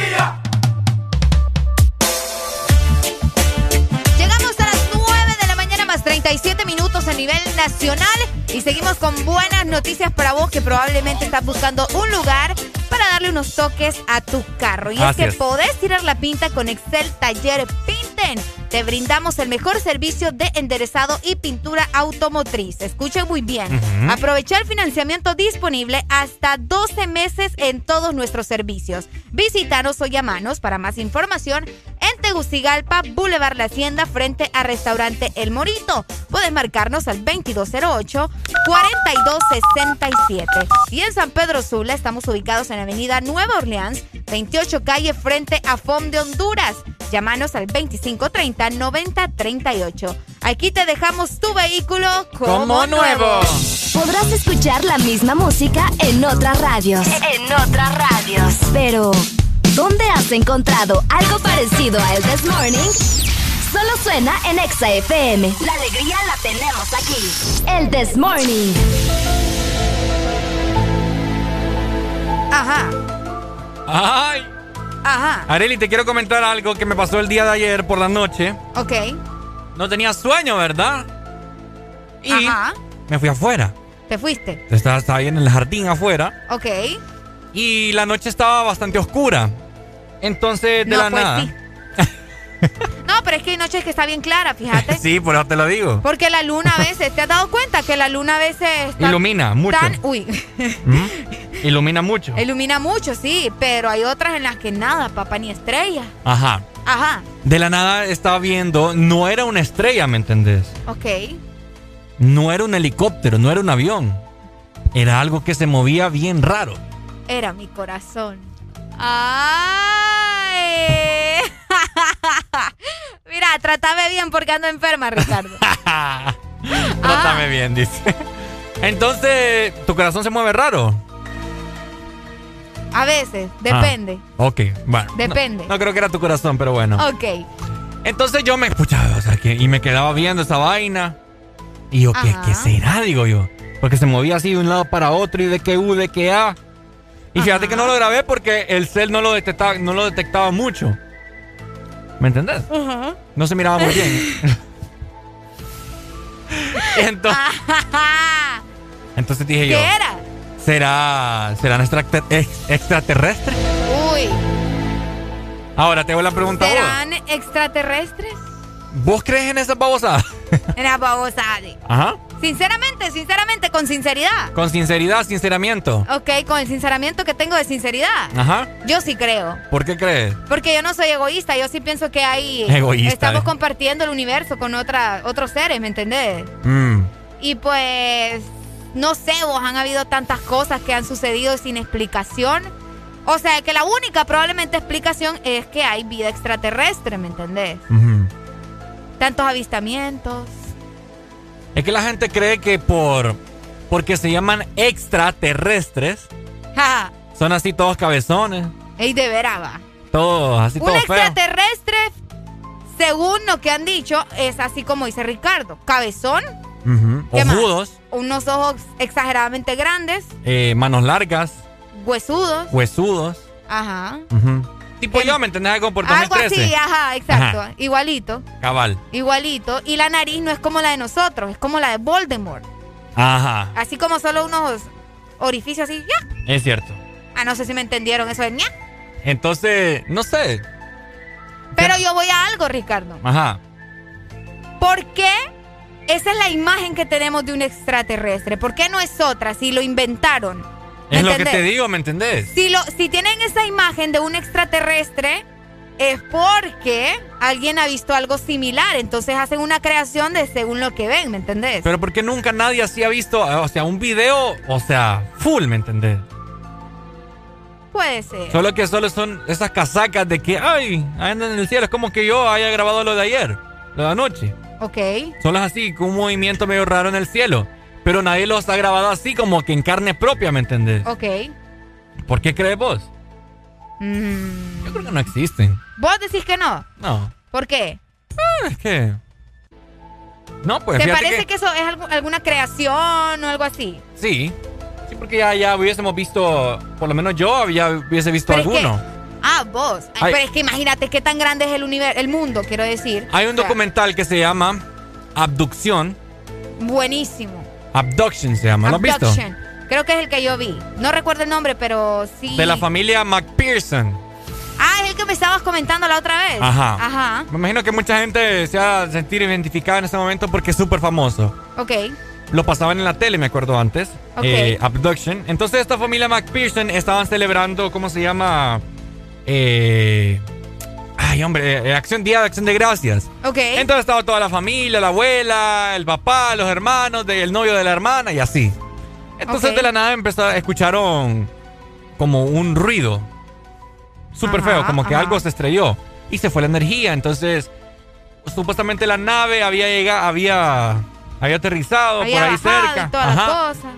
Llegamos a las nueve de la mañana más treinta y siete minutos a nivel nacional y seguimos con buenas noticias para vos que probablemente estás buscando un lugar para darle unos toques a tu carro. Y Así es que es. podés tirar la pinta con Excel Taller Pinten. Te brindamos el mejor servicio de enderezado y pintura automotriz. Escuchen muy bien. Ujú. Aprovecha el financiamiento disponible hasta doce meses en todos nuestros servicios. Visítanos o llamanos para más información en Tegucigalpa, Boulevard La Hacienda, frente a Restaurante El Morito. Puedes marcarnos al veintidós cero ocho, cuarenta y dos sesenta y siete. Y en San Pedro Sula estamos ubicados en Avenida Nueva Orleans, veintiocho calle, frente a F O M de Honduras. Llámanos al veinticinco treinta, noventa treinta y ocho. Aquí te dejamos tu vehículo como, Como nuevo. Podrás escuchar la misma música en otras radios. En otras radios. Pero, ¿dónde has encontrado algo parecido a el This Morning? Solo suena en Exa F M. La alegría la tenemos aquí. El This Morning. Ajá, Ay. ajá. Areli, te quiero comentar algo que me pasó el día de ayer por la noche. Ok. No tenía sueño, ¿verdad? Y Ajá. me fui afuera. ¿Te fuiste? Estaba, estaba ahí en el jardín afuera. Ok. Y la noche estaba bastante oscura. Entonces, de No, la pues nada. sí. No, pero es que hay noches que está bien clara, fíjate. Sí, por eso te lo digo. Porque la luna a veces, ¿te has dado cuenta que la luna a veces está Ilumina mucho. tan... Uy, ¿Mm? Ilumina mucho. ilumina mucho, sí, pero hay otras en las que nada, papá, ni estrella. Ajá. Ajá, De la nada estaba viendo, no era una estrella, ¿me entendés? ok. No era un helicóptero, no era un avión. Era algo que se movía bien raro. Era mi corazón. ¡Ay! Mira, trátame bien porque ando enferma, Ricardo. Trátame Ah. bien, dice. Entonces, ¿tu corazón se mueve raro? A veces, depende. Ah, ok, bueno. Depende. No, no creo que era tu corazón, pero bueno. Ok. Entonces yo me escuchaba, o sea, que, y me quedaba viendo esa vaina. Y yo, ¿qué, Ajá. ¿qué será? Digo yo. Porque se movía así de un lado para otro y de que U, de que A. Y fíjate que no lo grabé porque el cel no lo detectaba, no lo detectaba mucho. ¿Me entendés? Uh-huh. No se miraba muy bien. entonces, entonces dije ¿Qué yo. ¿Qué era? ¿Será, ¿Serán extra- ex- extraterrestres? Uy. Ahora te hago la pregunta a vos. ¿Serán extraterrestres? ¿Vos crees en esas babosadas? En las babosadas. Ajá. Sinceramente, sinceramente, con sinceridad. Con sinceridad, sinceramiento. Ok, con el sinceramiento que tengo de sinceridad. Ajá. Yo sí creo. ¿Por qué crees? Porque yo no soy egoísta, yo sí pienso que hay... Egoísta. Estamos eh. compartiendo el universo con otra, otros seres, ¿me entendés? Mm. Y pues, no sé, vos, han habido tantas cosas que han sucedido sin explicación. O sea, que la única probablemente explicación es que hay vida extraterrestre, ¿me entendés? Uh-huh. Tantos avistamientos. Es que la gente cree que por porque se llaman extraterrestres, Ja. son así todos cabezones. Ey, de veras, va. Todos, así Un todos feos. extraterrestre, según lo que han dicho, es así como dice Ricardo. Cabezón. Uh-huh. ¿Qué más? Ojudos. Unos ojos exageradamente grandes. Eh, manos largas. Huesudos. Huesudos. Ajá. Uh-huh. Tipo yo, ¿me entendés? Como por dos mil trece. Algo así, ajá, exacto. Ajá. Igualito. Cabal. Igualito. Y la nariz no es como la de nosotros, es como la de Voldemort. Ajá. Así como solo unos orificios así, ya. Es cierto. Ah, no sé si me entendieron eso de ña. Entonces, no sé. Pero yo voy a algo, Ricardo. Ajá. ¿Por qué esa es la imagen que tenemos de un extraterrestre? ¿Por qué no es otra si lo inventaron? Es lo ¿entendés? que te digo, ¿me entendés? Si, lo, si tienen esa imagen de un extraterrestre, es porque alguien ha visto algo similar. Entonces hacen una creación de según lo que ven, ¿me entendés? Pero porque nunca nadie así ha visto, o sea, un video, o sea, full, ¿me entendés? Puede ser. Solo que solo son esas casacas de que, ay, andan en el cielo. Es como que yo haya grabado lo de ayer, lo de anoche. Ok. Solo es así, con un movimiento medio raro en el cielo. Pero nadie los ha grabado así como que en carne propia, ¿me entendés? Ok. ¿Por qué crees vos? Mm. Yo creo que no existen. ¿Vos decís que no? No. ¿Por qué? Ah, es que... No, pues ¿Te fíjate parece que... que eso es algo- alguna creación o algo así? Sí. Sí, porque ya, ya hubiésemos visto, por lo menos yo ya hubiese visto Pero es alguno. que- ah, vos. Ay, Ay. Pero es que imagínate qué tan grande es el universo, el mundo, quiero decir. Hay un O sea, documental que se llama Abducción. Buenísimo. Abduction se llama, ¿lo has visto? Abduction. Creo que es el que yo vi. No recuerdo el nombre, pero sí. De la familia McPherson. Ah, es el que me estabas comentando la otra vez. Ajá. Ajá. Me imagino que mucha gente se va a sentir identificada en ese momento porque es súper famoso. Ok. Lo pasaban en la tele, me acuerdo antes. Ok. Eh, Abduction. Entonces esta familia McPherson estaban celebrando, ¿cómo se llama? Eh... Ay, hombre, eh, acción, Día de Acción de Gracias. Ok. Entonces estaba toda la familia, la abuela, el papá, los hermanos, de- el novio de la hermana y así. Entonces Ok. de la nada empezó, escucharon como un ruido súper Ajá, feo, como que ajá. algo se estrelló y se fue la energía. Entonces, supuestamente la nave había llegado, había, había aterrizado Había por ahí bajado cerca. y todas Ajá. las cosas.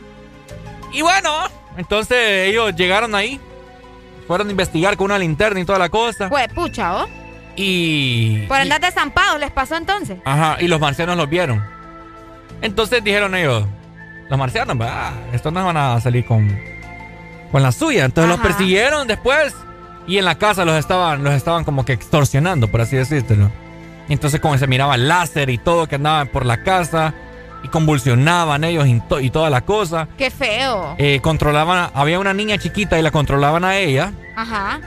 Y bueno, entonces ellos llegaron ahí, fueron a investigar con una linterna y toda la cosa. Pues, pucha, ¿oh? Y... Por andar desampados les pasó entonces. Ajá, y los marcianos los vieron. Entonces dijeron ellos, los marcianos, ah, estos no van a salir con, con la suya. Entonces Ajá. los persiguieron después y en la casa los estaban, los estaban como que extorsionando, por así decírtelo. Y entonces como se miraba láser y todo que andaban por la casa y convulsionaban ellos y, to- y toda la cosa. Qué feo. Eh, controlaban, había una niña chiquita y la controlaban a ella. Ajá.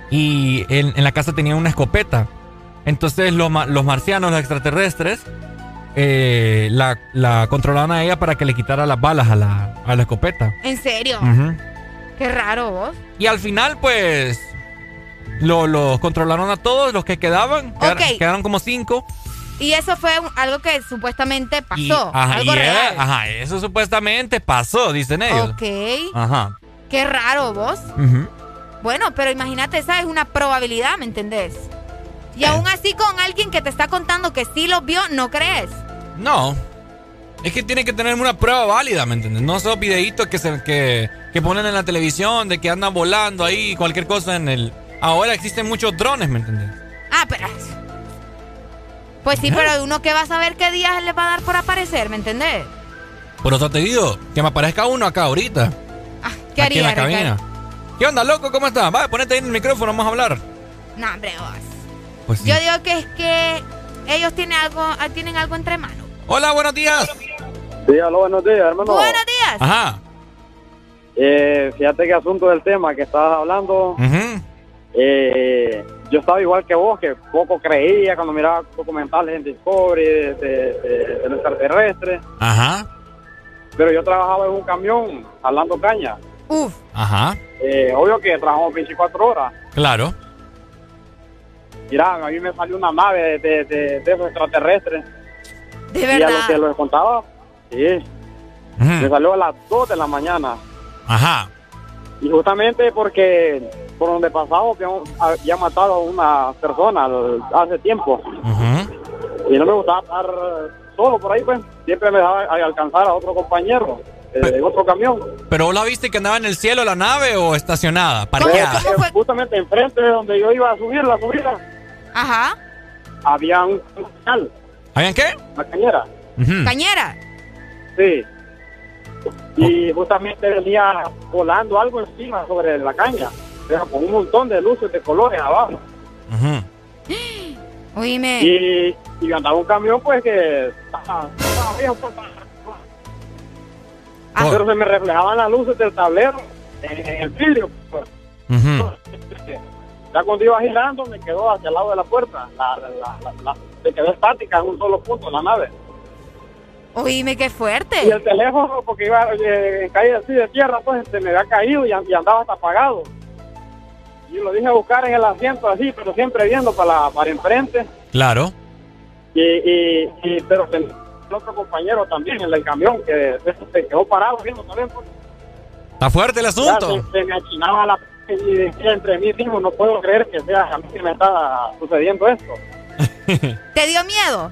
Y en, en la casa tenían una escopeta. Entonces los, ma- los marcianos, los extraterrestres, eh, la, la controlaban a ella para que le quitara las balas a la, a la escopeta. ¿En serio? Ujú. Qué raro, vos. Y al final, pues, lo- los controlaron a todos, los que quedaban. Quedar- Ok. Quedaron como cinco. Y eso fue un- algo que supuestamente Y, pasó. ajá, algo y real. era- ajá, eso supuestamente pasó, dicen ellos. Ok. Ajá. Qué raro, vos. Ujú. Bueno, pero imagínate, esa es una probabilidad, ¿me entendés? Y aún así con alguien que te está contando que sí los vio, ¿no crees? No. Es que tiene que tener una prueba válida, ¿me entiendes? No esos videitos que, se, que, que ponen en la televisión de que andan volando ahí, cualquier cosa en el... Ahora existen muchos drones, ¿me entiendes? Ah, pero... Pues sí, pero uno que va a saber qué días le va a dar por aparecer, ¿me entendés? Por eso te digo, que me aparezca uno acá ahorita. ¿Qué aquí en haría, la cabina. Ricardo? ¿Qué onda, loco? ¿Cómo estás? Va, ponete ahí en el micrófono, vamos a hablar. No, hombre, vos. Pues sí. Yo digo que es que ellos tienen algo, tienen algo entre manos. Hola, buenos días. Sí, hola, buenos días, hermano. Buenos días. Ajá. Eh, fíjate que asunto del tema que estabas hablando. Uh-huh. eh, yo estaba igual que vos, que poco creía cuando miraba documentales en Discovery de, de, de, de los extraterrestres. Ajá. Pero yo trabajaba en un camión jalando caña. Uf. Ajá. Eh, obvio que trabajamos veinticuatro horas. Claro. Mira, a mí me salió una nave de, de, de, de esos extraterrestres. De y verdad. a los que los contaba, sí. Uh-huh. Me salió a las dos de la mañana. Ajá. Y justamente porque por donde pasamos habíamos, había matado a una persona hace tiempo. Uh-huh. Y no me gustaba estar solo por ahí, pues. Siempre me dejaba alcanzar a otro compañero de otro camión. ¿Pero vos la viste que andaba en el cielo la nave o estacionada, parqueada? ¿Cómo, cómo fue? Justamente enfrente de donde yo iba a subir la subida. Ajá. Había un canal. ¿Habían qué? Una cañera. Uh-huh. ¿Cañera? Sí. Y justamente venía volando algo encima sobre la caña, pero con un montón de luces de colores abajo. Uh-huh. Oíme. Y, y andaba un camión, pues, que estaba, estaba viejo, pues, ah, pero se me reflejaban las luces del tablero en, en el vidrio. Pues. Uh-huh. Ya cuando iba girando, me quedó hacia el lado de la puerta. La, la, la, la, se quedó estática en un solo punto la nave. Oíme, qué fuerte. Y el teléfono, porque iba eh, en calle así de tierra, pues se me había caído y, y andaba hasta apagado. Y lo dije a buscar en el asiento así, pero siempre viendo para, la, para enfrente. Claro. Y, y, y pero el otro compañero también, el del camión, que se quedó parado viendo también. Pues. Está fuerte el asunto. Ya, se, se me achinaba la y decía entre mí mismo, no puedo creer que sea a mí que me está sucediendo esto. ¿Te dio miedo?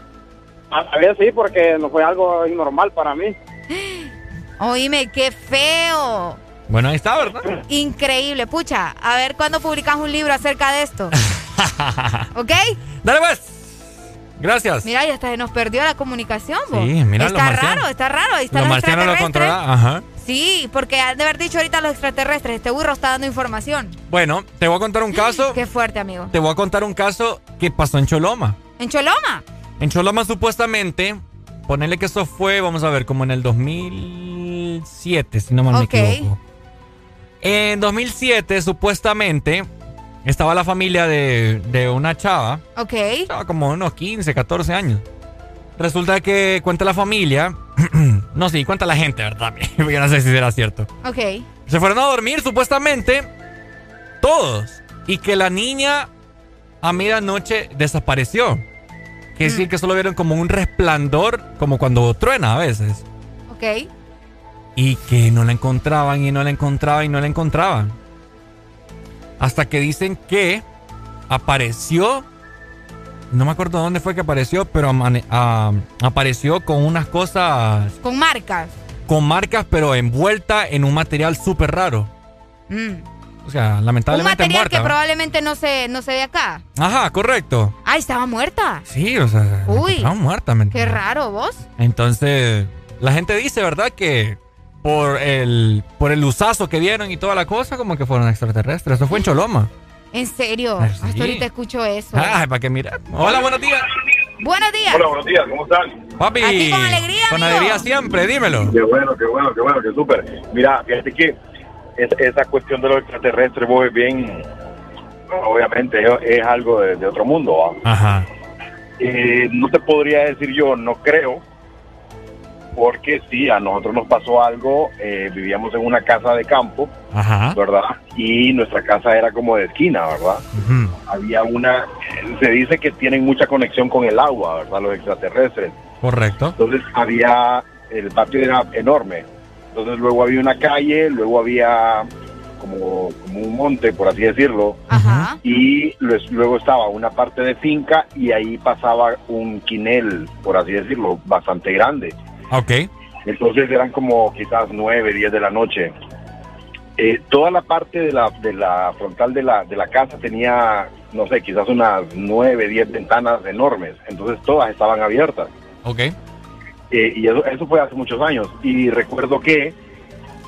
A ver, sí, porque no fue algo normal para mí. Oíme, qué feo. Bueno, ahí está, ¿verdad? Increíble. Pucha, a ver cuándo publicas un libro acerca de esto. ¿Ok? Dale, pues. Gracias. Mira, ya hasta se nos perdió la comunicación, ¿vos? Sí, mira, está raro, está raro. Ahí están los los marcianos lo extraterrestres. controlan, ajá. Sí, porque han de haber dicho ahorita los extraterrestres. Este burro está dando información. Bueno, te voy a contar un caso. Qué fuerte, amigo. Te voy a contar un caso que pasó en Choloma. ¿En Choloma? En Choloma, supuestamente, ponerle que eso fue, vamos a ver, como en el dos mil siete, si no mal okay. me equivoco. En dos mil siete, supuestamente, estaba la familia de, de una chava. Ok. Estaba como unos quince, catorce años. Resulta que cuenta la familia, no sé, cuenta la gente, ¿verdad? Yo no sé si será cierto. Ok. Se fueron a dormir, supuestamente, todos. Y que la niña a medianoche desapareció. Quiere decir que solo vieron como un resplandor, como cuando truena a veces. Ok. Y que no la encontraban y no la encontraban y no la encontraban. Hasta que dicen que apareció, no me acuerdo dónde fue que apareció, pero amane, a, apareció con unas cosas... Con marcas. Con marcas, pero envuelta en un material súper raro. Mm. O sea, lamentablemente un material muerta, que ¿no? probablemente no se, no se ve acá. Ajá, correcto. Ah, estaba muerta. Sí, o sea, uy, estaba muerta. ¿me qué raro, ¿vos? Entonces, la gente dice, ¿verdad? Que por el por el usazo que vieron y toda la cosa, como que fueron extraterrestres. Eso fue en Choloma. ¿En serio? Sí. Hasta ahorita escucho eso. Ah, para que mira. Hola, buenos días. Buenos días. Hola, buenos días, ¿cómo están? Papi. Aquí con alegría, Con amigo. alegría siempre, dímelo. Qué bueno, qué bueno, qué bueno, qué súper. Mira, fíjate que es, esa cuestión de los extraterrestres, vos es bien, obviamente es, es algo de, de otro mundo, ¿va? Ajá. Eh, no te podría decir yo, no creo, porque sí, a nosotros nos pasó algo, eh, vivíamos en una casa de campo, Ajá. ¿verdad? Y nuestra casa era como de esquina, ¿verdad? Uh-huh. Había una, se dice que tienen mucha conexión con el agua, ¿verdad? Los extraterrestres. Correcto. Entonces había, el patio era enorme, entonces luego había una calle, luego había como, como un monte, por así decirlo, Ajá. y luego estaba una parte de finca y ahí pasaba un quinel, por así decirlo, bastante grande. Ok. Entonces eran como quizás nueve, diez de la noche. Eh, toda la parte de la, de la frontal de la, de la casa tenía, no sé, quizás unas nueve, diez ventanas enormes, entonces todas estaban abiertas. Ok. Eh, y eso, eso fue hace muchos años. Y recuerdo que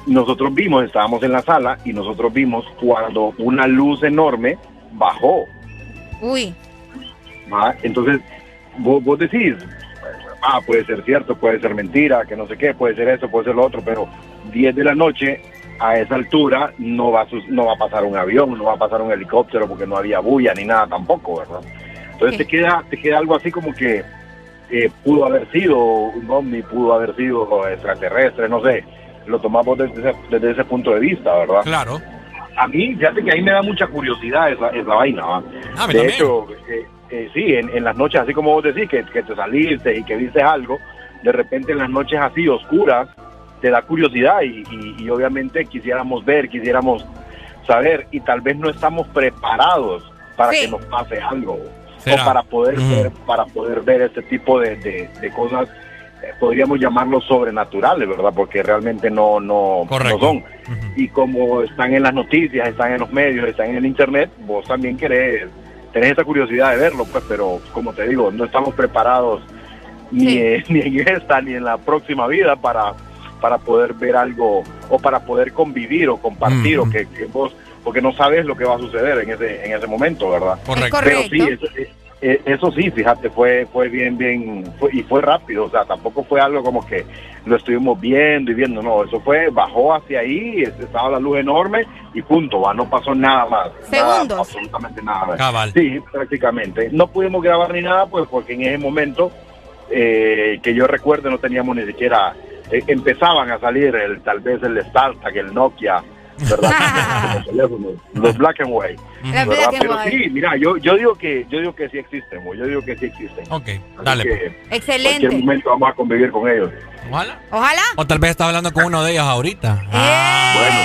nosotros vimos, estábamos en la sala y nosotros vimos cuando una luz enorme bajó. Uy. ¿Va? Entonces, vos, vos decís, ah, puede ser cierto, puede ser mentira, que no sé qué, puede ser eso, puede ser lo otro, pero diez de la noche, a esa altura, no va a, no va a pasar un avión, no va a pasar un helicóptero porque no había bulla ni nada tampoco, ¿verdad? Entonces sí. te queda te queda algo así como que eh, pudo haber sido un ovni, pudo haber sido extraterrestre, no sé, lo tomamos desde ese, desde ese punto de vista, ¿verdad? Claro. A mí, fíjate que ahí me da mucha curiosidad esa, esa vaina, ¿va? Ah, de también. hecho, eh, eh, sí, en, en las noches, así como vos decís, que, que te saliste y que viste algo, de repente en las noches así oscuras, te da curiosidad y, y, y obviamente quisiéramos ver, quisiéramos saber, y tal vez no estamos preparados para sí. que nos pase algo, ¿será? O para poder uh-huh. ver, para poder ver este tipo de, de, de cosas, eh, podríamos llamarlos sobrenaturales, ¿verdad? Porque realmente no, no, no son. Uh-huh. Y como están en las noticias, están en los medios, están en el internet, vos también querés, tenés esa curiosidad de verlo, pues, pero como te digo, no estamos preparados ni, sí. eh, ni en esta ni en la próxima vida para para poder ver algo o para poder convivir o compartir, mm. o que, que vos, porque no sabes lo que va a suceder en ese en ese momento, ¿verdad? Correcto. Pero sí, eso, eso sí, fíjate, fue fue bien, bien, fue, y fue rápido, o sea, tampoco fue algo como que lo estuvimos viendo y viendo, no, eso fue, bajó hacia ahí, estaba la luz enorme y punto, va, no pasó nada más. Segundos. Nada, absolutamente nada. Cabal. Sí, prácticamente. No pudimos grabar ni nada, pues, porque en ese momento, eh, que yo recuerde, no teníamos ni siquiera... Eh, empezaban a salir el tal vez el StarTAC, el Nokia, ¿verdad? los teléfonos, los black and white, ¿verdad? Black Pero and sí, mira, yo yo digo que yo digo que sí existen, yo digo que sí existen. Ok, así dale. Que excelente. En cualquier momento vamos a convivir con ellos. Ojalá. Ojalá. O tal vez está hablando con uno de ellos ahorita. ¡Eh! Bueno.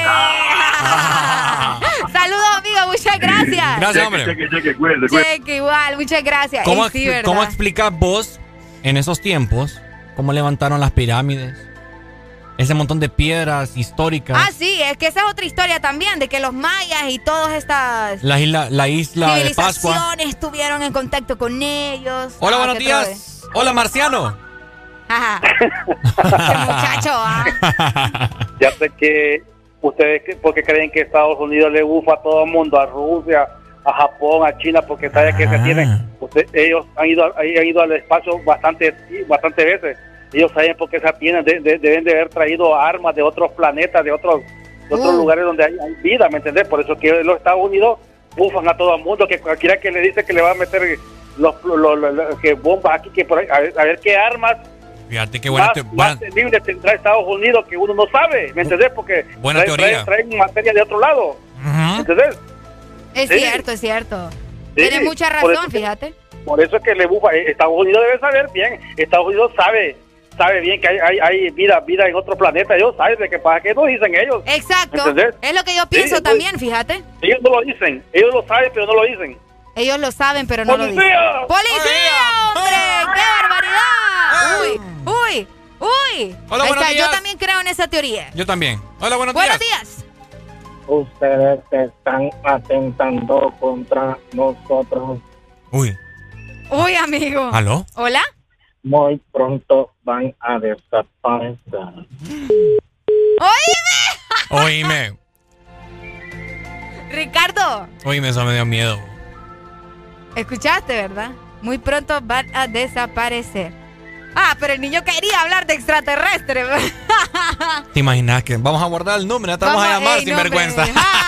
Ah. Saludos, amigo, muchas gracias. Gracias, hombre. Cheque, cheque, cheque, cuídate, cuídate. Cheque, igual, muchas gracias. ¿Cómo, sí, ¿Cómo explicas vos en esos tiempos cómo levantaron las pirámides? Ese montón de piedras históricas. Ah, sí, es que esa es otra historia también, de que los mayas y todas estas la isla, la isla de Pascua civilizaciones estuvieron en contacto con ellos. Hola, ah, buenos días. Trae. Hola, marciano. Ajá. Qué muchacho, ¿ah? Ya sé que ustedes, porque creen que Estados Unidos le bufa a todo el mundo, a Rusia, a Japón, a China, porque saben ah. que se tienen. Usted, ellos han ido, han ido al espacio bastante, bastante veces. Ellos saben por qué se tienen, de, de, deben de haber traído armas de otros planetas, de otros, de otros uh. lugares donde hay, hay vida, ¿me entendés? Por eso que los Estados Unidos bufan a todo el mundo, que cualquiera que le dice que le va a meter los, los, los, los que bombas aquí, que por ahí, a ver, a ver qué armas Fíjate qué buena más, te, buena... más temible tendrá Estados Unidos que uno no sabe, ¿me entendés? Porque buena traen, teoría. traen, traen materia de otro lado, uh-huh. ¿me entendés? Es sí. cierto, es cierto. Sí. Tienes mucha razón, por fíjate. Que, por eso es que le bufa. Estados Unidos debe saber bien, Estados Unidos sabe sabe bien que hay, hay, hay vida vida en otro planeta, ellos saben de qué pasa, que no dicen ellos. Exacto, ¿entendés? Es lo que yo pienso sí, también, fíjate. Ellos no lo dicen, ellos lo saben, pero no lo dicen. Ellos lo saben, pero no ¡Policía! lo dicen. ¡Policía, hombre! ¡Qué barbaridad! ¡Uy, uy, uy! Hola, buenos días. Yo también creo en esa teoría. Yo también. Hola, buenos, buenos días. días. Ustedes están atentando contra nosotros. Uy. Uy, amigo. ¿Aló? ¿Hola? Muy pronto van a desaparecer. ¡Oíme! Oíme. Ricardo. Oíme, eso me dio miedo. Escuchaste, ¿verdad? Muy pronto van a desaparecer. Ah, pero el niño quería hablar de extraterrestres. ¿Te imaginas que vamos a guardar el número? Ya te vamos, vamos a llamar ey, sin no, vergüenza.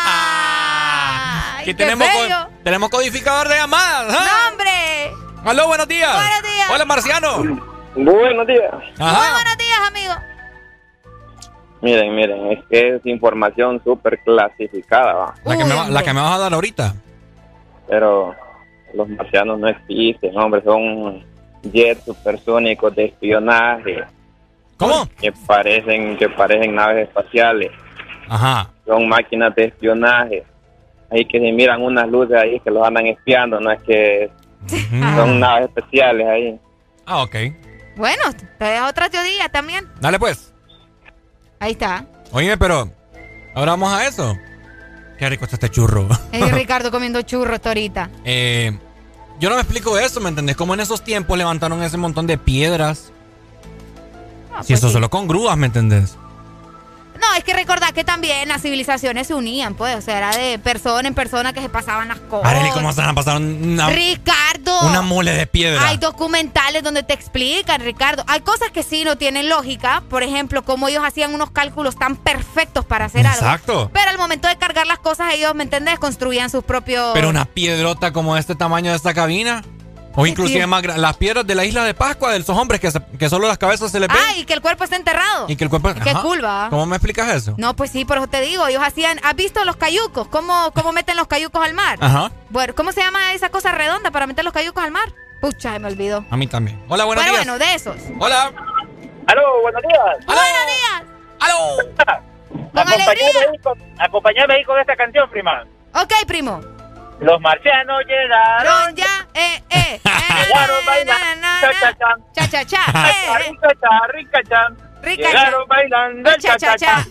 Aquí tenemos, co tenemos codificador de llamadas. ¿eh? ¡No, hombre! ¡Aló, buenos días! ¡Buenos días! ¡Hola, marciano! Buenos días. Ajá. Muy buenos días, amigo. Miren, miren, es que es información súper clasificada, ¿va? La, Uy, que me, la que me vas a dar ahorita. Pero los marcianos no existen, hombre, son jets supersónicos de espionaje. ¿Cómo? Que parecen, que parecen naves espaciales. Ajá. Son máquinas de espionaje. Ahí que se miran unas luces ahí que los andan espiando, no es que uh-huh. son naves especiales ahí. Ah, ok. Bueno, te dejo otra teoría también. Dale pues. Ahí está. Oye, pero ahora vamos a eso. Qué rico está este churro. Es Ricardo comiendo churros ahorita. Eh, yo no me explico eso, ¿me entendés? Como en esos tiempos levantaron ese montón de piedras. No, si pues eso sí. Solo con grúas, ¿me entendés? No, No, es que recordad que también las civilizaciones se unían, pues. O sea, era de persona en persona que se pasaban las cosas. Arely, ¿cómo se van a pasar una, Ricardo, una mole de piedra? hay documentales donde te explican, Ricardo. Hay cosas que sí no tienen lógica. Por ejemplo, cómo ellos hacían unos cálculos tan perfectos para hacer algo. Exacto. Pero al momento de cargar las cosas, ellos, ¿me entendés? Construían sus propios... Pero una piedrota como de este tamaño de esta cabina. O inclusive sí. más grandes. Las piedras de la isla de Pascua, de esos hombres que, se, que solo las cabezas se les ven. Ah, y que el cuerpo está enterrado. Y que el cuerpo... Qué Ajá. cool, va. ¿Cómo me explicas eso? No, pues sí, por eso te digo. Ellos hacían... ¿Has visto los cayucos? ¿Cómo, cómo meten los cayucos al mar? Ajá. Bueno, ¿cómo se llama esa cosa redonda para meter los cayucos al mar? Pucha, se me olvidó. A mí también. Hola, buenos Pero días. bueno, de esos. Hola. Aló, buenos días. Aló. Buenos días. Aló. Con alegría. Ahí con, acompañame ahí con esta canción, prima. Ok, primo. Los marcianos llegaron. Ron ya, eh, eh. Llegaron bailando. Cha-cha-chan. Cha, cha, cha. Eh, eh. Rica-cha, rica-chan. Rica, Llegaron cha. bailando el Cha, cha, cha. cha-cha-cha.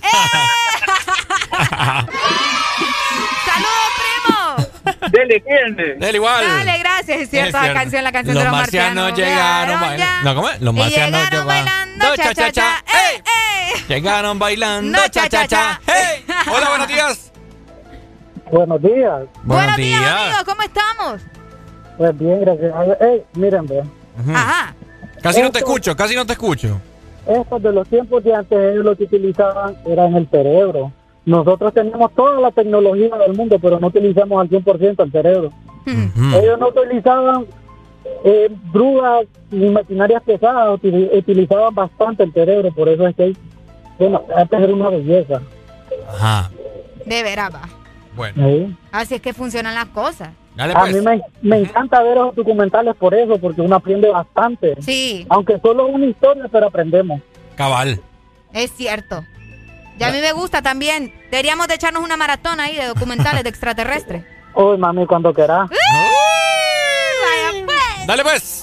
¡Eh! ¡Saludos, primo! Dele, ¿quién? Dele igual. Dale, gracias. Es cierto, Es la cierto. canción, la canción los de los marcianos. marcianos. llegaron bailando. ya. No, ¿cómo es? Los Y marcianos llegaron llegaron bailando cha, cha, cha. ¡Eh, eh! Llegaron bailando No, cha, cha, cha. ¡Hey! Hola, buenos días. Buenos días. Buenos días, amigos. ¿Cómo estamos? Pues bien, gracias. Ey, miren, ve. Ujú. Ajá. Casi no te Esto- escucho, casi no te escucho. Estos de los tiempos de antes, ellos lo que utilizaban era en el cerebro. Nosotros tenemos toda la tecnología del mundo, pero no utilizamos al cien por ciento el cerebro. Ujú. Ellos no utilizaban eh, grúas ni maquinarias pesadas, util- utilizaban bastante el cerebro, por eso es que, bueno, antes era una belleza. Ajá. De veras, va. Bueno. ¿Sí? Así es que funcionan las cosas. Dale, A pues. mí me, me encanta ver los documentales por eso, porque uno aprende bastante. Sí, Aunque solo es una historia, pero aprendemos. Cabal. es cierto. Ya a mí me gusta también. Deberíamos de echarnos una maratón ahí de documentales de extraterrestres. Uy, mami, cuando quieras. Vaya pues. Dale, pues.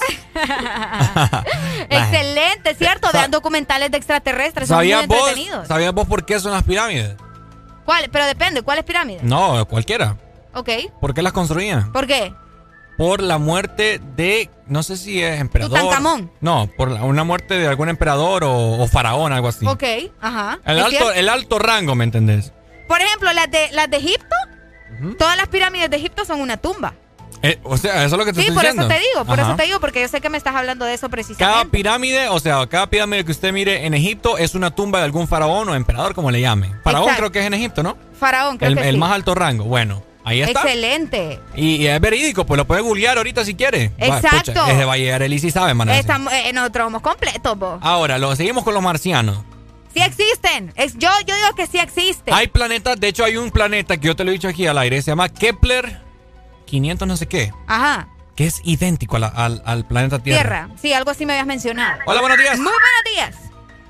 Excelente, ¿cierto? Sa- Vean documentales de extraterrestres, son muy ¿Sabías vos, entretenidos. ¿Sabías vos por qué son las pirámides? ¿Cuál? Pero depende, ¿cuáles pirámides? No, cualquiera. Ok. ¿Por qué las construían? ¿Por qué? Por la muerte de, no sé si es emperador. Tutankamón. No, por la- una muerte de algún emperador o, o faraón, algo así. Ok, ajá. El ¿Es alto, cierto? el alto rango, ¿me entendés? Por ejemplo, las de, las de Egipto, todas las pirámides de Egipto son una tumba. Eh, o sea, eso es lo que te Sí, estoy por diciendo. eso te digo, por Ajá. eso te digo, porque yo sé que me estás hablando de eso Cada precisamente. pirámide, o sea, cada pirámide que usted mire en Egipto es una tumba de algún faraón o emperador, como le llame. Faraón Exacto. creo que es en Egipto, ¿no? Faraón, creo El, que el sí. más alto rango. Bueno, ahí está. Excelente. Y, y es verídico, pues lo puede googlear ahorita si quiere. Va, Exacto. pucha, desde Valle Arely sí sabe, man. Estamos, eh, nosotros somos completos, vos. Ahora, lo seguimos con los marcianos. Sí existen. Es, yo, yo digo que sí existen. Hay planetas, de hecho hay un planeta que yo te lo he dicho aquí al aire, se llama Kepler quinientos no sé qué, Ajá. que es idéntico a la- al, al planeta Tierra. Tierra. Sí, algo así me habías mencionado. Hola, buenos días. Muy buenos días.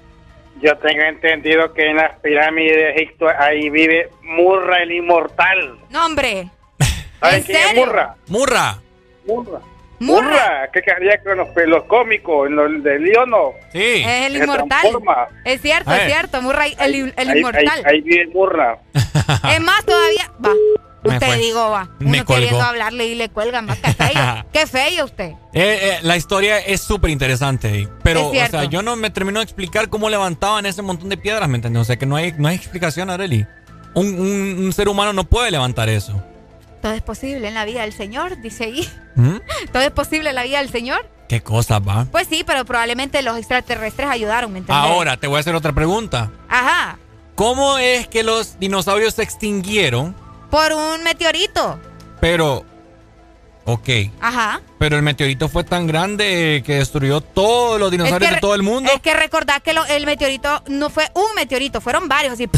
Yo tengo entendido que en las pirámides de Egipto ahí vive Murra el inmortal. No, hombre. ¿Saben ¿En quién es serio? Murra? Murra. Murra. Murra. Murra, que quedaría con los pelos cómicos, en los de Liono. Sí. Es el Se inmortal. transforma. Es cierto, A es ver. cierto. Murray, el, el Ahí- inmortal. Ahí, ahí vive Murra. Es más, todavía. Va. Me Usted fue. digo, va. Me Uno queriendo colgó. hablarle y le cuelgan. Va, qué feo. Qué feo usted. Eh, eh, la historia es súper interesante ahí. Pero, Es o cierto. sea, yo no me termino de explicar cómo levantaban ese montón de piedras, ¿me entiendes? O sea, que no hay, no hay explicación, Arely. Un, un, un ser humano no puede levantar eso. Todo es posible en la vida del Señor, dice ahí. ¿Mm? Todo es posible en la vida del Señor. ¿Qué cosa, va? Pues sí, pero probablemente los extraterrestres ayudaron, ¿me entiendes? Ahora, te voy a hacer otra pregunta. Ajá. ¿Cómo es que los dinosaurios se extinguieron? Por un meteorito. Pero, ok, Ajá. pero el meteorito fue tan grande que destruyó todos los dinosaurios Es que de todo el mundo. Es que recordad que lo- el meteorito no fue un meteorito, fueron varios así.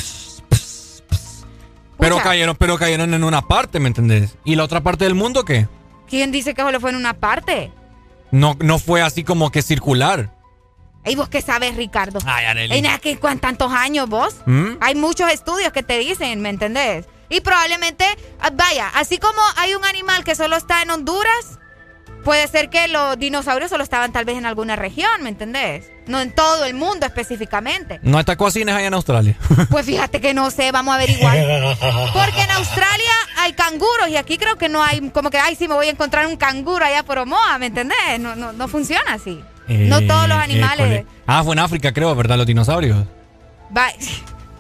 Pero Pucha. cayeron, pero cayeron en una parte, ¿me entendés? ¿Y la otra parte del mundo qué? ¿Quién dice que solo fue en una parte? No, no fue así como que circular. ¿Y vos qué sabes, Ricardo? Ay, Arely. ¿Y nada que con tantos años vos? ¿Mm? Hay muchos estudios que te dicen, ¿me entendés? Y probablemente, ah, vaya, así como hay un animal que solo está en Honduras, puede ser que los dinosaurios solo estaban tal vez en alguna región, ¿me entendés? No en todo el mundo específicamente. No está cocines allá en Australia. Pues fíjate que no sé, vamos a averiguar. Porque en Australia hay canguros y aquí creo que no hay, como que, ay, sí, me voy a encontrar un canguro allá por Omoa, ¿me entendés? No, no, no funciona así. No todos los animales. École. Ah, fue en África, creo, ¿verdad? Los dinosaurios. Va-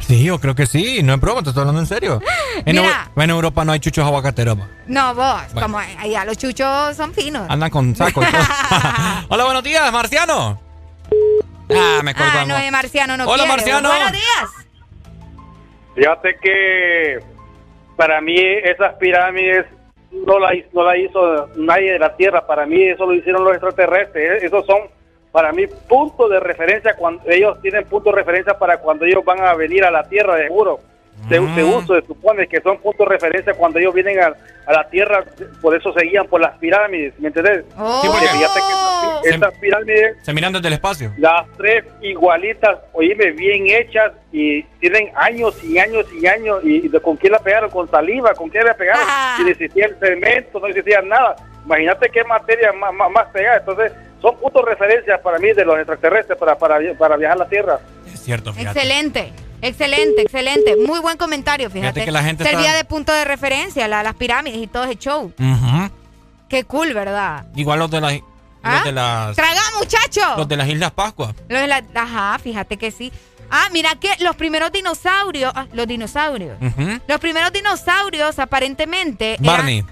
Sí, yo creo que sí. No es broma, te estoy hablando en serio. En, Mira. Eu- en Europa no hay chuchos aguacateros. pa. No, vos, Bueno. como allá los chuchos son finos. Andan con saco y todo. Hola, buenos días, Marciano. Ah, me Ah, colgamos. no, es Marciano no Hola, quiere. Marciano. Buenos días. Fíjate que para mí esas pirámides no la, hi- no la hizo nadie de la Tierra, para mí eso lo hicieron los extraterrestres. Esos son para mí puntos de referencia, cuando ellos tienen puntos de referencia para cuando ellos van a venir a la Tierra, de seguro. Se, Mm. se uso, se supone que son puntos de referencia cuando ellos vienen a, a la Tierra, por eso se guían por las pirámides, ¿me entendés? Oh. Sí, porque- Fíjate que estas, estas pirámides, Se miran desde el espacio. las tres igualitas, oíme, bien hechas y tienen años y años y años. ¿Y de con quién la pegaron? Con saliva, ¿con quién la pegaron? Ah. Si no existía el cemento, no existía nada. Imagínate qué materia más, más, más pegada. Entonces, son puntos de referencia para mí de los extraterrestres para, para, para viajar a la Tierra. Es cierto, fíjate. Excelente, excelente, excelente. Muy buen comentario, fíjate. Fíjate que la gente Servía está- de punto de referencia, la- las pirámides y todo ese show. Ujú. Qué cool, ¿verdad? Igual los de, las ¿Ah? los de las ¡Traga, muchacho! los de las Islas Pascua. Los de la- Ajá, fíjate que sí. Ah, mira que los primeros dinosaurios, ah, los dinosaurios. Ujú. Los primeros dinosaurios aparentemente eran- Barney.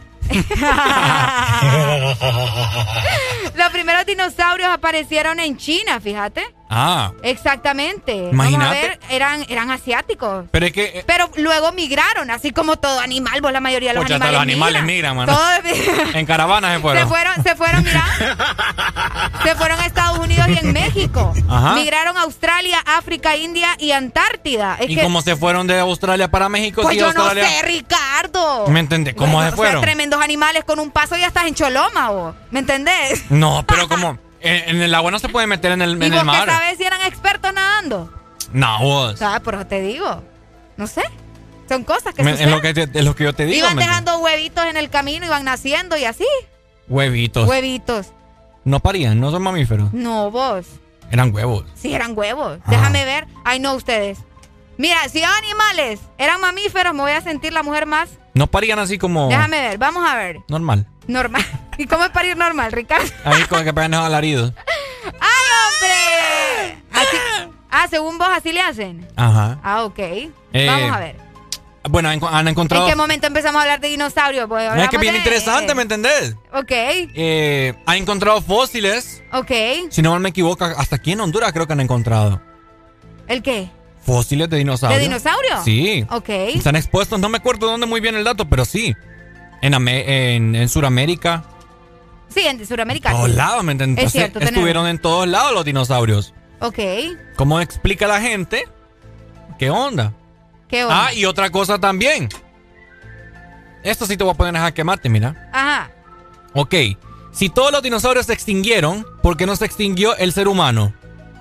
Los primeros dinosaurios aparecieron en China, fíjate. Ah, Exactamente. Imagínate. Vamos a ver, eran, eran asiáticos. pero es que eh, Pero luego migraron, así como todo animal, vos la mayoría de los Pucha, hasta animales los animales migran, mano. Todos- en caravanas se fueron. se fueron, se fueron, mira. Se fueron a Estados Unidos y en México. Ajá. Migraron a Australia, África, India y Antártida. Es ¿Y que, cómo se fueron de Australia para México? pues si yo no Australia... sé, Ricardo. ¿Me entendés? ¿Cómo Bueno, se o sea, fueron? tremendos animales con un paso ya estás en Choloma, vos. ¿Me entendés? No, pero como en, en el agua no se puede meter en el, ¿Y en vos el mar. qué sabes si eran expertos nadando? No, vos. ¿Sabes? Por eso te digo. No sé. Son cosas que Me- suceden. es lo que te- es lo que yo te digo. Iban ¿me dejando huevitos en el camino, iban naciendo y así. entiendes? Huevitos. Huevitos. No parían, no son mamíferos. No, vos. Eran huevos. Sí, eran huevos. Ah. Déjame ver. Ay, no, ustedes. Mira, si eran animales, eran mamíferos, me voy a sentir la mujer más. No parían así como Déjame ver, vamos a ver. normal. Normal. ¿Y cómo es parir normal, Ricardo? Ahí con que pegan esos alaridos. ¡Ay, hombre! Así- ah, según vos, así le hacen. Ajá. Ah, ok. Vamos a ver. Bueno, han, han encontrado... ¿En qué momento empezamos a hablar de dinosaurios? Pues, Es que hablamos bien de- interesante, ¿me entendés? Ok, Eh, han encontrado fósiles. ok. Si no mal me equivoco, hasta aquí en Honduras creo que han encontrado ¿El qué? fósiles de dinosaurios. ¿De dinosaurio? Sí. Ok. Están expuestos, no me acuerdo dónde muy bien el dato, pero sí. En, Ame- en, en Sudamérica. Sí, en Sudamérica. Todos sí. lados, ¿me entiendes? Es Entonces, cierto, tenés estuvieron en todos lados los dinosaurios. Ok. ¿Cómo explica la gente? ¿Qué onda? ¿Qué onda? Ah, y otra cosa también. Esto sí te voy a poner a quemarte, mira. Ajá. Ok. Si todos los dinosaurios se extinguieron, ¿por qué no se extinguió el ser humano?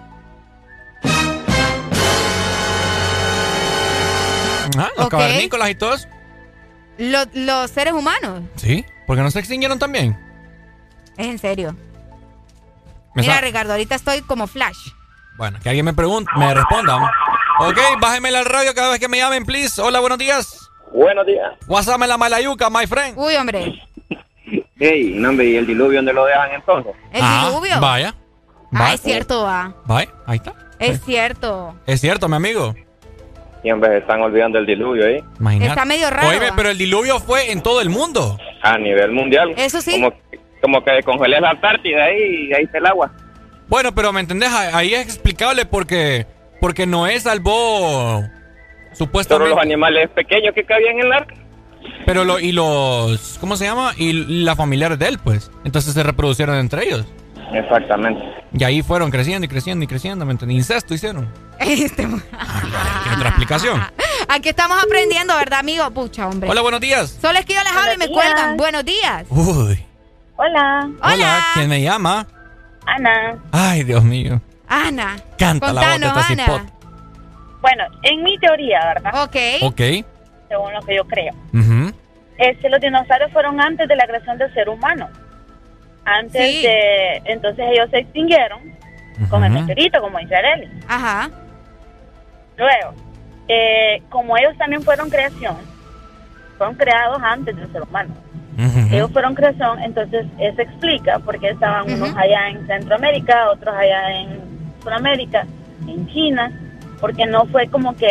Ah, los Ok. cavernícolas y todos. Lo- los seres humanos. Sí. ¿Por qué no se extinguieron también? Es en serio. Me Mira, sa- Ricardo, ahorita estoy como flash. Bueno, que alguien me pregunte, me responda. Ok, bájeme al radio cada vez que me llamen, please. Hola, buenos días. Buenos días. WhatsApp la malayuca, my friend. Uy, hombre. Ey, no, hombre, ¿y el diluvio dónde lo dejan entonces? El Ah, diluvio. Vaya. Ah, Va- es cierto, va. Vaya, ahí está. Es cierto. Es cierto, mi amigo. Siempre se están olvidando del diluvio ahí. Imagínate. Está medio raro, Oye, ¿va? pero el diluvio fue en todo el mundo. A nivel mundial. Eso sí. Como, como que congelé la Antártida ahí y ahí está el agua. Bueno, pero ¿me entendés? Ahí es explicable porque porque Noé salvó Todos supuestamente. los animales pequeños que cabían en el arca. Pero lo, y los ¿cómo se llama? Y las familiares de él, pues. Entonces se reproducieron entre ellos. Exactamente. Y ahí fueron creciendo y creciendo y creciendo, ¿me entendés? Incesto hicieron. Este- ¿Qué otra explicación? Aquí estamos aprendiendo, ¿verdad, amigo? Pucha, hombre. Hola, buenos días. Solo es que yo les hablo y me Buenos días. cuelgan. Buenos días. Uy. Hola, Hola, ¿quién me llama? Ana. Ay, Dios mío. Ana. Canta la voz de Contanos, esta Ana. cipota. Bueno, en mi teoría, ¿verdad? Ok. Ok. Según lo que yo creo. Ujú. Este, los dinosaurios fueron antes de la creación del ser humano. Antes Sí. de... Entonces ellos se extinguieron con el Ujú. meteorito, como dice Arely. Ajá. Luego, eh, como ellos también fueron creación, fueron creados antes del ser humano. Ujú. Ellos fueron creación, entonces eso explica por qué estaban Ujú. unos allá en Centroamérica, otros allá en Sudamérica, en China, porque no fue como que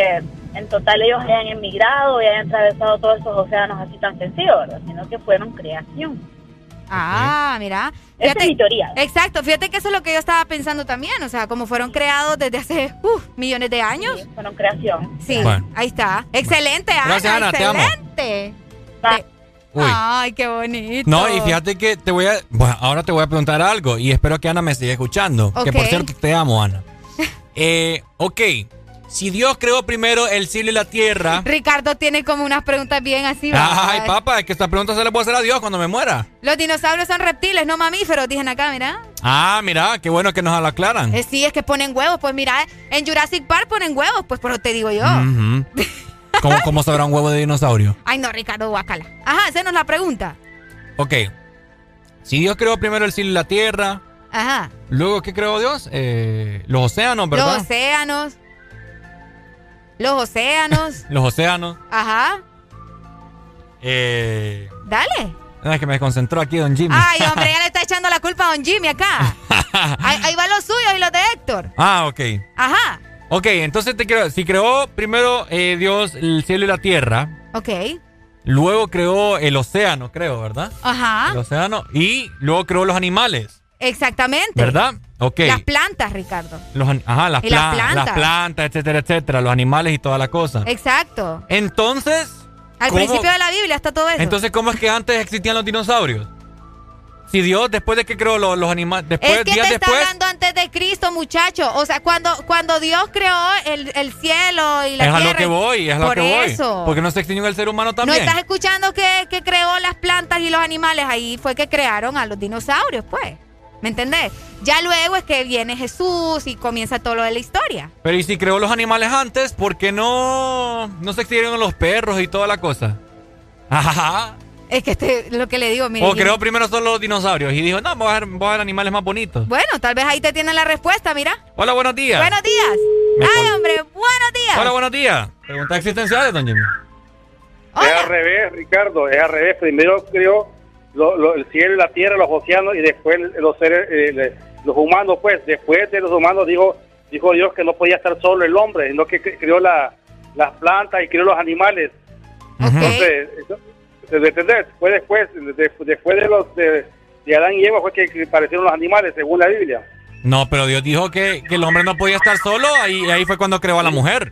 en total ellos hayan emigrado y hayan atravesado todos esos océanos así tan sencillos, ¿verdad? Sino que fueron creación. Ah, mira. Esa es mi teoría. Exacto, fíjate que eso es lo que yo estaba pensando también, o sea, como fueron creados desde hace uf, millones de años. Sí, fueron creación. Sí, bueno. ahí está. Excelente, Ana. Gracias, Ana, te amo. Excelente. Te... Uy. Ay, qué bonito. No, y fíjate que te voy a... Bueno, ahora te voy a preguntar algo y espero que Ana me siga escuchando. Ok. Que por cierto, te amo, Ana. eh, ok, si Dios creó primero el cielo y la tierra... Ricardo tiene como unas preguntas bien así. ¿verdad? Ay, papá, es que esta pregunta se la puedo hacer a Dios cuando me muera. Los dinosaurios son reptiles, no mamíferos, dicen acá, mira. Ah, mira, qué bueno que nos lo aclaran. Eh, sí, es que ponen huevos, pues mira, en Jurassic Park ponen huevos, pues por eso te digo yo. Uh-huh. ¿Cómo, ¿Cómo sabrá un huevo de dinosaurio? Ay, no, Ricardo, guácala. Ajá, hacenos la pregunta. Ok, si Dios creó primero el cielo y la tierra, Ajá. luego, ¿qué creó Dios? Eh, los océanos, ¿verdad? Los océanos. Los océanos. Los océanos. Ajá. Eh... Dale. No, es que me desconcentró aquí, don Jimmy. Ay, hombre, ya le está echando la culpa a don Jimmy acá. ahí, ahí van los suyos y los de Héctor. Ah, ok. Ajá. Ok, entonces te quiero... Si creó primero eh, Dios el cielo y la tierra... Ok. Luego creó el océano, creo, ¿verdad? Ajá. El océano. Y luego creó los animales. Exactamente. ¿Verdad? Ok. Las plantas, Ricardo. Los, ajá, las, Y las plan- plantas. las plantas, etcétera, etcétera. Los animales y toda la cosa. Exacto. Entonces... Al ¿cómo- principio de la Biblia está todo eso. Entonces, ¿cómo es que antes existían los dinosaurios? Si Dios, después de que creó los, los animales... Después, es que días te está después... hablando antes de Cristo, muchacho. O sea, cuando, cuando Dios creó el, el cielo y la Es a tierra. lo que voy, es a lo por que voy. eso. Porque no se extinguió el ser humano ¿No también. estás escuchando que, que creó las plantas y los animales? Ahí fue que crearon a los dinosaurios, pues. ¿Me entendés? Ya luego es que viene Jesús y comienza todo lo de la historia. Pero ¿y si creó los animales antes? ¿Por qué no, no se extinguieron los perros y toda la cosa? Ajá. Es que este, lo que le digo, mire. O creó primero solo los dinosaurios y dijo, no, voy a ver, voy a ver animales más bonitos. Bueno, tal vez ahí te tienen la respuesta, mira. Hola, buenos días. Buenos días. Me Ay, pon- hombre, buenos días. Hola, buenos días. Preguntas existenciales, don Jimmy. Es al revés, Ricardo, es al revés. Primero creó lo- lo- el cielo y la tierra, los océanos, y después los seres, eh, le- los humanos, pues. Después de los humanos dijo dijo Dios que no podía estar solo el hombre, sino que cre- creó la, las plantas y creó los animales. Entonces, eso- ¿me entendés? Fue después, de- después de los de, de Adán y Eva fue que, que aparecieron los animales, según la Biblia. No, pero Dios dijo que, que el hombre no podía estar solo, ahí, ahí fue cuando creó a la mujer.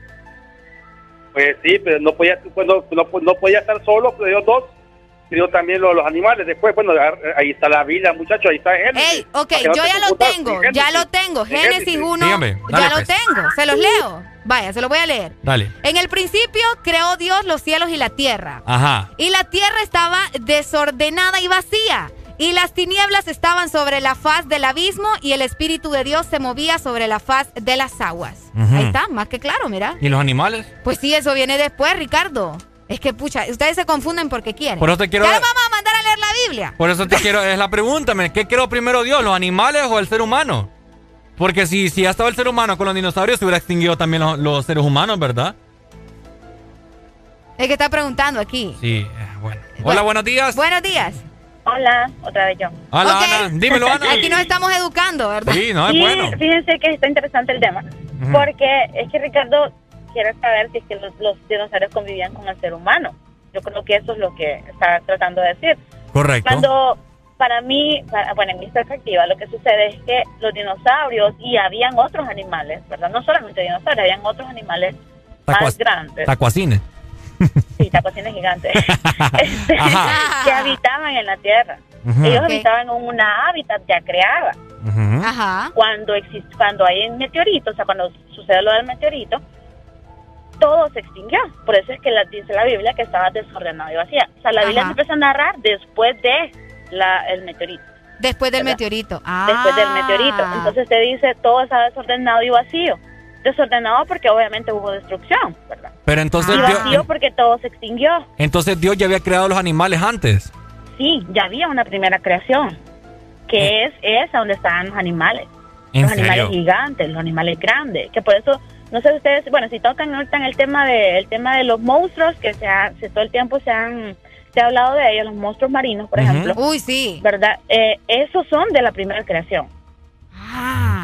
Pues sí, pero no podía, pues no, no, no podía estar solo, pero Dios dos, creó también los, los animales. Después, bueno, ahí está la Biblia, muchachos, ahí está Génesis. Ey, ok, Para que no yo te ya lo confundas, tengo, Génesis. ya lo tengo. Génesis uno, Dígame, ya dale, lo pues. tengo. Se los leo. Vaya, se los voy a leer. Dale. En el principio creó Dios los cielos y la tierra. Ajá. Y la tierra estaba desordenada y vacía. Y las tinieblas estaban sobre la faz del abismo y el Espíritu de Dios se movía sobre la faz de las aguas. Ujú. Ahí está, más que claro, mira. ¿Y los animales? Pues sí, eso viene después, Ricardo. Es que, pucha, ustedes se confunden porque quieren. Por eso te quiero- Ya los vamos a mandar a leer la Biblia. Por eso te quiero, es la pregunta, men, ¿qué creó primero Dios, los animales o el ser humano? Porque si, si ya estaba el ser humano con los dinosaurios, se hubiera extinguido también los, los seres humanos, ¿verdad? El que está preguntando aquí. Sí, eh, bueno. Hola, buenos días. Buenos días. Hola, otra vez yo. Hola, Ok. Ana. Dímelo, Ana. Aquí nos estamos educando, ¿verdad? Sí, no, es Sí, bueno. fíjense que está interesante el tema. Ujú. Porque es que Ricardo quiere saber si es que los, los dinosaurios convivían con el ser humano. Yo creo que eso es lo que está tratando de decir. Correcto. Cuando, para mí, para- bueno, en mi perspectiva, lo que sucede es que los dinosaurios y habían otros animales, ¿verdad? No solamente dinosaurios, habían otros animales más Tacuas- grandes. Tacuacines. Sí, tacuacines gigantes. Este, Ajá. que habitaban en la Tierra. Ujú. Ellos Ok. habitaban en una hábitat ya creada. Ujú. Ajá. Cuando existe, cuando hay un meteorito, o sea, cuando sucede lo del meteorito, todo se extinguió. Por eso es que la, dice la Biblia que estaba desordenado y vacía. O sea, la Biblia Ajá. se empieza a narrar después de la, el meteorito. Después del ¿Verdad? meteorito. Ah. Después del meteorito. Entonces te dice todo está desordenado y vacío. Desordenado porque obviamente hubo destrucción, ¿verdad? Pero entonces Y Dios, vacío porque todo se extinguió. entonces Dios ya había creado los animales antes. Sí, ya había una primera creación, que es esa donde estaban los animales. ¿En Los serio? animales gigantes, los animales grandes, que por eso, no sé ustedes, bueno, si tocan ahorita en el tema de, el tema de los monstruos, que se ha, se, todo el tiempo se han, se ha hablado de ellos, los monstruos marinos, por Ujú. ejemplo. Uy, sí. ¿Verdad? Eh, esos son de la primera creación. Ah.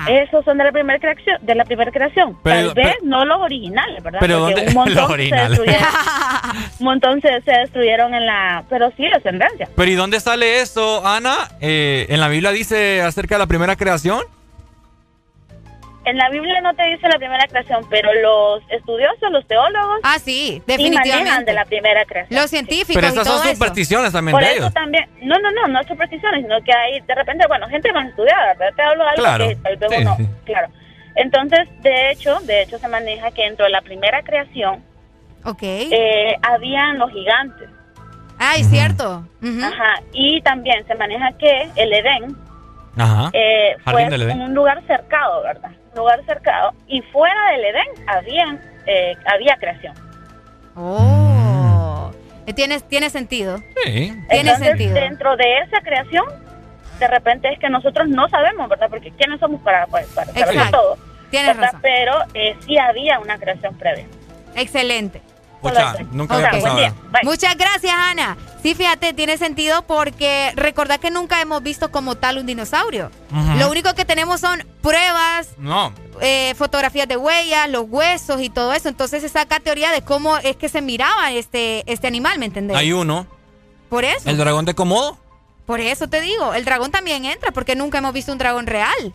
Esos son de la primera creación, de la primera creación. Pero, Tal vez pero, no los originales, ¿verdad? Pero Porque ¿dónde? un montón Los se originales. destruyeron. Un montón se, se destruyeron en la, pero sí, descendencia. Pero ¿y dónde sale eso, Ana? Eh, ¿En la Biblia dice acerca de la primera creación? En la Biblia no te dice la primera creación, pero los estudiosos, los teólogos, ah, sí, sí definitivamente. manejan de la primera creación. Los científicos Pero y esas todo son eso. supersticiones también Por de eso ellos. también, no, no, no, no es supersticiones, sino que hay de repente, bueno, gente más estudiada, pero te hablo de algo Claro. que tal vez Sí, uno, sí. claro. Entonces, de hecho, de hecho se maneja que dentro de la primera creación, okay. eh, habían los gigantes. Ah, es cierto. Uh-huh. Ajá, y también se maneja que el Edén Ajá. eh, fue Jardín del Edén. un lugar cercado, ¿verdad? Un lugar cercado, y fuera del Edén había, eh, había creación. Oh, tiene, tiene sentido. Sí. Tiene Entonces, sentido. dentro de esa creación, de repente es que nosotros no sabemos, ¿verdad? Porque ¿quiénes somos para, para, para saber Exacto. todo? Tienes ¿verdad? razón. Pero eh, sí había una creación previa. Excelente. Pucha, nunca había Ok. pensado. Buen día. Bye. Muchas gracias, Ana. Sí, fíjate, tiene sentido porque recordad que nunca hemos visto como tal un dinosaurio. Ujú. Lo único que tenemos son pruebas, No. eh, fotografías de huellas, los huesos y todo eso. Entonces se saca teoría de cómo es que se miraba este, este animal, ¿me entendés? Hay uno. Por eso. ¿El dragón de Komodo? Por eso te digo, el dragón también entra porque nunca hemos visto un dragón real.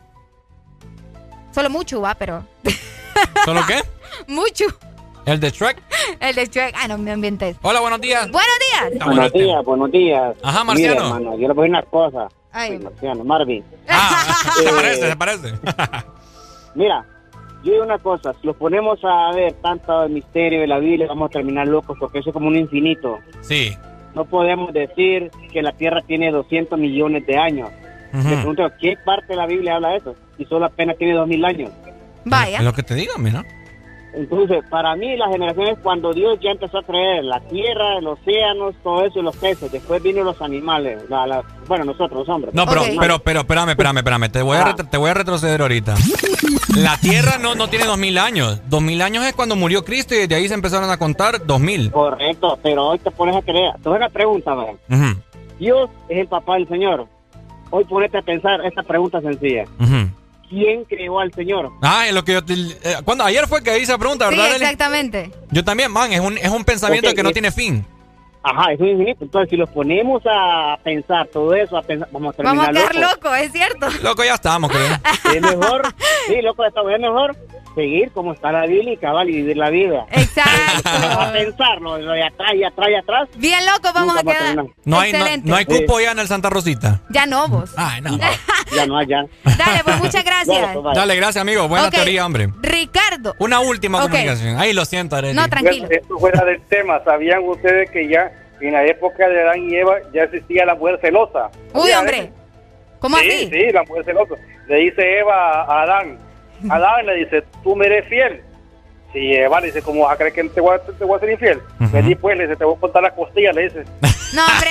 Solo mucho, va, pero... ¿Solo qué? mucho. ¿El de Shrek? El de Shrek. Ah, no me ambienté. Hola, buenos días. Buenos días. Ah, Buenos días, buenos días. Ajá, Mire, Marciano. hermano, yo le voy a decir una cosa. Ay. Soy Marciano, Marvin. Ah, se Eh, parece, se parece. Mira, yo digo una cosa, si los ponemos a ver tanto misterio de la Biblia, vamos a terminar locos porque eso es como un infinito. Sí. No podemos decir que la Tierra tiene doscientos millones de años. Ujú. Le pregunto, ¿qué parte de la Biblia habla de eso? Y solo apenas tiene dos mil años. Vaya. Es lo que te digo, mira. Entonces, para mí, las generaciones cuando Dios ya empezó a crear la tierra, los océanos, todo eso y los peces, después vino los animales, la, la, bueno, nosotros los hombres. No, pero, Ok. pero, pero, espérame, espérame, espérame. Te voy, a Ah. retro- te voy a retroceder ahorita. La Tierra no, no tiene dos mil años. Dos mil años es cuando murió Cristo y desde ahí se empezaron a contar dos mil. Correcto, pero hoy te pones a creer. Te voy a una pregunta, ¿verdad? Ujú, Dios es el papá del Señor. Hoy ponete a pensar esta pregunta sencilla. ujú. ¿Quién creó al Señor? Ah, es lo que yo... te- eh, ¿cuándo? Ayer fue que hice esa pregunta, Sí, ¿verdad, Eli? exactamente. Yo también, man. Es un, es un pensamiento Ok, que no eh. tiene fin. Ajá, es un infinito. Entonces, si los ponemos a pensar todo eso, a pensar, vamos a terminar Vamos a quedar locos. locos, es cierto. Loco, ya estamos, creo. Es mejor, sí, loco, está es mejor seguir como está la Biblia y cabal y vivir la vida. Exacto. A pensarlo, lo de atrás y atrás y atrás. Bien locos vamos Nunca a vamos a quedar. terminar. No hay, no, Excelente. no hay cupo ya en el Santa Rosita. Ya no, vos. Ay, no. Ya no hay, ya. Dale, pues muchas gracias. Dale, pues, vaya. Dale, gracias, amigo. Buena Ok. teoría, hombre. Ricardo. Una última Ok. comunicación. Ahí lo siento, Arely. No, tranquilo. Bueno, esto fuera del tema, ¿sabían ustedes que ya en la época de Adán y Eva ya existía la mujer celosa? Uy, ¿Sabían? hombre. ¿Cómo sí, así? Sí, la mujer celosa. Le dice Eva a Adán. Adán le dice, tú me eres fiel. Sí, Eva le dice, ¿cómo vas a creer que te voy a, te voy a ser infiel? Ujú. Vení pues, le dice, te voy a contar las costillas, le dice. No, hombre.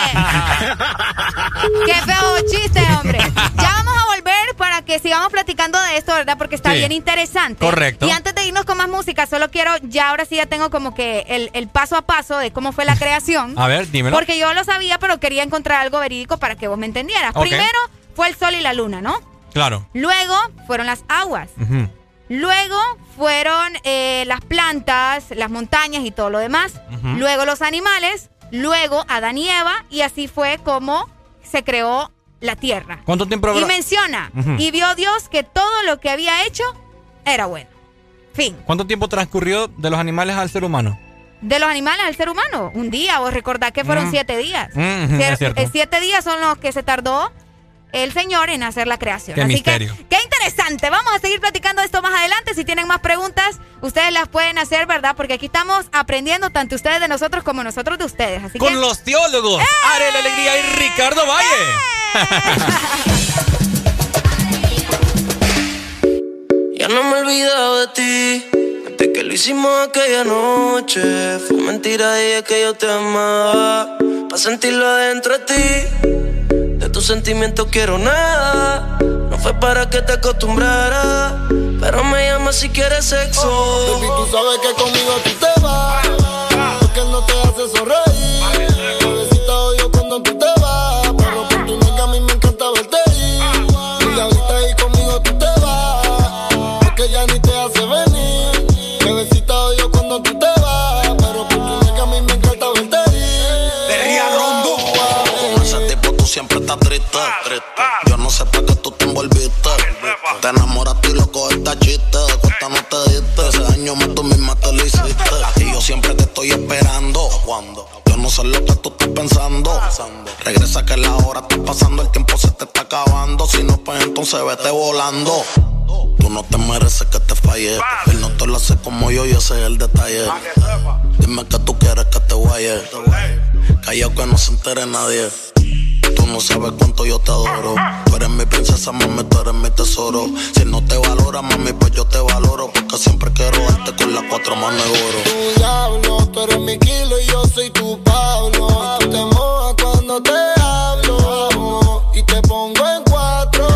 Qué feo chiste, hombre. Ya vamos a volver para que sigamos platicando de esto, ¿verdad? Porque está Sí. bien interesante. Correcto. Y antes de irnos con más música, solo quiero, ya ahora sí ya tengo como que el, el paso a paso de cómo fue la creación. A ver, dímelo. Porque yo lo sabía, pero quería encontrar algo verídico para que vos me entendieras. Ok. Primero fue el sol y la luna, ¿no? Claro. Luego fueron las aguas. Ujú. Luego fueron eh, las plantas, las montañas y todo lo demás. Ujú. Luego los animales. Luego Adán y Eva. Y así fue como se creó la tierra. ¿Cuánto tiempo Y habrá? menciona, Ujú. y vio Dios que todo lo que había hecho era bueno. Fin. ¿Cuánto tiempo transcurrió de los animales al ser humano? De los animales al ser humano, un día. Vos recordás que fueron Mm. siete días. Mm, ujú, Cier- es cierto. eh, siete días son los que se tardó el Señor en hacer la creación. Qué Así misterio. que, qué interesante. Vamos a seguir platicando esto más adelante. Si tienen más preguntas, ustedes las pueden hacer, ¿verdad? Porque aquí estamos aprendiendo tanto ustedes de nosotros como nosotros de ustedes. Así Con que... los teólogos, ¡Eh! Arely Alegría y Ricardo Valle. Ya no me he olvidado de ti, desde que lo hicimos aquella noche. Fue mentira y es que yo te amaba, pa' sentirlo adentro de ti. De tus sentimientos quiero nada, no fue para que te acostumbraras, pero me llamas si quieres sexo. Baby, tú sabes que conmigo tú te vas, porque él no te hace sonreír. Bebecita odio cuando tú te vas, pero por tu nega a mí me encanta verte ir. Y ahorita ahí conmigo tú te vas. está triste, triste. Yo no sé para qué tú te envolviste. Te enamoraste y loco esta chiste. De cuesta no te diste. Ese año más tú misma te lo hiciste. Y yo siempre te estoy esperando. Cuando yo no sé lo que tú estás pensando. Regresa que la hora está pasando. El tiempo se te está acabando. Si no, pues entonces vete volando. Tú no te mereces que te falle. Él no te lo hace como yo y ese es el detalle. Dime que tú quieres que te guaye. Callao que no se entere nadie. Tú no sabes cuánto yo te adoro. Tú eres mi princesa, mami, tú eres mi tesoro. Si no te valora, mami, pues yo te valoro. Porque siempre quiero darte con las cuatro manos de oro. Tu diablo, tú eres mi kilo y yo soy tu Pablo. Tú te mojas cuando te hablo y te pongo en cuatro.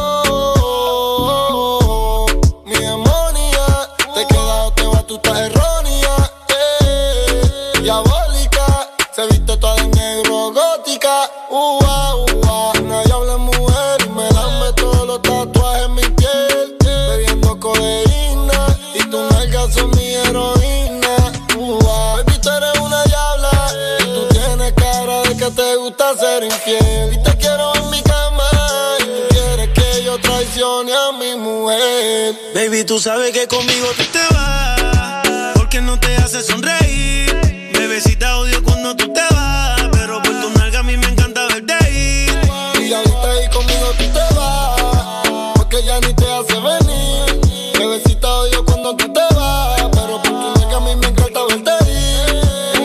Mi demonia, te queda o te va, tú estás errónea. Eh, diabólica, se viste toda de negro, gótica. Uh, uh, uh, nadie habla mujer y me dame todos los tatuajes en mi piel. Bebiendo codeína y tus nalgas son mi heroína. Uh, uh, baby, tú eres una diabla y tú tienes cara de que te gusta ser infiel. Y te quiero en mi cama y tú quieres que yo traicione a mi mujer. Baby, tú sabes que conmigo tú te vas, porque no te hace sonreír. Bebecita, odio cuando tú te vas, pero por tu nalga a mí me encanta verte ir. Y ahorita ahí conmigo tú te vas, porque ya ni te hace venir. Bebecita, odio cuando tú te vas, pero por tu nalga a mí me encanta verte ir.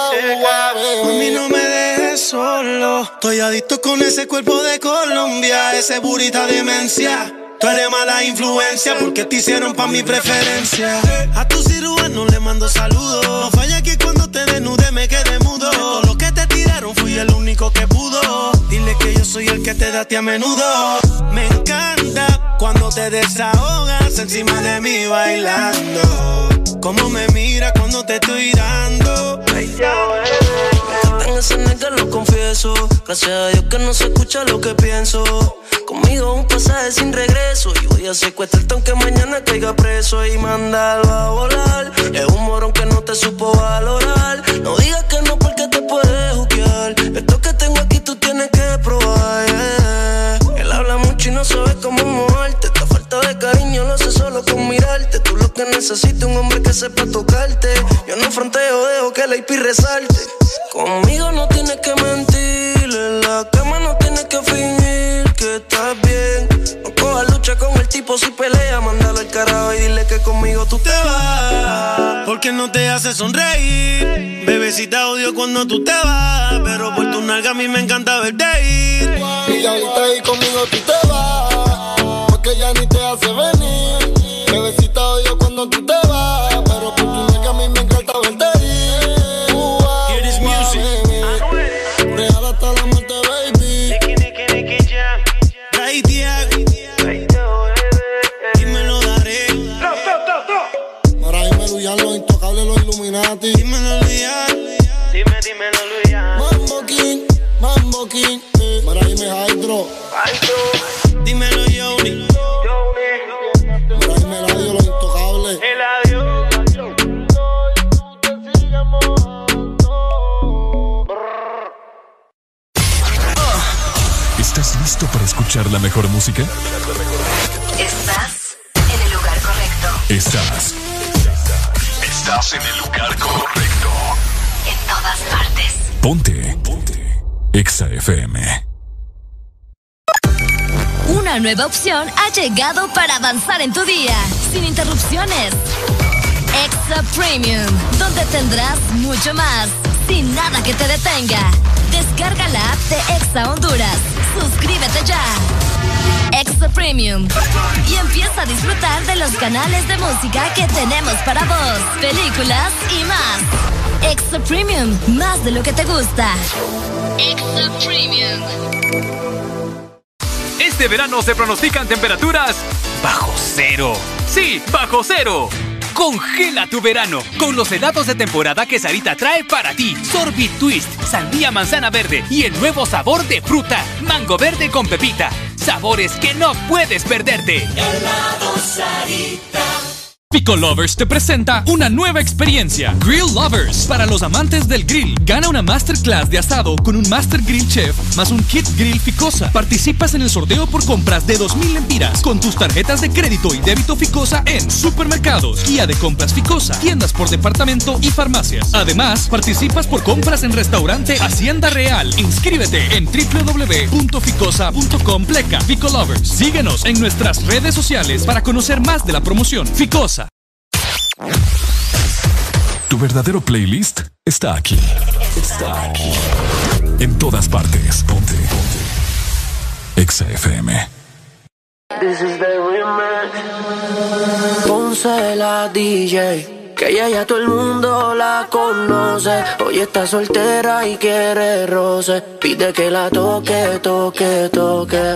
A mí no me dejes solo, estoy adicto con ese cuerpo de Colombia, ese burita demencia. Tú eres mala influencia porque te hicieron pa' mi preferencia. A tu cirujano le mando saludos. No falla que cuando te desnude me quede mudo. De todo lo que te tiraron fui el único que pudo. Dile que yo soy el que te da a ti a menudo. Me encanta cuando te desahogas encima de mí bailando. Cómo me mira cuando te estoy dando. Ay, ya, en ese nega lo confieso. Gracias a Dios que no se escucha lo que pienso. Conmigo un pasaje sin regreso. Y voy a secuestrarte aunque mañana caiga preso y mandarlo a volar. Es un morón que no te supo valorar. No digas que no porque te puedes juquear. Esto que tengo aquí tú tienes que probar, yeah. Él habla mucho y no sabe cómo moverte. Esta falta de cariño lo hace solo con mirarte. Tú lo que necesitas un hombre que sepa tocarte. Yo no fronteo, dejo que la I P resalte. Conmigo no tienes que mentir. En la cama no tienes que fingir que estás bien. No cojas lucha con el tipo si pelea. Mándalo al carajo y dile que conmigo tú te vas, porque no te hace sonreír. Bebecita, odio cuando tú te vas, pero por tu nalga a mí me encanta verte ir. Y ahorita ahí conmigo tú te vas, porque ya ni te hace venir. Bebecita, odio cuando tú te vas, pero por tu nalga a mí me encanta verte ir. Uh, Here is music. Real hasta la muerte, baby. Nicky, Nicky, Nicky Jam. Ray Tiago. Dímelo, daré. Para irme Luyan, los intocables, los Illuminati. Dímelo, Luyan. Dime, dímelo, Luyan. Mambo King, Mambo King. Eh. Para irme Hydro. Dímelo, Yoni. Para irme Eladio, los intocables. Eladio. ¿Estás listo para escuchar la mejor música? Estás en el lugar correcto. Estás. Estás en el lugar correcto. En todas partes. Ponte. Ponte. Exa F M. Una nueva opción ha llegado para avanzar en tu día, sin interrupciones. Exa Premium, donde tendrás mucho más, sin nada que te detenga. Descarga la app de Exa Honduras. Suscríbete ya. Exa Premium. Y empieza a disfrutar de los canales de música que tenemos para vos, películas y más. Exa Premium, más de lo que te gusta. Exa Premium. Este verano se pronostican temperaturas bajo cero. Sí, bajo cero. Congela tu verano con los helados de temporada que Sarita trae para ti. Sorbit Twist, sandía manzana verde y el nuevo sabor de fruta, mango verde con pepita. Sabores que no puedes perderte. Helado Sarita. Pico Lovers te presenta una nueva experiencia, Grill Lovers, para los amantes del grill. Gana una masterclass de asado con un Master Grill Chef más un kit grill Ficosa. Participas en el sorteo por compras de dos mil lempiras con tus tarjetas de crédito y débito Ficosa en supermercados, guía de compras Ficosa, tiendas por departamento y farmacias. Además, participas por compras en restaurante Hacienda Real. Inscríbete en doble u doble u doble u punto ficosa punto com pleca Pico Lovers. Síguenos en nuestras redes sociales para conocer más de la promoción. Ficosa. Tu verdadero playlist está aquí. Está aquí. En todas partes. Ponte. Ponte. Exa F M. This is the remix. Ponce la D J, que ella ya todo el mundo la conoce. Hoy está soltera y quiere roce. Pide que la toque, toque, toque.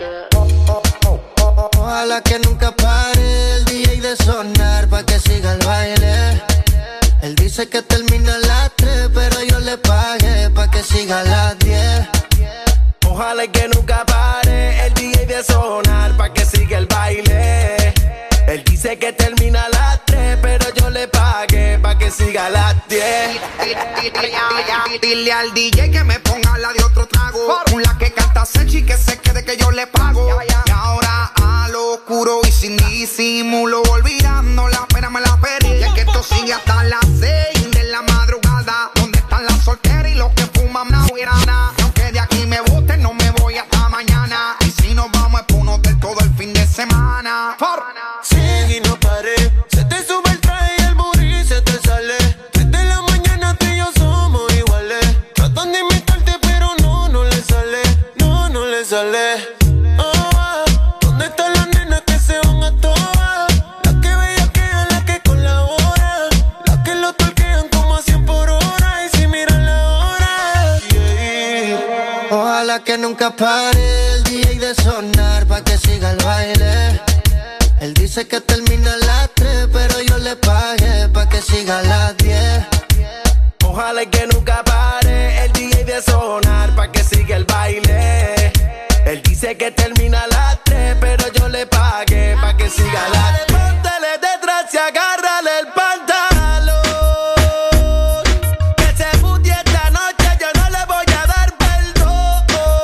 Ojalá que nunca pare el D J de sonar pa' que siga el baile. Él dice que termina a las tres, pero yo le pagué pa' que siga a las diez. Ojalá que nunca pare el D J de sonar pa' que siga el baile. Él dice que termina a las tres, pero yo le pagué pa' que siga a las diez. Dile al D J que me ponga la de otro trago. Una que canta Sechi, que se quede que yo le pago. Y ahora a lo oscuro y sin disimulo, olvidando la pena me la perdí. Y es que esto sigue hasta las seis de la madrugada. ¿Dónde están las solteras y los que fuman marihuana? Aunque de aquí me boten, no me voy hasta mañana. Y si nos vamos es por un hotel todo el fin de semana. Sigue y no paré. Se te sube el traje y el booty se te sale. Desde la mañana tú y yo somos iguales. Tratan de imitarte pero no, no le sale. No, no le sale. Oh, ¿dónde están las nenas que se van a todas? Las que bellaquean, las que colaboran. Las que lo torquean como a cien por hora. Y si miran la hora, yeah. Ojalá que nunca pare el D J de sonar pa' que siga el baile. Él dice que termina a las tres, pero yo le pagué pa' que siga a las diez. Ojalá que nunca pare el D J de sonar pa' que siga el baile. Él dice que termina a las tres, pero yo le pagué pa' que siga a las diez. Póntele detrás y agárrale el pantalón. Que se pudie esta noche, yo no le voy a dar perdón.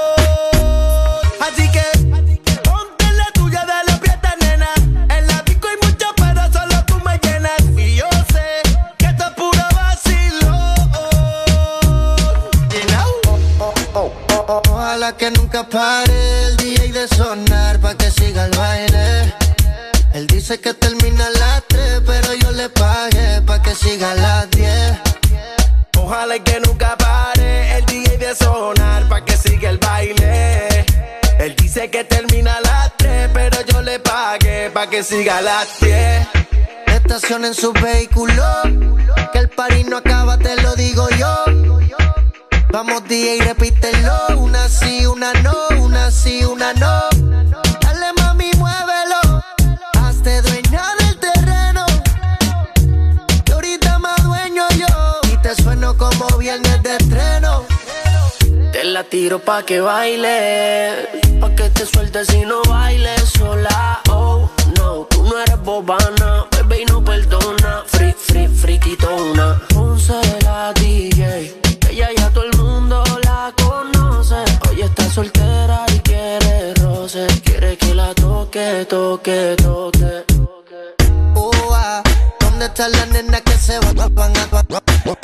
Así que ponte la tuya de la prieta, nena. En la disco hay mucho, pero solo tú me llenas. Y yo sé que esto es puro vacilón. You know? Oh, oh, oh, ojalá que nunca pare el D J de sonar pa' que siga el baile. Él dice que termina a las tres, pero yo le pagué pa' que siga a las diez. Ojalá que nunca pare el D J de sonar pa' que siga el baile. Él dice que termina a las tres, pero yo le pagué pa' que siga a las diez. Estacionen su vehículo, que el party no acaba, te lo digo yo. Vamos D J, repítelo, una sí, una no, una sí, una no. Dale mami, muévelo, hazte dueña del terreno. Y ahorita más dueño yo, y te sueno como viernes de estreno. Te la tiro pa' que baile, pa' que te sueltes y no bailes sola. Oh, no, tú no eres bobana, bebé y no perdona. Free, free, friquitona. Ponce la D J, ella ya todo el mundo la conoce. Hoy está soltera y quiere roce. Quiere que la toque, toque, toque. Oh, ah, ¿dónde están las nenas que se van a van a van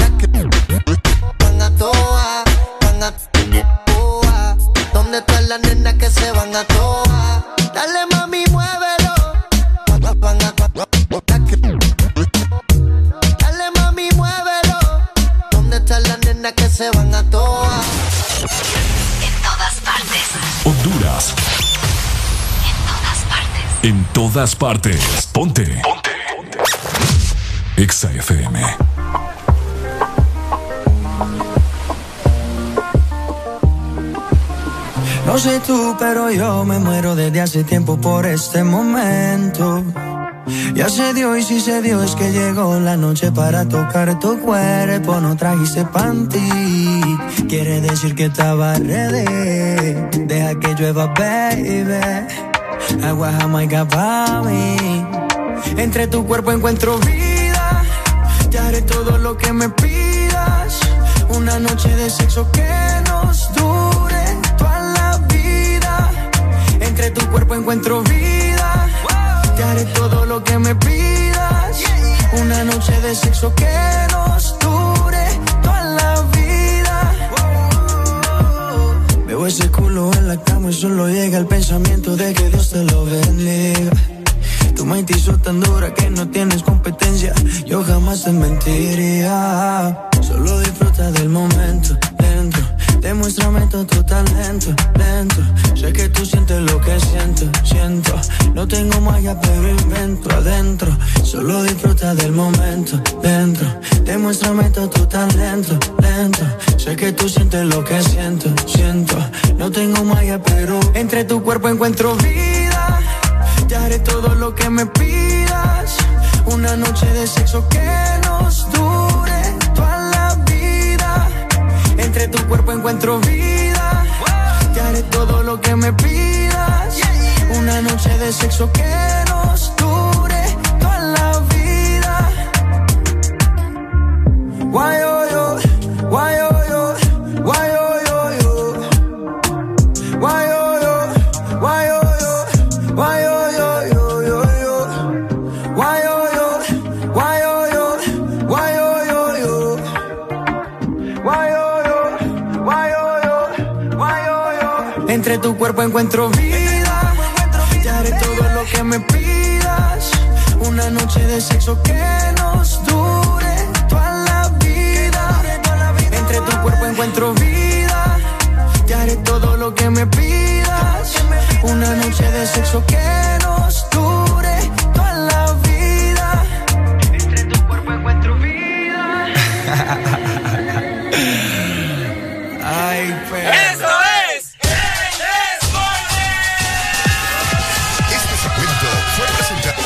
a toa, van a oh, ah, ¿dónde están las nenas que se van a toa? Dale mami, muévelo. Van a dale mami, muévelo. ¿Dónde están las nenas que se van a toa? En todas partes. Honduras. En todas partes. En todas partes. Ponte. Ponte. Exa F M. No sé tú, pero yo me muero desde hace tiempo por este momento. Ya se dio y si se dio es que llegó la noche para tocar tu cuerpo. No trajiste panty, quiere decir que estaba ready. Deja que llueva, baby. Agua jamaica pa' mí. Entre tu cuerpo encuentro vida. Te haré todo lo que me pidas. Una noche de sexo que nos dure toda la vida. Entre tu cuerpo encuentro vida. Te haré todo lo que me pidas. Una noche de sexo que nos dure toda la vida. Veo ese culo en la cama y solo llega el pensamiento de que Dios te lo bendiga. Tu mente hizo tan dura que no tienes competencia. Yo jamás te mentiría. Solo disfruta del momento, lento. Demuéstrame todo tu talento, lento. Sé que tú sientes lo que siento, siento. No tengo magia pero invento adentro. Solo disfruta del momento, lento. Demuéstrame todo tu talento, lento. Sé que tú sientes lo que siento, siento. No tengo magia pero entre tu cuerpo encuentro vida. Te haré todo lo que me pidas. Una noche de sexo que nos dure toda la vida. Entre tu cuerpo encuentro vida. Te haré todo lo que me pidas. Una noche de sexo que nos dure toda la vida. Why oh yo, why oh yo, why oh yo yo. Why oh yo, why oh yo, why oh yo yo yo yo. Why oh yo, why oh yo, why oh yo yo. Why oh yo, why oh yo, why oh yo. Entre tu cuerpo encuentro vida. Te haré todo lo que me pidas. Una noche de sexo que nos dure toda la vida. Entre tu cuerpo encuentro vida. Te haré todo lo que me pidas. Una noche de sexo que nos dure toda la vida. Entre tu cuerpo encuentro vida. Ay, pero... ¡Eso es! Este segmento fue presentado.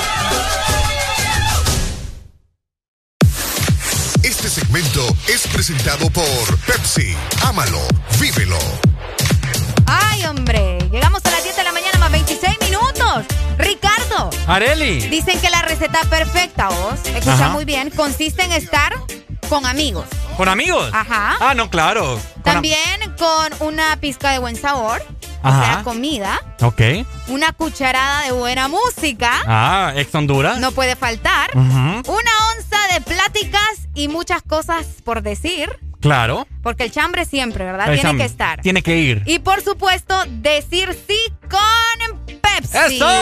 Este segmento es presentado por Pepsi. Ámalo, vívelo. Ay, hombre, llegamos a las diez de la mañana más veintiséis minutos. Ricardo. Areli. Dicen que la receta perfecta, vos, escucha Ajá. muy bien, consiste en estar con amigos. ¿Con amigos? Ajá. Ah, no, claro. Con También am- con una pizca de buen sabor, Ajá. o sea, comida, Ok. una cucharada de buena música, Ah, ex Honduras. no puede faltar, Ujú. una onza de pláticas y muchas cosas por decir, Claro. porque el chambre siempre, ¿verdad? El Tiene chambre. que estar. Tiene que ir. Y por supuesto, decir sí con Pepsi. ¡Eso!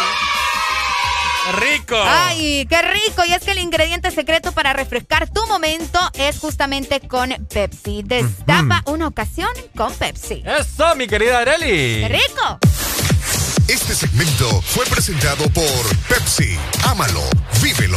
¡Rico! ¡Ay, qué rico! Y es que el ingrediente secreto para refrescar tu momento es justamente con Pepsi. Destapa una ocasión con Pepsi. ¡Eso, mi querida Areli! ¡Qué rico! Este segmento fue presentado por Pepsi. Ámalo, vívelo.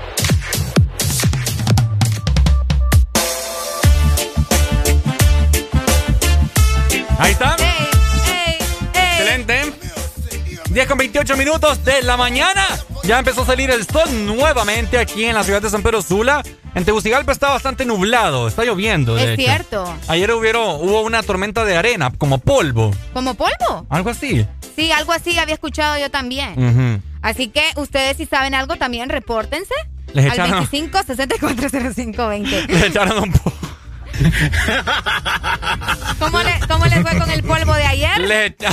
Ahí está. ¡Ey, ey, ey! Excelente. diez con veintiocho minutos de la mañana. Ya empezó a salir el sol nuevamente aquí en la ciudad de San Pedro Sula. En Tegucigalpa está bastante nublado, está lloviendo. De Es hecho. cierto. Ayer hubieron, hubo una tormenta de arena, como polvo. ¿Como polvo? Algo así. Sí, algo así había escuchado yo también. Ujú. Así que ustedes si saben algo también repórtense Les al echaron- veinticinco sesenta y cuatro cero cinco veinte. Le echaron un po- ¿Cómo, le, ¿Cómo les fue con el polvo de ayer? Le, echa-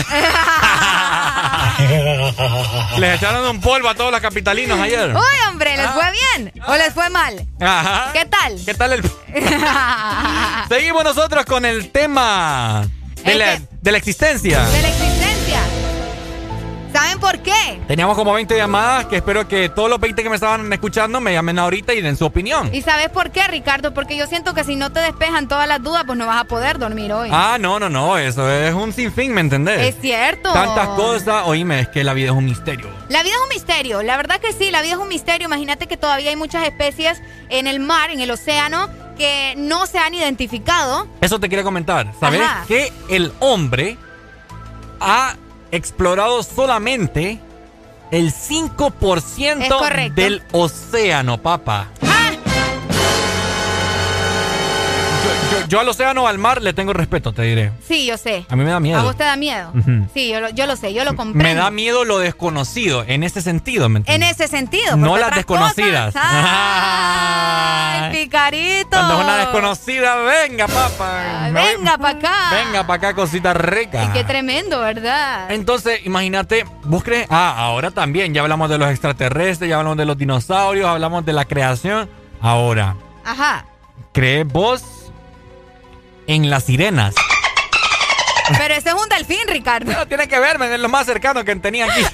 Les echaron un polvo a todos los capitalinos ayer. Uy, hombre, ¿les fue bien o les fue mal? Ajá. ¿Qué tal? ¿Qué tal el...? Seguimos nosotros con el tema de la, Este- de la existencia. De la existencia. ¿Saben por qué? Teníamos como veinte llamadas que espero que todos los veinte que me estaban escuchando me llamen ahorita y den su opinión. ¿Y sabes por qué, Ricardo? Porque yo siento que si no te despejan todas las dudas, pues no vas a poder dormir hoy. Ah, no, no, no, eso es un sinfín, ¿me entendés? Es cierto. Tantas cosas, oíme, es que la vida es un misterio. La vida es un misterio, la verdad que sí, la vida es un misterio. Imagínate que todavía hay muchas especies en el mar, en el océano, que no se han identificado. Eso te quería comentar. ¿Sabes Ajá. que el hombre ha explorado solamente el cinco por Es ciento correcto. del océano, papá? ¡Ah! Yo, yo, yo al océano o al mar le tengo respeto, te diré. Sí, yo sé. A mí me da miedo. ¿A vos te da miedo? Uh-huh. Sí, yo lo, yo lo sé, yo lo comprendo. Me da miedo lo desconocido, en ese sentido, ¿me entiendes? En ese sentido. No las desconocidas. Ay, picarito. Cuando es una desconocida, venga, papá. Ay, venga para acá. Venga para acá, cosita rica. Ay, qué tremendo, ¿verdad? Entonces, imagínate, ¿vos crees? Ah, ahora también, ya hablamos de los extraterrestres, ya hablamos de los dinosaurios, hablamos de la creación. Ahora, ajá. ¿crees vos en las sirenas? Pero ese es un delfín, Ricardo. No, tiene que verme, es lo más cercano que tenía aquí.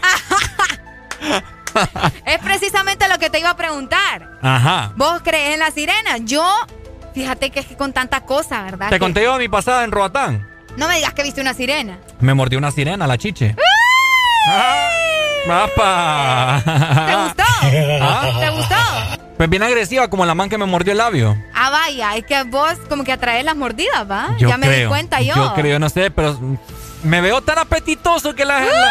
Es precisamente lo que te iba a preguntar. Ajá. ¿Vos crees en las sirenas? Yo, fíjate que es que con tanta cosa, ¿verdad? Te que... conté yo mi pasada en Roatán. No me digas que viste una sirena. Me mordió una sirena, la chiche. ¡Mapa! ¿Te gustó? ¿Ah? ¿Te gustó? Pues bien agresiva, como la man que me mordió el labio. Ah, vaya, es que vos como que atraes las mordidas, ¿va? Yo ya me creo, di cuenta yo. Yo creo, no sé, pero me veo tan apetitoso que la, la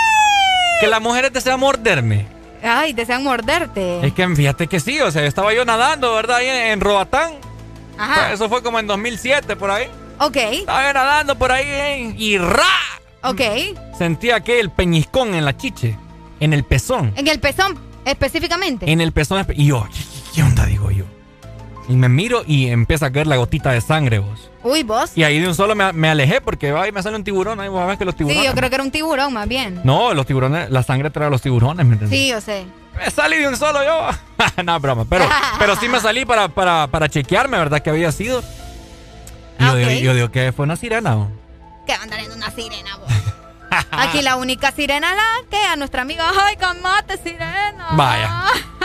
que las mujeres desean morderme. Ay, desean morderte. Es que fíjate que sí, o sea, estaba yo nadando, ¿verdad? Ahí en, en Roatán. Ajá. Eso fue como en dos mil siete, por ahí. Ok. Estaba yo nadando por ahí ¿eh? y ¡ra! Ok. Sentía que el peñiscón en la chiche, en el pezón. En el pezón, específicamente. En el pezón. Y yo, ¿qué, qué onda? Digo yo. Y me miro y empieza a caer la gotita de sangre, vos. Uy, vos. Y ahí de un solo me, me alejé porque ay, me sale un tiburón. Ahí vos ves que los tiburones. Sí, yo creo que era un tiburón, más bien. No, los tiburones, la sangre trae a los tiburones, ¿me entiendes? Sí, yo sé. Me salí de un solo yo. No, broma. Pero, pero sí me salí para, para, para chequearme, ¿verdad? Que había sido. Y yo, okay. digo, yo digo que fue una sirena, ¿no? ¿Qué va a andar en una sirena, vos? Aquí la única sirena es la que a nuestra amiga. ¡Ay, calmate, sirena! Vaya.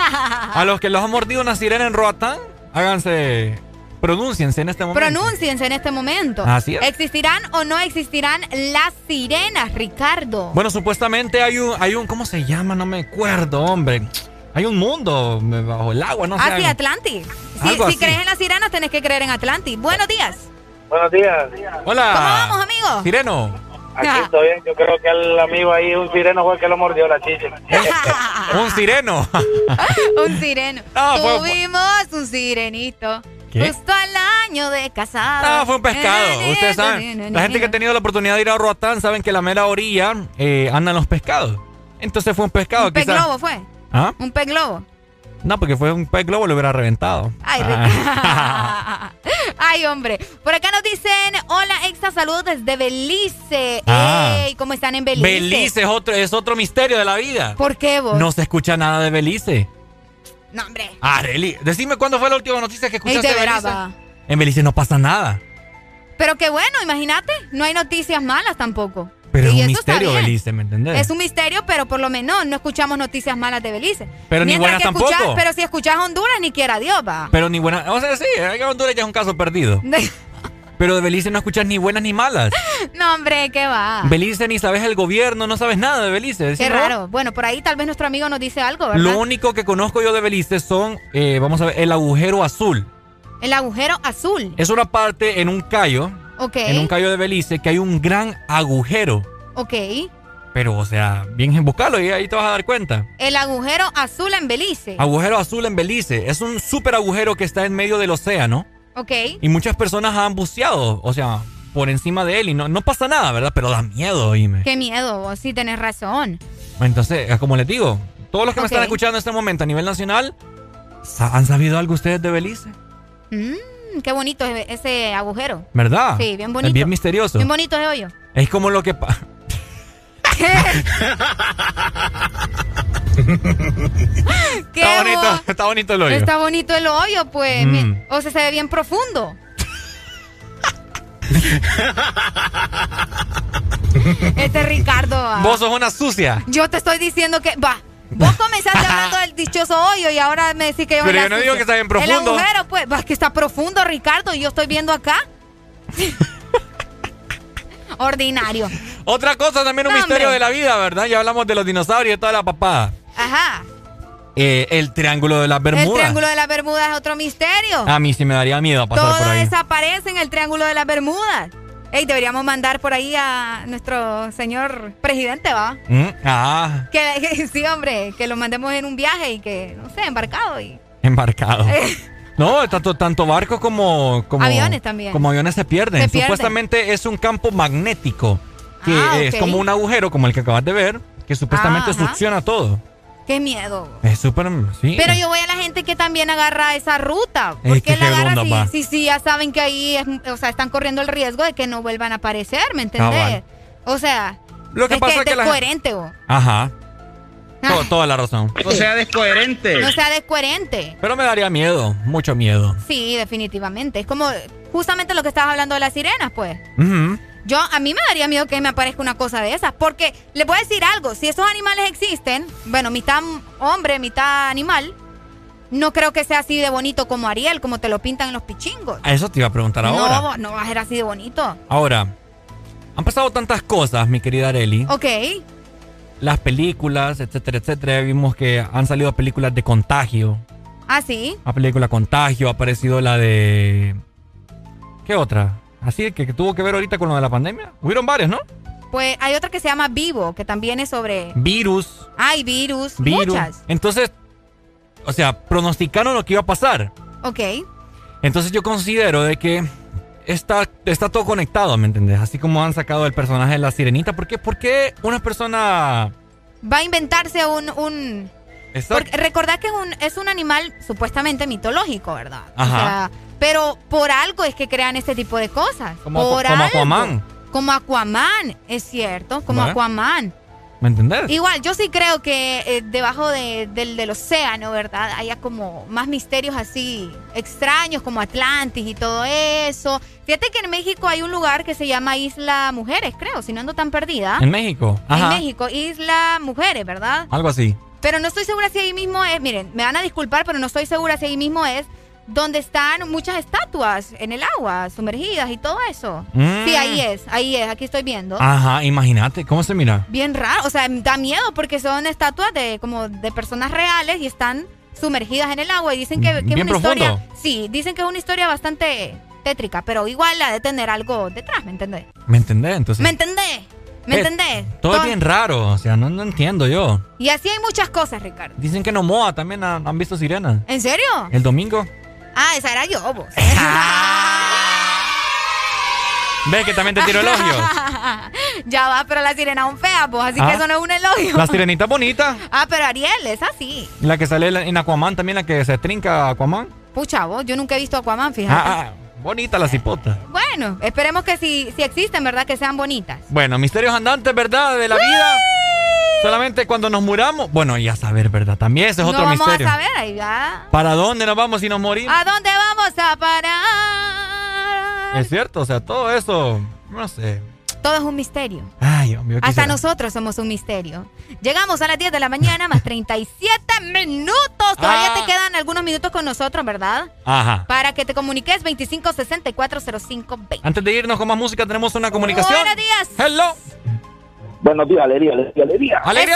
A los que los ha mordido una sirena en Roatán, háganse, pronúnciense en este momento. Pronúnciense en este momento. Así es. ¿Existirán o no existirán las sirenas, Ricardo? Bueno, supuestamente hay un, hay un, ¿cómo se llama? No me acuerdo, hombre. Hay un mundo bajo el agua, no sé. Ah, sí, Atlantis. Si, si crees en las sirenas, tenés que creer en Atlantis. Buenos días. Buenos días. Hola. ¿Cómo vamos, amigo? Sireno. Aquí estoy bien. Yo creo que el amigo ahí, un sireno, fue el que lo mordió la chicha. ¿Un sireno? Un sireno. No, Tuvimos fue... un sirenito. ¿Qué? Justo al año de casado. No, fue un pescado. Ustedes saben. La gente que ha tenido la oportunidad de ir a Roatán saben que la mera orilla eh, andan los pescados. Entonces fue un pescado. ¿Un pez quizás... globo fue? ¿Ah? ¿Un pez globo? No, porque fue un pez globo, lo hubiera reventado. Ay, ah. Ay, hombre. Por acá nos dicen, hola, Exa, saludos desde Belice. Ah. Ey, ¿cómo están en Belice? Belice es otro, es otro misterio de la vida. ¿Por qué vos? No se escucha nada de Belice. No, hombre. Arely, decime cuándo fue la última noticia que escuchaste Ey, de Belice. Brava. En Belice no pasa nada. Pero qué bueno, imagínate, no hay noticias malas tampoco. Pero y es un misterio Belice, ¿me entendés? Es un misterio, pero por lo menos no escuchamos noticias malas de Belice. Pero ni buenas tampoco. Pero si escuchás Honduras, ni quiera Dios, va. Pero ni buenas, o sea, sí, Honduras ya es un caso perdido. Pero de Belice no escuchas ni buenas ni malas. No, hombre, ¿qué va? Belice ni sabes el gobierno, no sabes nada de Belice. Qué ¿no? raro. Bueno, por ahí tal vez nuestro amigo nos dice algo, ¿verdad? Lo único que conozco yo de Belice son, eh, vamos a ver, el agujero azul. El agujero azul. Es una parte en un callo. Ok. En un callo de Belice que hay un gran agujero. Ok. Pero, o sea, bien, buscalo y ahí te vas a dar cuenta. El agujero azul en Belice. Agujero azul en Belice. Es un súper agujero que está en medio del océano. Ok. Y muchas personas han buceado, o sea, por encima de él. Y no, no pasa nada, ¿verdad? Pero da miedo, oíme. Qué miedo, vos sí tenés razón. Entonces, como les digo, todos los que okay. me están escuchando en este momento a nivel nacional, ¿han sabido algo ustedes de Belice? Mmm, qué bonito es ese agujero. ¿Verdad? Sí, bien bonito. Es bien misterioso. Bien bonito ese hoyo. Es como lo que... Pa- ¿Qué? ¿Qué está bonito, está bonito el hoyo. Está bonito el hoyo, pues. Mm. O sea, se ve bien profundo. Este Ricardo. Ah. Vos sos una sucia. Yo te estoy diciendo que. Va. Vos comenzaste hablando del dichoso hoyo y ahora me decís que yo. Pero yo no sucia. Digo que está bien profundo. El agujero, pues. Va, que está profundo, Ricardo. Y yo estoy viendo acá. Ordinario. Otra cosa también un no, misterio hombre. de la vida, ¿verdad? Ya hablamos de los dinosaurios y toda la papada. Ajá. Eh, el Triángulo de las Bermudas. El Triángulo de las Bermudas es otro misterio. A mí sí me daría miedo pasar Todo por ahí. Todo desaparece en el Triángulo de las Bermudas. Ey, deberíamos mandar por ahí a nuestro señor presidente, ¿va? Mm, ah. Que, que sí, hombre, que lo mandemos en un viaje y que, no sé, embarcado y... Embarcado. No, tanto, tanto barcos como, como... Aviones también. Como aviones se pierden. Se pierden. Supuestamente es un campo magnético, que Ah, es ok. como un agujero, como el que acabas de ver, que supuestamente Ah, ajá. succiona todo. Qué miedo. Es súper... Sí. Pero yo voy a la gente que también agarra esa ruta. Es ¿Por que qué la qué agarra onda, va. si, si, si ya saben que ahí es, o sea, están corriendo el riesgo de que no vuelvan a aparecer, ¿me entendés? Cabal. O sea, Lo que es pasa que es que es la- descoherente, vos. Ajá. To- toda la razón. O sea, descoherente. No sea descoherente. Pero me daría miedo, mucho miedo. Sí, definitivamente. Es como justamente lo que estabas hablando de las sirenas, pues. Ujú. Yo, a mí me daría miedo que me aparezca una cosa de esas, porque les voy a decir algo, si esos animales existen, bueno, mitad hombre, mitad animal, no creo que sea así de bonito como Ariel, como te lo pintan en los pichingos. A eso te iba a preguntar ahora. No, no va a ser así de bonito. Ahora, han pasado tantas cosas, mi querida Arely. Ok. Las películas, etcétera, etcétera. Vimos que han salido películas de Contagio. Ah, sí. La película Contagio, ha aparecido la de... ¿Qué otra? Así que, que tuvo que ver ahorita con lo de la pandemia. Hubieron varias, ¿no? Pues hay otra que se llama Vivo, que también es sobre... Virus. Hay virus, Virus. muchas. Entonces, o sea, pronosticaron lo que iba a pasar. Ok. Entonces yo considero de que está, está todo conectado, ¿me entendés? Así como han sacado el personaje de la sirenita. ¿Por qué, ¿Por qué una persona... Va a inventarse un... un... Exacto. Porque recordad que es un, es un animal supuestamente mitológico, ¿verdad? Ajá. O sea, pero por algo es que crean este tipo de cosas. Como, por como algo. Aquaman. Como Aquaman, es cierto, como ¿Vale? Aquaman. ¿Me entendés? Igual, yo sí creo que eh, debajo de- del, del océano, ¿verdad? Haya como más misterios así extraños, como Atlantis y todo eso. Fíjate que en México hay un lugar que se llama Isla Mujeres, creo, si no ando tan perdida. En México. Ajá. En México, Isla Mujeres, ¿verdad? Algo así. Pero no estoy segura si ahí mismo es, miren, me van a disculpar, pero no estoy segura si ahí mismo es donde están muchas estatuas en el agua, sumergidas y todo eso. Mm. Sí, ahí es, ahí es, aquí estoy viendo. Ajá, imagínate. ¿Cómo se mira? Bien raro, o sea, da miedo porque son estatuas de como de personas reales y están sumergidas en el agua y dicen que, que es Bien una profundo. historia, sí, dicen que es una historia bastante tétrica, pero igual ha de tener algo detrás, ¿me entendés? ¿Me entendés? Entonces, ¿Me entendés? ¿Me Eh, entendés? todo es bien raro. O sea, no, no entiendo yo. Y así hay muchas cosas, Ricardo. Dicen que en Omoa también han, han visto sirenas. ¿En serio? El domingo. Ah, esa era yo, vos. ¿Ves que también te tiro elogio? Ya va, pero la sirena aún fea, vos, así Ah, que eso no es un elogio. La sirenita bonita. Ah, pero Ariel, es así. La que sale en Aquaman también, la que se trinca Aquaman. Pucha, vos, yo nunca he visto Aquaman, fíjate. Ah, ah, bonita la cipota. Bueno, esperemos que si, si existen, ¿verdad? Que sean bonitas. Bueno, misterios andantes, ¿verdad? De la vida. Solamente cuando nos muramos. Bueno, y a saber, ¿verdad? También ese es No otro vamos misterio. a saber, ahí va. ¿Para dónde nos vamos si nos morimos? ¿A dónde vamos a parar? Es cierto, o sea, todo eso, no sé. Todo es un misterio. Ay, Dios mío, Hasta quisiera- nosotros somos un misterio. Llegamos a las diez de la mañana, más treinta y siete minutos. Todavía Ah. te quedan algunos minutos con nosotros, ¿verdad? Ajá. Para que te comuniques veinticinco sesenta y cuatro cero cinco veinte. Antes de irnos con más música, tenemos una comunicación. Buenos días. Hello. Buenos días, alegría, alegría, alegría. ¡Alegría,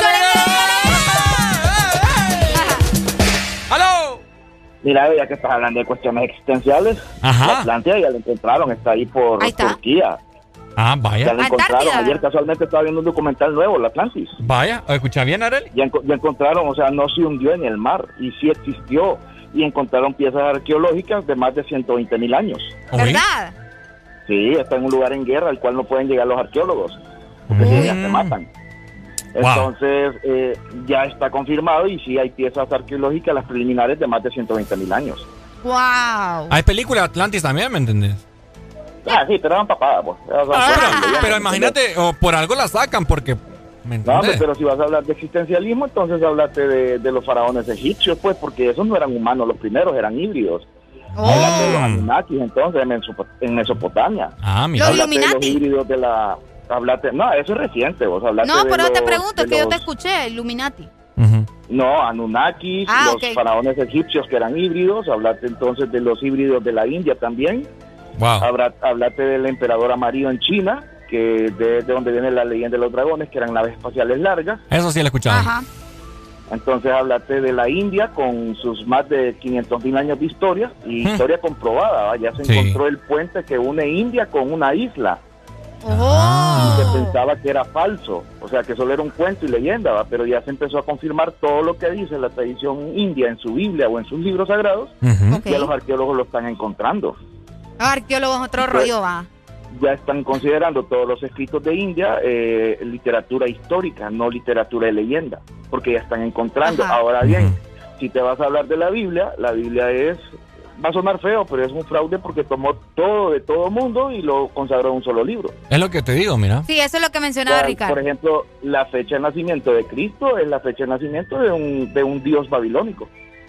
¡Aló! Mira, ya que estás hablando de cuestiones existenciales, Ajá. la Atlántida ya la encontraron, está ahí por Ahí está. Turquía. Ah, vaya. Ya la encontraron. Antártida. Ayer casualmente estaba viendo un documental nuevo, la Atlantis. Vaya, ¿escucha bien, Arely? Ya, enco- ya encontraron, o sea, no se hundió en el mar y sí existió. Y encontraron piezas arqueológicas de más de ciento veinte mil años. ¿Verdad? Sí, está en un lugar en guerra al cual no pueden llegar los arqueólogos, porque si ya se matan. Wow. Entonces, eh, ya está confirmado y sí hay piezas arqueológicas, las preliminares, de más de ciento veinte mil años. Wow. Hay película de Atlantis también, ¿me entendés? Ah, sí, pero eran papadas, pues. Eran Ah, cosas pero, que ya- pero imagínate, o por algo la sacan, porque... ¿Me No, hombre, entendés? pero si vas a hablar de existencialismo, entonces háblate de, de los faraones egipcios, pues, porque esos no eran humanos los primeros, eran híbridos. Háblate de los Anunnakis, entonces, en, Mesopo- en Mesopotamia. Ah, mira. Los Háblate de los Illuminati. híbridos de la... Háblate, no, eso es reciente, vos hablate No, de pero te los- pregunto, es de que yo te los- escuché, Illuminati. No, Anunnakis, Ah, los ok. faraones egipcios que eran híbridos, hablate entonces de los híbridos de la India también. Wow. Habla- Hablate del emperador Amarillo en China, que de, de donde viene la leyenda de los dragones, que eran naves espaciales largas. Eso sí lo he escuchado. Ajá. Entonces háblate de la India con sus más de quinientos mil años de historia y Hmm. historia comprobada. ¿va? Ya se Sí. encontró el puente que une India con una isla. Oh. Y se pensaba que era falso, o sea, que solo era un cuento y leyenda, ¿va? Pero ya se empezó a confirmar todo lo que dice la tradición india en su Biblia o en sus libros sagrados, uh-huh. Okay. ya los arqueólogos lo están encontrando. Los arqueólogos otro Entonces, rollo va. Ya están considerando todos los escritos de India eh, literatura histórica, no literatura de leyenda, porque ya están encontrando. Ajá. Ahora bien, uh-huh. si te vas a hablar de la Biblia, la Biblia es, va a sonar feo, pero es un fraude porque tomó todo de todo mundo y lo consagró en un solo libro. Es lo que te digo, mira. Sí, eso es lo que mencionaba O sea, Ricardo. por ejemplo, la fecha de nacimiento de Cristo es la fecha de nacimiento de un, de un dios babilónico.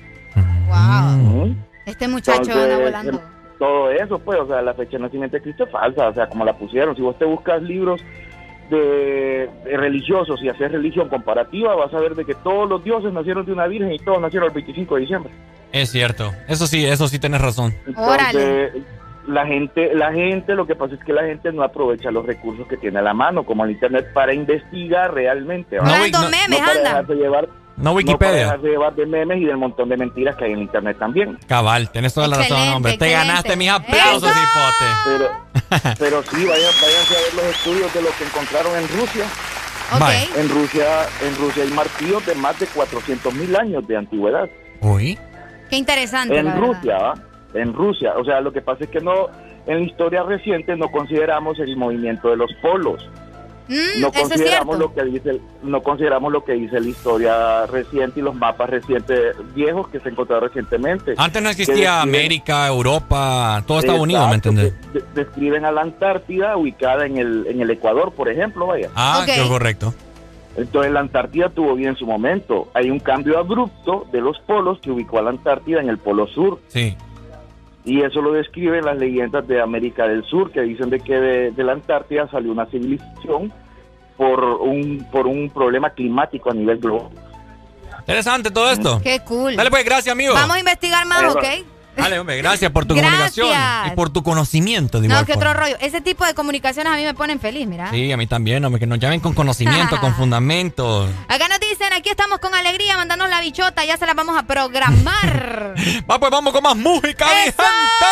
Wow. Uh-huh. Este muchacho Entonces, anda volando. Todo eso, pues, o sea, la fecha de nacimiento de Cristo es falsa, o sea, como la pusieron. Si vos te buscas libros de, de religiosos y haces religión comparativa, vas a ver de que todos los dioses nacieron de una virgen y todos nacieron el veinticinco de diciembre. Es cierto. Eso sí, eso sí tienes razón. Entonces, la gente, la gente, lo que pasa es que la gente no aprovecha los recursos que tiene a la mano, como el internet, para investigar realmente. ¿Verdad? No, no, memes, no para anda. dejarse llevar. No No para Wikipedia. dejarse llevar de memes y del montón de mentiras que hay en internet también. Cabal, tenés toda la razón, Excelente, hombre. Te excelente. ganaste mis aplausos, hipote. Pero, pero sí, vayan, váyanse a ver los estudios de lo que encontraron en Rusia. Bye. En Rusia, en Rusia hay martillos de más de cuatrocientos mil años de antigüedad. Uy. Qué interesante, la En verdad. Rusia, ¿va? En Rusia. O sea, lo que pasa es que no, en la historia reciente no consideramos el movimiento de los polos. Mm, No eso es consideramos cierto. lo que dice, no consideramos lo que dice la historia reciente y los mapas recientes viejos que se encontraron recientemente. Antes no que existía describen- América, Europa, todo Estados Unidos, ¿me Exacto, entendés? que de- describen a la Antártida ubicada en el en el Ecuador, por ejemplo, vaya. Ah, Ok. qué correcto. Entonces la Antártida tuvo bien su momento. Hay un cambio abrupto de los polos que ubicó a la Antártida en el polo sur. Sí. Y eso lo describen las leyendas de América del Sur, que dicen de que de, de la Antártida salió una civilización por un por un problema climático a nivel global. Interesante todo esto. Qué cool. Dale pues, gracias, amigo. Vamos a investigar más, Ahí va. ¿ok? Dale, hombre, gracias por tu Gracias. comunicación y por tu conocimiento. De No, igual qué otro forma. rollo. Ese tipo de comunicaciones a mí me ponen feliz, mira. Sí, a mí también, hombre, que nos llamen con conocimiento, con fundamentos. Acá nos dicen, aquí estamos con alegría, mandanos la bichota, ya se la vamos a programar. Va, pues vamos con más música, mi ¡Eso!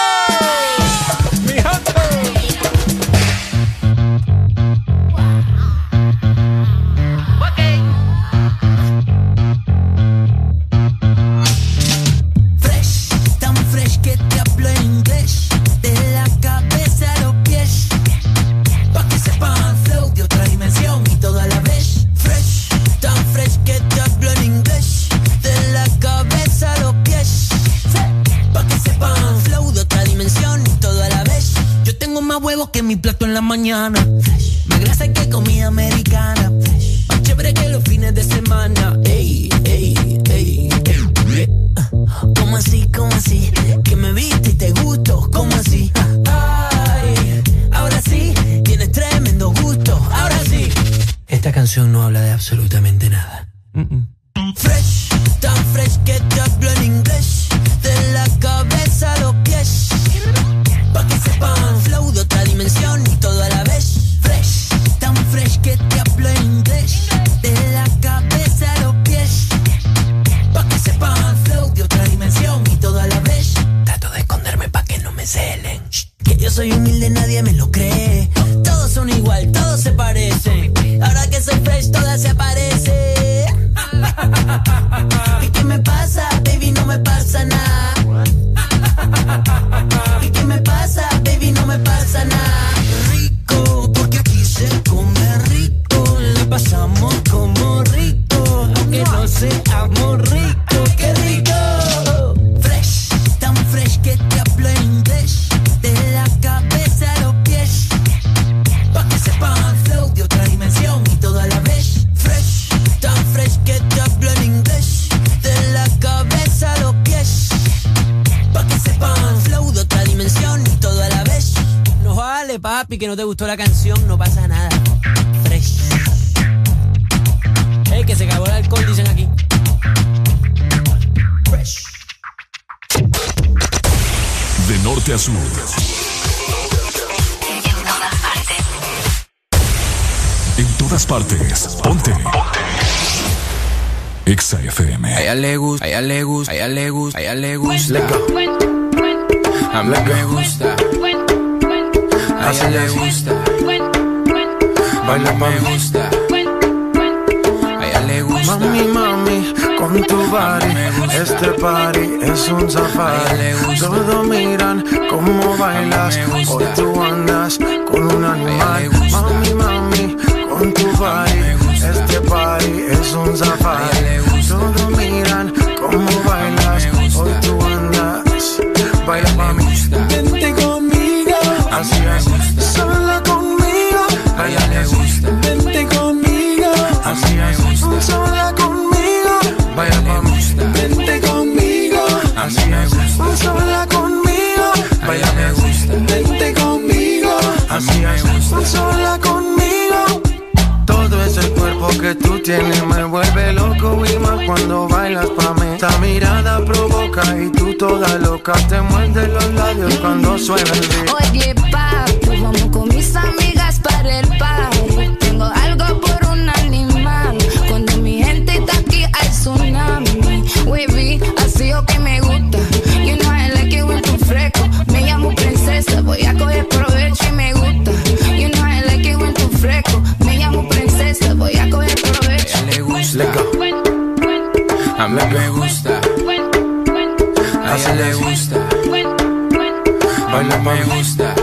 gente. Mi gente. Fresh, tan fresh que te hablo en inglés, de la cabeza a los pies, pa' que sepan flow de otra dimensión y todo a la vez. Fresh, tan fresh que te hablo en inglés, de la cabeza a los pies, pa' que sepan flow de otra dimensión y todo a la vez. Yo tengo más huevos que mi plato en la mañana, más grasa que comida americana, más chévere que los fines de semana. Ey, ey, ey, ey. ¿Cómo así, cómo así? Que me viste y te gusto, ¿cómo así? Ay, ahora sí, tienes tremendo gusto, ahora sí. Esta canción no habla de absolutamente nada. Fresh, tan fresh que te hablo en inglés, de la cabeza a los pies, pa' que sepan flow de otra dimensión y todo a la vez. Fresh, tan fresh que te hablo en inglés, de la cabeza a los pies, pa' que sepan flow de otra dimensión y todo a la vez. Trato de esconderme pa' que no me celen. Shh, que yo soy humilde, nadie me lo cree. Todos son igual, todos se parecen. Ahora que soy fresh, todas se aparecen. ¿Y qué me pasa, baby? No me pasa nada. ¿Y qué me pasa, baby? No me pasa nada. Rico, porque aquí se come rico. Le pasamos como rico, aunque no seamos ricos. ¡Qué rico! Fresh, tan fresh que te hablo en inglés, de la cabeza a los pies, pa' que sepan flow de otra dimensión y todo a la vez. Fresh, tan fresh que te hablo en inglés, de la cabeza a los pies, pa' que sepan flow de otra dimensión y todo a la vez. No vale, papi, que no te gustó la canción, no pasa nada. Fresh. Hey, que se acabó el alcohol, dicen aquí. Fresh. De norte a sur. En todas partes. Ponte. Exa F M. A ella le gusta, a ella le gusta, a ella le gusta, a ella le gusta. A mí me gusta. A ella le gusta. baila pa' mí. gusta. A ella le gusta. Mami, mami, con tu body, este party es un safari. Todos miran cómo bailas, hoy tú andas con un animal. Mami, mami, con tu body, este party es un safari. Todos miran cómo bailas, hoy tú andas, baila pa' mí. Vente conmigo, así es, sola conmigo, a ella le gusta. Vente conmigo, así es, sola conmigo, baila pa' mí. Vente conmigo, así es, sola conmigo, baila me gusta. Vente conmigo, así es, sola conmigo. Todo ese cuerpo que tú tienes me vuelve loco y más cuando bailas pa' mí. Esa mirada provoca y tú toda loca te muerde los labios cuando suena el beat. Oye, papi, vamos con mis amigas para el party. Tengo algo por un animal. Cuando mi gente está aquí hay tsunami. Wavy, así o que me gusta. You know I like it when tú fresco. Me llamo princesa, voy a coger provecho y me gusta. You know I like it when tú fresco. Me llamo princesa, voy a coger provecho. A ella le gusta. A mí me gusta. A ella le gusta. Baila pa' me gusta.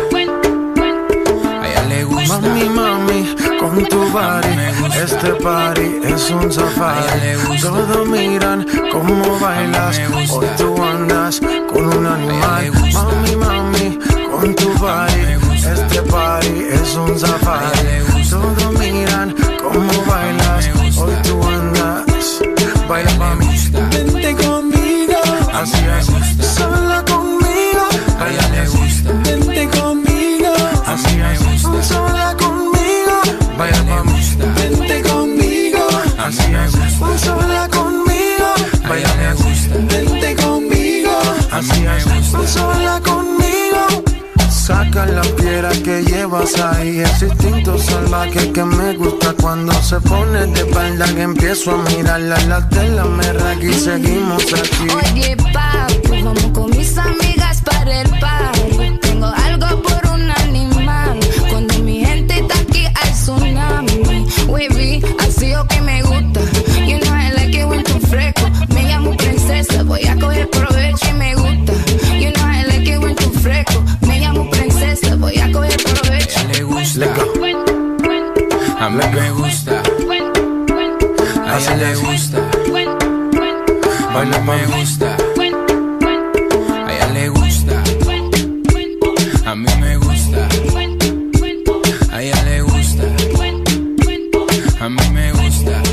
A ella le gusta. Mami, mami, con tu body, este party es un safari. Todos miran cómo bailas, hoy tú andas con un animal. Mami, mami, con tu body, este party es un safari. Todos miran cómo bailas, hoy tú andas, baila pa' mí. Vente conmigo, así es, sola conmigo, a ella le gusta. Vente conmigo, así es, sola conmigo, baila pa' mí. Vente conmigo, así es, sola conmigo, baila me gusta. Vente conmigo, así es, sola conmigo. Saca la piedra que llevas ahí, ese instinto salvaje que me gusta cuando se pone de espalda, que empiezo a mirarla, la tela me raga y seguimos aquí. Oye, papi, vamos con mis amigas para el party. Tengo algo por un animal. Cuando mi gente está aquí hay tsunami. Wavy, así o que me gusta. You know I like it when tú fresco. Me llamo princesa, voy a coger provecho y me gusta. You know I like it when tú fresco. Me llamo princesa, voy a coger provecho. A ella le gusta. A mí me gusta. A ella le gusta. Baila pa' me mí. gusta. A ella le gusta. A mí me gusta. A ella le gusta. A mí me gusta.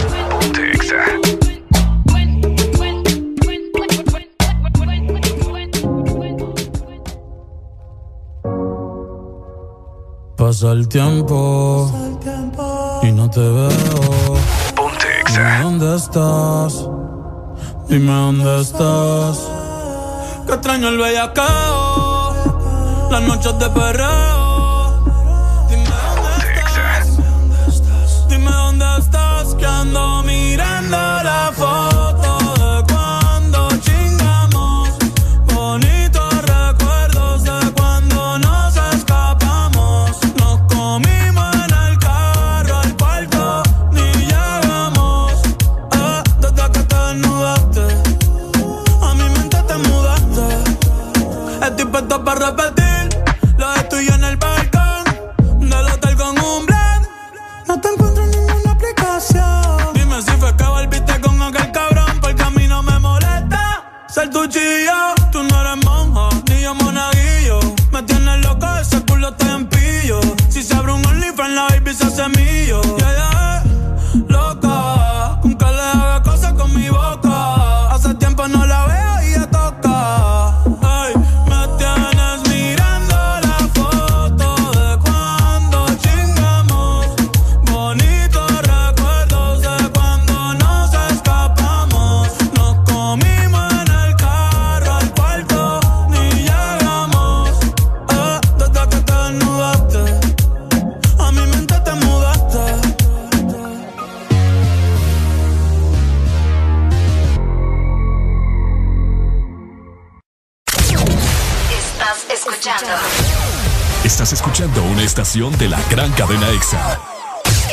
Pasa el tiempo y no te veo. Dime dónde estás. Dime dónde estás. Que extraño el bellacao, las noches de perreo. Dime dónde estás. Dime dónde estás. Que ando mirando la foto de cuando chingamos. Bonitos recuerdos de cuando nos escapamos. Nos comimos en el carro, al cuarto ni llegamos. Eh, desde que te desnudaste, a mi mente te mudaste. Estoy puesto para repetir lo de tuyo en el balcón del hotel con un blend. No te encuentro en ninguna aplicación. Dime si fue que volviste con aquel cabrón, porque a mí no me molesta ser tu chillo. Tú no eres monja, ni yo monaguillo. Me tienes loco, ese culo te empillo. Si se abre un OnlyFans, la baby se hace mío. Yeah, yeah, loca, con que le haga cosas con mi boca. Hace tiempo no la veo y ya toca. Ay, me tienes mirando la foto de cuando chingamos. Bonitos recuerdos de cuando nos escapamos. Nos comimos en el carro, al cuarto ni llegamos. Eh, desde que te desnudaste, a mi mente te mudaste. Estás escuchando. Estás escuchando una estación de la gran cadena EXA.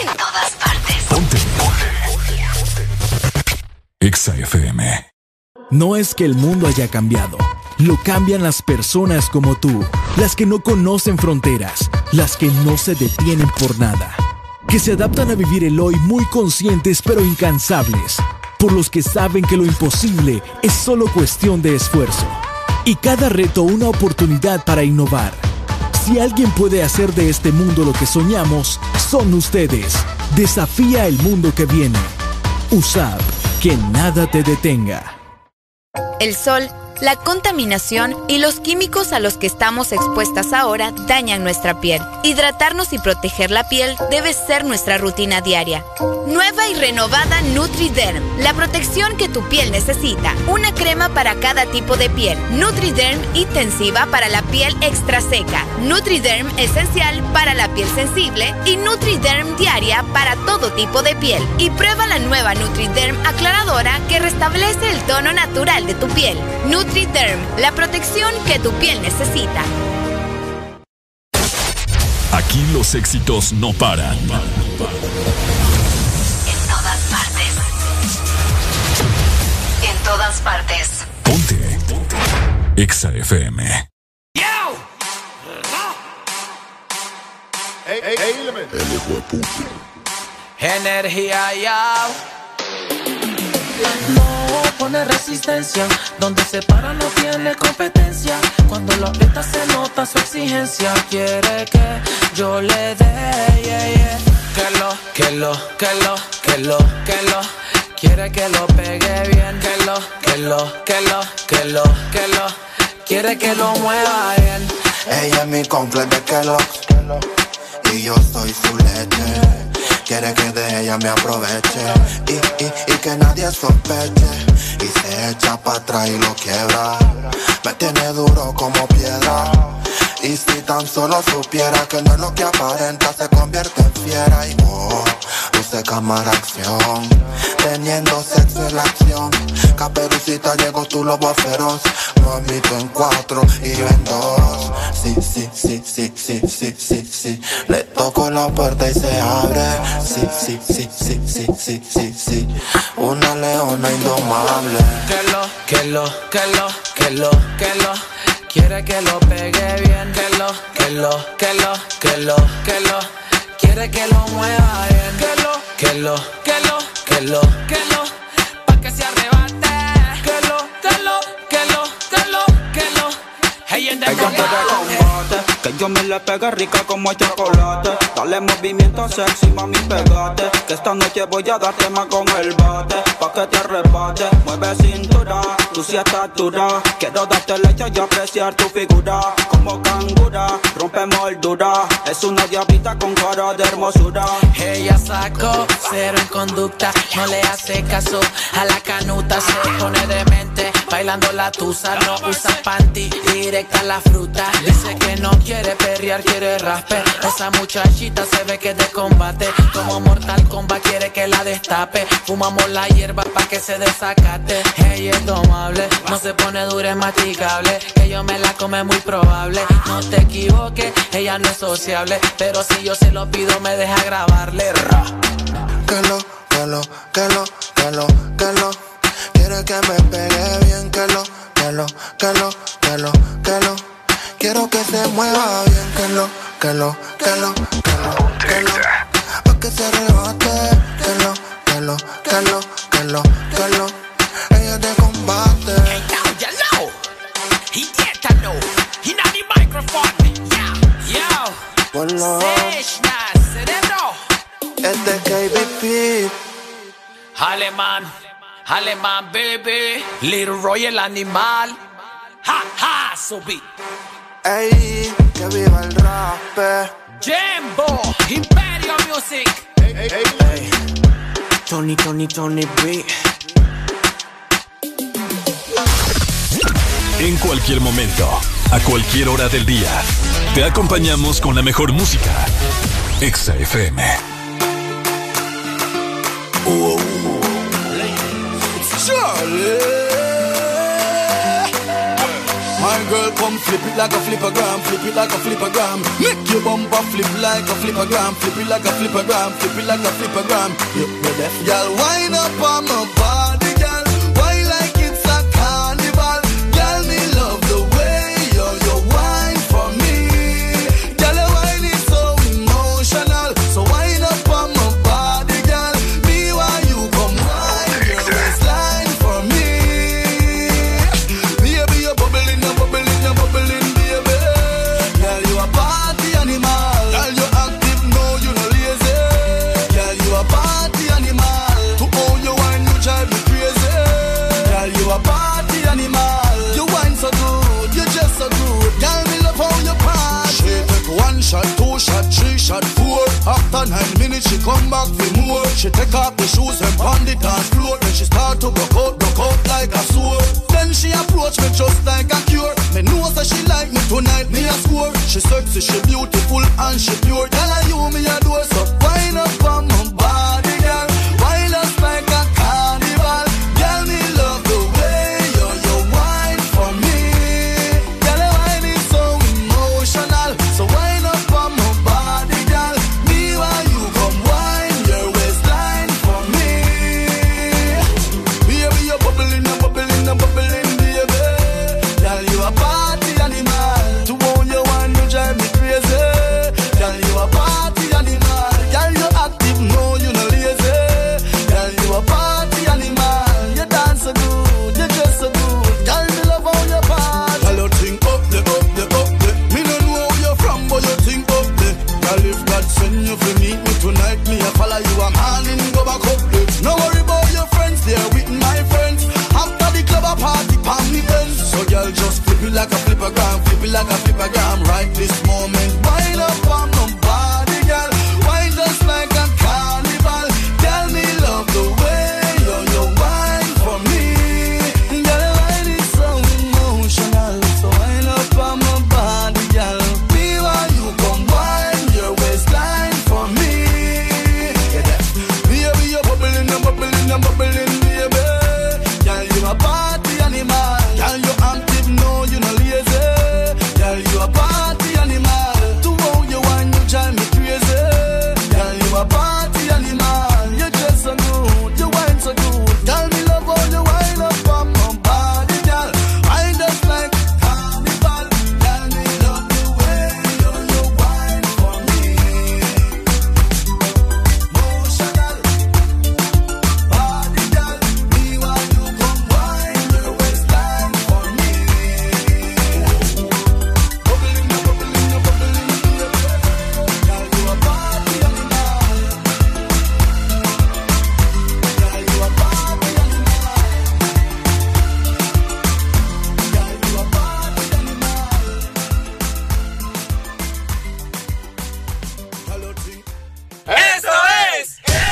Exa F M. No es que el mundo haya cambiado, lo cambian las personas como tú, las que no conocen fronteras, las que no se detienen por nada, que se adaptan a vivir el hoy muy conscientes pero incansables, por los que saben que lo imposible es solo cuestión de esfuerzo, y cada reto una oportunidad para innovar. Si alguien puede hacer de este mundo lo que soñamos, son ustedes. Desafía el mundo que viene. U S A P, que nada te detenga. El sol, la contaminación y los químicos a los que estamos expuestas ahora dañan nuestra piel. Hidratarnos y proteger la piel debe ser nuestra rutina diaria. Nueva y renovada NutriDerm, la protección que tu piel necesita. Una crema para cada tipo de piel. NutriDerm intensiva para la piel extra seca. NutriDerm esencial para la piel sensible y NutriDerm diaria para todo tipo de piel. Y prueba la nueva NutriDerm aclaradora que restablece el tono natural de tu piel. NutriDerm, la protección que tu piel necesita. Aquí los éxitos no paran. En todas partes. En todas partes. Ponte. Ponte. Exa F M. Hey, hey, hey, energía ya. No pone resistencia, donde se para no tiene competencia. Cuando lo aprieta se nota su exigencia. Quiere que yo le dé, yeah, yeah. Que lo, que lo, que lo, que lo, que lo. Quiere que lo pegue bien. Que lo, que lo, que lo, que lo, que lo. Quiere que lo mueva bien. Ella es mi comple de Kellogg's y yo soy su leche. Quiere que de ella me aproveche y, y, y que nadie sospeche. Y se echa pa' atrás y lo quiebra. Me tiene duro como piedra. Y si tan solo supiera que no es lo que aparenta, se convierte en fiera. Y oh, luce cámara acción, teniendo sexo en la acción. Caperucita llegó tu lobo feroz. Mami, tú en cuatro y yo en dos. Sí, sí, sí, sí, sí, sí, sí, sí. Le toco la puerta y se abre. Sí, sí, sí, sí, sí, sí, sí, sí. Una leona indomable. Que lo, que lo, que lo, que lo, que lo. Quiere que lo pegue bien. Que lo, que lo, que lo, que lo, que lo. Quiere que lo mueva bien. Que lo, que lo, que lo, que lo, que lo. Pa' que se arrebate. Que lo, que lo, que lo, que lo, que lo. Hey, en ella quiere combate, que yo me le pegue rica como el chocolate. Dale movimiento sexy, mami, pegate. Que esta noche voy a darte más con el bate. Pa' que te arrebate, mueve cintura. Tú sí estás dura. Quiero darte leche y apreciar tu figura. Como cangura, rompe moldura. Es una diablita con cara de hermosura. Ella sacó cero en conducta. No le hace caso a la canuta. Se pone demente, bailando la tusa. No usa panty, directa a la fruta. Dice que no quiere perrear, quiere raspe. Esa muchachita se ve que es de combate. Como Mortal Kombat quiere que la destape. Fumamos la hierba pa' que se desacate. Ella es domable, no se pone dura, es masticable. Que yo me la come muy probable. No te equivoques, ella no es sociable. Pero si yo se lo pido me deja grabarle. Que lo, que lo, que lo, que lo, que lo. Quiere que me pegue bien. Que lo, que lo, que lo, que lo, que lo. Quiero que se mueva bien. Que lo, que lo, que lo, que lo, que lo. Pa' que se arrebate. Que lo, que lo, que lo, que lo, que lo. Ella te combate. Hey, yo, you know. He did to know. He not the microphone. Yo, yo. Bueno. Seshna, cerebro. Es de K B P. Alemán, Alemán, baby. Little Roy el animal. Ha, ha, subí. Ey, que viva el rap. Jambo, Imperio Music. Hey, hey, hey, hey. Tony, Tony, Tony B. En cualquier momento, a cualquier hora del día, te acompañamos con la mejor música. Exa F M. Oh, my girl, come flip it like a flippergram, flip it like a flippergram. Make your bumper flip like a flippergram, flip it like a flippergram, flip it like a flippergram. You ready? Y'all wind up on my body, girl. shot, two shot, three shot, four. After nine minutes, she come back for more. She take off the shoes and pound it on floor. Then she start to broke out, broke out like a sword. Then she approach me just like a cure. Me know that she like me tonight, me a score. She sexy, she beautiful and she pure. Tell her you me a do so wind up on my body, girl. Wind us like a carnival. Girl, me love the way you you wine for me. Girl, the wine is so emotional. So wind up on my body, girl. Me while you come wine your waistline for me. Baby, you bubbling, you bubbling, you bubbling, baby. Girl, you a party animal. To own your wine, you drive me crazy. Girl, you a party animal. Girl, you active, no, you no lazy. Girl, you a party animal. You dance so good, you dress so good. Girl, me love how you party. Girl, you think up the, up the, up the. Me no know where you're from, but you think up the. Girl, if God send you to meet me tonight, me a follow you a man and go back up the. No worry about your friends, they're with my friends. After the club a party, palm me ends. So girl, just flip it like a flippergram, flip it like a flippergram. Right this moment, wind up on my body, girl. Wind just like a carnival. Tell me love the way you you wine for me. Girl, the wine is so emotional. So wind up on my body, girl. Me while you come wine your waistline for me. Yeah, that. Baby, you're bubbling, you're bubbling, you're bubbling, baby. Girl, you a party animal. Girl, you active, no, you no lazy. Girl, you a party animal. To how you wine, you drive me crazy. Girl, you a party animal. You dress so good, you wine so good. Girl, me love how you wine up on my body, girl. Wine just like carnival. Girl, me love the way you you wine for me. Emotional body, girl. Me while you come wine your waistline for me. Bubbling, bubbling, bubbling, bubbling. Girl, you a party animal. Girl, you a party animal. Girl, you a party animal. Girl, you think ¡Eso es!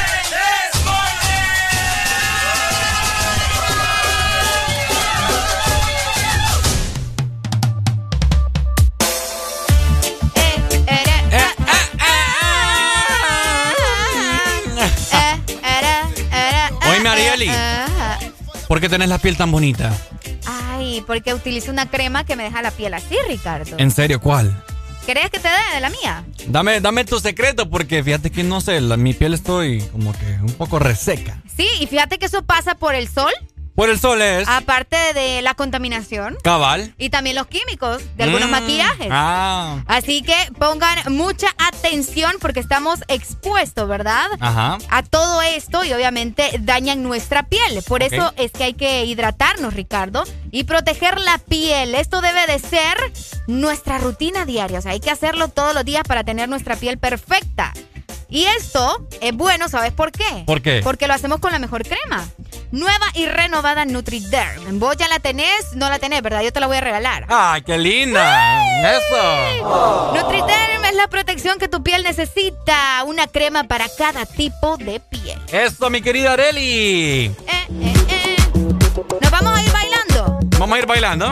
Oye, Arieli, ¿por qué tenés la piel tan bonita? Ay, porque utilizo una crema que me deja la piel así, Ricardo. ¿En serio? ¿Cuál? ¿Querés que te dé de la mía? Dame, dame tu secreto, porque fíjate que no sé, la, mi piel estoy como que un poco reseca. Sí, y fíjate que eso pasa por el sol. Por el sol es. Aparte de la contaminación. Cabal. Y también los químicos de algunos Mm, maquillajes. Ah. Así que pongan mucha atención porque estamos expuestos, ¿verdad? Ajá. A todo esto y obviamente dañan nuestra piel. Por Ok. eso es que hay que hidratarnos, Ricardo, y proteger la piel. Esto debe de ser nuestra rutina diaria. O sea, hay que hacerlo todos los días para tener nuestra piel perfecta. Y esto es bueno, ¿sabes por qué? ¿Por qué? Porque lo hacemos con la mejor crema. Nueva y renovada NutriDerm. Vos ya la tenés, no la tenés, ¿verdad? Yo te la voy a regalar. ¡Ay, qué linda! ¡Ay! ¡Eso! NutriDerm es la protección que tu piel necesita. Una crema para cada tipo de piel. ¡Eso, mi querida Areli! Eh, eh, eh. ¿Nos vamos a ir bailando? Vamos a ir bailando.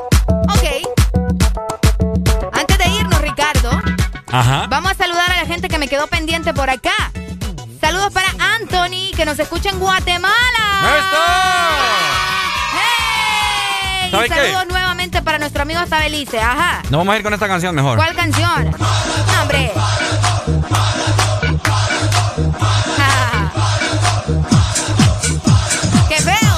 Ok. Antes de irnos, Ricardo, Ajá. vamos a saludar a la gente que me quedó pendiente por acá. Saludos para Anthony, que nos escucha en Guatemala. ¡Hey! ¿Sabe Y saludos qué? nuevamente para nuestro amigo Sabelice. Ajá. Nos vamos a ir con esta canción mejor. ¿Cuál canción? No, hombre. ¡Qué feo!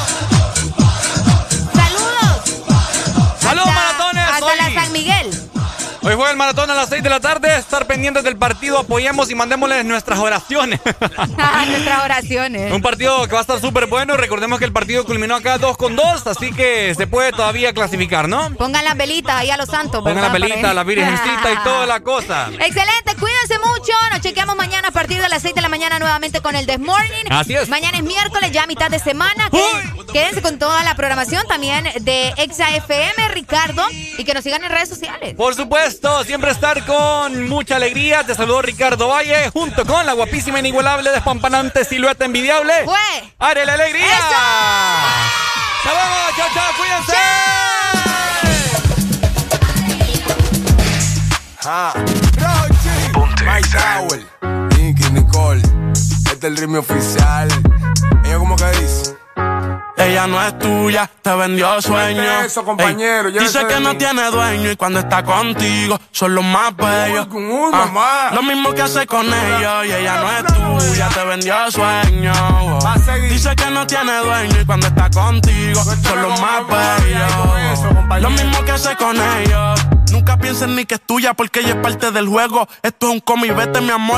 ¡Saludos! ¡Saludos, maratones! Hasta Hoy- la San Miguel. Hoy juega el maratón a las seis de la tarde. Estar pendientes del partido, apoyemos y mandémosles nuestras oraciones. Nuestras oraciones. Un partido que va a estar súper bueno. Recordemos que el partido culminó acá dos con dos, así que se puede todavía clasificar, ¿no? Pongan las velitas ahí a los santos. Pongan la ¿verdad? velita, la virgencita y toda la cosa. Excelente, cuídense mucho. Nos chequeamos mañana a partir de las seis de la mañana nuevamente con el This Morning. Así es. Mañana es miércoles, ya a mitad de semana. ¿Qué, quédense con toda la programación también de Exa F M, Ricardo, y que nos sigan en redes sociales. Por supuesto, siempre estar con mucha alegría. Te saludo Ricardo Valle, junto con la guapísima, inigualable, despampanante, silueta envidiable. ¡Fue! ¡Arely Alegría! ¡Eso! ¡Nos vemos! ¡Chao, chao! ¡Cuídense! Ah, Mike Tower, Nicky, Nicole, este es el ritmo oficial. Ella como que dice: ella no es tuya, te vendió sueño. Eso, compañero. Ey, dice que no mí. tiene dueño y cuando está contigo son los más bellos. Uy, uy, ah, mamá. Lo mismo que hace con ellos y ella no es tuya, te vendió sueño. Oh. Dice que no tiene dueño y cuando está contigo son los más bellos. Lo mismo que hace con ellos. Nunca pienses ni que es tuya porque ella es parte del juego. Esto es un come y vete, mi amor.